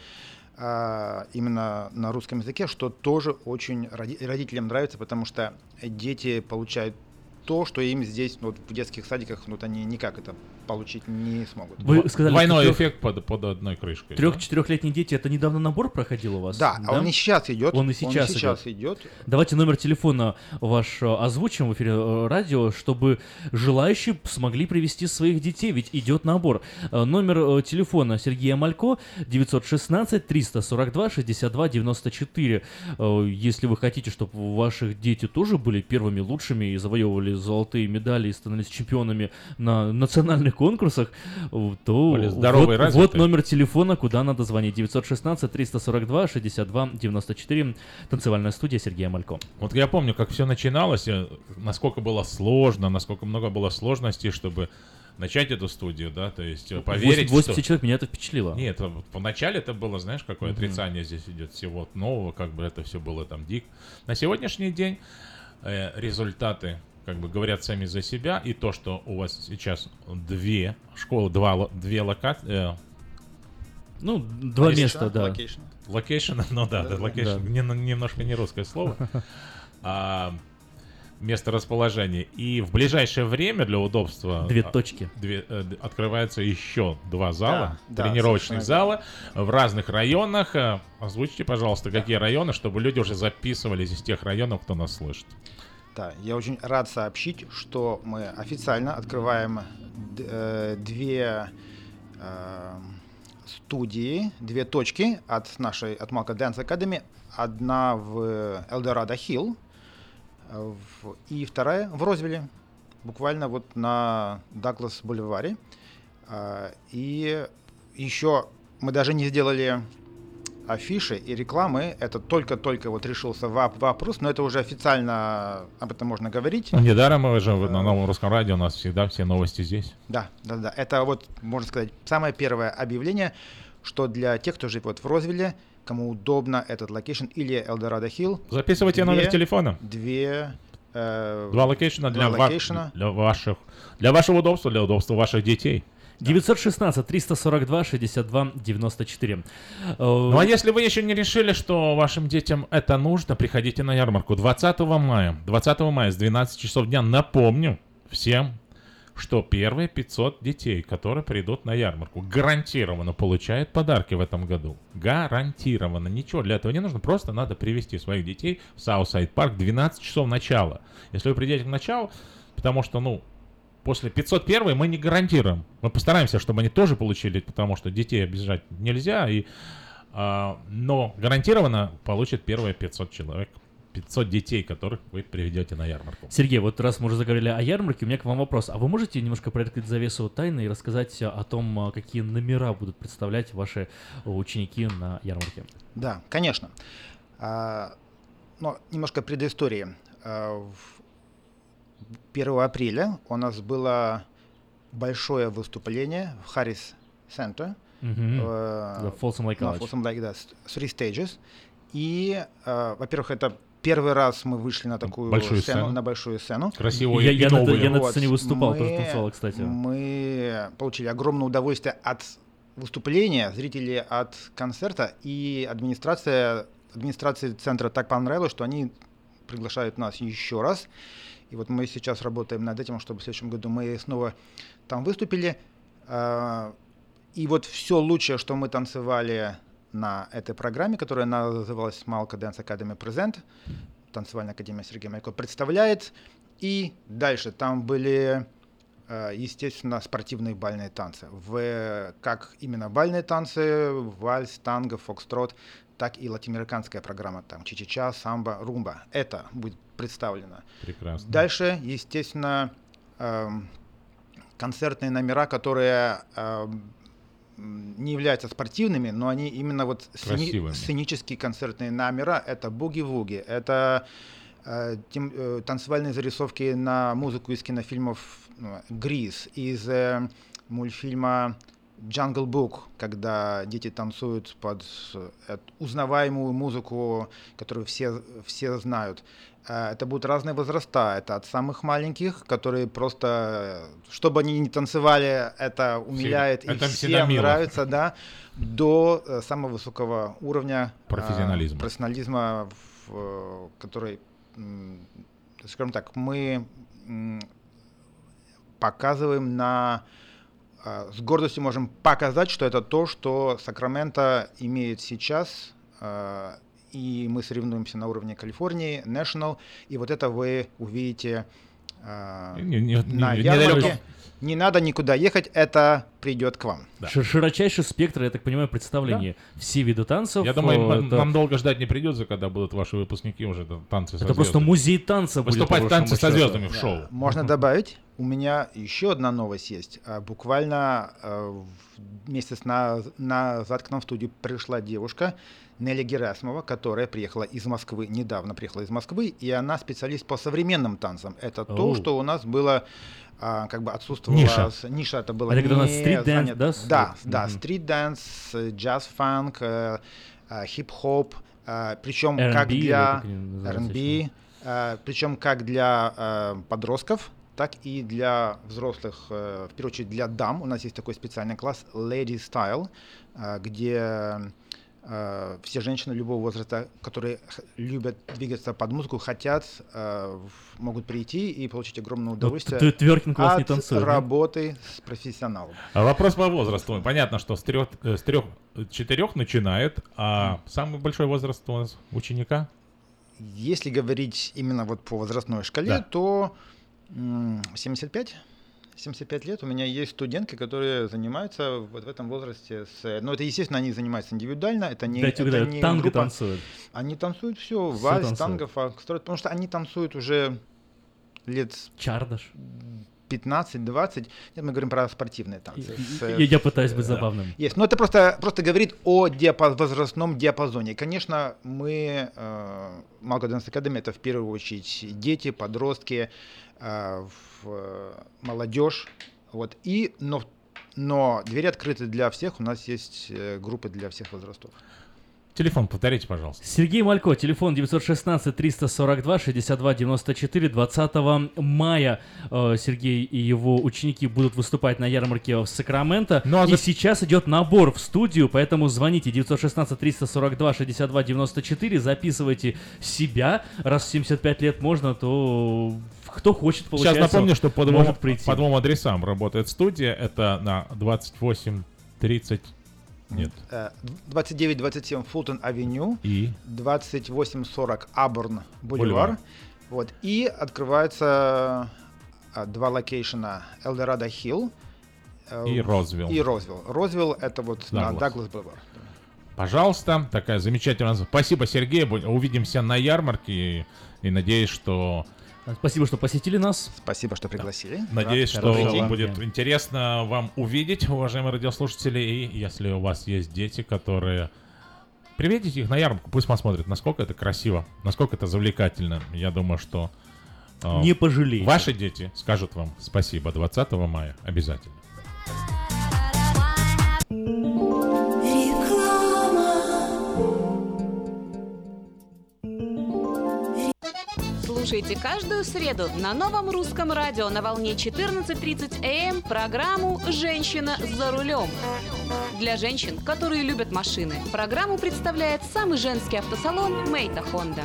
[SPEAKER 14] э, именно на русском языке, что тоже очень роди- родителям нравится, потому что дети получают то, что им здесь, ну, вот, в детских садиках, вот, они никак это получить не смогут.
[SPEAKER 3] Вы сказали,
[SPEAKER 18] двойной
[SPEAKER 3] трех...
[SPEAKER 18] эффект под, под одной крышкой.
[SPEAKER 3] Трех-четырехлетние да? дети, это недавно набор проходил у вас?
[SPEAKER 14] Да, да? А он и сейчас идет.
[SPEAKER 3] Он и сейчас,
[SPEAKER 14] он и сейчас
[SPEAKER 3] идет.
[SPEAKER 14] идет.
[SPEAKER 3] Давайте номер телефона ваш озвучим в эфире радио, чтобы желающие смогли привести своих детей, ведь идет набор. Номер телефона Сергея Малько девятьсот шестнадцать триста сорок два шестьдесят два девяносто четыре. Если вы хотите, чтобы ваши дети тоже были первыми лучшими и завоевывали золотые медали и становились чемпионами на национальных конкурсах, то вот, вот номер телефона, куда надо звонить. девятьсот шестнадцать триста сорок два шестьдесят два девяносто четыре. Танцевальная студия Сергея Малько.
[SPEAKER 18] Вот я помню, как все начиналось, насколько было сложно, насколько много было сложностей, чтобы начать эту студию, да, то есть поверить,
[SPEAKER 3] восемьдесят
[SPEAKER 18] что...
[SPEAKER 3] человек, меня это впечатлило.
[SPEAKER 18] Нет, вначале это было, знаешь, какое mm-hmm. отрицание здесь идет всего нового, как бы это все было там дик. На сегодняшний день э, результаты как бы говорят сами за себя, и то, что у вас сейчас две школы, два, две локации, э,
[SPEAKER 3] ну, два
[SPEAKER 14] Location,
[SPEAKER 3] места, да.
[SPEAKER 14] Location.
[SPEAKER 18] Location, ну да, да, location,
[SPEAKER 3] да.
[SPEAKER 18] Не, немножко не русское слово. А, место расположения. И в ближайшее время для удобства...
[SPEAKER 3] Две точки.
[SPEAKER 18] Две, э, открывается еще два зала,
[SPEAKER 14] да,
[SPEAKER 18] тренировочных
[SPEAKER 14] да,
[SPEAKER 18] зала в разных районах. Озвучьте, пожалуйста, да. какие районы, чтобы люди уже записывались из тех районов, кто нас слышит.
[SPEAKER 14] Да, я очень рад сообщить, что мы официально открываем э, две э, студии, две точки от нашей, от Malka Dance Academy. Одна в Элдорадо Хилл э, и вторая в Розвилле, буквально вот на Даглас Бульваре. Э, и еще мы даже не сделали афиши и рекламы, это только-только вот решился вопрос, но это уже официально об этом можно говорить.
[SPEAKER 18] Недаром мы же на Новом Русском радио, у нас всегда все новости здесь.
[SPEAKER 14] Да, да, да. Это вот, можно сказать, самое первое объявление, что для тех, кто живет в Розвилле, кому удобно этот локейшн или Элдорадо Хилл.
[SPEAKER 18] Записывайте две, номер телефона.
[SPEAKER 14] Две э,
[SPEAKER 18] Два локейшена для,
[SPEAKER 14] два локейшена.
[SPEAKER 18] Ва- для, ваших, для вашего удобства, для удобства ваших детей.
[SPEAKER 3] девятьсот шестнадцать триста сорок два шестьдесят два девяносто четыре.
[SPEAKER 18] Ну а если вы еще не решили, что вашим детям это нужно, приходите на ярмарку двадцатого мая. двадцатого мая с двенадцати часов дня. Напомню всем, что первые пятьсот детей, которые придут на ярмарку, гарантированно получают подарки в этом году. Гарантированно. Ничего для этого не нужно. Просто надо привести своих детей в Саутсайд Парк двенадцать часов начала. Если вы придете к началу, потому что, ну, после пятьсот первой мы не гарантируем. Мы постараемся, чтобы они тоже получили, потому что детей обижать нельзя. И, а, но гарантированно получат первые пятьсот человек. пятьсот детей, которых вы приведете на ярмарку.
[SPEAKER 3] Сергей, вот раз мы уже заговорили о ярмарке, у меня к вам вопрос. А вы можете немножко приоткрыть завесу тайны и рассказать о том, какие номера будут представлять ваши ученики на ярмарке?
[SPEAKER 14] Да, конечно. А, но немножко предыстории. А, первого апреля у нас было большое выступление в Harris Center.
[SPEAKER 3] Mm-hmm. Uh, Folsom Lake College.
[SPEAKER 14] Folsom Lake, да, three stages. И, uh, во-первых, это первый раз мы вышли на такую
[SPEAKER 18] большую
[SPEAKER 14] сцену,
[SPEAKER 18] сцену.
[SPEAKER 14] на большую сцену.
[SPEAKER 18] Красивую
[SPEAKER 3] я,
[SPEAKER 18] и
[SPEAKER 3] я,
[SPEAKER 18] новую.
[SPEAKER 3] Я, я
[SPEAKER 14] вот.
[SPEAKER 3] на сцене выступал,
[SPEAKER 14] мы,
[SPEAKER 3] тоже танцевал, кстати.
[SPEAKER 14] Мы получили огромное удовольствие от выступления, зрители от концерта, и администрация, администрации центра так понравилось, что они приглашают нас еще раз. И вот мы сейчас работаем над этим, чтобы в следующем году мы снова там выступили. И вот все лучшее, что мы танцевали на этой программе, которая называлась Malka Dance Academy Present, танцевальная академия Сергея Малько представляет. И дальше там были, естественно, спортивные бальные танцы. В, как именно бальные танцы, вальс, танго, фокстрот, так и латиноамериканская программа, там чичича, самбо, румба. Это будет представлено.
[SPEAKER 18] Прекрасно.
[SPEAKER 14] Дальше, естественно, эм, концертные номера, которые эм, не являются спортивными, но они именно вот сцени- сценические концертные номера. Это буги-вуги, это э, тем, э, танцевальные зарисовки на музыку из кинофильмов ну, «Гриз», из э, мультфильма Jungle Book, когда дети танцуют под э, узнаваемую музыку, которую все, все знают. Э, это будут разные возраста. Это от самых маленьких, которые просто, чтобы они не танцевали, это умиляет
[SPEAKER 18] это
[SPEAKER 14] и всем нравится, да, до э, самого высокого уровня
[SPEAKER 18] профессионализма,
[SPEAKER 14] э, профессионализма в, который, э, скажем так, мы э, показываем на... С гордостью можем показать, что это то, что Сакраменто имеет сейчас, и мы соревнуемся на уровне Калифорнии, National, и вот это вы увидите
[SPEAKER 18] не, не,
[SPEAKER 14] на
[SPEAKER 18] не,
[SPEAKER 14] ярмарке. Не надо никуда ехать, это придет к вам.
[SPEAKER 3] Да. Широчайший спектр, я так понимаю, представлений. Да. Все виды танцев.
[SPEAKER 18] Я думаю, это... нам долго ждать не придется, когда будут ваши выпускники уже танцы со
[SPEAKER 3] Это просто музей танца будет.
[SPEAKER 18] Выступать танцы со звездами в шоу.
[SPEAKER 14] Да. Можно добавить, у меня еще одна новость есть. Буквально месяц назад к нам в студию пришла девушка, Нелли Герасимова, которая приехала из Москвы, недавно приехала из Москвы, и она специалист по современным танцам. Это Оу. то, что у нас было... А, как бы отсутствовала
[SPEAKER 3] ниша.
[SPEAKER 14] Ниша это было
[SPEAKER 3] это не у нас стрит-дэнс, да?
[SPEAKER 14] Да, да, стрит-дэнс, джаз-фанк, хип-хоп, причем как для эр энд би, причем как для подростков, так и для взрослых, в первую очередь для дам. У нас есть такой специальный класс Lady Style, где Uh, все женщины любого возраста, которые любят двигаться под музыку, хотят, uh, могут прийти и получить огромное удовольствие
[SPEAKER 3] ну, тверкинг
[SPEAKER 14] от
[SPEAKER 3] не танцует,
[SPEAKER 14] работы
[SPEAKER 3] да?
[SPEAKER 14] с профессионалом.
[SPEAKER 18] А вопрос по возрасту. Понятно, что с трех, с трех, четырех начинает, а mm. самый большой возраст у нас ученика?
[SPEAKER 14] Если говорить именно вот по возрастной шкале, да. то м- семьдесят пять. семьдесят пять лет. У меня есть студентки, которые занимаются вот в этом возрасте. С, ну, это, естественно, они занимаются индивидуально. Это не,
[SPEAKER 3] Дайте
[SPEAKER 14] это
[SPEAKER 3] не танго группа. Танцуют.
[SPEAKER 14] Они танцуют все. все вальс, танго, фокстрот. Потому что они танцуют уже лет...
[SPEAKER 3] Чардаш.
[SPEAKER 14] пятнадцать-двадцать. Нет, мы говорим про спортивные танцы.
[SPEAKER 3] С, я, я пытаюсь быть забавным.
[SPEAKER 14] Есть. Но это просто, просто говорит о диапаз, возрастном диапазоне. Конечно, мы, э, Malco Dance Academy, это в первую очередь дети, подростки, э, в, молодежь. Вот. И, но, но двери открыты для всех. У нас есть э, группы для всех возрастов.
[SPEAKER 18] Телефон повторите, пожалуйста.
[SPEAKER 3] Сергей Малько, телефон девять один шесть триста сорок два шестьдесят два девяносто четыре. двадцатого мая э, Сергей и его ученики будут выступать на ярмарке в Сакраменто. Ну, а и за... сейчас идет набор в студию, поэтому звоните девять один шесть триста сорок два шестьдесят два девяносто четыре, записывайте себя. Раз в семьдесят пять лет можно, то кто хочет, получается,
[SPEAKER 18] сейчас напомню, что по двум, по двум адресам работает студия. Это на двадцать восемь тридцать... Нет.
[SPEAKER 14] двадцать девять двадцать семь Фултон Авеню
[SPEAKER 18] и
[SPEAKER 14] двадцать восемь сорок Абурн Бульвар. Вот. И открываются а, два локейшена: Элдорадо Хилл
[SPEAKER 18] и Розвилл.
[SPEAKER 14] И Розвилл. Розвилл это вот Даглас. На Даглас Бульвар.
[SPEAKER 18] Пожалуйста, такая замечательная. Спасибо, Сергей. Увидимся на ярмарке и, и надеюсь, что...
[SPEAKER 3] Спасибо, что посетили нас.
[SPEAKER 14] Спасибо, что пригласили.
[SPEAKER 18] Надеюсь, что Хорошо. будет интересно вам увидеть, уважаемые радиослушатели. И если у вас есть дети, которые... Приведите их на ярмарку, пусть посмотрят, насколько это красиво, насколько это завлекательно. Я думаю, что...
[SPEAKER 3] Э, Не пожалеете.
[SPEAKER 18] Ваши дети скажут вам спасибо двадцатого мая обязательно.
[SPEAKER 23] Слушайте каждую среду на Новом Русском радио на волне четырнадцать тридцать эй эм программу «Женщина за рулем». Для женщин, которые любят машины, программу представляет самый женский автосалон «Мейта Хонда».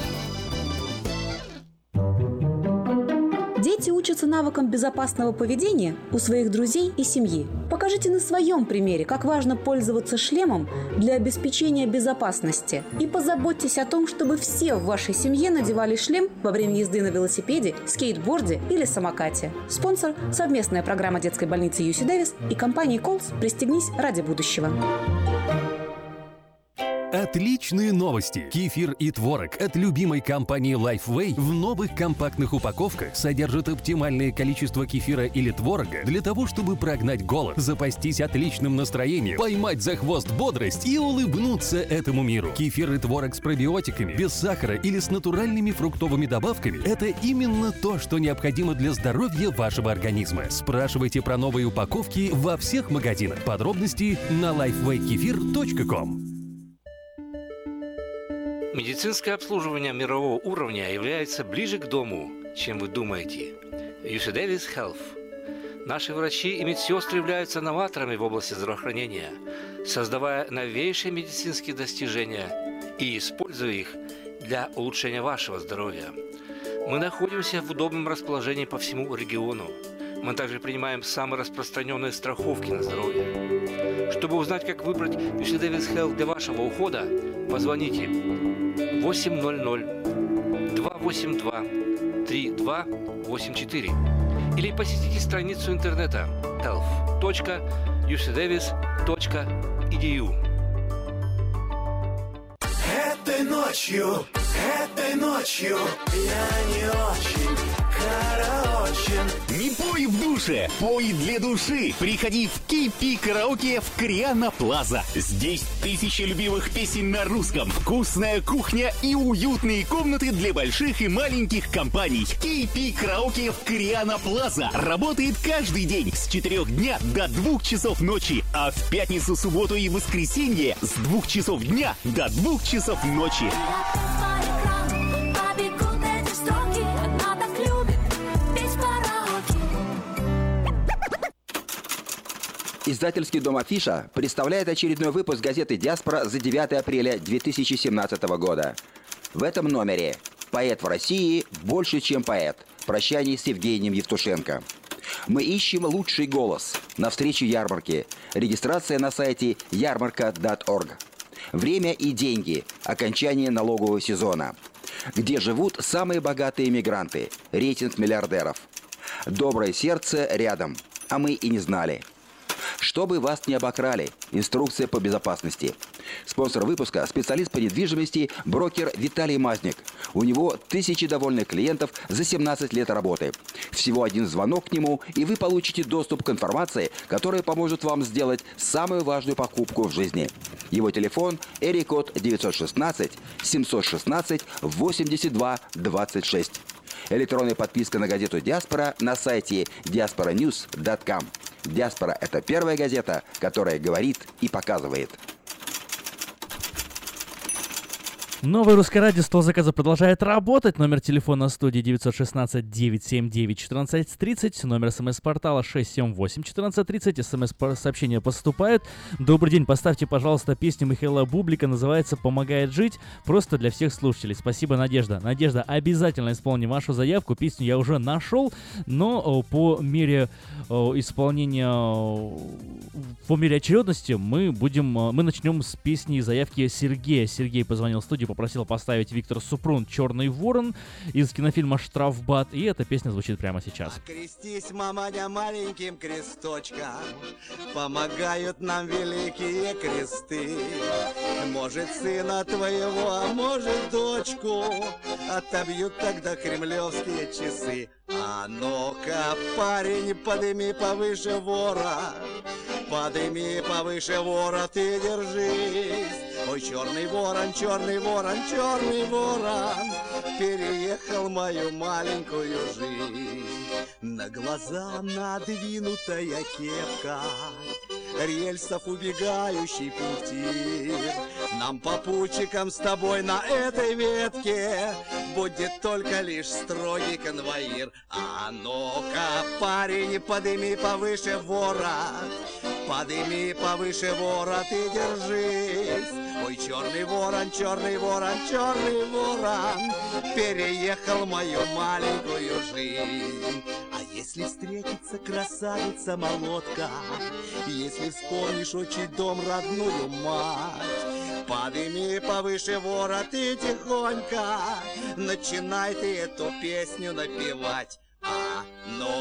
[SPEAKER 24] Дети учатся навыкам безопасного поведения у своих друзей и семьи. Покажите на своем примере, как важно пользоваться шлемом для обеспечения безопасности. И позаботьтесь о том, чтобы все в вашей семье надевали шлем во время езды на велосипеде, скейтборде или самокате. Спонсор – совместная программа детской больницы ю си Дэвис и компании Колс «Пристегнись ради будущего».
[SPEAKER 7] От Отличные новости! Кефир и творог от любимой компании Lifeway в новых компактных упаковках содержат оптимальное количество кефира или творога для того, чтобы прогнать голод, запастись отличным настроением, поймать за хвост бодрость и улыбнуться этому миру. Кефир и творог с пробиотиками, без сахара или с натуральными фруктовыми добавками – это именно то, что необходимо для здоровья вашего организма. Спрашивайте про новые упаковки во всех магазинах. Подробности на лайфвей кефир точка ком.
[SPEAKER 5] Медицинское обслуживание мирового уровня является ближе к дому, чем вы думаете. ю си Davis Health. Наши врачи и медсестры являются новаторами в области здравоохранения, создавая новейшие медицинские достижения и используя их для улучшения вашего здоровья. Мы находимся в удобном расположении по всему региону. Мы также принимаем самые распространенные страховки на здоровье. Чтобы узнать, как выбрать ю си Davis Health для вашего ухода, позвоните восемь ноль ноль два восемь два три два восемь четыре или посетите страницу интернета health точка ю си davis точка и ди ю.
[SPEAKER 11] Этой ночью, этой ночью я не очень караочен.
[SPEAKER 6] Не пой в душе, пой для души. Приходи в кей пи Караоке в Кориана Плаза. Здесь тысячи любимых песен на русском, вкусная кухня и уютные комнаты для больших и маленьких компаний. кей пи Караоке в Кориана Плаза работает каждый день с четырёх дня до двух часов ночи, а в пятницу, субботу и воскресенье с двух часов дня до двух часов ночи.
[SPEAKER 19] Издательский дом «Афиша» представляет очередной выпуск газеты «Диаспора» за девятое апреля две тысячи семнадцатого года. В этом номере «Поэт в России больше, чем поэт. Прощание с Евгением Евтушенко». Мы ищем лучший голос. Навстречу ярмарке. Регистрация на сайте ярмарка точка орг. Время и деньги. Окончание налогового сезона. Где живут самые богатые мигранты. Рейтинг миллиардеров. Доброе сердце рядом. А мы и не знали. Чтобы вас не обокрали. Инструкция по безопасности. Спонсор выпуска – специалист по недвижимости, брокер Виталий Мазник. У него тысячи довольных клиентов за семнадцать лет работы. Всего один звонок к нему, и вы получите доступ к информации, которая поможет вам сделать самую важную покупку в жизни. Его телефон – эрикод девятьсот шестнадцать семьсот шестнадцать восемьдесят два двадцать шесть. Электронная подписка на газету «Диаспора» на сайте диаспора ньюс точка ком. «Диаспора» — это первая газета, которая говорит и показывает.
[SPEAKER 3] Новое русское радио «Стол заказа» продолжает работать. Номер телефона студии девятьсот шестнадцать девятьсот семьдесят девять четырнадцать тридцать. Номер смс-портала шесть семь восемь четырнадцать тридцать. СМС-сообщения поступают. Добрый день, поставьте, пожалуйста, песню Михаила Бублика. Называется «Помогает жить». Просто для всех слушателей. Спасибо, Надежда. Надежда, обязательно исполним вашу заявку. Песню я уже нашел, но по мере исполнения, по мере очередности мы будем, мы начнем с песни и заявки Сергея. Сергей позвонил в студию, попросил поставить Виктор Супрун «Черный ворон» из кинофильма «Штрафбат», и эта песня звучит прямо сейчас.
[SPEAKER 13] Крестись, маманя, маленьким кресточком, помогают нам великие кресты. Может, сына твоего, а может, дочку, отобьют тогда кремлевские часы. А ну-ка, парень, подыми повыше вора, подыми повыше вора, ты держись. Ой, черный ворон, черный ворон, черный ворон, переехал мою маленькую жизнь. На глаза надвинутая кепка, рельсов убегающий пути. Нам попутчикам с тобой на этой ветке будет только лишь строгий конвоир. А ну-ка, парень, подыми повыше вора, подыми повыше вора, ты держись. Ой, черный ворон, черный ворон, черный ворон, переехал мою маленькую жизнь. А если встретится красавица-молодка, если вспомнишь отчий дом, родную мать, подыми повыше вора, ты тихонько начинай ты эту песню напевать. А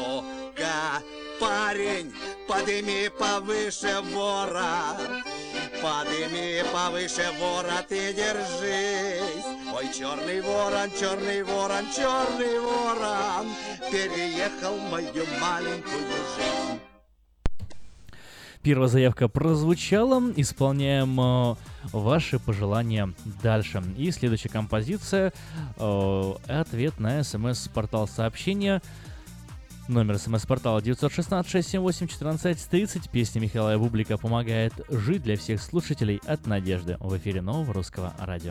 [SPEAKER 13] ну-ка, парень, подыми повыше вора, Подыми повыше ворот и держись. Ой, черный ворон, черный ворон, черный ворон переехал в мою маленькую жизнь.
[SPEAKER 3] Первая заявка прозвучала, исполняем э, ваши пожелания дальше. И следующая композиция, э, ответ на смс-портал сообщения. Номер смс-портала девять один шесть шесть семь восемь один четыре три ноль. Песня Михаила Бублика помогает жить для всех слушателей от Надежды. В эфире Нового Русского Радио.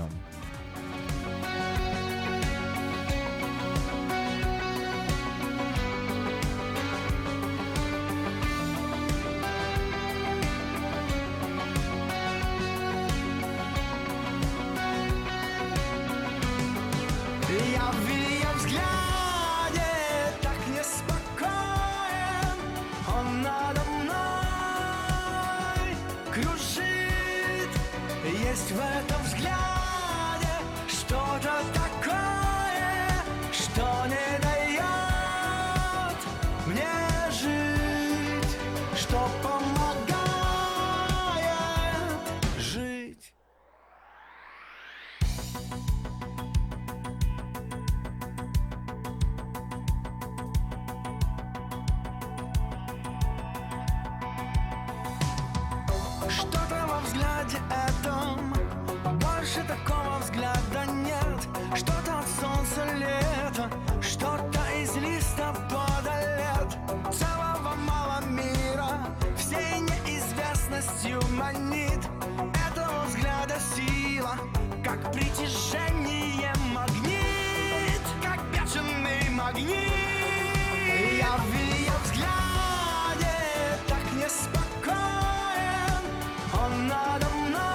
[SPEAKER 8] Я в ее взгляде так неспокоен, он надо мной кружит. Есть в этом взгляде что-то такое, что не дает мне жить, что помогает жить. Что-то во взгляде этом, больше такого взгляда нет. Что-то от солнца лето, что-то из листопада лет. Целого мало мира, всей неизвестностью манит. Этого взгляда сила, как притяжение магнит, как бешеный магнит. Я в ее взгляде так неспокоен, он надо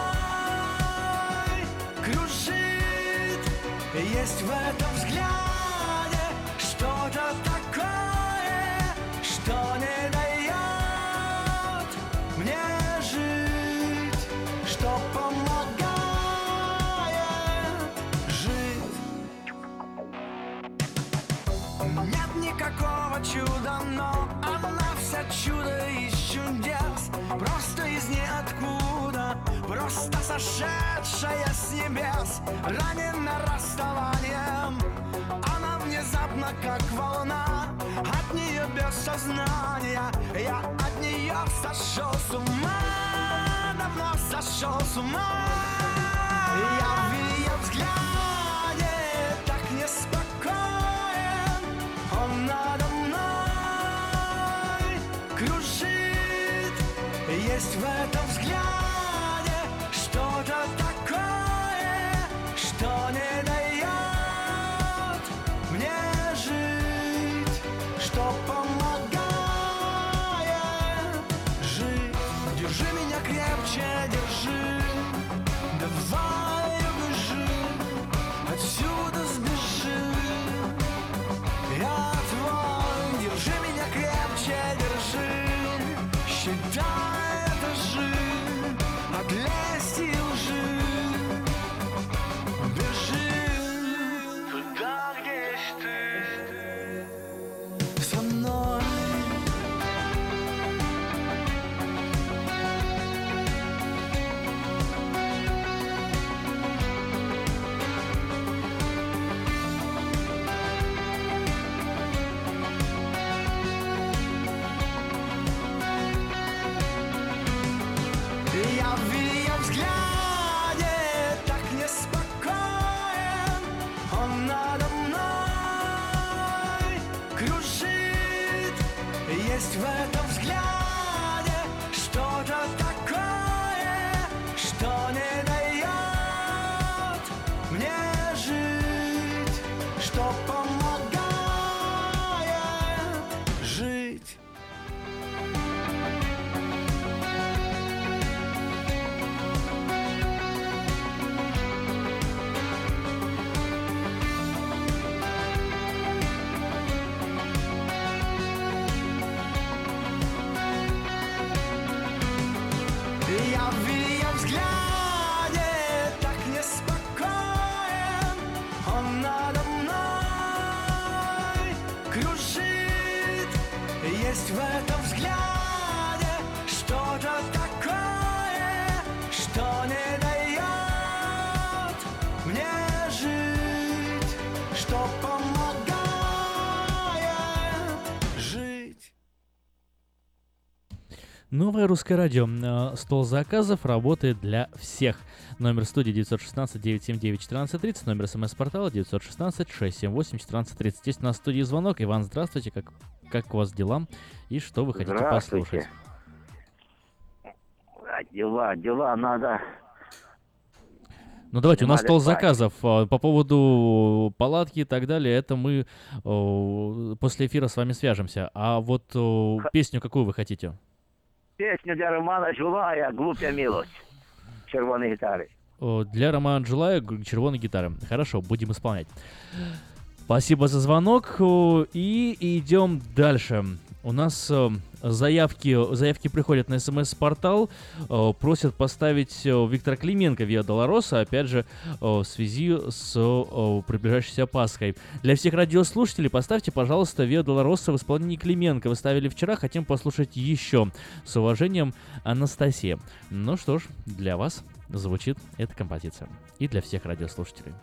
[SPEAKER 8] мной кружит. Есть в этом взгляде что-то такое, что не дает мне жить, что помогает жить. Нет никакого чуда, но она вся чудо из чудес. Просто из ниоткуда, просто сошедшая с небес. Ранена расставанием, она внезапно как волна. От нее без сознания, я от нее сошел с ума. Давно сошел с ума. Я в ее взгляде так неспокоен, он надо мной кружит. Есть в этом взгляде что-то такое, что не дает мне жить, что помогает жить. Держи меня крепче, держи, давай убежи, отсюда сбежи. Я твой, держи меня крепче, держи, считай этажи от лести и лжи. Бежи туда, где есть ты со мной. Я в ее взгляде так неспокоен, он надо мной кружит. Есть в этом взгляде что-то такое, что не дает мне жить, что помогает жить. Я в ее взгляде так неспокоен, он надо мной кружит. Есть в этом взгляде что-то такое, что
[SPEAKER 3] Новое русское радио. э, Стол заказов работает для всех. Номер студии девятьсот шестнадцать девятьсот семьдесят девять четырнадцать тридцать. Номер смс-портала девятьсот шестнадцать шестьсот семьдесят восемь четырнадцать тридцать. Есть у нас в студии звонок. Иван, здравствуйте. Как, как у вас дела? И что вы хотите послушать?
[SPEAKER 2] Дела, дела надо.
[SPEAKER 3] Ну давайте, у нас
[SPEAKER 2] Надо
[SPEAKER 3] стол
[SPEAKER 2] спать.
[SPEAKER 3] заказов. А, По поводу палатки и так далее, это мы о, после эфира с вами свяжемся. А вот о, песню какую вы хотите?
[SPEAKER 2] Песню для Романа Жулая «Глупя милость». Червоной гитары.
[SPEAKER 3] О, Для Романа Джилая г- червоной гитары. Хорошо, будем исполнять. Спасибо за звонок. о, И идем дальше. У нас э, заявки, заявки приходят на смс-портал, э, просят поставить э, Виктора Клименко «Виа Долороса», опять же, э, в связи с э, приближающейся Пасхой. Для всех радиослушателей поставьте, пожалуйста, «Виа Долороса» в исполнении Клименко. Вы ставили вчера, хотим послушать еще. С уважением, Анастасия. Ну что ж, для вас звучит эта композиция. И для всех радиослушателей.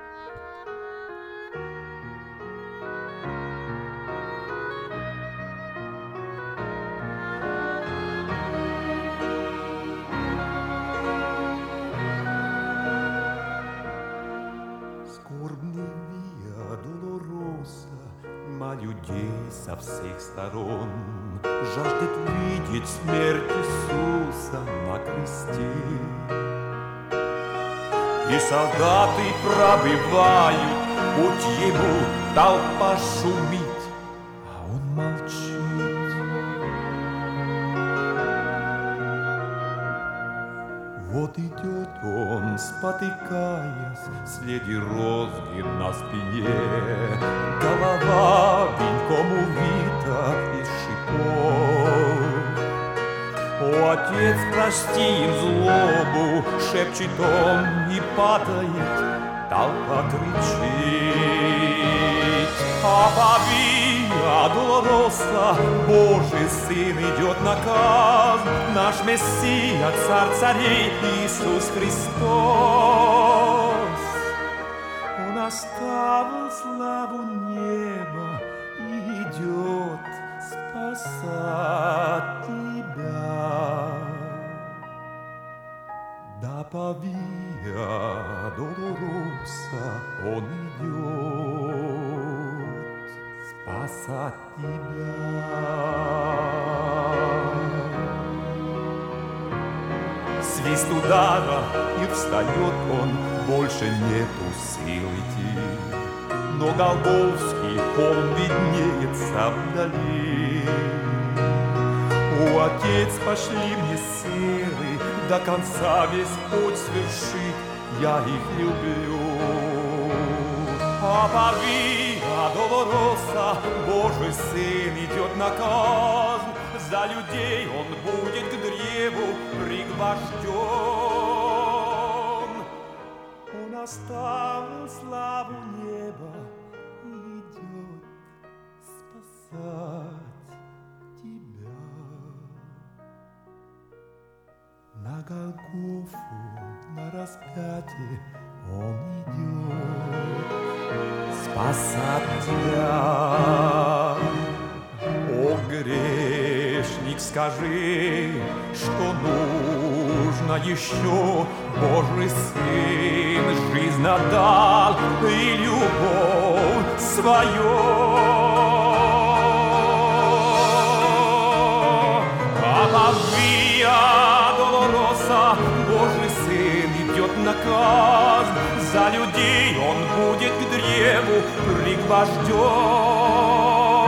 [SPEAKER 11] Скорбный Виа Долороса на людей со всех сторон жаждет видеть смерть Иисуса на кресте. И солдаты пробивают путь ему, толпа шумит, а он молчит. Вот идет он, спотыкаясь, среди розги на спине. Голова венком увита из шипов. О, Отец, прости им злобу, шепчет он и падает, толпа кричит. А Виа Долороса, Божий Сын, идет на казнь, наш Мессия, Царь царей, Иисус Христос. Он оставил славу неба и идет спасать тебя. Да по Виа Долороса он идет спасать тебя. Свист удара, и встает он, больше нету сил идти. Но Голгофский холм виднеется вдали. О, Отец, пошли мне силы, до конца весь путь свершить, я их люблю. А по Виа Долороса, Божий Сын идет на казнь, за людей он будет к древу пригвожден. Он оставил славу неба и идет спасать тебя. На Голгофу, на распятие он идет спасать тебя. О, грешник, скажи, что нужно еще. Божий Сын жизнь отдал и любовь свою. А Виа Долороса, Божий Сын идет на казнь, за людей он будет к древу пригвожден.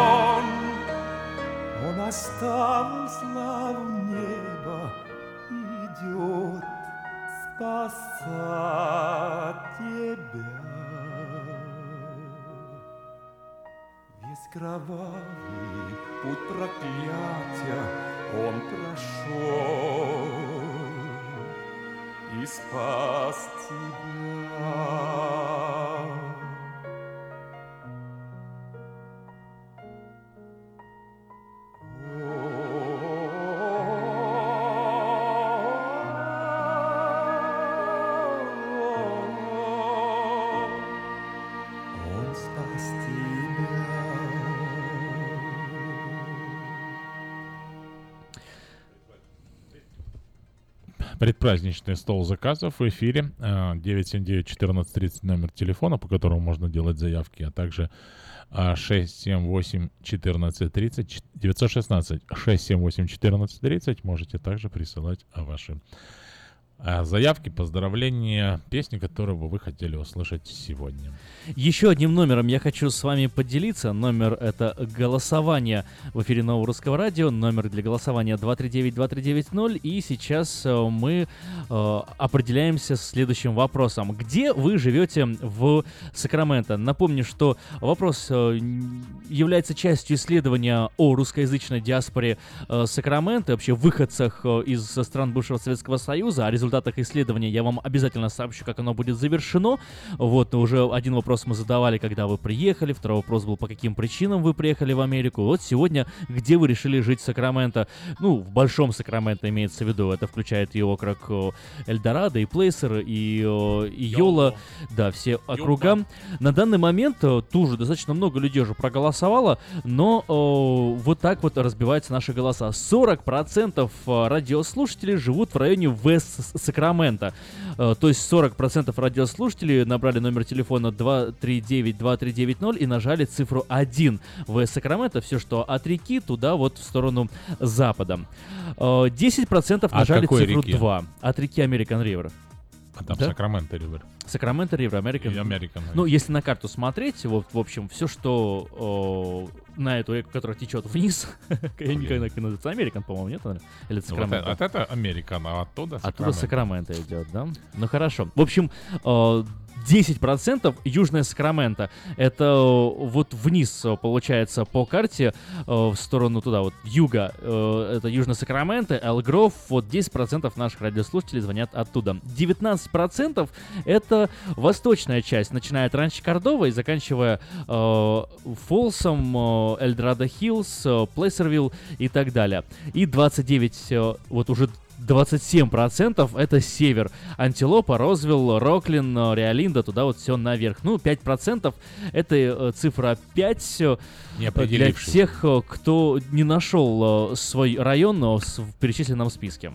[SPEAKER 11] Он оставил славу неба и идет спасать тебя. Весь кровавый путь проклятия он прошел и спас тебя. Он спас тебя.
[SPEAKER 18] Предпраздничный стол заказов в эфире. девять семь девять четырнадцать тридцать номер телефона, по которому можно делать заявки, а также шесть семь восемь четырнадцать тридцать, девятьсот шестнадцать шесть семь восемь четырнадцать тридцать. Можете также присылать ваши заявки, поздравления, песни, которые бы вы хотели услышать сегодня.
[SPEAKER 3] Еще одним номером я хочу с вами поделиться. Номер — это голосование в эфире Нового Русского Радио. Номер для голосования два три девять два три девять ноль. И сейчас мы э, определяемся с следующим вопросом. Где вы живете в Сакраменто? Напомню, что вопрос э, является частью исследования о русскоязычной диаспоре э, Сакраменто, вообще выходцах э, из стран бывшего Советского Союза. О результатах исследования я вам обязательно сообщу, как оно будет завершено. Вот, уже один вопрос мы задавали, когда вы приехали, второй вопрос был, по каким причинам вы приехали в Америку. Вот сегодня, где вы решили жить в Сакраменто? Ну, в Большом Сакраменто имеется в виду, это включает и округ Эльдорадо, и Плейсер, и, и Йола, да, все округа. Йола. На данный момент тоже достаточно много людей уже проголосовало, но о, вот так вот разбиваются наши голоса. сорок процентов радиослушателей живут в районе Вест Сакраменто. То есть сорок процентов радиослушателей набрали номер телефона два три девять два три девять ноль и нажали цифру один. В Сакраменто все, что от реки, туда вот в сторону запада. десять процентов нажали цифру реки? два. От реки American River.
[SPEAKER 18] А там
[SPEAKER 3] да?
[SPEAKER 18] Сакраменто Ривер.
[SPEAKER 3] Сакраменто Ривер, American.
[SPEAKER 18] American.
[SPEAKER 3] Ну, если на карту смотреть, вот, в общем, все, что о, на эту реку, которая течет вниз, я не знаю, как называется, American, по-моему, нет? Или Сакраменто?
[SPEAKER 18] Вот это American, а оттуда Сакраменто.
[SPEAKER 3] Оттуда Сакраменто идет, да? Ну, хорошо. В общем, десять процентов Южная Сакраменто. Это вот вниз, получается, по карте, в сторону туда, вот юга. Это Южная Сакраменто, Эл-Гров. Вот десять процентов наших радиослушателей звонят оттуда. девятнадцать процентов это восточная часть, начиная от Ранчо Кордова и заканчивая э, Фолсом, э, Эльдорадо Хиллз, э, Плейсервилл и так далее. И двадцать девять, э, вот уже двадцать семь процентов это север. Антилопа, Розвилл, Роклин, Риолинда, туда вот все наверх. Ну, пять процентов это э, цифра пять э, для тех, э, кто не нашел э, свой район э, в перечисленном списке.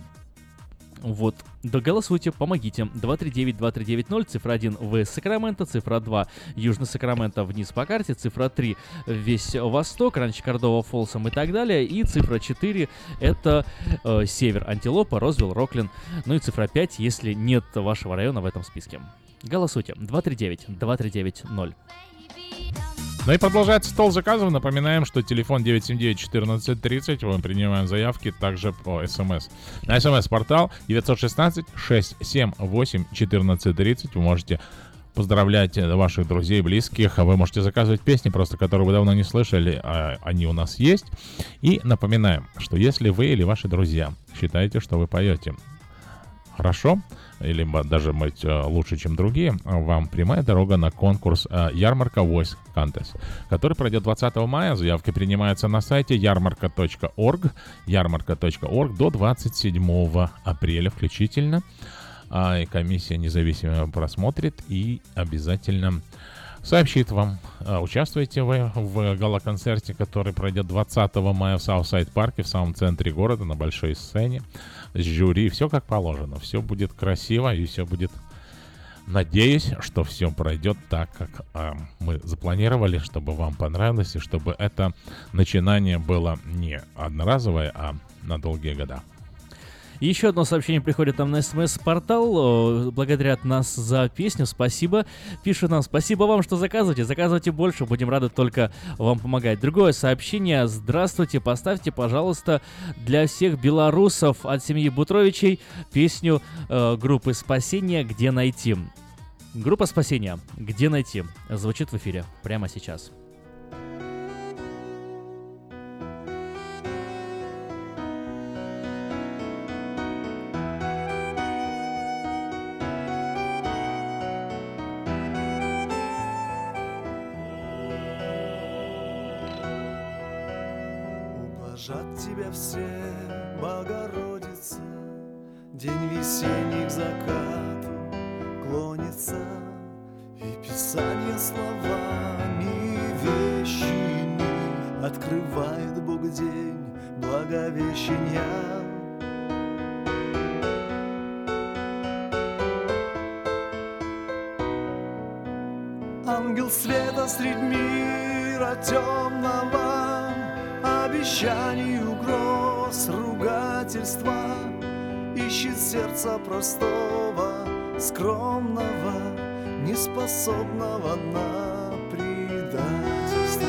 [SPEAKER 3] Вот, да, голосуйте, помогите. два три девять два три девять ноль, цифра один в Сакраменто, цифра два Южный Сакраменто вниз по карте, цифра три весь Восток, Ранчо Кордова, Фолсом и так далее, и цифра четыре это э, север, Антилопа, Розвилл, Роклин, ну и цифра пять, если нет вашего района в этом списке. Голосуйте, два три девять два три девять ноль.
[SPEAKER 18] Ну и продолжается стол заказов. Напоминаем, что телефон девять семь девять четырнадцать тридцать. Мы принимаем заявки также по СМС. На СМС-портал девятьсот шестнадцать шестьсот семьдесят восемь четырнадцать тридцать. Вы можете поздравлять ваших друзей, близких. Вы можете заказывать песни, просто которые вы давно не слышали. А они у нас есть. И напоминаем, что если вы или ваши друзья считаете, что вы поете хорошо, или даже быть лучше, чем другие, вам прямая дорога на конкурс Ярмарка Voice Contest, который пройдет двадцатого мая. Заявки принимаются на сайте ярмарка точка орг, ярмарка точка орг до двадцать седьмого апреля включительно. И комиссия независимая просмотрит и обязательно сообщит вам. Участвуйте вы в гала-концерте, который пройдет двадцатого мая в Саутсайд-парке, в самом центре города, на большой сцене, с жюри. Все как положено. Все будет красиво и все будет... Надеюсь, что все пройдет так, как э, мы запланировали, чтобы вам понравилось, и чтобы это начинание было не одноразовое, а на долгие года.
[SPEAKER 3] Еще одно сообщение приходит нам на СМС-портал. Благодарят нас за песню. Спасибо. Пишут нам: спасибо вам, что заказываете. Заказывайте больше. Будем рады только вам помогать. Другое сообщение. Здравствуйте. Поставьте, пожалуйста, для всех белорусов от семьи Бутровичей песню э, группы «Спасение. Где найти». Группа «Спасение. Где найти» звучит в эфире прямо сейчас.
[SPEAKER 8] Ублажат тебя все, Богородица, день весенних закатов клонится, и Писание словами вещими открывает Бог день Благовещения. Ищет света средь мира темного, обещаний, угроз, ругательства. Ищет сердца простого, скромного, неспособного на предательство.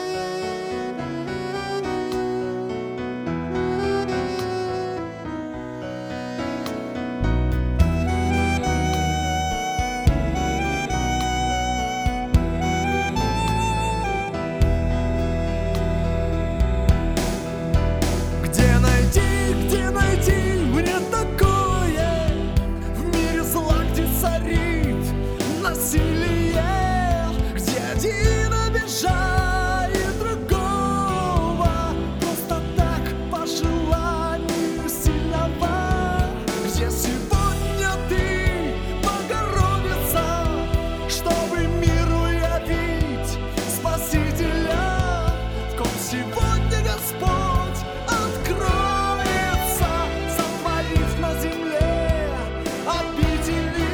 [SPEAKER 8] Где найти, где найти мне такое в мире зла, где царит насилие, где один обижает другого просто так, по желанию сильного, где сегодня ты, Богородица, чтобы миру явить Спасителя, в ком сегодня Господь откроется, сотворив на земле обители.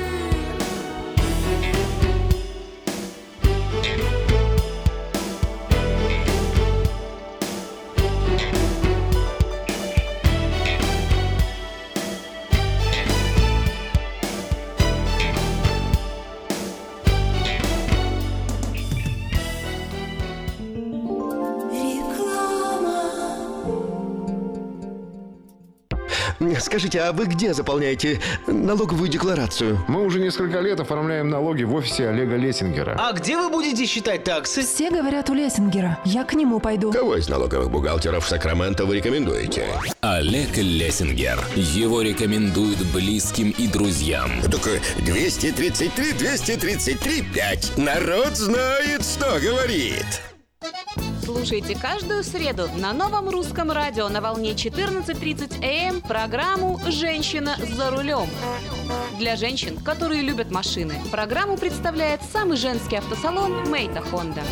[SPEAKER 1] Скажите, а вы где заполняете налоговую декларацию?
[SPEAKER 9] Мы уже несколько лет оформляем налоги в офисе Олега Лессингера.
[SPEAKER 20] А где вы будете считать таксы?
[SPEAKER 21] Все говорят у Лессингера. Я к нему пойду.
[SPEAKER 1] Кого из налоговых бухгалтеров Сакраменто вы рекомендуете?
[SPEAKER 22] Олег Лессингер. Его рекомендуют близким и друзьям.
[SPEAKER 1] Так двести тридцать три, двести тридцать три, пять. Народ знает, что говорит.
[SPEAKER 23] Слушайте каждую среду на Новом Русском Радио на волне четырнадцать тридцать эй эм программу «Женщина за рулем». Для женщин, которые любят машины, программу представляет самый женский автосалон «Мейта Хонда».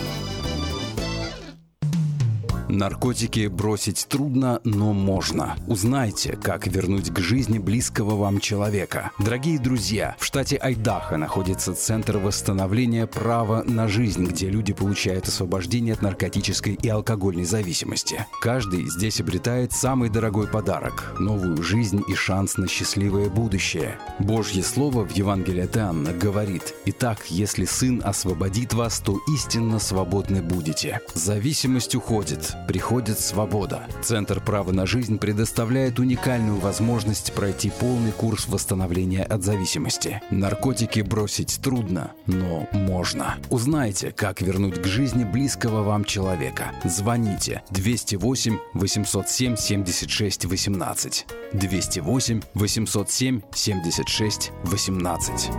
[SPEAKER 26] Наркотики бросить трудно, но можно. Узнайте, как вернуть к жизни близкого вам человека. Дорогие друзья, в штате Айдахо находится Центр восстановления права на жизнь, где люди получают освобождение от наркотической и алкогольной зависимости. Каждый здесь обретает самый дорогой подарок – новую жизнь и шанс на счастливое будущее. Божье Слово в Евангелии от Иоанна говорит: «Итак, если Сын освободит вас, то истинно свободны будете». Зависимость уходит. Приходит свобода. Центр права на жизнь предоставляет уникальную возможность пройти полный курс восстановления от зависимости. Наркотики бросить трудно, но можно. Узнайте, как вернуть к жизни близкого вам человека. Звоните двести восемь восемьсот семь семьдесят шесть восемнадцать. двести восемь восемьсот семь семьдесят шесть восемнадцать.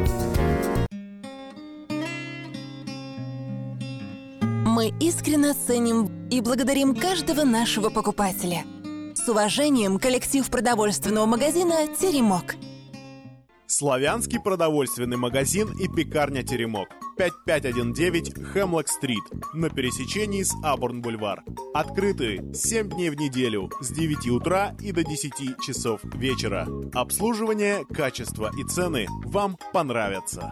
[SPEAKER 27] Мы искренне ценим и благодарим каждого нашего покупателя. С уважением, коллектив продовольственного магазина «Теремок».
[SPEAKER 28] Славянский продовольственный магазин и пекарня «Теремок». пять пять один девять Хемлок-стрит на пересечении с Абурн-бульвар. Открыты семь дней в неделю с девяти утра и до десяти часов вечера. Обслуживание, качество и цены вам понравятся.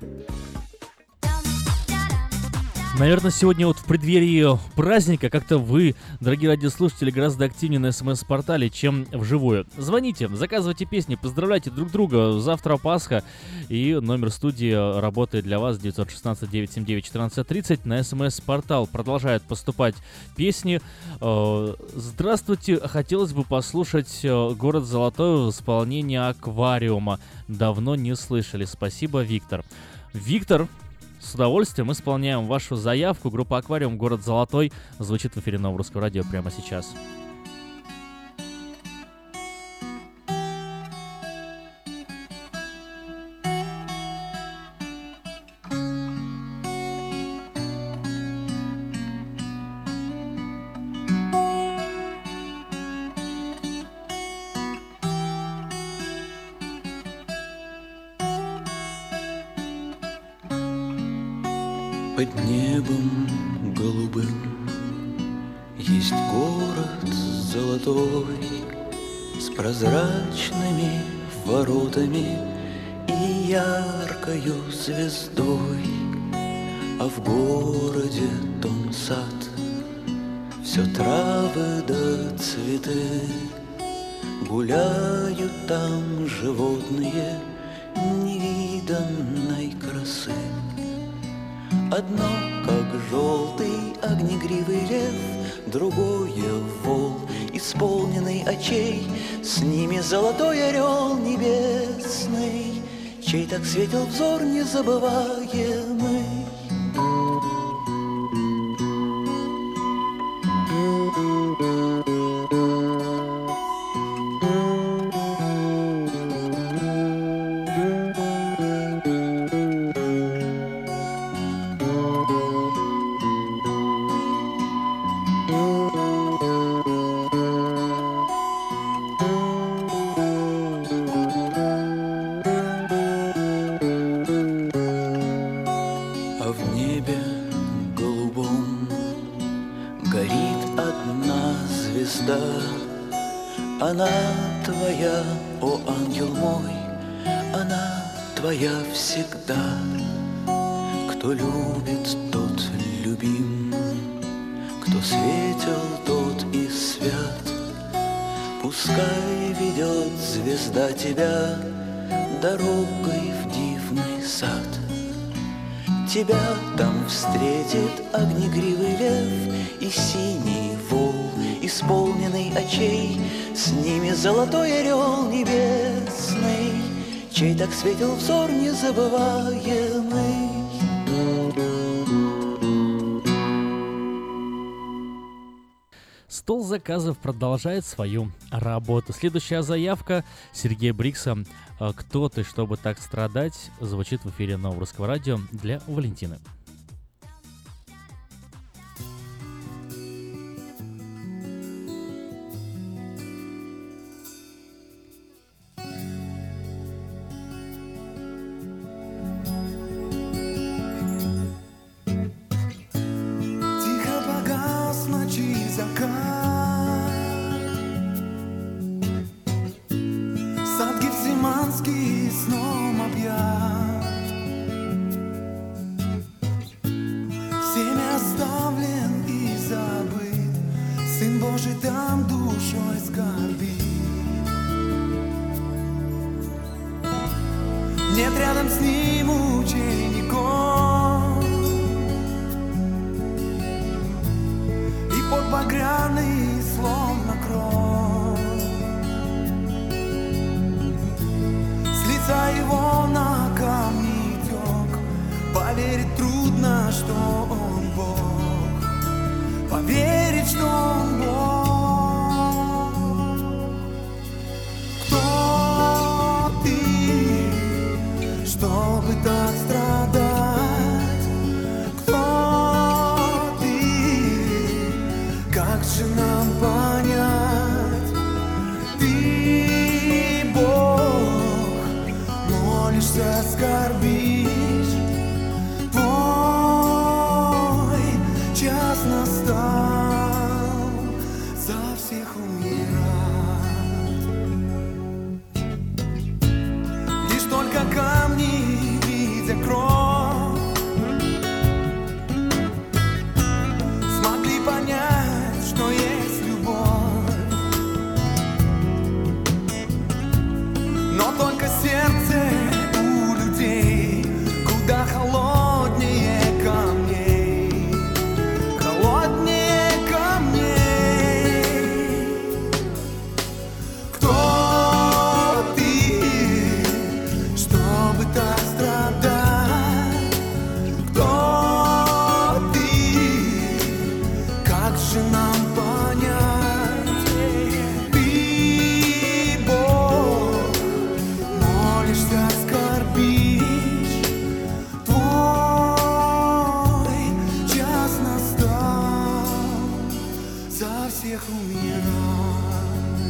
[SPEAKER 3] Наверное, сегодня вот в преддверии праздника как-то вы, дорогие радиослушатели, гораздо активнее на смс-портале, чем вживую. Звоните, заказывайте песни, поздравляйте друг друга. Завтра Пасха, и номер студии работает для вас девятьсот шестнадцать девятьсот семьдесят девять четырнадцать тридцать. На смс-портал продолжают поступать песни. Здравствуйте, хотелось бы послушать «Город Золотой» в исполнении «Аквариума». Давно не слышали. Спасибо, Виктор. Виктор, с удовольствием исполняем вашу заявку. Группа «Аквариум», «Город Золотой» звучит в эфире Нового Русского Радио прямо сейчас.
[SPEAKER 29] Под небом голубым есть город золотой с прозрачными воротами и яркою звездой. а в городе том сад, все травы да цветы, гуляют там животные невиданной красы. Одно, как желтый огнегривый лев, другое вол, исполненный очей, с ними золотой орел небесный, чей так светил взор незабываемый. Она твоя, о ангел мой, она твоя всегда. Кто любит, тот любим, кто светил, тот и свят. Пускай ведет звезда тебя дорогой в дивный сад. Тебя там встретит огнегривый лев и синий вол, исполненный очей, с ними золотой орел небесный, чей так светил взор незабываемый.
[SPEAKER 3] Стол заказов продолжает свою работу. Следующая заявка Сергея Брикса «Кто ты, чтобы так страдать?» звучит в эфире Нового Русского Радио для Валентины.
[SPEAKER 8] Нет рядом с ним учеников, и под багряный словно кровь с лица его на камни тек. Поверить трудно, что он Бог, поверить, что он Бог. Чтобы так страдать, кто ты, как же нам понять? Ты Бог, молишься, скорбишь, твой час настал, за всех умирать. Лишь только камни кровь смогли понять, что есть любовь, но только сердце у людей куда холоднее камней, холоднее камней. Кто ты, чтобы так страдать? Нам понять, ты Бог, молишься, скорбишь, твой час настал, за всех умирать.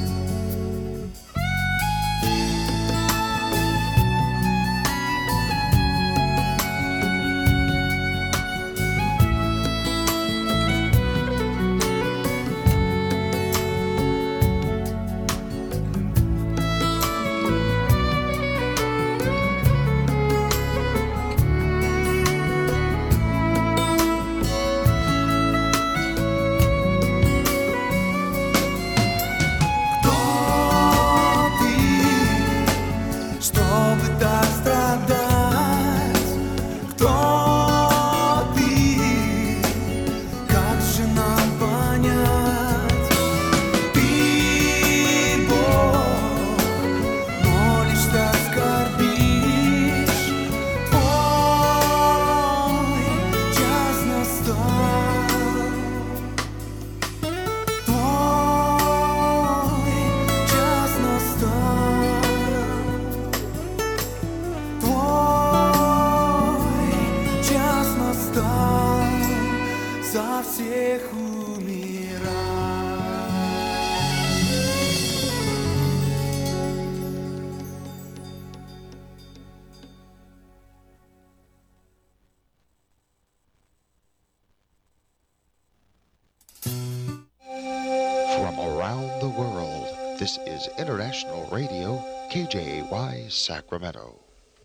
[SPEAKER 4] around the world. This is International Radio, K J Y Sacramento.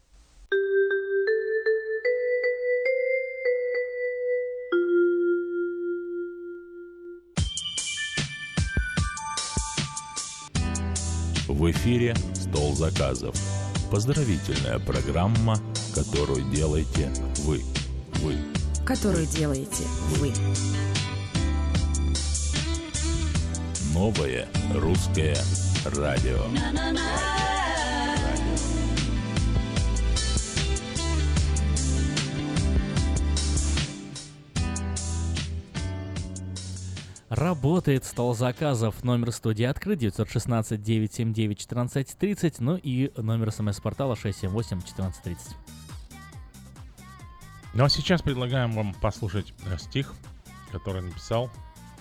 [SPEAKER 10] В эфире «Стол заказов». Поздравительная программа, которую делаете вы. Вы.
[SPEAKER 12] Которую делаете вы.
[SPEAKER 10] Новое русское радио.
[SPEAKER 3] Работает стол заказов. Номер студии открыт девять один шесть девять семь девять четырнадцать тридцать, ну и номер смс-портала шесть семь восемь четырнадцать тридцать.
[SPEAKER 18] Ну а сейчас предлагаем вам послушать стих, который написал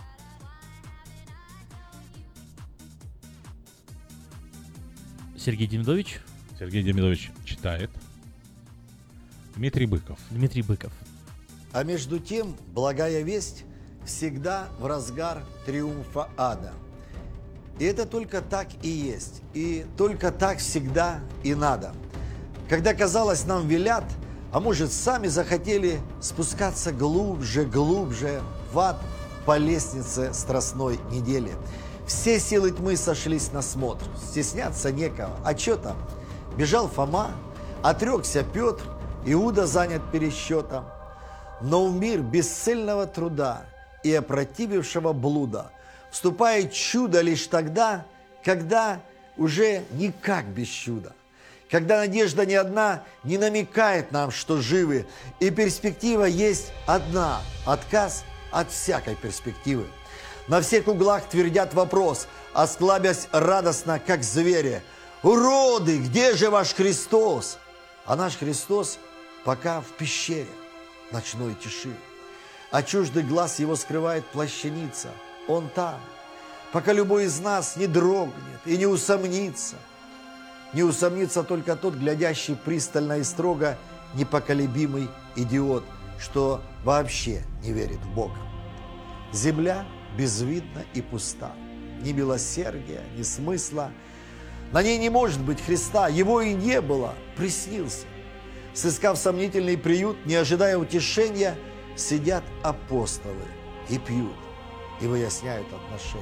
[SPEAKER 3] Сергей Демидович.
[SPEAKER 18] Сергей Демидович читает. Дмитрий Быков.
[SPEAKER 3] Дмитрий Быков.
[SPEAKER 14] А между тем, благая весть всегда в разгар триумфа ада. И это только так и есть. И только так всегда и надо. Когда, казалось, нам велят, а может, сами захотели спускаться глубже, глубже в ад по лестнице страстной недели. Все силы тьмы сошлись на смотр. Стесняться некого. А что там? Бежал Фома, отрекся Петр, Иуда занят пересчетом. Но в мир бесцельного труда и опротивившего блуда вступает чудо лишь тогда, когда уже никак без чуда. Когда надежда ни одна не намекает нам, что живы, и перспектива есть одна – отказ от всякой перспективы. На всех углах твердят вопрос, осклабясь радостно, как звери. «Уроды, где же ваш Христос?» А наш Христос пока в пещере ночной тиши. А чуждый глаз его скрывает плащаница. Он там, пока любой из нас не дрогнет и не усомнится. Не усомнится только тот, глядящий пристально и строго, непоколебимый идиот, что вообще не верит в Бога. Земля безвидна и пуста. Ни милосердия, ни смысла. На ней не может быть Христа, его и не было, приснился. Сыскав сомнительный приют, не ожидая утешения, сидят апостолы и пьют, и выясняют отношения.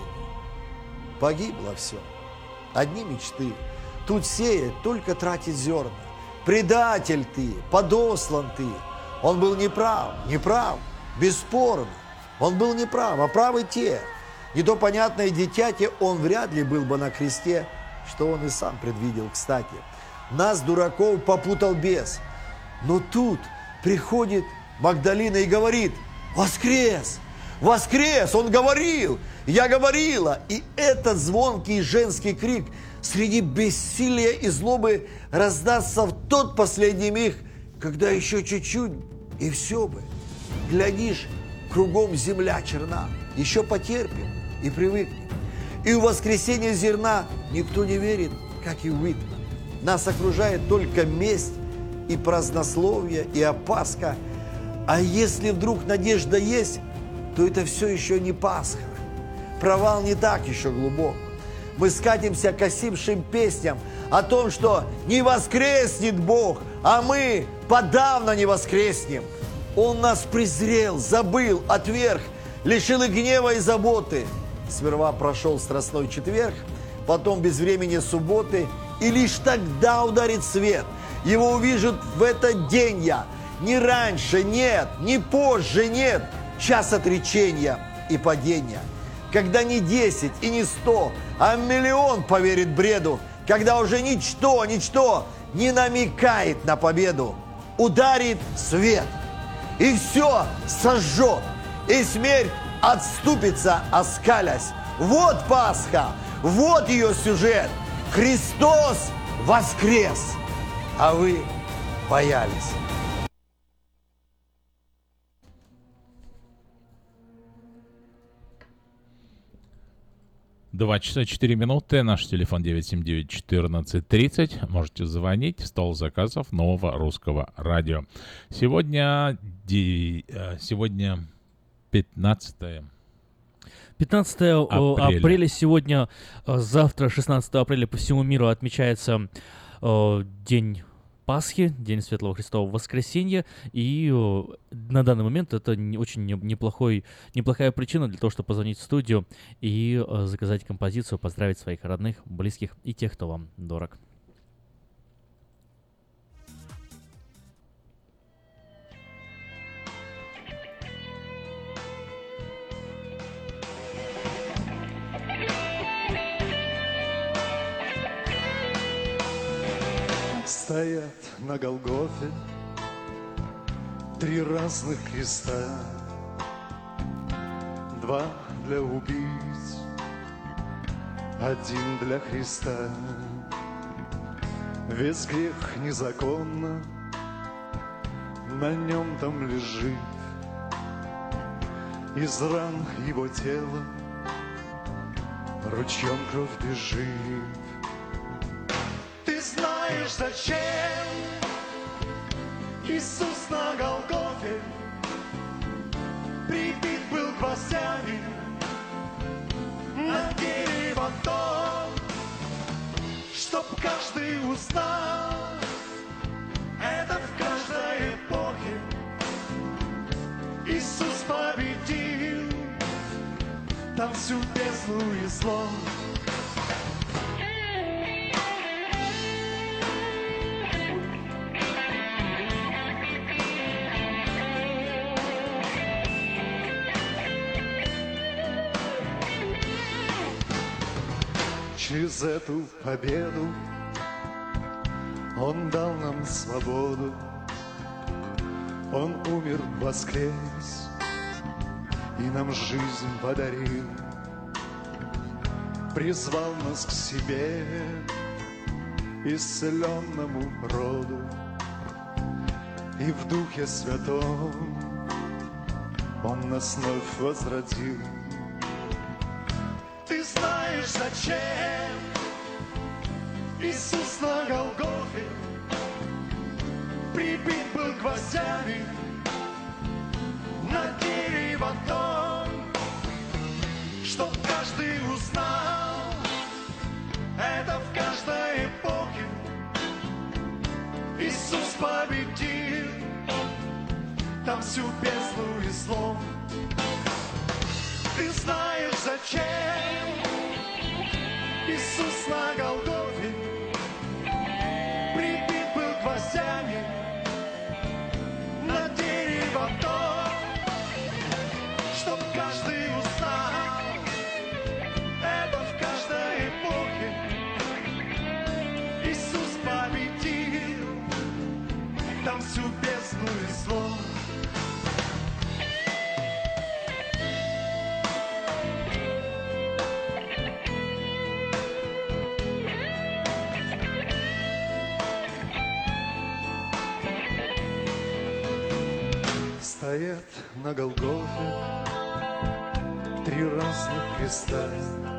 [SPEAKER 14] Погибло все. Одни мечты. Тут сеет, только тратит зерна. Предатель ты, подослан ты. Он был неправ, неправ, бесспорно. Он был неправ, а правы те. Не то понятное дитяти, он вряд ли был бы на кресте, что он и сам предвидел, кстати. Нас, дураков, попутал бес. Но тут приходит Магдалина и говорит: «Воскрес! Воскрес! Он говорил! Я говорила!» И этот звонкий женский крик среди бессилия и злобы раздастся в тот последний миг, когда еще чуть-чуть, и все бы. Глядишь, кругом земля черна. Еще потерпим и привыкнем. И в воскресенье зерна никто не верит, как и Уитман. Нас окружает только месть и празднословие, и опаска. А если вдруг надежда есть, то это все еще не Пасха. Провал не так еще глубок. Мы скатимся к осипшим песням о том, что не воскреснет Бог, а мы подавно не воскреснем. Он нас презрел, забыл, отверг, лишил и гнева, и заботы. Сперва прошел страстной четверг, потом без времени субботы, и лишь тогда ударит свет. Его увижу в этот день я. Ни раньше нет, ни позже нет. Час отречения и падения. Когда не десять и не сто, а миллион поверит бреду. Когда уже ничто, ничто не намекает на победу. Ударит свет, и все сожжет, и смерть отступится, оскалясь. Вот Пасха, вот ее сюжет. Христос воскрес, а вы боялись.
[SPEAKER 18] два часа четыре минуты. Наш телефон девять семь девять четырнадцать тридцать. Можете звонить в стол заказов нового русского радио. Сегодня, ди, сегодня пятнадцатое
[SPEAKER 3] пятнадцатое
[SPEAKER 18] Апреля.
[SPEAKER 3] апреля сегодня, э, завтра, шестнадцатого апреля, по всему миру отмечается э, День Пасхи, День Светлого Христового Воскресенья, и э, на данный момент это не, очень не- неплохой, неплохая причина для того, чтобы позвонить в студию и э, заказать композицию, поздравить своих родных, близких и тех, кто вам дорог.
[SPEAKER 5] Стоят на Голгофе три разных креста, два для убийц, один для Христа. Весь грех незаконно на нем там лежит, из ран его тела ручьем кровь бежит. Ты знаешь, зачем Иисус на Голгофе прибит был гвоздями на дерево то, чтоб каждый узнал, это в каждой эпохе Иисус победил там всю бездну и зло. Через эту победу Он дал нам свободу. Он умер, воскрес и нам жизнь подарил. Призвал нас к себе, исцеленному роду, и в Духе Святом Он нас вновь возродил. Ты знаешь, зачем Иисус на Голгофе прибит был гвоздями на дерево том, чтоб каждый узнал, это в каждой эпохе Иисус победил там всю бездну и зло. Ты знаешь, зачем Иисус на Голгофе прибит был гвоздями на дерево то, чтоб каждый узнал, это в каждой эпохе Иисус победил там всю бездну и зло. Стоят на Голгофе три разных креста.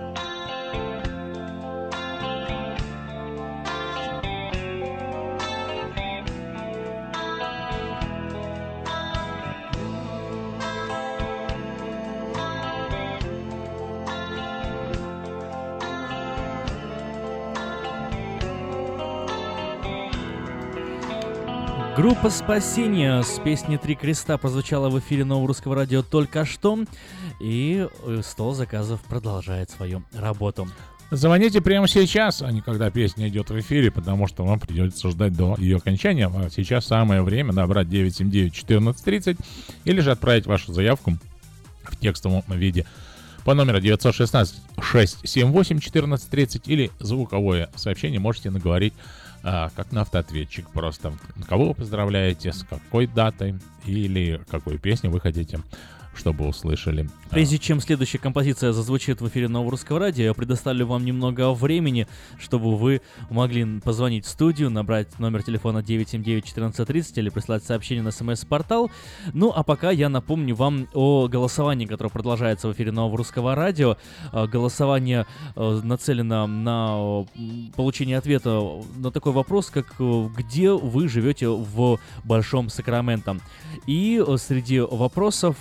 [SPEAKER 3] Группа «Спасение» с песней «Три креста» прозвучала в эфире Нового Русского Радио только что, и стол заказов продолжает свою работу.
[SPEAKER 18] Звоните прямо сейчас, а не когда песня идет в эфире, потому что вам придется ждать до ее окончания. А сейчас самое время набрать девять семь девять четырнадцать тридцать или же отправить вашу заявку в текстовом виде по номеру девять один шесть шесть семь восемь четырнадцать тридцать или звуковое сообщение можете наговорить а, как на автоответчик. Просто кого вы поздравляете, с какой датой или какую песню вы хотите, чтобы услышали.
[SPEAKER 3] Прежде чем следующая композиция зазвучит в эфире Нового Русского Радио, я предоставлю вам немного времени, чтобы вы могли позвонить в студию, набрать номер телефона девять семь девять четырнадцать тридцать или прислать сообщение на смс-портал. Ну, а пока я напомню вам о голосовании, которое продолжается в эфире Нового Русского Радио. Голосование нацелено на получение ответа на такой вопрос, как где вы живете в Большом Сакраменто. И среди вопросов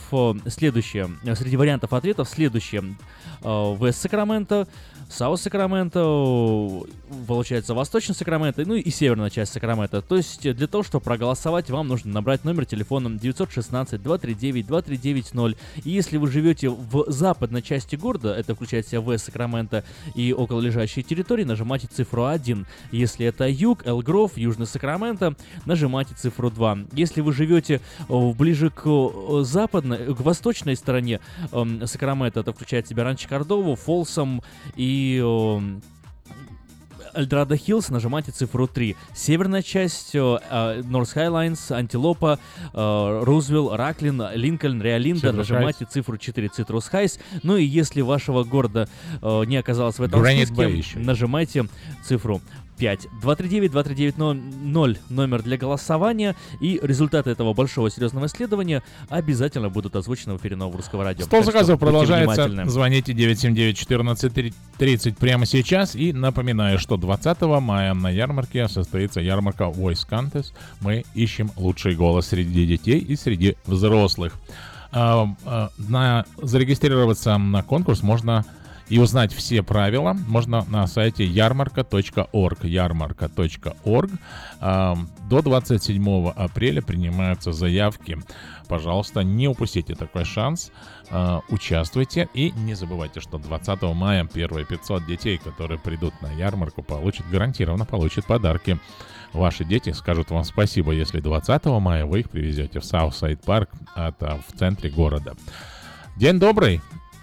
[SPEAKER 3] следующее. Среди вариантов ответов следующее. Вест Сакраменто, Саус Сакраменто, получается Восточный Сакраменто, ну и северная часть Сакраменто. То есть для того, чтобы проголосовать, вам нужно набрать номер телефона девять один шесть два три девять два три девять ноль. И если вы живете в западной части города, это включает в себя Вест Сакраменто и окололежащие территории, нажимайте цифру один. Если это юг, Элл-Гров, Южный Сакраменто, нажимайте цифру два. Если вы живете ближе к западной, к восточной стороне э, Сакраменто, это включает в себя Ранчо Кордову, Фолсом и э, Эльдорадо Хиллз, нажимайте цифру три. Северная часть, Норс Хайлайнс, Антилопа, Рузвилл, Раклин, Линкольн, Риолинда, нажимайте цифру четыре, Цитрус Хайс. Ну и если вашего города э, не оказалось в этом
[SPEAKER 18] Granite
[SPEAKER 3] списке, нажимайте цифру пять. два три девять два три девять ноль номер для голосования, и результаты этого большого серьезного исследования обязательно будут озвучены в эфире Нового Русского Радио.
[SPEAKER 18] Стол заказов продолжается.
[SPEAKER 3] Внимательны.
[SPEAKER 18] Звоните девять семь девять четырнадцать тридцать прямо сейчас. И напоминаю, что двадцатого мая на ярмарке состоится ярмарка Voice Contest. Мы ищем лучший голос среди детей и среди взрослых. А, а, на, зарегистрироваться на конкурс можно и узнать все правила можно на сайте ярмарка точка орг. ярмарка точка орг. До двадцать седьмого апреля принимаются заявки. Пожалуйста, не упустите такой шанс. Участвуйте. И не забывайте, что двадцатого мая первые пятьсот детей, которые придут на ярмарку, получат, гарантированно получат подарки. Ваши дети скажут вам спасибо, если двадцатого мая вы их привезете в Саутсайд Парк, это в центре города. День добрый.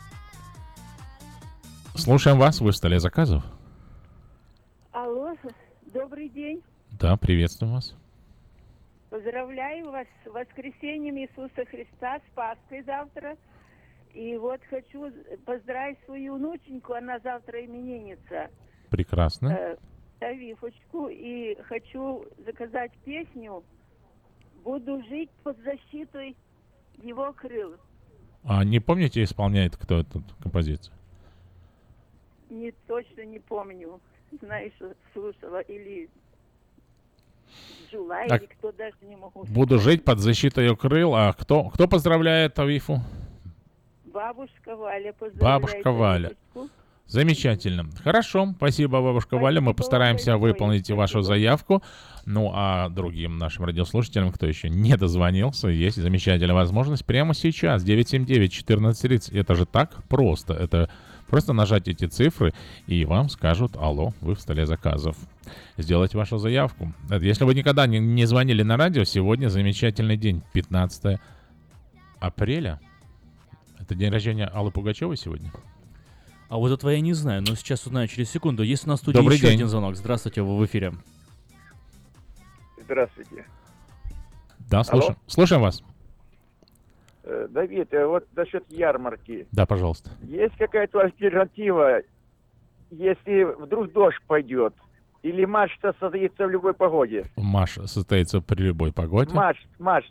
[SPEAKER 18] Слушаем вас, вы в столе заказов.
[SPEAKER 6] Алло, добрый день.
[SPEAKER 18] Да, приветствуем вас.
[SPEAKER 6] Поздравляю вас с воскресением Иисуса Христа, с Пасхой завтра. И вот хочу поздравить свою внученьку, она завтра именинница.
[SPEAKER 18] Прекрасно.
[SPEAKER 6] Э, Тавифочку. И хочу заказать песню «Буду жить под защитой его крыл».
[SPEAKER 18] А не помните, исполняет кто эту композицию?
[SPEAKER 6] Не точно не помню. Знаешь, слушала или Джула,
[SPEAKER 18] так,
[SPEAKER 6] или кто, даже не могу.
[SPEAKER 18] Буду жить под защитой ее крыл. А кто, кто поздравляет Тавифу?
[SPEAKER 6] Бабушка Валя поздравляет.
[SPEAKER 18] Бабушка Валя.
[SPEAKER 6] Тавифочку.
[SPEAKER 18] Замечательно. Хорошо. Спасибо, бабушка спасибо, Валя. Мы постараемся выполнить спасибо. вашу заявку. Ну, а другим нашим радиослушателям, кто еще не дозвонился, есть замечательная возможность прямо сейчас. девять семь девять четырнадцать тридцать. Это же так просто. Это просто нажать эти цифры, и вам скажут: алло, вы в столе заказов. Сделайте вашу заявку. Если вы никогда не, не звонили на радио, сегодня замечательный день. пятнадцатого апреля. Это день рождения Аллы Пугачевой сегодня.
[SPEAKER 3] А вот этого я не знаю, но сейчас узнаю через секунду. Есть у нас в студии
[SPEAKER 18] Добрый
[SPEAKER 3] еще
[SPEAKER 18] день.
[SPEAKER 3] один звонок. Здравствуйте, вы в эфире.
[SPEAKER 7] Здравствуйте.
[SPEAKER 18] Да, слушаем, слушаем вас.
[SPEAKER 7] Э, Давид, э, вот насчет ярмарки.
[SPEAKER 18] Да, пожалуйста.
[SPEAKER 7] Есть какая-то альтернатива, если вдруг дождь пойдет? Или матч состоится в любой погоде?
[SPEAKER 18] Матч состоится при любой погоде.
[SPEAKER 7] Матч, матч.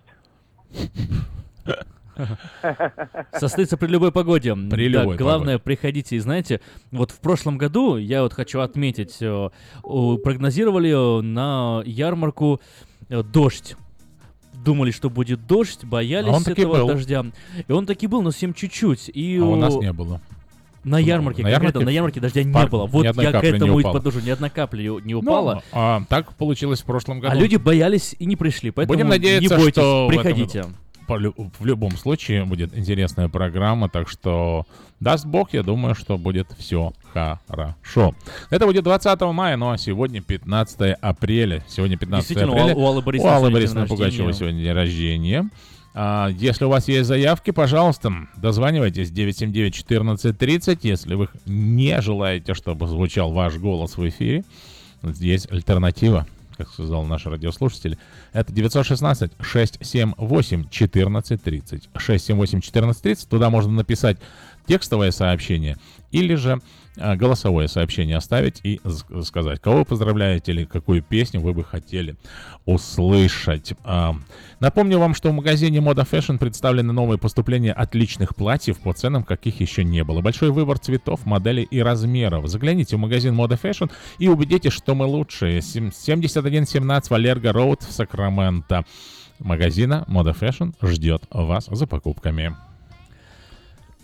[SPEAKER 3] Состоится при любой погоде.
[SPEAKER 18] При
[SPEAKER 3] да,
[SPEAKER 18] любой
[SPEAKER 3] главное,
[SPEAKER 18] погоде.
[SPEAKER 3] приходите. И знаете, вот в прошлом году, я вот хочу отметить, э, э, прогнозировали на ярмарку э, дождь. Думали, что будет дождь, боялись
[SPEAKER 18] а он таки
[SPEAKER 3] этого
[SPEAKER 18] был.
[SPEAKER 3] дождя. И он таки был, но совсем чуть-чуть. И
[SPEAKER 18] а у нас не было.
[SPEAKER 3] На ярмарке,
[SPEAKER 18] на ярмарке,
[SPEAKER 3] на ярмарке дождя не
[SPEAKER 18] пар...
[SPEAKER 3] было. Вот я к этому и подожду. Ни одна капля не упала.
[SPEAKER 18] Ну, а, так получилось в прошлом году.
[SPEAKER 3] А люди боялись и не пришли. Поэтому
[SPEAKER 18] Будем надеяться,
[SPEAKER 3] не бойтесь,
[SPEAKER 18] что
[SPEAKER 3] приходите.
[SPEAKER 18] В, этом, в любом случае будет интересная программа. Так что, даст Бог, я думаю, что будет все хорошо. Это будет двадцатого мая, ну а сегодня пятнадцатого апреля. Сегодня пятнадцатого апреля.
[SPEAKER 3] У Аллы Борисовны,
[SPEAKER 18] у Аллы Борисовны Пугачевой сегодня день рождения. А, если у вас есть заявки, пожалуйста, дозванивайтесь девять семь девять четырнадцать тридцать. Если вы не желаете, чтобы звучал ваш голос в эфире, есть альтернатива, как сказал наш радиослушатель. Это девять один шесть шесть семь восемь четырнадцать тридцать. шесть семь восемь четырнадцать тридцать. Туда можно написать текстовое сообщение или же а, голосовое сообщение оставить и сказать, кого вы поздравляете или какую песню вы бы хотели услышать. А, напомню вам, что в магазине Moda Fashion представлены новые поступления отличных платьев по ценам, каких еще не было. Большой выбор цветов, моделей и размеров. Загляните в магазин Moda Fashion и убедитесь, что мы лучшие. семьдесят один семнадцать Валерго Роуд в Сакраменто. Магазина Moda Fashion ждет вас за покупками.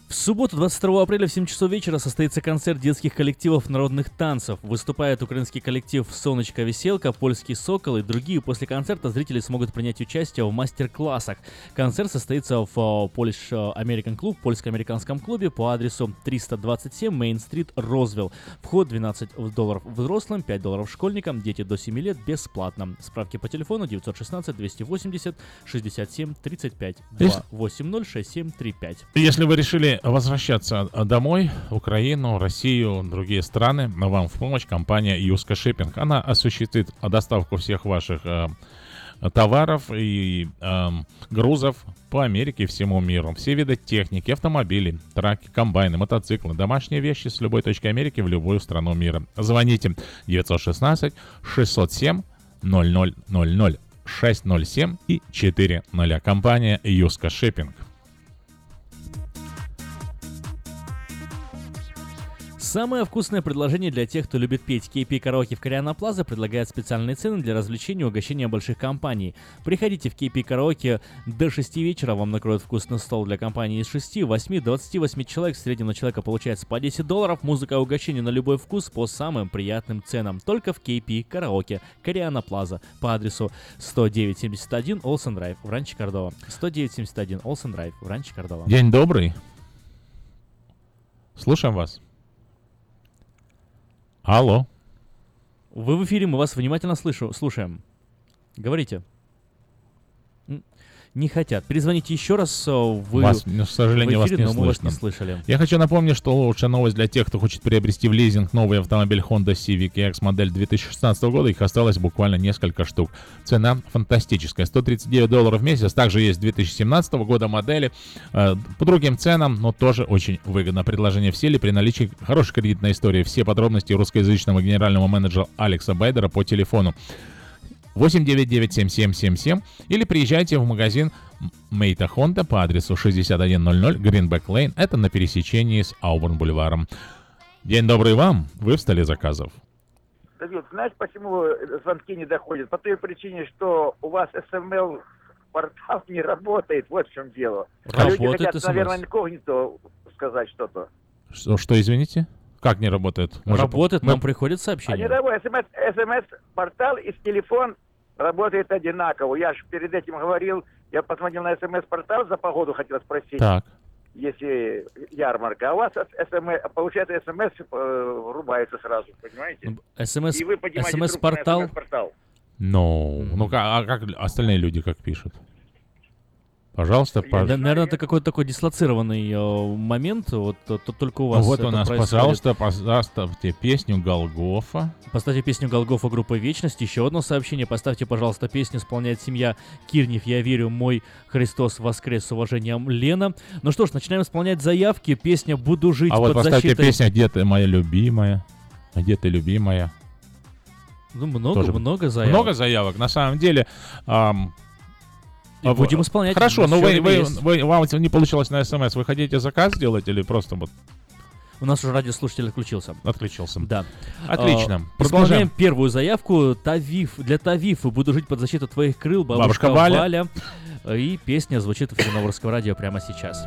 [SPEAKER 3] В субботу, двадцать второго апреля в семь часов вечера состоится концерт детских коллективов народных танцев. Выступает украинский коллектив «Сонечка Веселка», «Польский Сокол» и другие. После концерта зрители смогут принять участие в мастер-классах. Концерт состоится в Polish American Club, польско-американском клубе по адресу триста двадцать семь Мейн-стрит, Розвилл. Вход двенадцать долларов взрослым, пять долларов школьникам, дети до семи лет бесплатно. Справки по телефону девять один шесть двести восемьдесят шестьдесят семь тридцать пять два восемь ноль шесть семь три пять.
[SPEAKER 18] Если вы решили возвращаться домой, в Украину, Россию, другие страны, вам в помощь компания Юска Шиппинг. Она осуществит доставку всех ваших э, товаров и э, грузов по Америке и всему миру. Все виды техники, автомобили, траки, комбайны, мотоциклы, домашние вещи с любой точки Америки в любую страну мира. Звоните девять один шесть шестьсот семь ноль ноль ноль ноль шесть ноль семь и четыре ноль. Компания Юска Шиппинг.
[SPEAKER 3] Самое вкусное предложение для тех, кто любит петь. кей пи Караоке в Кориана Плаза предлагает специальные цены для развлечения и угощения больших компаний. Приходите в кей пи Караоке до шести вечера, вам накроют вкусный стол для компании из шести, восьми, двадцати восьми человек. В среднем на человека получается по десять долларов. Музыка и угощение на любой вкус по самым приятным ценам. Только в кей пи Караоке Кориана Плаза по адресу сто девять семьдесят один Олсен Драйв в Ранчо Кордова. сто девять семьдесят один Олсен Драйв в Ранчо Кордова.
[SPEAKER 18] День добрый. Слушаем вас. Алло.
[SPEAKER 3] Вы в эфире, мы вас внимательно слышу, слушаем. Говорите. Не хотят. Перезвоните еще раз. Вы
[SPEAKER 18] вас, к сожалению,
[SPEAKER 3] в эфире,
[SPEAKER 18] вас не
[SPEAKER 3] но мы вас
[SPEAKER 18] слышно.
[SPEAKER 3] не слышали.
[SPEAKER 18] Я хочу напомнить, что лучшая новость для тех, кто хочет приобрести в лизинг новый автомобиль Honda Civic и X модель две тысячи шестнадцатого года. Их осталось буквально несколько штук. Цена фантастическая. сто тридцать девять долларов в месяц. Также есть две тысячи семнадцатого года модели. Э, по другим ценам, но тоже очень выгодно. Предложение в силе при наличии хорошей кредитной истории. Все подробности русскоязычного генерального менеджера Алекса Байдера по телефону восемь девять девять семь семь семь семь или приезжайте в магазин Мейта Honda по адресу шестьдесят один ноль ноль Greenback Lane. Это на пересечении с Аубурн-бульваром. День добрый вам. Вы в столе заказов.
[SPEAKER 7] Давид, знаешь, почему звонки не доходят? По той причине, что у вас эс эм эс-портал не работает. Вот в чем дело.
[SPEAKER 3] Работает
[SPEAKER 7] Люди хотят,
[SPEAKER 3] эс эм эс.
[SPEAKER 7] наверное, инкогнито сказать что-то.
[SPEAKER 18] Что, что, извините? Как не работает? Может,
[SPEAKER 3] Работает,
[SPEAKER 18] мы...
[SPEAKER 3] нам приходит сообщение.
[SPEAKER 7] А не работает. эс эм эс-портал и телефон работает одинаково. Я же перед этим говорил, я позвонил на эс эм эс-портал, за погоду хотел спросить.
[SPEAKER 18] Так.
[SPEAKER 7] Если ярмарка, а у вас эс эм эс, получается, эс эм эс э, врубается сразу, понимаете?
[SPEAKER 3] эс эм эс,
[SPEAKER 7] и вы поднимаете
[SPEAKER 3] эс эм эс-портал.
[SPEAKER 7] эс эм эс-портал.
[SPEAKER 18] No. Ну, а как остальные люди как пишут? Пожалуйста, пожалуйста.
[SPEAKER 3] Да, наверное, это какой-то такой дислоцированный э, момент, вот то, то только у вас.
[SPEAKER 18] Вот
[SPEAKER 3] это
[SPEAKER 18] у нас,
[SPEAKER 3] происходит.
[SPEAKER 18] пожалуйста, поставьте песню «Голгофа».
[SPEAKER 3] Поставьте песню «Голгофа» группы «Вечность». Еще одно сообщение. Поставьте, пожалуйста, песню «Исполняет семья Кирнев. Я верю, мой Христос воскрес». С уважением, Лена. Ну что ж, начинаем исполнять заявки. Песня «Буду жить
[SPEAKER 18] а
[SPEAKER 3] под
[SPEAKER 18] вот поставьте
[SPEAKER 3] защитой».
[SPEAKER 18] песню «Где ты, моя любимая?» А где ты, любимая?
[SPEAKER 3] Ну, много,
[SPEAKER 18] Тоже
[SPEAKER 3] много заявок.
[SPEAKER 18] Много заявок. На самом деле... Ам...
[SPEAKER 3] И будем исполнять.
[SPEAKER 18] Хорошо, но вы, вы,
[SPEAKER 3] вы,
[SPEAKER 18] вы, вам не получилось на смс. Вы хотите заказ сделать или просто вот...
[SPEAKER 3] У нас уже радиослушатель отключился.
[SPEAKER 18] Отключился.
[SPEAKER 3] Да.
[SPEAKER 18] Отлично.
[SPEAKER 3] А, исполняем первую заявку. Тавиф. Для Тавиф. Буду жить под защитой твоих крыл. Бабушка, Бабушка Валя. Валя. И песня звучит в эфире Новорусского радио прямо сейчас.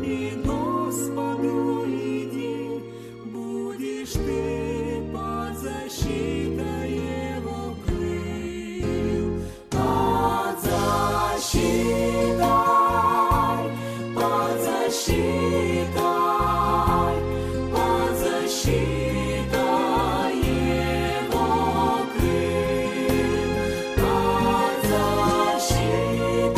[SPEAKER 8] и Господу иди, будешь ты под защитой Его крыл, под защитой, под защитой, под защитой Его крыл, под защитой,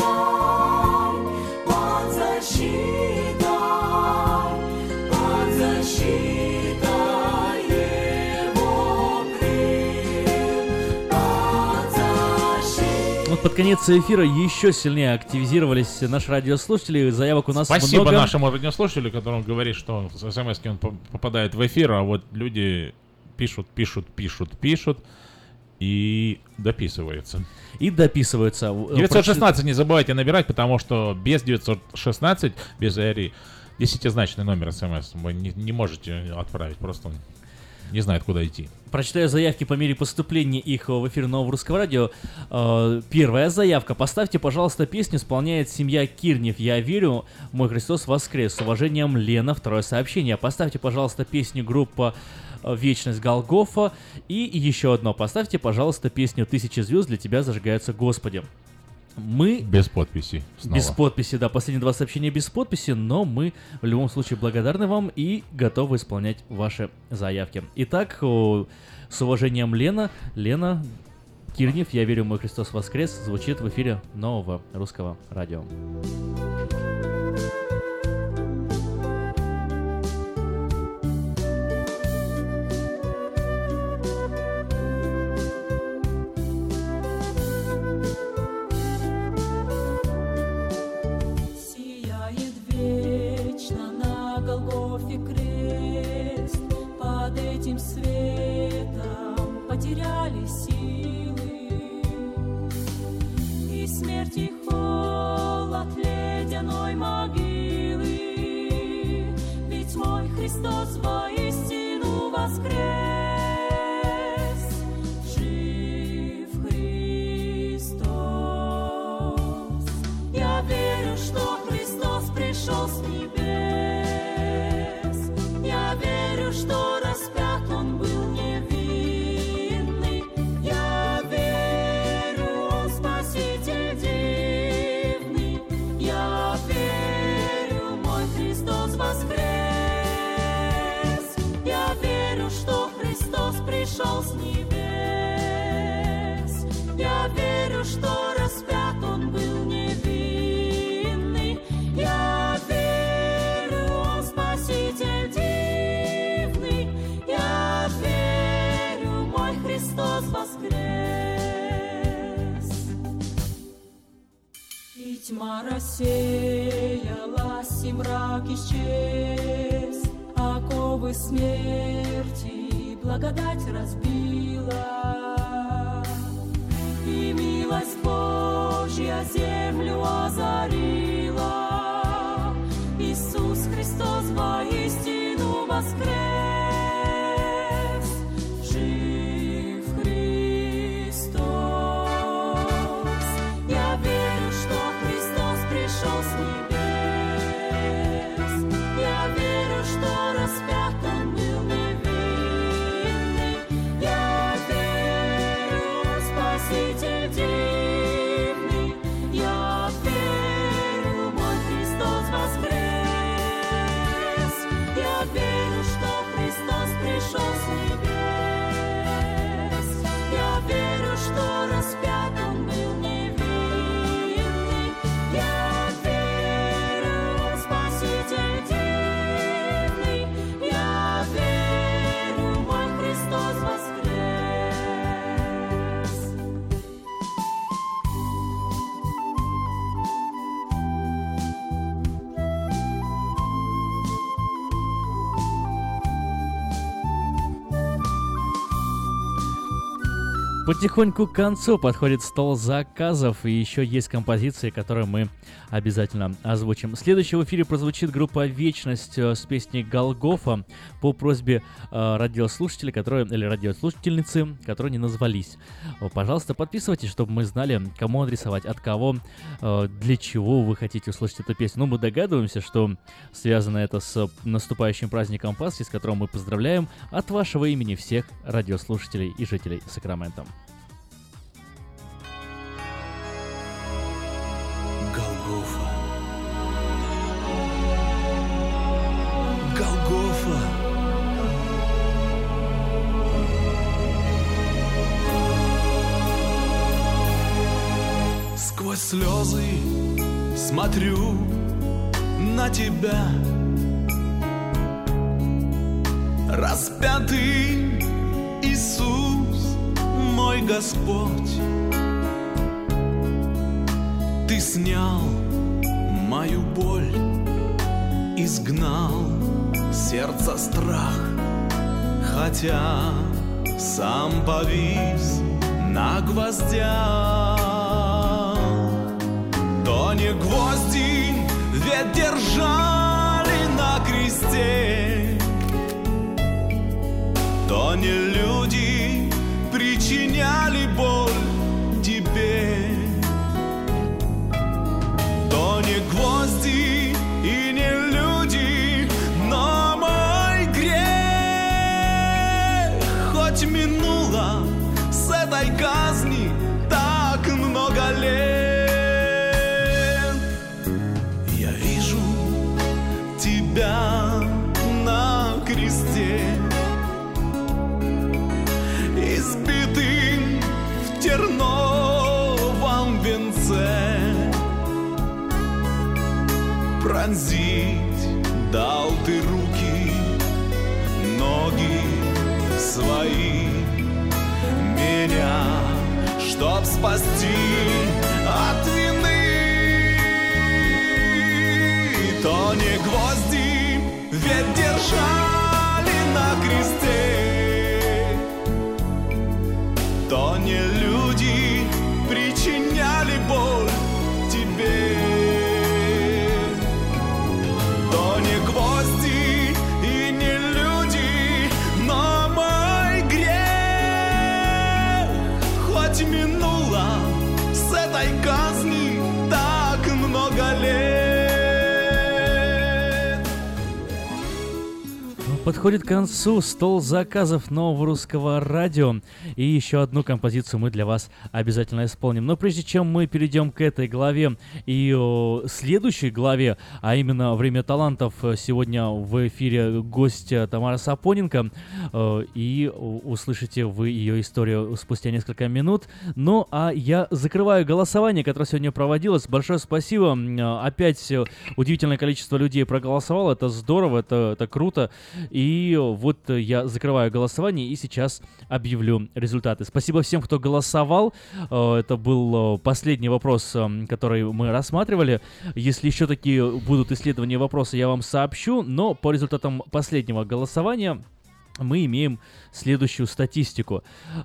[SPEAKER 8] под защитой, под защитой Его крыл, под защитой.
[SPEAKER 3] Вот под конец эфира еще сильнее активизировались наши радиослушатели. Заявок у нас
[SPEAKER 18] Спасибо
[SPEAKER 3] много.
[SPEAKER 18] нашему радиослушателю, который говорит, что с смс-ки он по- попадает в эфир, а вот люди пишут, пишут, пишут, пишут и дописываются.
[SPEAKER 3] И дописываются.
[SPEAKER 18] девятьсот шестнадцать не забывайте набирать, потому что без девятьсот шестнадцать, без ЭРИ, десятизначный номер смс вы не, не можете отправить, просто он не знает, куда идти.
[SPEAKER 3] Прочитаю заявки по мере поступления их в эфир Нового Русского Радио. Э, Первая заявка. Поставьте, пожалуйста, песню, исполняет семья Кирнев. Я верю, мой Христос воскрес. С уважением, Лена. Второе сообщение. Поставьте, пожалуйста, песню группа э, Вечность Голгофа. И еще одно. Поставьте, пожалуйста, песню «Тысячи звезд для тебя зажигаются, Господи». Мы...
[SPEAKER 18] Без подписи снова.
[SPEAKER 3] Без подписи, да. Последние два сообщения без подписи, но мы в любом случае благодарны вам и готовы исполнять ваши заявки. Итак, о, с уважением, Лена. Лена Кирнев, «Я верю, мой Христос воскрес» звучит в эфире Нового Русского Радио.
[SPEAKER 8] Сияет вечно на Голгофе крест, под этим светом потеряли силы, и смерть и холод ледяной могилы, ведь мой Христос воистину воскрес. Жив Христос. Я верю, что Христос пришел с небес. Я верю, что распят Он был невинный. Я верю, Он Спаситель дивный. Я верю, мой Христос воскрес. Я верю, что Христос пришел с небес. Я верю, что распят Он был невинный. Я верю, Он Спаситель дивный. Я верю, мой Христос воскрес. И тьма рассеялась, и мрак исчез, оковы смерти благодать разбила, и милость Божья землю озарила. Иисус Христос воистину воскрес. Жив Христос. Я верю, что Христос пришел с небес. Я верю, что распят Он был невинный. Я верю, Спаситель дивный. Я верю, мой Христос воскрес. Я верю, что
[SPEAKER 3] Потихоньку к концу подходит стол заказов, и еще есть композиции, которые мы обязательно озвучим. Следующий в эфире прозвучит группа «Вечность» с песней «Голгофа» по просьбе э, радиослушателей, которые, или радиослушательницы, которые не назвались. О, пожалуйста, подписывайтесь, чтобы мы знали, кому адресовать, от кого, э, для чего вы хотите услышать эту песню. Ну, мы догадываемся, что связано это с наступающим праздником Пасхи, с которым мы поздравляем от вашего имени всех радиослушателей и жителей Сакрамента.
[SPEAKER 29] Голгофа. Голгофа. Сквозь слезы смотрю на тебя, распятый Иисус, мой Господь. Ты снял мою боль, изгнал сердце страх, хотя сам повис на гвоздях. То не гвозди ведь держали на кресте, то не люди причиняли боль тебе. То не гвозди и не люди, но мой грех. Хоть минуло с этой казни так много лет, я вижу тебя на кресте, избитым в терновом венце. Пронзить дал ты руки, ноги свои, меня, чтоб спасти от вины. То не гвозди ведь держали на кресте, то не люди причиняли боль тебе. То не гвозди и не люди, но мой грех. Хоть минуло с этой казни так много лет.
[SPEAKER 3] Подходит к концу стол заказов нового русского радио. И еще одну композицию мы для вас обязательно исполним. Но прежде чем мы перейдем к этой главе и о, следующей главе, а именно «Время талантов», сегодня в эфире гость Тамара Сапоненко. Э, и услышите вы ее историю спустя несколько минут. Ну а я закрываю голосование, которое сегодня проводилось. Большое спасибо. Опять удивительное количество людей проголосовало. Это здорово, это, это круто. И вот я закрываю голосование и сейчас объявлю результаты. Спасибо всем, кто голосовал. Это был последний вопрос, который мы рассматривали. Если еще такие будут исследования вопроса, я вам сообщу. Но по результатам последнего голосования мы имеем следующую статистику.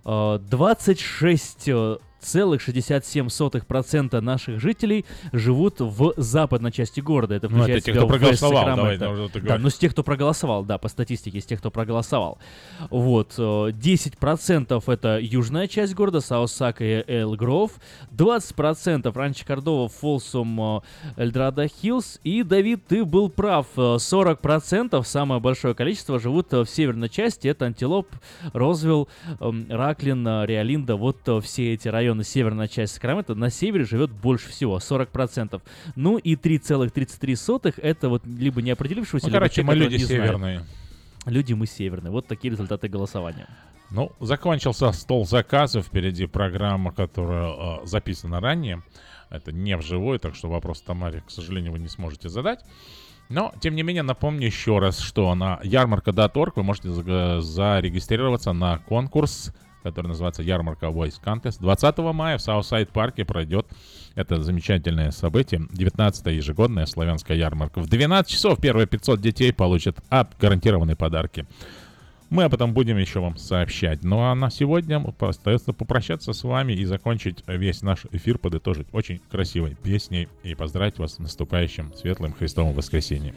[SPEAKER 3] двадцать шесть целых шестьдесят семь сотых процента наших жителей живут в западной части города. Это включает
[SPEAKER 18] ну, это те, кто проголосовал. Давай,
[SPEAKER 3] да, ну с тех, кто проголосовал, да, по статистике, с тех, кто проголосовал. Вот, десять процентов это южная часть города, Саусака и Эл-Гров, двадцать процентов Ранчо Кордова, Фолсум, Эльдорадо Хиллз. И, Давид, ты был прав, сорок процентов, самое большое количество, живут в северной части. Это Антилоп, Розвилл, Раклин, Риолинда, вот все эти районы. Северная часть Сакрамента, на севере живет больше всего, сорок процентов. Ну и три целых тридцать три сотых это вот либо не определившегося, ну,
[SPEAKER 18] либо
[SPEAKER 3] короче,
[SPEAKER 18] те, мы люди северные.
[SPEAKER 3] Знают. Люди мы северные. Вот такие результаты голосования.
[SPEAKER 18] Ну, закончился стол заказов. Впереди программа, которая э, записана ранее. Это не вживую, так что вопрос Тамаре, к сожалению, вы не сможете задать. Но, тем не менее, напомню еще раз, что на ярмарка точка орг вы можете за- зарегистрироваться на конкурс, который называется «Ярмарка Voice Contest». двадцатого мая в Саутсайд-парке пройдет это замечательное событие, девятнадцатая ежегодная славянская ярмарка. В двенадцать часов первые пятьсот детей получат гарантированные подарки. Мы об этом будем еще вам сообщать. Ну а на сегодня остается попрощаться с вами и закончить весь наш эфир, подытожить очень красивой песней и поздравить вас с наступающим светлым Христовым воскресеньем.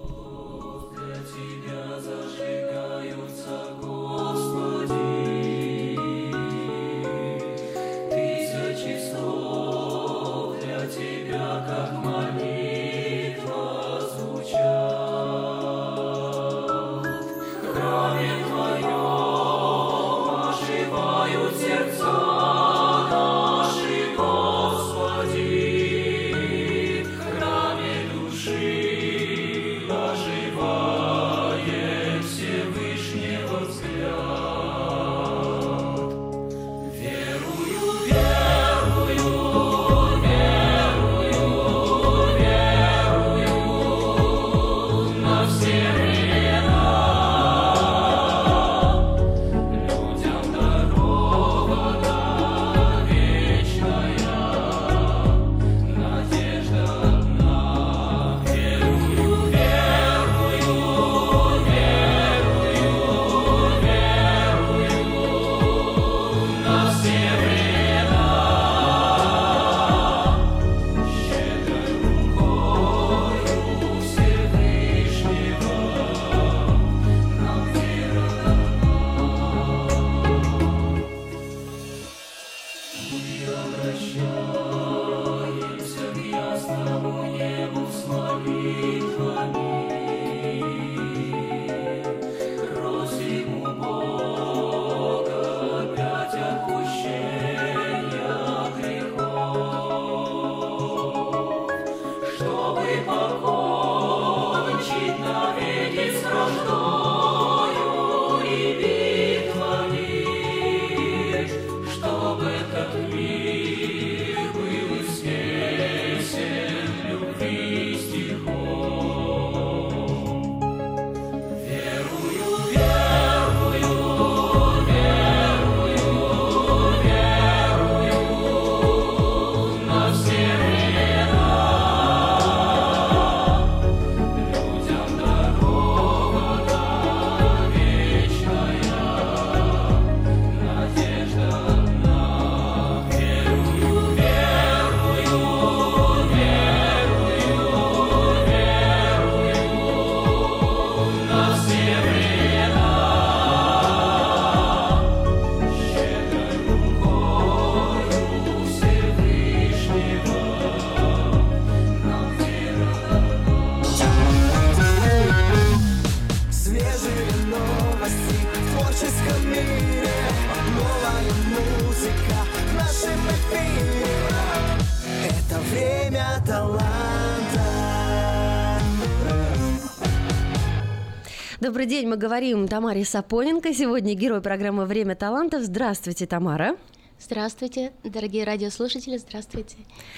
[SPEAKER 2] Добрый день, мы говорим Тамаре Сапоненко. Сегодня герой программы «Время талантов». Здравствуйте, Тамара.
[SPEAKER 11] Здравствуйте, дорогие радиослушатели, здравствуйте.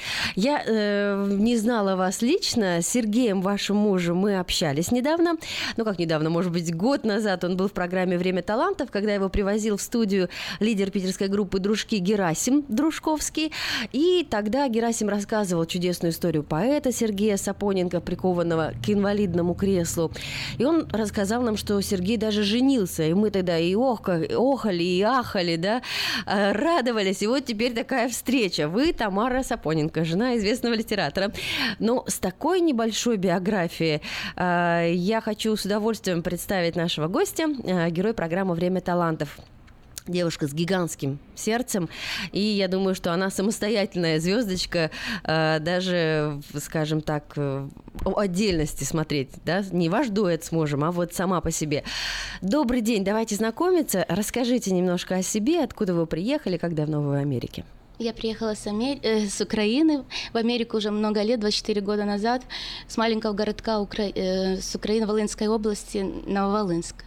[SPEAKER 2] Я э, не знала вас лично. С Сергеем, вашим мужем, мы общались недавно. Ну, как недавно, может быть, год назад он был в программе «Время талантов», когда его привозил в студию лидер питерской группы «Дружки» Герасим Дружковский. И тогда Герасим рассказывал чудесную историю поэта Сергея Сапоненко, прикованного к инвалидному креслу. И он рассказал нам, что Сергей даже женился. И мы тогда и охали, и ахали, да, радовались. И вот теперь такая встреча. Вы Тамара Сапоненко, жена известного литератора. Но с такой небольшой биографией э, я хочу с удовольствием представить нашего гостя, э, герой программы «Время талантов». Девушка с гигантским сердцем, и я думаю, что она самостоятельная звездочка, э, даже, скажем так, э, о отдельности смотреть, да, не ваш дуэт с мужем, а вот сама по себе. Добрый день, давайте знакомиться, расскажите немножко о себе, откуда вы приехали, как давно вы в Америке?
[SPEAKER 11] Я приехала с, Амер... э, с Украины в Америку уже много лет, двадцать четыре года назад, с маленького городка Укра... э, с Украины, Волынской области, Нововолынск.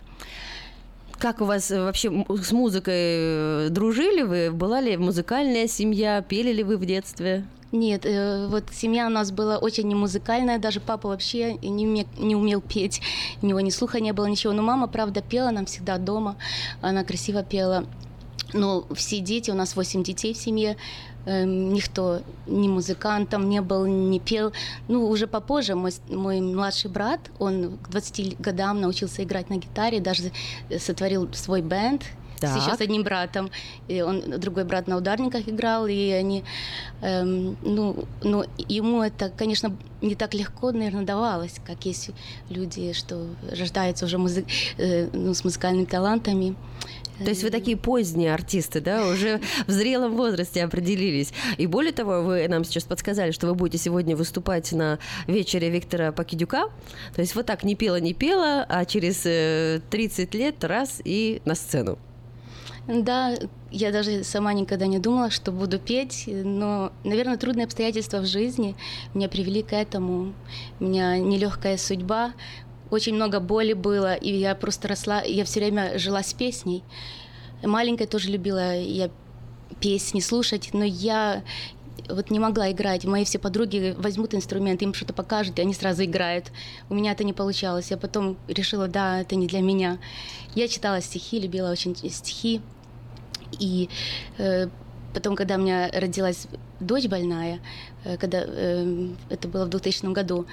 [SPEAKER 2] Как у вас вообще с музыкой дружили вы? Была ли музыкальная семья? Пели ли вы в детстве?
[SPEAKER 11] Нет, э, вот семья у нас была очень не музыкальная, даже папа вообще не, уме, не умел петь, у него ни слуха не было, ничего. Но мама, правда, пела нам всегда дома, она красиво пела. Но все дети, у нас восемь детей в семье, э, никто, ни музыкантом не был, не пел. Ну, уже попозже мой, мой младший брат, он к двадцати годам научился играть на гитаре, даже сотворил свой бэнд. С, еще с одним братом. И он, другой брат на ударниках играл, и они, эм, ну, ну, ему это, конечно, не так легко, наверное, давалось, как есть люди, что рождаются уже музы- э, ну, с музыкальными талантами.
[SPEAKER 2] То есть вы такие поздние артисты, да, уже в зрелом возрасте определились. И более того, вы нам сейчас подсказали, что вы будете сегодня выступать на вечере Виктора Покидюка. То есть вот так не пела, не пела, а через тридцать лет раз и на сцену.
[SPEAKER 11] Да, я даже сама никогда не думала, что буду петь, но, наверное, трудные обстоятельства в жизни меня привели к этому. У меня нелегкая судьба, очень много боли было, и я просто росла, я все время жила с песней. Маленькая тоже любила я песни слушать, но я вот не могла играть. Мои все подруги возьмут инструмент, им что-то покажут, и они сразу играют. У меня это не получалось. Я потом решила, да, это не для меня. Я читала стихи, любила очень стихи. И э, потом, когда у меня родилась дочь больная, э, когда э, это было в двухтысячном году,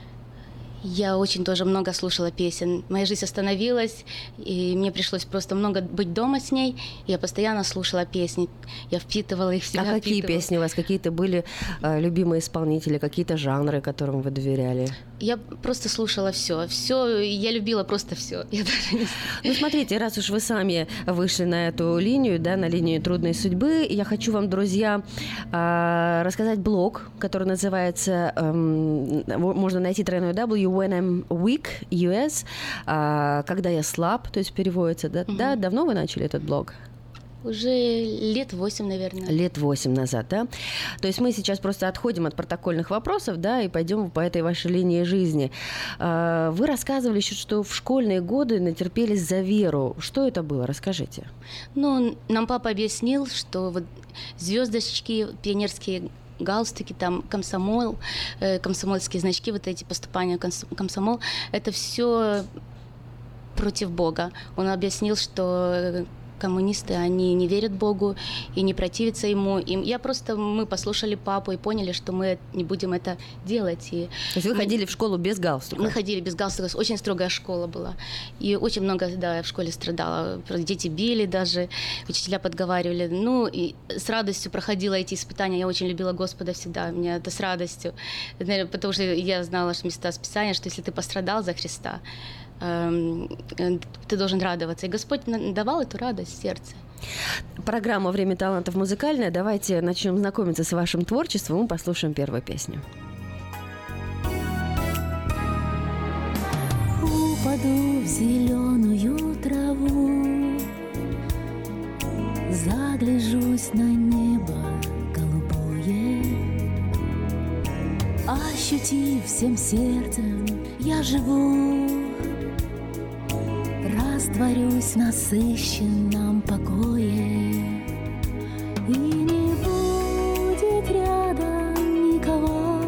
[SPEAKER 11] я очень тоже много слушала песен. Моя жизнь остановилась, и мне пришлось просто много быть дома с ней. Я постоянно слушала песни, я впитывала их в себя.
[SPEAKER 2] А какие
[SPEAKER 11] впитывала.
[SPEAKER 2] песни у вас? Какие-то были э, любимые исполнители, какие-то жанры, которым вы доверяли?
[SPEAKER 11] Я просто слушала все. Все, я любила просто все. Я даже не...
[SPEAKER 2] Ну, смотрите, раз уж вы сами вышли на эту линию, да, на линию трудной судьбы, я хочу вам, друзья, э, рассказать блог, который называется, э, можно найти тройной W, When I'm Weak, ю эс, э, когда я слаб, то есть переводится, да?
[SPEAKER 11] Угу.
[SPEAKER 2] Да, давно вы начали этот блог?
[SPEAKER 11] Уже лет восемь, наверное.
[SPEAKER 2] Лет восемь назад, да? То есть мы сейчас просто отходим от протокольных вопросов, да, и пойдем по этой вашей линии жизни. Вы рассказывали еще, что в школьные годы натерпелись за веру. Что это было? Расскажите.
[SPEAKER 11] Ну, нам папа объяснил, что вот звездочки, пионерские галстуки, там комсомол, комсомольские значки, вот эти поступания в комсомол, это все против Бога. Он объяснил, что коммунисты, они не верят Богу и не противятся Ему. И я просто, мы послушали папу и поняли, что мы не будем это делать. И
[SPEAKER 2] то есть вы мы, ходили в школу без галстука?
[SPEAKER 11] Мы ходили без галстука. Очень строгая школа была. И очень много, да, я в школе страдала. Дети били даже, учителя подговаривали. Ну, и с радостью проходила эти испытания. Я очень любила Господа всегда. Мне это с радостью. Потому что я знала, что места Писания, что если ты пострадал за Христа, ты должен радоваться. И Господь давал эту радость в сердце.
[SPEAKER 2] Программа «Время талантов» музыкальная. Давайте начнем знакомиться с вашим творчеством. Мы послушаем первую песню.
[SPEAKER 8] Упаду в зеленую траву, загляжусь на небо голубое, ощутив всем сердцем, я живу. Растворюсь в насыщенном покое, и не будет рядом никого.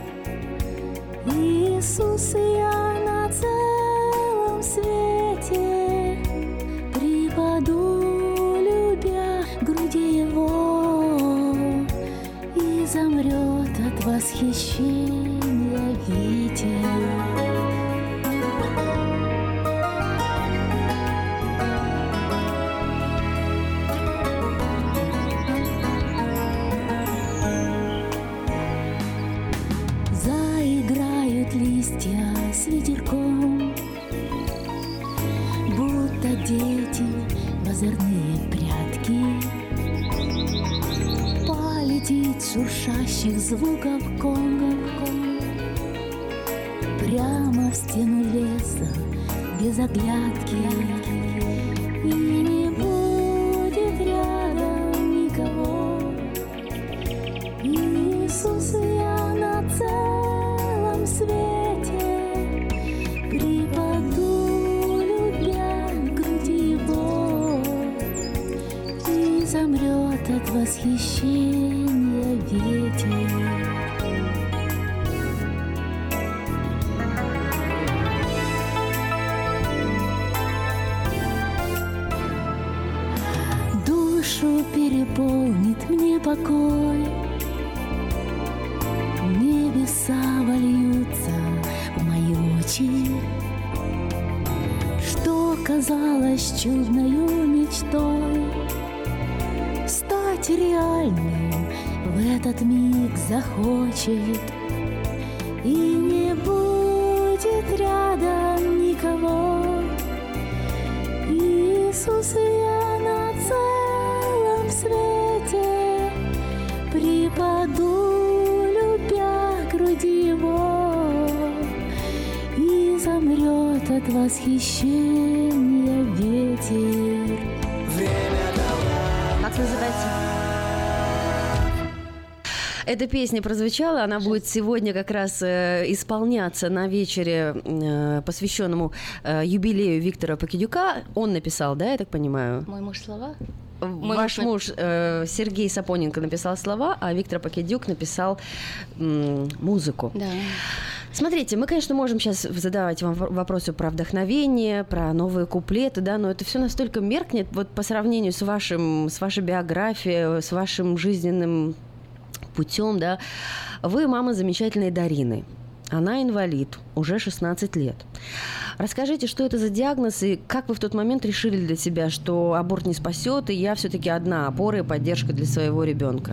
[SPEAKER 8] Иисус, я на целом свете припаду, любя груди Его, и замрет от восхищения ветер. Листья с ветерком, будто дети в озорные прятки. Полетит шуршащих звуков конга прямо в стену леса без оглядки. И не будет рядом никого. Иисус, я на целом свете припаду, любя груди Его, и замрет от восхищения ветер. душу переполнит мне покой. Небеса вольются в мои очи, что казалось чудною мечтой, стать реальным в этот миг захочет, и не будет рядом никого. Иисус, я на целом свете припаду, любя груди его, и замрет от восхищения ветер.
[SPEAKER 2] Время дала. Как называется? Эта песня прозвучала, она будет сегодня как раз э, исполняться на вечере, э, посвященному э, юбилею Виктора Покидюка. Он написал, да, я так понимаю?
[SPEAKER 11] Мой муж слова?
[SPEAKER 2] Мой Ваш муж, муж э, Сергей Сапоненко написал слова, а Виктор Покидюк написал э, музыку.
[SPEAKER 11] Да.
[SPEAKER 2] Смотрите, мы, конечно, можем сейчас задавать вам вопросы про вдохновение, про новые куплеты, да, но это все настолько меркнет вот по сравнению с вашим, с вашей биографией, с вашим жизненным путем, да. Вы мама замечательной Дарины. Она инвалид, уже шестнадцать лет. Расскажите, что это за диагноз и как вы в тот момент решили для себя, что аборт не спасет, и я все-таки одна опора и поддержка для своего ребенка?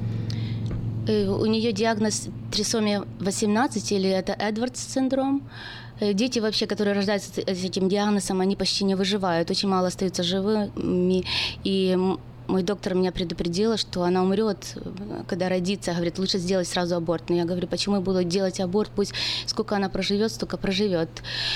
[SPEAKER 11] У нее диагноз трисомия восемнадцать, или это Эдвардс синдром. Дети вообще, которые рождаются с этим диагнозом, они почти не выживают, очень мало остаются живыми. И мой доктор меня предупредила, что она умрет, когда родится. Говорит, лучше сделать сразу аборт. Но я говорю, почему я буду делать аборт? Пусть сколько она проживет, столько проживет.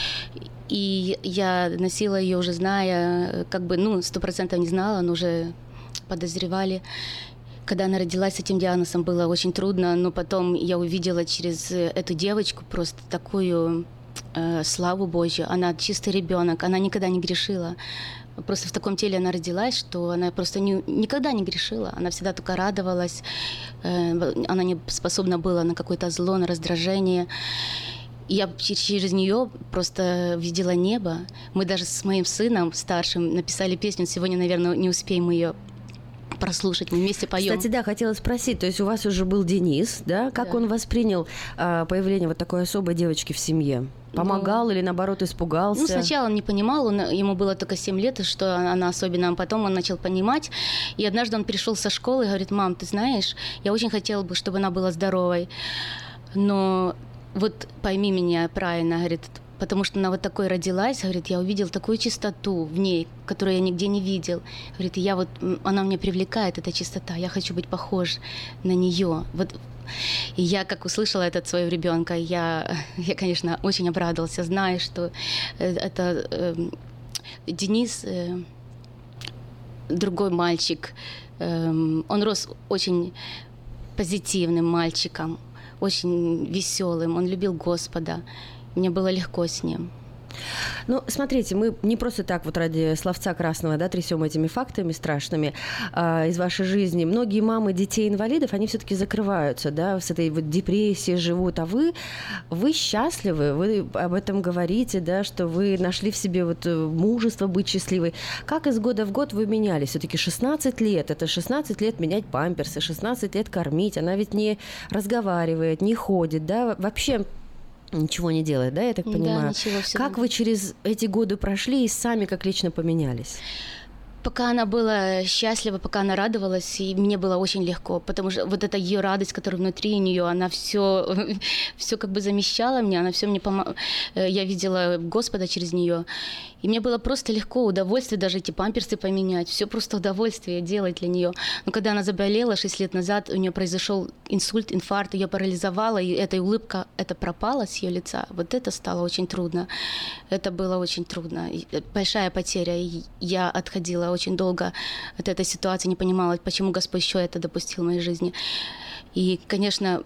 [SPEAKER 11] И я носила ее уже зная, как бы, ну, сто процентов не знала, но уже подозревали. Когда она родилась с этим диагнозом, было очень трудно, но потом я увидела через эту девочку просто такую э, славу Божью. Она чистый ребенок, она никогда не грешила. Просто в таком теле она родилась, что она просто не, никогда не грешила. Она всегда только радовалась. Э, она не способна была на какое-то зло, на раздражение. Я через нее просто видела небо. Мы даже с моим сыном старшим написали песню. Сегодня, наверное, не успеем ее прослушать, мы вместе поем.
[SPEAKER 2] Кстати, да, хотела спросить, то есть у вас уже был Денис, да? Как да. он воспринял а, появление вот такой особой девочки в семье? Помогал ну, или, наоборот, испугался?
[SPEAKER 11] Ну, сначала он не понимал, он, ему было только семь лет, что она особенная, а потом он начал понимать. И однажды он пришел со школы и говорит, мам, ты знаешь, я очень хотела бы, чтобы она была здоровой, но вот пойми меня правильно, говорит, потому что она вот такой родилась, говорит, я увидел такую чистоту в ней, которую я нигде не видел. Говорит, я вот, она меня привлекает, эта чистота, я хочу быть похож на нее. Вот. И я, как услышала это от своего ребенка, я, я, конечно, очень обрадовался, зная, что это э, Денис, э, другой мальчик, э, он рос очень позитивным мальчиком, очень веселым, он любил Господа. Мне было легко с ним.
[SPEAKER 2] Ну, смотрите, мы не просто так вот ради словца красного, да, трясем этими фактами страшными а, из вашей жизни. Многие мамы детей-инвалидов, они все-таки закрываются, да, с этой вот депрессией живут. А вы, вы счастливы, вы об этом говорите, да, что вы нашли в себе вот мужество быть счастливой. Как из года в год вы менялись? Все-таки шестнадцать лет, это шестнадцать лет менять памперсы, шестнадцать лет кормить. Она ведь не разговаривает, не ходит, да, вообще... Ничего не делает, да, я так понимаю?
[SPEAKER 11] Да, ничего.
[SPEAKER 2] Как вы через эти годы прошли и сами как лично поменялись?
[SPEAKER 11] Пока она была счастлива, пока она радовалась, и мне было очень легко, потому что вот эта ее радость, которая внутри нее, она все, все как бы замещала мне, она все мне помогала. Я видела Господа через нее, и мне было просто легко, удовольствие даже эти памперсы поменять, все просто удовольствие делать для нее. Но когда она заболела шесть лет назад, у нее произошел инсульт, инфаркт, ее парализовало, и эта улыбка, это пропала с ее лица. Вот это стало очень трудно. Это было очень трудно. Большая потеря. И я отходила очень долго от этой ситуации, не понимала, почему Господь еще это допустил в моей жизни. И, конечно,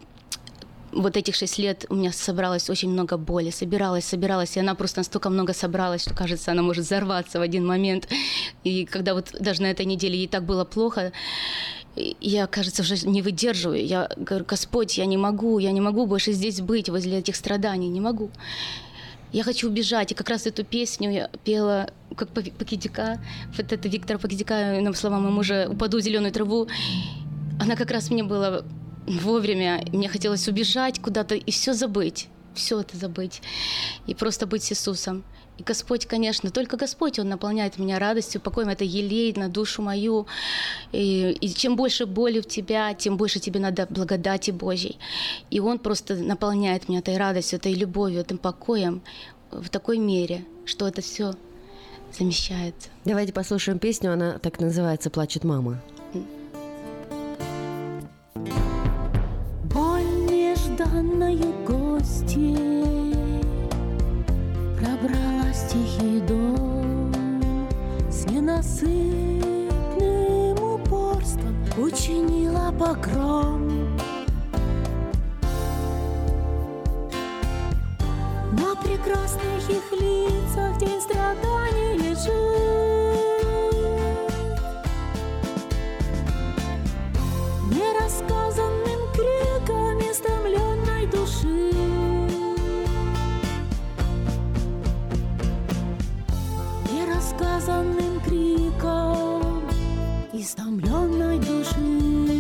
[SPEAKER 11] вот этих шесть лет у меня собралось очень много боли, собиралась, собиралась, и она просто настолько много собралась, что, кажется, она может взорваться в один момент. И когда вот даже на этой неделе ей так было плохо, я, кажется, уже не выдерживаю. Я говорю, Господь, я не могу, я не могу больше здесь быть, возле этих страданий, не могу. я хочу убежать. И как раз эту песню я пела как Пакидика. Вот это Виктора Пакидика, на слова моего мужа «Упаду в зеленую траву». Она как раз мне была вовремя. Мне хотелось убежать куда-то и все забыть. Все это забыть. И просто быть с Иисусом. И Господь, конечно, только Господь, Он наполняет меня радостью, покоем, это елеет на душу мою. И, и чем больше боли в тебя, тем больше тебе надо благодати Божьей. И Он просто наполняет меня этой радостью, этой любовью, этим покоем в такой мере, что это все замещается.
[SPEAKER 2] Давайте послушаем песню, она так называется «Плачет мама».
[SPEAKER 8] Боль нежданною гостьей пробралась тихий дом, с ненасытным упорством учинила погром. На прекрасных их лицах день страданий лежит, нерассказанным криком истомленной души. Нерассказанным криком истомленной души.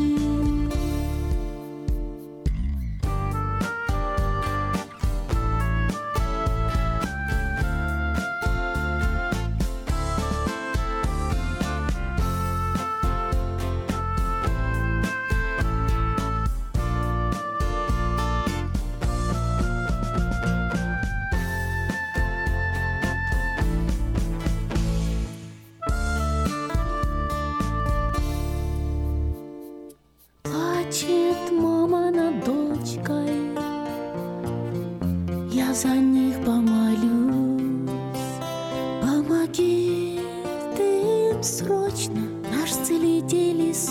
[SPEAKER 8] Плачет мама над дочкой, я за них помолюсь. Помоги ты им срочно, наш целитель Иисус.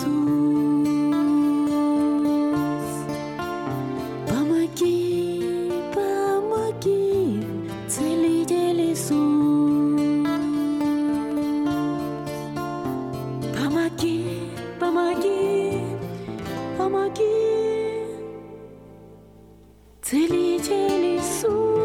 [SPEAKER 8] Помоги, помоги, целитель Иисус. Помоги, помоги, помоги, целитель Иисус.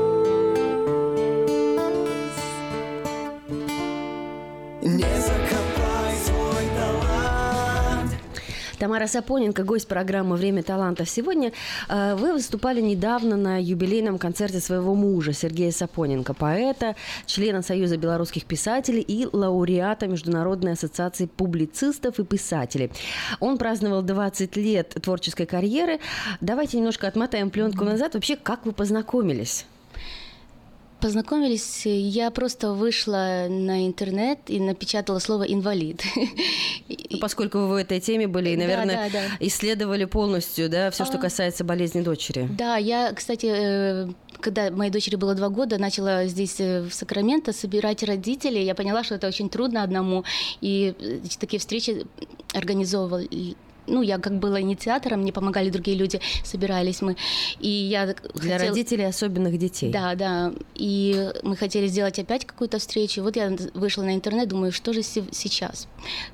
[SPEAKER 29] Не закопай свой талант.
[SPEAKER 2] Тамара Сапоненко, гость программы «Время талантов». Сегодня э, вы выступали недавно на юбилейном концерте своего мужа Сергея Сапоненко, поэта, члена Союза белорусских писателей и лауреата Международной ассоциации публицистов и писателей. Он праздновал двадцать лет творческой карьеры. Давайте немножко отмотаем пленку назад. Вообще, как вы познакомились?
[SPEAKER 11] Познакомились, я просто вышла на интернет и напечатала слово «инвалид».
[SPEAKER 2] Ну, поскольку вы в этой теме были и, наверное,
[SPEAKER 11] да, да, да.
[SPEAKER 2] исследовали полностью, да, все, что
[SPEAKER 11] А.
[SPEAKER 2] касается болезни дочери.
[SPEAKER 11] Да, я, кстати, когда моей дочери было два года, начала здесь, в Сакраменто, собирать родителей. Я поняла, что это очень трудно одному. И такие встречи организовывала. Ну, я как была инициатором, мне помогали другие люди, собирались мы. И я
[SPEAKER 2] Для
[SPEAKER 11] хотела...
[SPEAKER 2] родителей особенных детей.
[SPEAKER 11] Да, да. И мы хотели сделать опять какую-то встречу. Вот я вышла на интернет, думаю, что же сейчас,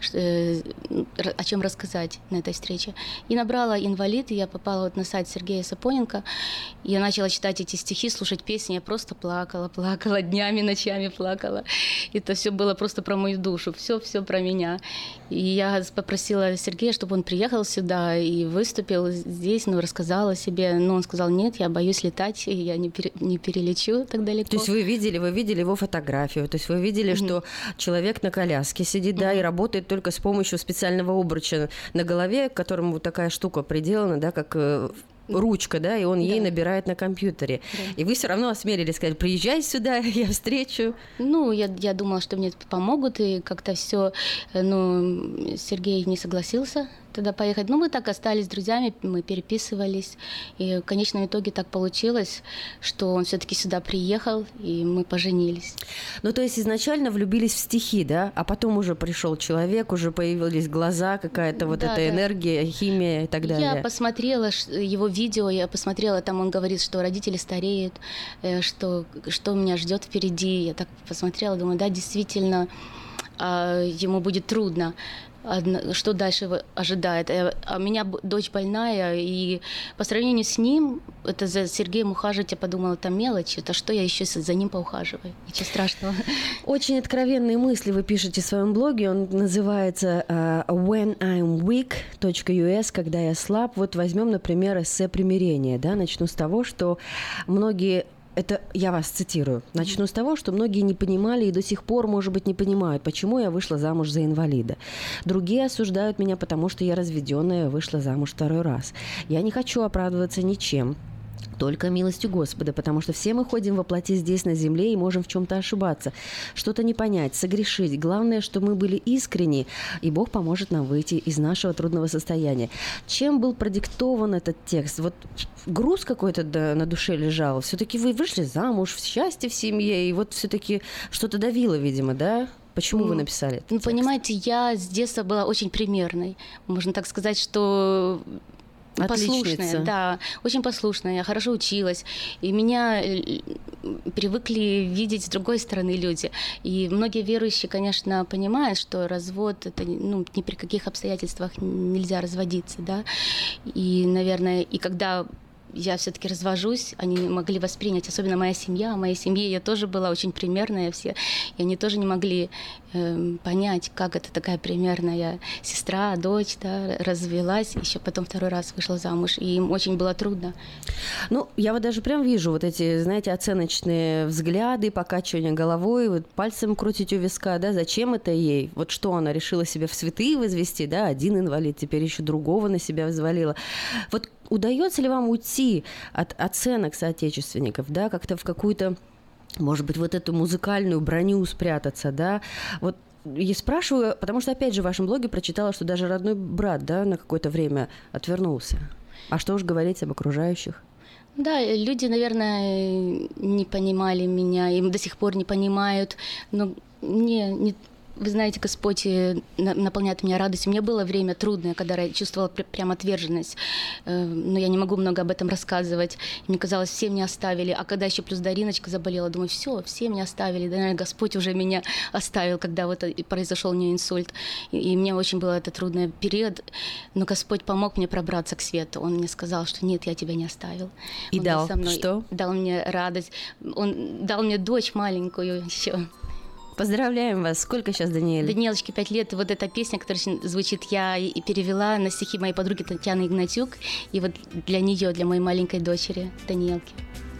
[SPEAKER 11] о чем рассказать на этой встрече. И набрала «Инвалид», и я попала вот на сайт Сергея Сапоненко. Я начала читать эти стихи, слушать песни. Я просто плакала, плакала, днями, ночами плакала. Это все было просто про мою душу, все-все про меня. И я попросила Сергея, чтобы он приехал сюда и выступил здесь, ну, рассказал о себе. Но он сказал: нет, я боюсь летать, и я не, пере, не перелечу так далеко.
[SPEAKER 2] То есть вы видели, вы видели его фотографию, то есть вы видели, mm-hmm. что человек на коляске сидит, mm-hmm. да, и работает только с помощью специального обруча на голове, к которому вот такая штука приделана, да, как... ручка, да, и он да. ей набирает на компьютере. Да. И вы все равно осмелились сказать: приезжай сюда, я встречу.
[SPEAKER 11] Ну, я, я думала, что мне помогут, и как-то все, ну, Сергей не согласился тогда поехать. Ну, мы так остались с друзьями, мы переписывались, и в конечном итоге так получилось, что он все-таки сюда приехал, и мы поженились.
[SPEAKER 2] Ну, то есть изначально влюбились в стихи, да, а потом уже пришел человек, уже появились глаза, какая-то вот
[SPEAKER 11] да,
[SPEAKER 2] эта
[SPEAKER 11] да.
[SPEAKER 2] энергия, химия и так далее.
[SPEAKER 11] Я посмотрела его видео, я посмотрела, там он говорит, что родители стареют, что, что меня ждет впереди. Я так посмотрела, думаю, да, действительно, ему будет трудно. одно, что дальше ожидает. А у меня дочь больная, и по сравнению с ним, это за Сергеем ухаживать, я подумала, это мелочь, это что я еще за ним поухаживаю? Ничего страшного.
[SPEAKER 2] Очень откровенные мысли вы пишете в своем блоге, он называется uh, when I'm weak точка ю эс, когда я слаб. Вот возьмем, например, эссе «Примирение». Да? Начну с того, что многие... Это я вас цитирую. Начну с того, что многие не понимали и до сих пор, может быть, не понимают, почему я вышла замуж за инвалида. Другие осуждают меня, потому что я разведенная, вышла замуж второй раз. Я не хочу оправдываться ничем. Только милостью Господа, потому что все мы ходим во плоти здесь, на земле, и можем в чем-то ошибаться, что-то не понять, согрешить. Главное, что мы были искренни, и Бог поможет нам выйти из нашего трудного состояния. Чем был продиктован этот текст? Вот груз какой-то на душе лежал. Все-таки вы вышли замуж, в счастье в семье, и вот все-таки что-то давило, видимо, да? Почему вы написали этот
[SPEAKER 11] Ну,
[SPEAKER 2] текст?
[SPEAKER 11] понимаете, я с детства была очень примерной. Можно так сказать, что... Послушная, да, очень послушная, я хорошо училась, и меня привыкли видеть с другой стороны люди. И многие верующие, конечно, понимают, что развод, это, ну, ни при каких обстоятельствах нельзя разводиться, да, и, наверное, и когда я все-таки развожусь, они не могли воспринять, особенно моя семья. В моей семье я тоже была очень примерная все, и они тоже не могли э, понять, как это такая примерная сестра, дочь, да, развелась, еще потом второй раз вышла замуж, и им очень было трудно.
[SPEAKER 2] Ну, я вот даже прям вижу вот эти, знаете, оценочные взгляды, покачивание головой, вот пальцем крутить у виска, да, зачем это ей? Вот что она решила себя в святые возвести, да, один инвалид, теперь еще другого на себя взвалила. Вот удается ли вам уйти от оценок соотечественников, да, как-то в какую-то, может быть, вот эту музыкальную броню спрятаться, да? Вот я спрашиваю, потому что, опять же, в вашем блоге прочитала, что даже родной брат, да, на какое-то время отвернулся. А что уж говорить об окружающих?
[SPEAKER 11] Да, люди, наверное, не понимали меня, им до сих пор не понимают, но не... не... Вы знаете, Господь наполняет меня радостью. Мне было время трудное, когда я чувствовала прям отверженность. Но я не могу много об этом рассказывать. Мне казалось, все меня оставили. А когда еще плюс Дариночка заболела, думаю, все, все меня оставили. Да, наверное, Господь уже меня оставил, когда вот произошел у нее инсульт. И, и мне очень был это трудный период. Но Господь помог мне пробраться к свету. Он мне сказал, что нет, я тебя не оставил.
[SPEAKER 2] И
[SPEAKER 11] Он
[SPEAKER 2] дал
[SPEAKER 11] со мной,
[SPEAKER 2] что?
[SPEAKER 11] Дал мне радость. Он дал мне дочь маленькую еще.
[SPEAKER 2] Поздравляем вас. Сколько сейчас Даниэль?
[SPEAKER 11] Даниэлочке пять лет. И вот эта песня, которая звучит, я и перевела на стихи моей подруги Татьяны Игнатюк. И вот для нее, для моей маленькой дочери Даниэлки.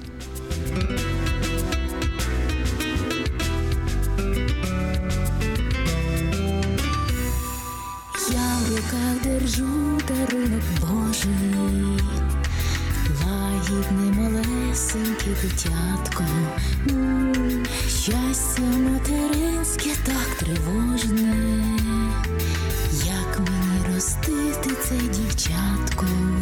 [SPEAKER 8] Я в руках держу дарунок Божий, лагідне малесеньке дитятко. М-м, щастя материнське так тривожне, як мені ростити це дівчатко,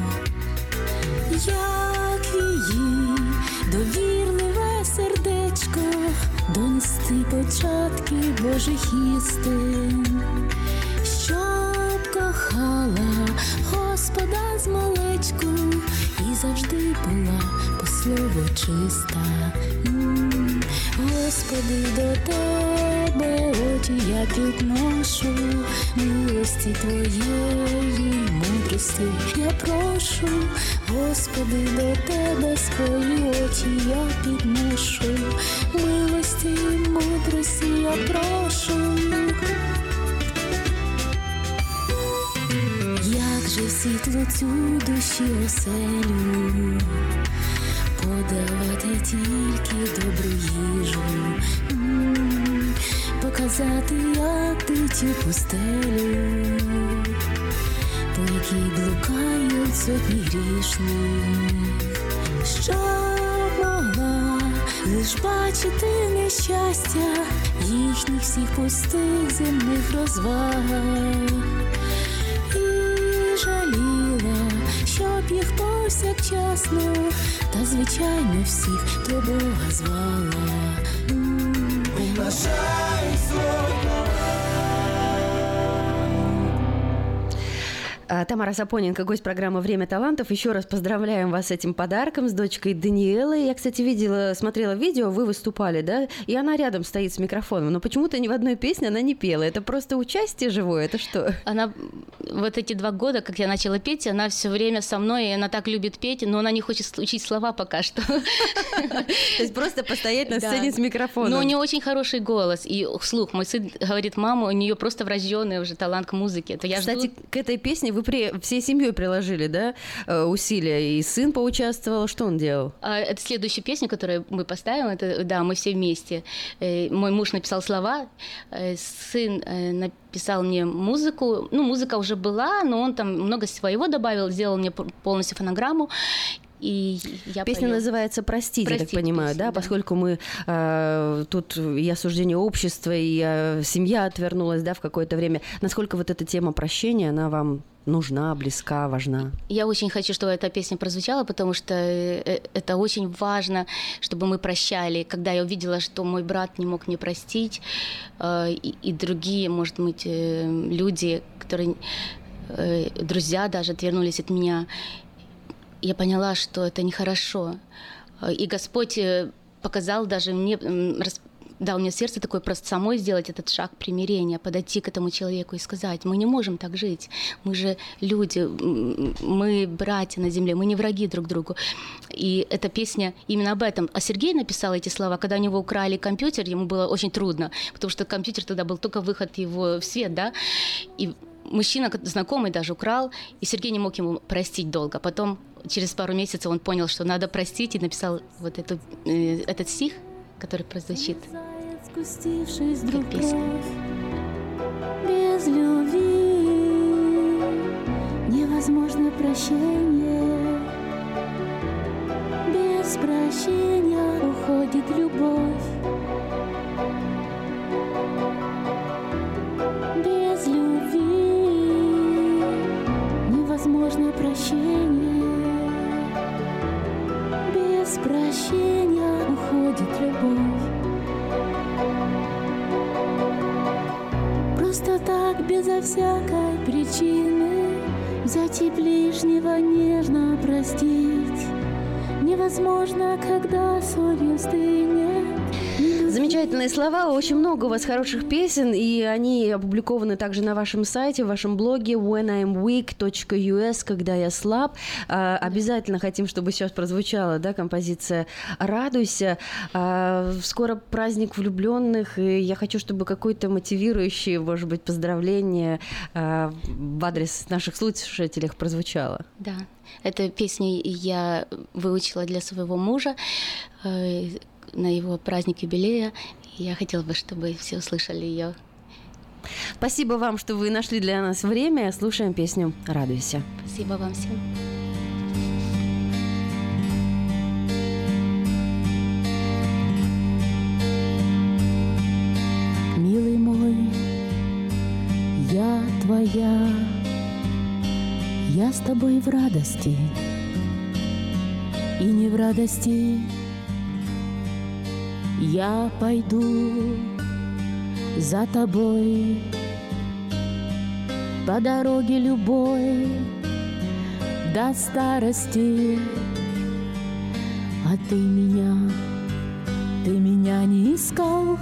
[SPEAKER 8] як її довірливе сердечко донести початки Божих істин, щоб кохала Господа з малечку і завжди була по слову чиста. М-м, Господи, до Тебе очі я підношу, милості Твоєї мудрості я прошу. Господи, до Тебе свої очі я підношу, милості і мудрості я прошу. Як же в світло цю душі оселю подавати тільки добру їжу, м-м, показати, як диті пустелю, по якій блукають сотні грішних, щоб могла лиш бачити нещастя їхніх всіх пустих земних розваг. І жаліла, щоб їх повсякчасно та звичайно всіх до Бога звала.
[SPEAKER 2] Тамара Сапоненко, гость программы «Время талантов». Еще раз поздравляем вас с этим подарком, с дочкой Даниэлой. Я, кстати, видела, смотрела видео, вы выступали, да? И она рядом стоит с микрофоном. Но почему-то ни в одной песне она не пела. Это просто участие живое? Это что?
[SPEAKER 11] Она вот эти два года, как я начала петь, она все время со мной, и она так любит петь, но она не хочет учить слова пока что.
[SPEAKER 2] То есть просто постоять на сцене с микрофоном.
[SPEAKER 11] Но у нее очень хороший голос и слух. Мой сын говорит, мама, у нее просто врожденный уже талант к музыке.
[SPEAKER 2] Кстати, к этой песне вы при... всей семьей приложили, да, усилия, и сын поучаствовал. Что он делал?
[SPEAKER 11] Это следующая песня, которую мы поставим. Это, да, мы все вместе. Мой муж написал слова, сын написал мне музыку. Ну, музыка уже была, но он там много своего добавил, сделал мне полностью фонограмму. И я
[SPEAKER 2] Песня пою. Называется «Простите», Простите, я так понимаю, песня, да? да? Поскольку мы э, тут и осуждение общества, и э, семья отвернулась, да, в какое-то время. Насколько вот эта тема прощения, она вам нужна, близка, важна?
[SPEAKER 11] Я очень хочу, чтобы эта песня прозвучала, потому что это очень важно, чтобы мы прощали. Когда я увидела, что мой брат не мог мне простить, э, и, и другие, может быть, э, люди, которые, э, друзья даже отвернулись от меня, я поняла, что это нехорошо. И Господь показал даже мне, дал мне сердце такое просто самой сделать этот шаг примирения, подойти к этому человеку и сказать, мы не можем так жить, мы же люди, мы братья на земле, мы не враги друг другу. И эта песня именно об этом. А Сергей написал эти слова, когда у него украли компьютер, ему было очень трудно, потому что компьютер тогда был только выход его в свет, да, и мужчина, знакомый, даже украл, и Сергей не мог ему простить долго. Потом, через пару месяцев, он понял, что надо простить, и написал вот эту, э, этот стих, который прозвучит как песня.
[SPEAKER 8] Без любви невозможно прощение. Без прощения уходит любовь. Без любви невозможно прощение. Без прощения уходит любовь. Просто так, безо всякой причины, взять и ближнего нежно простить невозможно, когда солью стынет.
[SPEAKER 2] Замечательные слова, очень много у вас хороших песен, и они опубликованы также на вашем сайте, в вашем блоге when i'm weak точка ю эс, когда я слаб. А, обязательно хотим, чтобы сейчас прозвучала, да, композиция «Радуйся». А, скоро праздник влюбленных, и я хочу, чтобы какое-то мотивирующее, может быть, поздравление а, в адрес наших слушателей прозвучало.
[SPEAKER 11] Да, эту песню я выучила для своего мужа на его праздник юбилея. Я хотела бы, чтобы все услышали ее.
[SPEAKER 2] Спасибо вам, что вы нашли для нас время. Слушаем песню «Радуйся».
[SPEAKER 11] Спасибо вам всем.
[SPEAKER 8] Милый мой, я твоя, я с тобой в радости и не в радости. Я пойду за тобой по дороге любой до старости. А ты меня, ты меня не искал,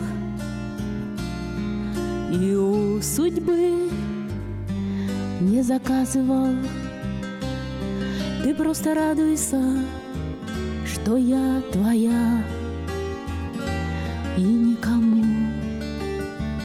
[SPEAKER 8] и у судьбы не заказывал. Ты просто радуйся, что я твоя, и никому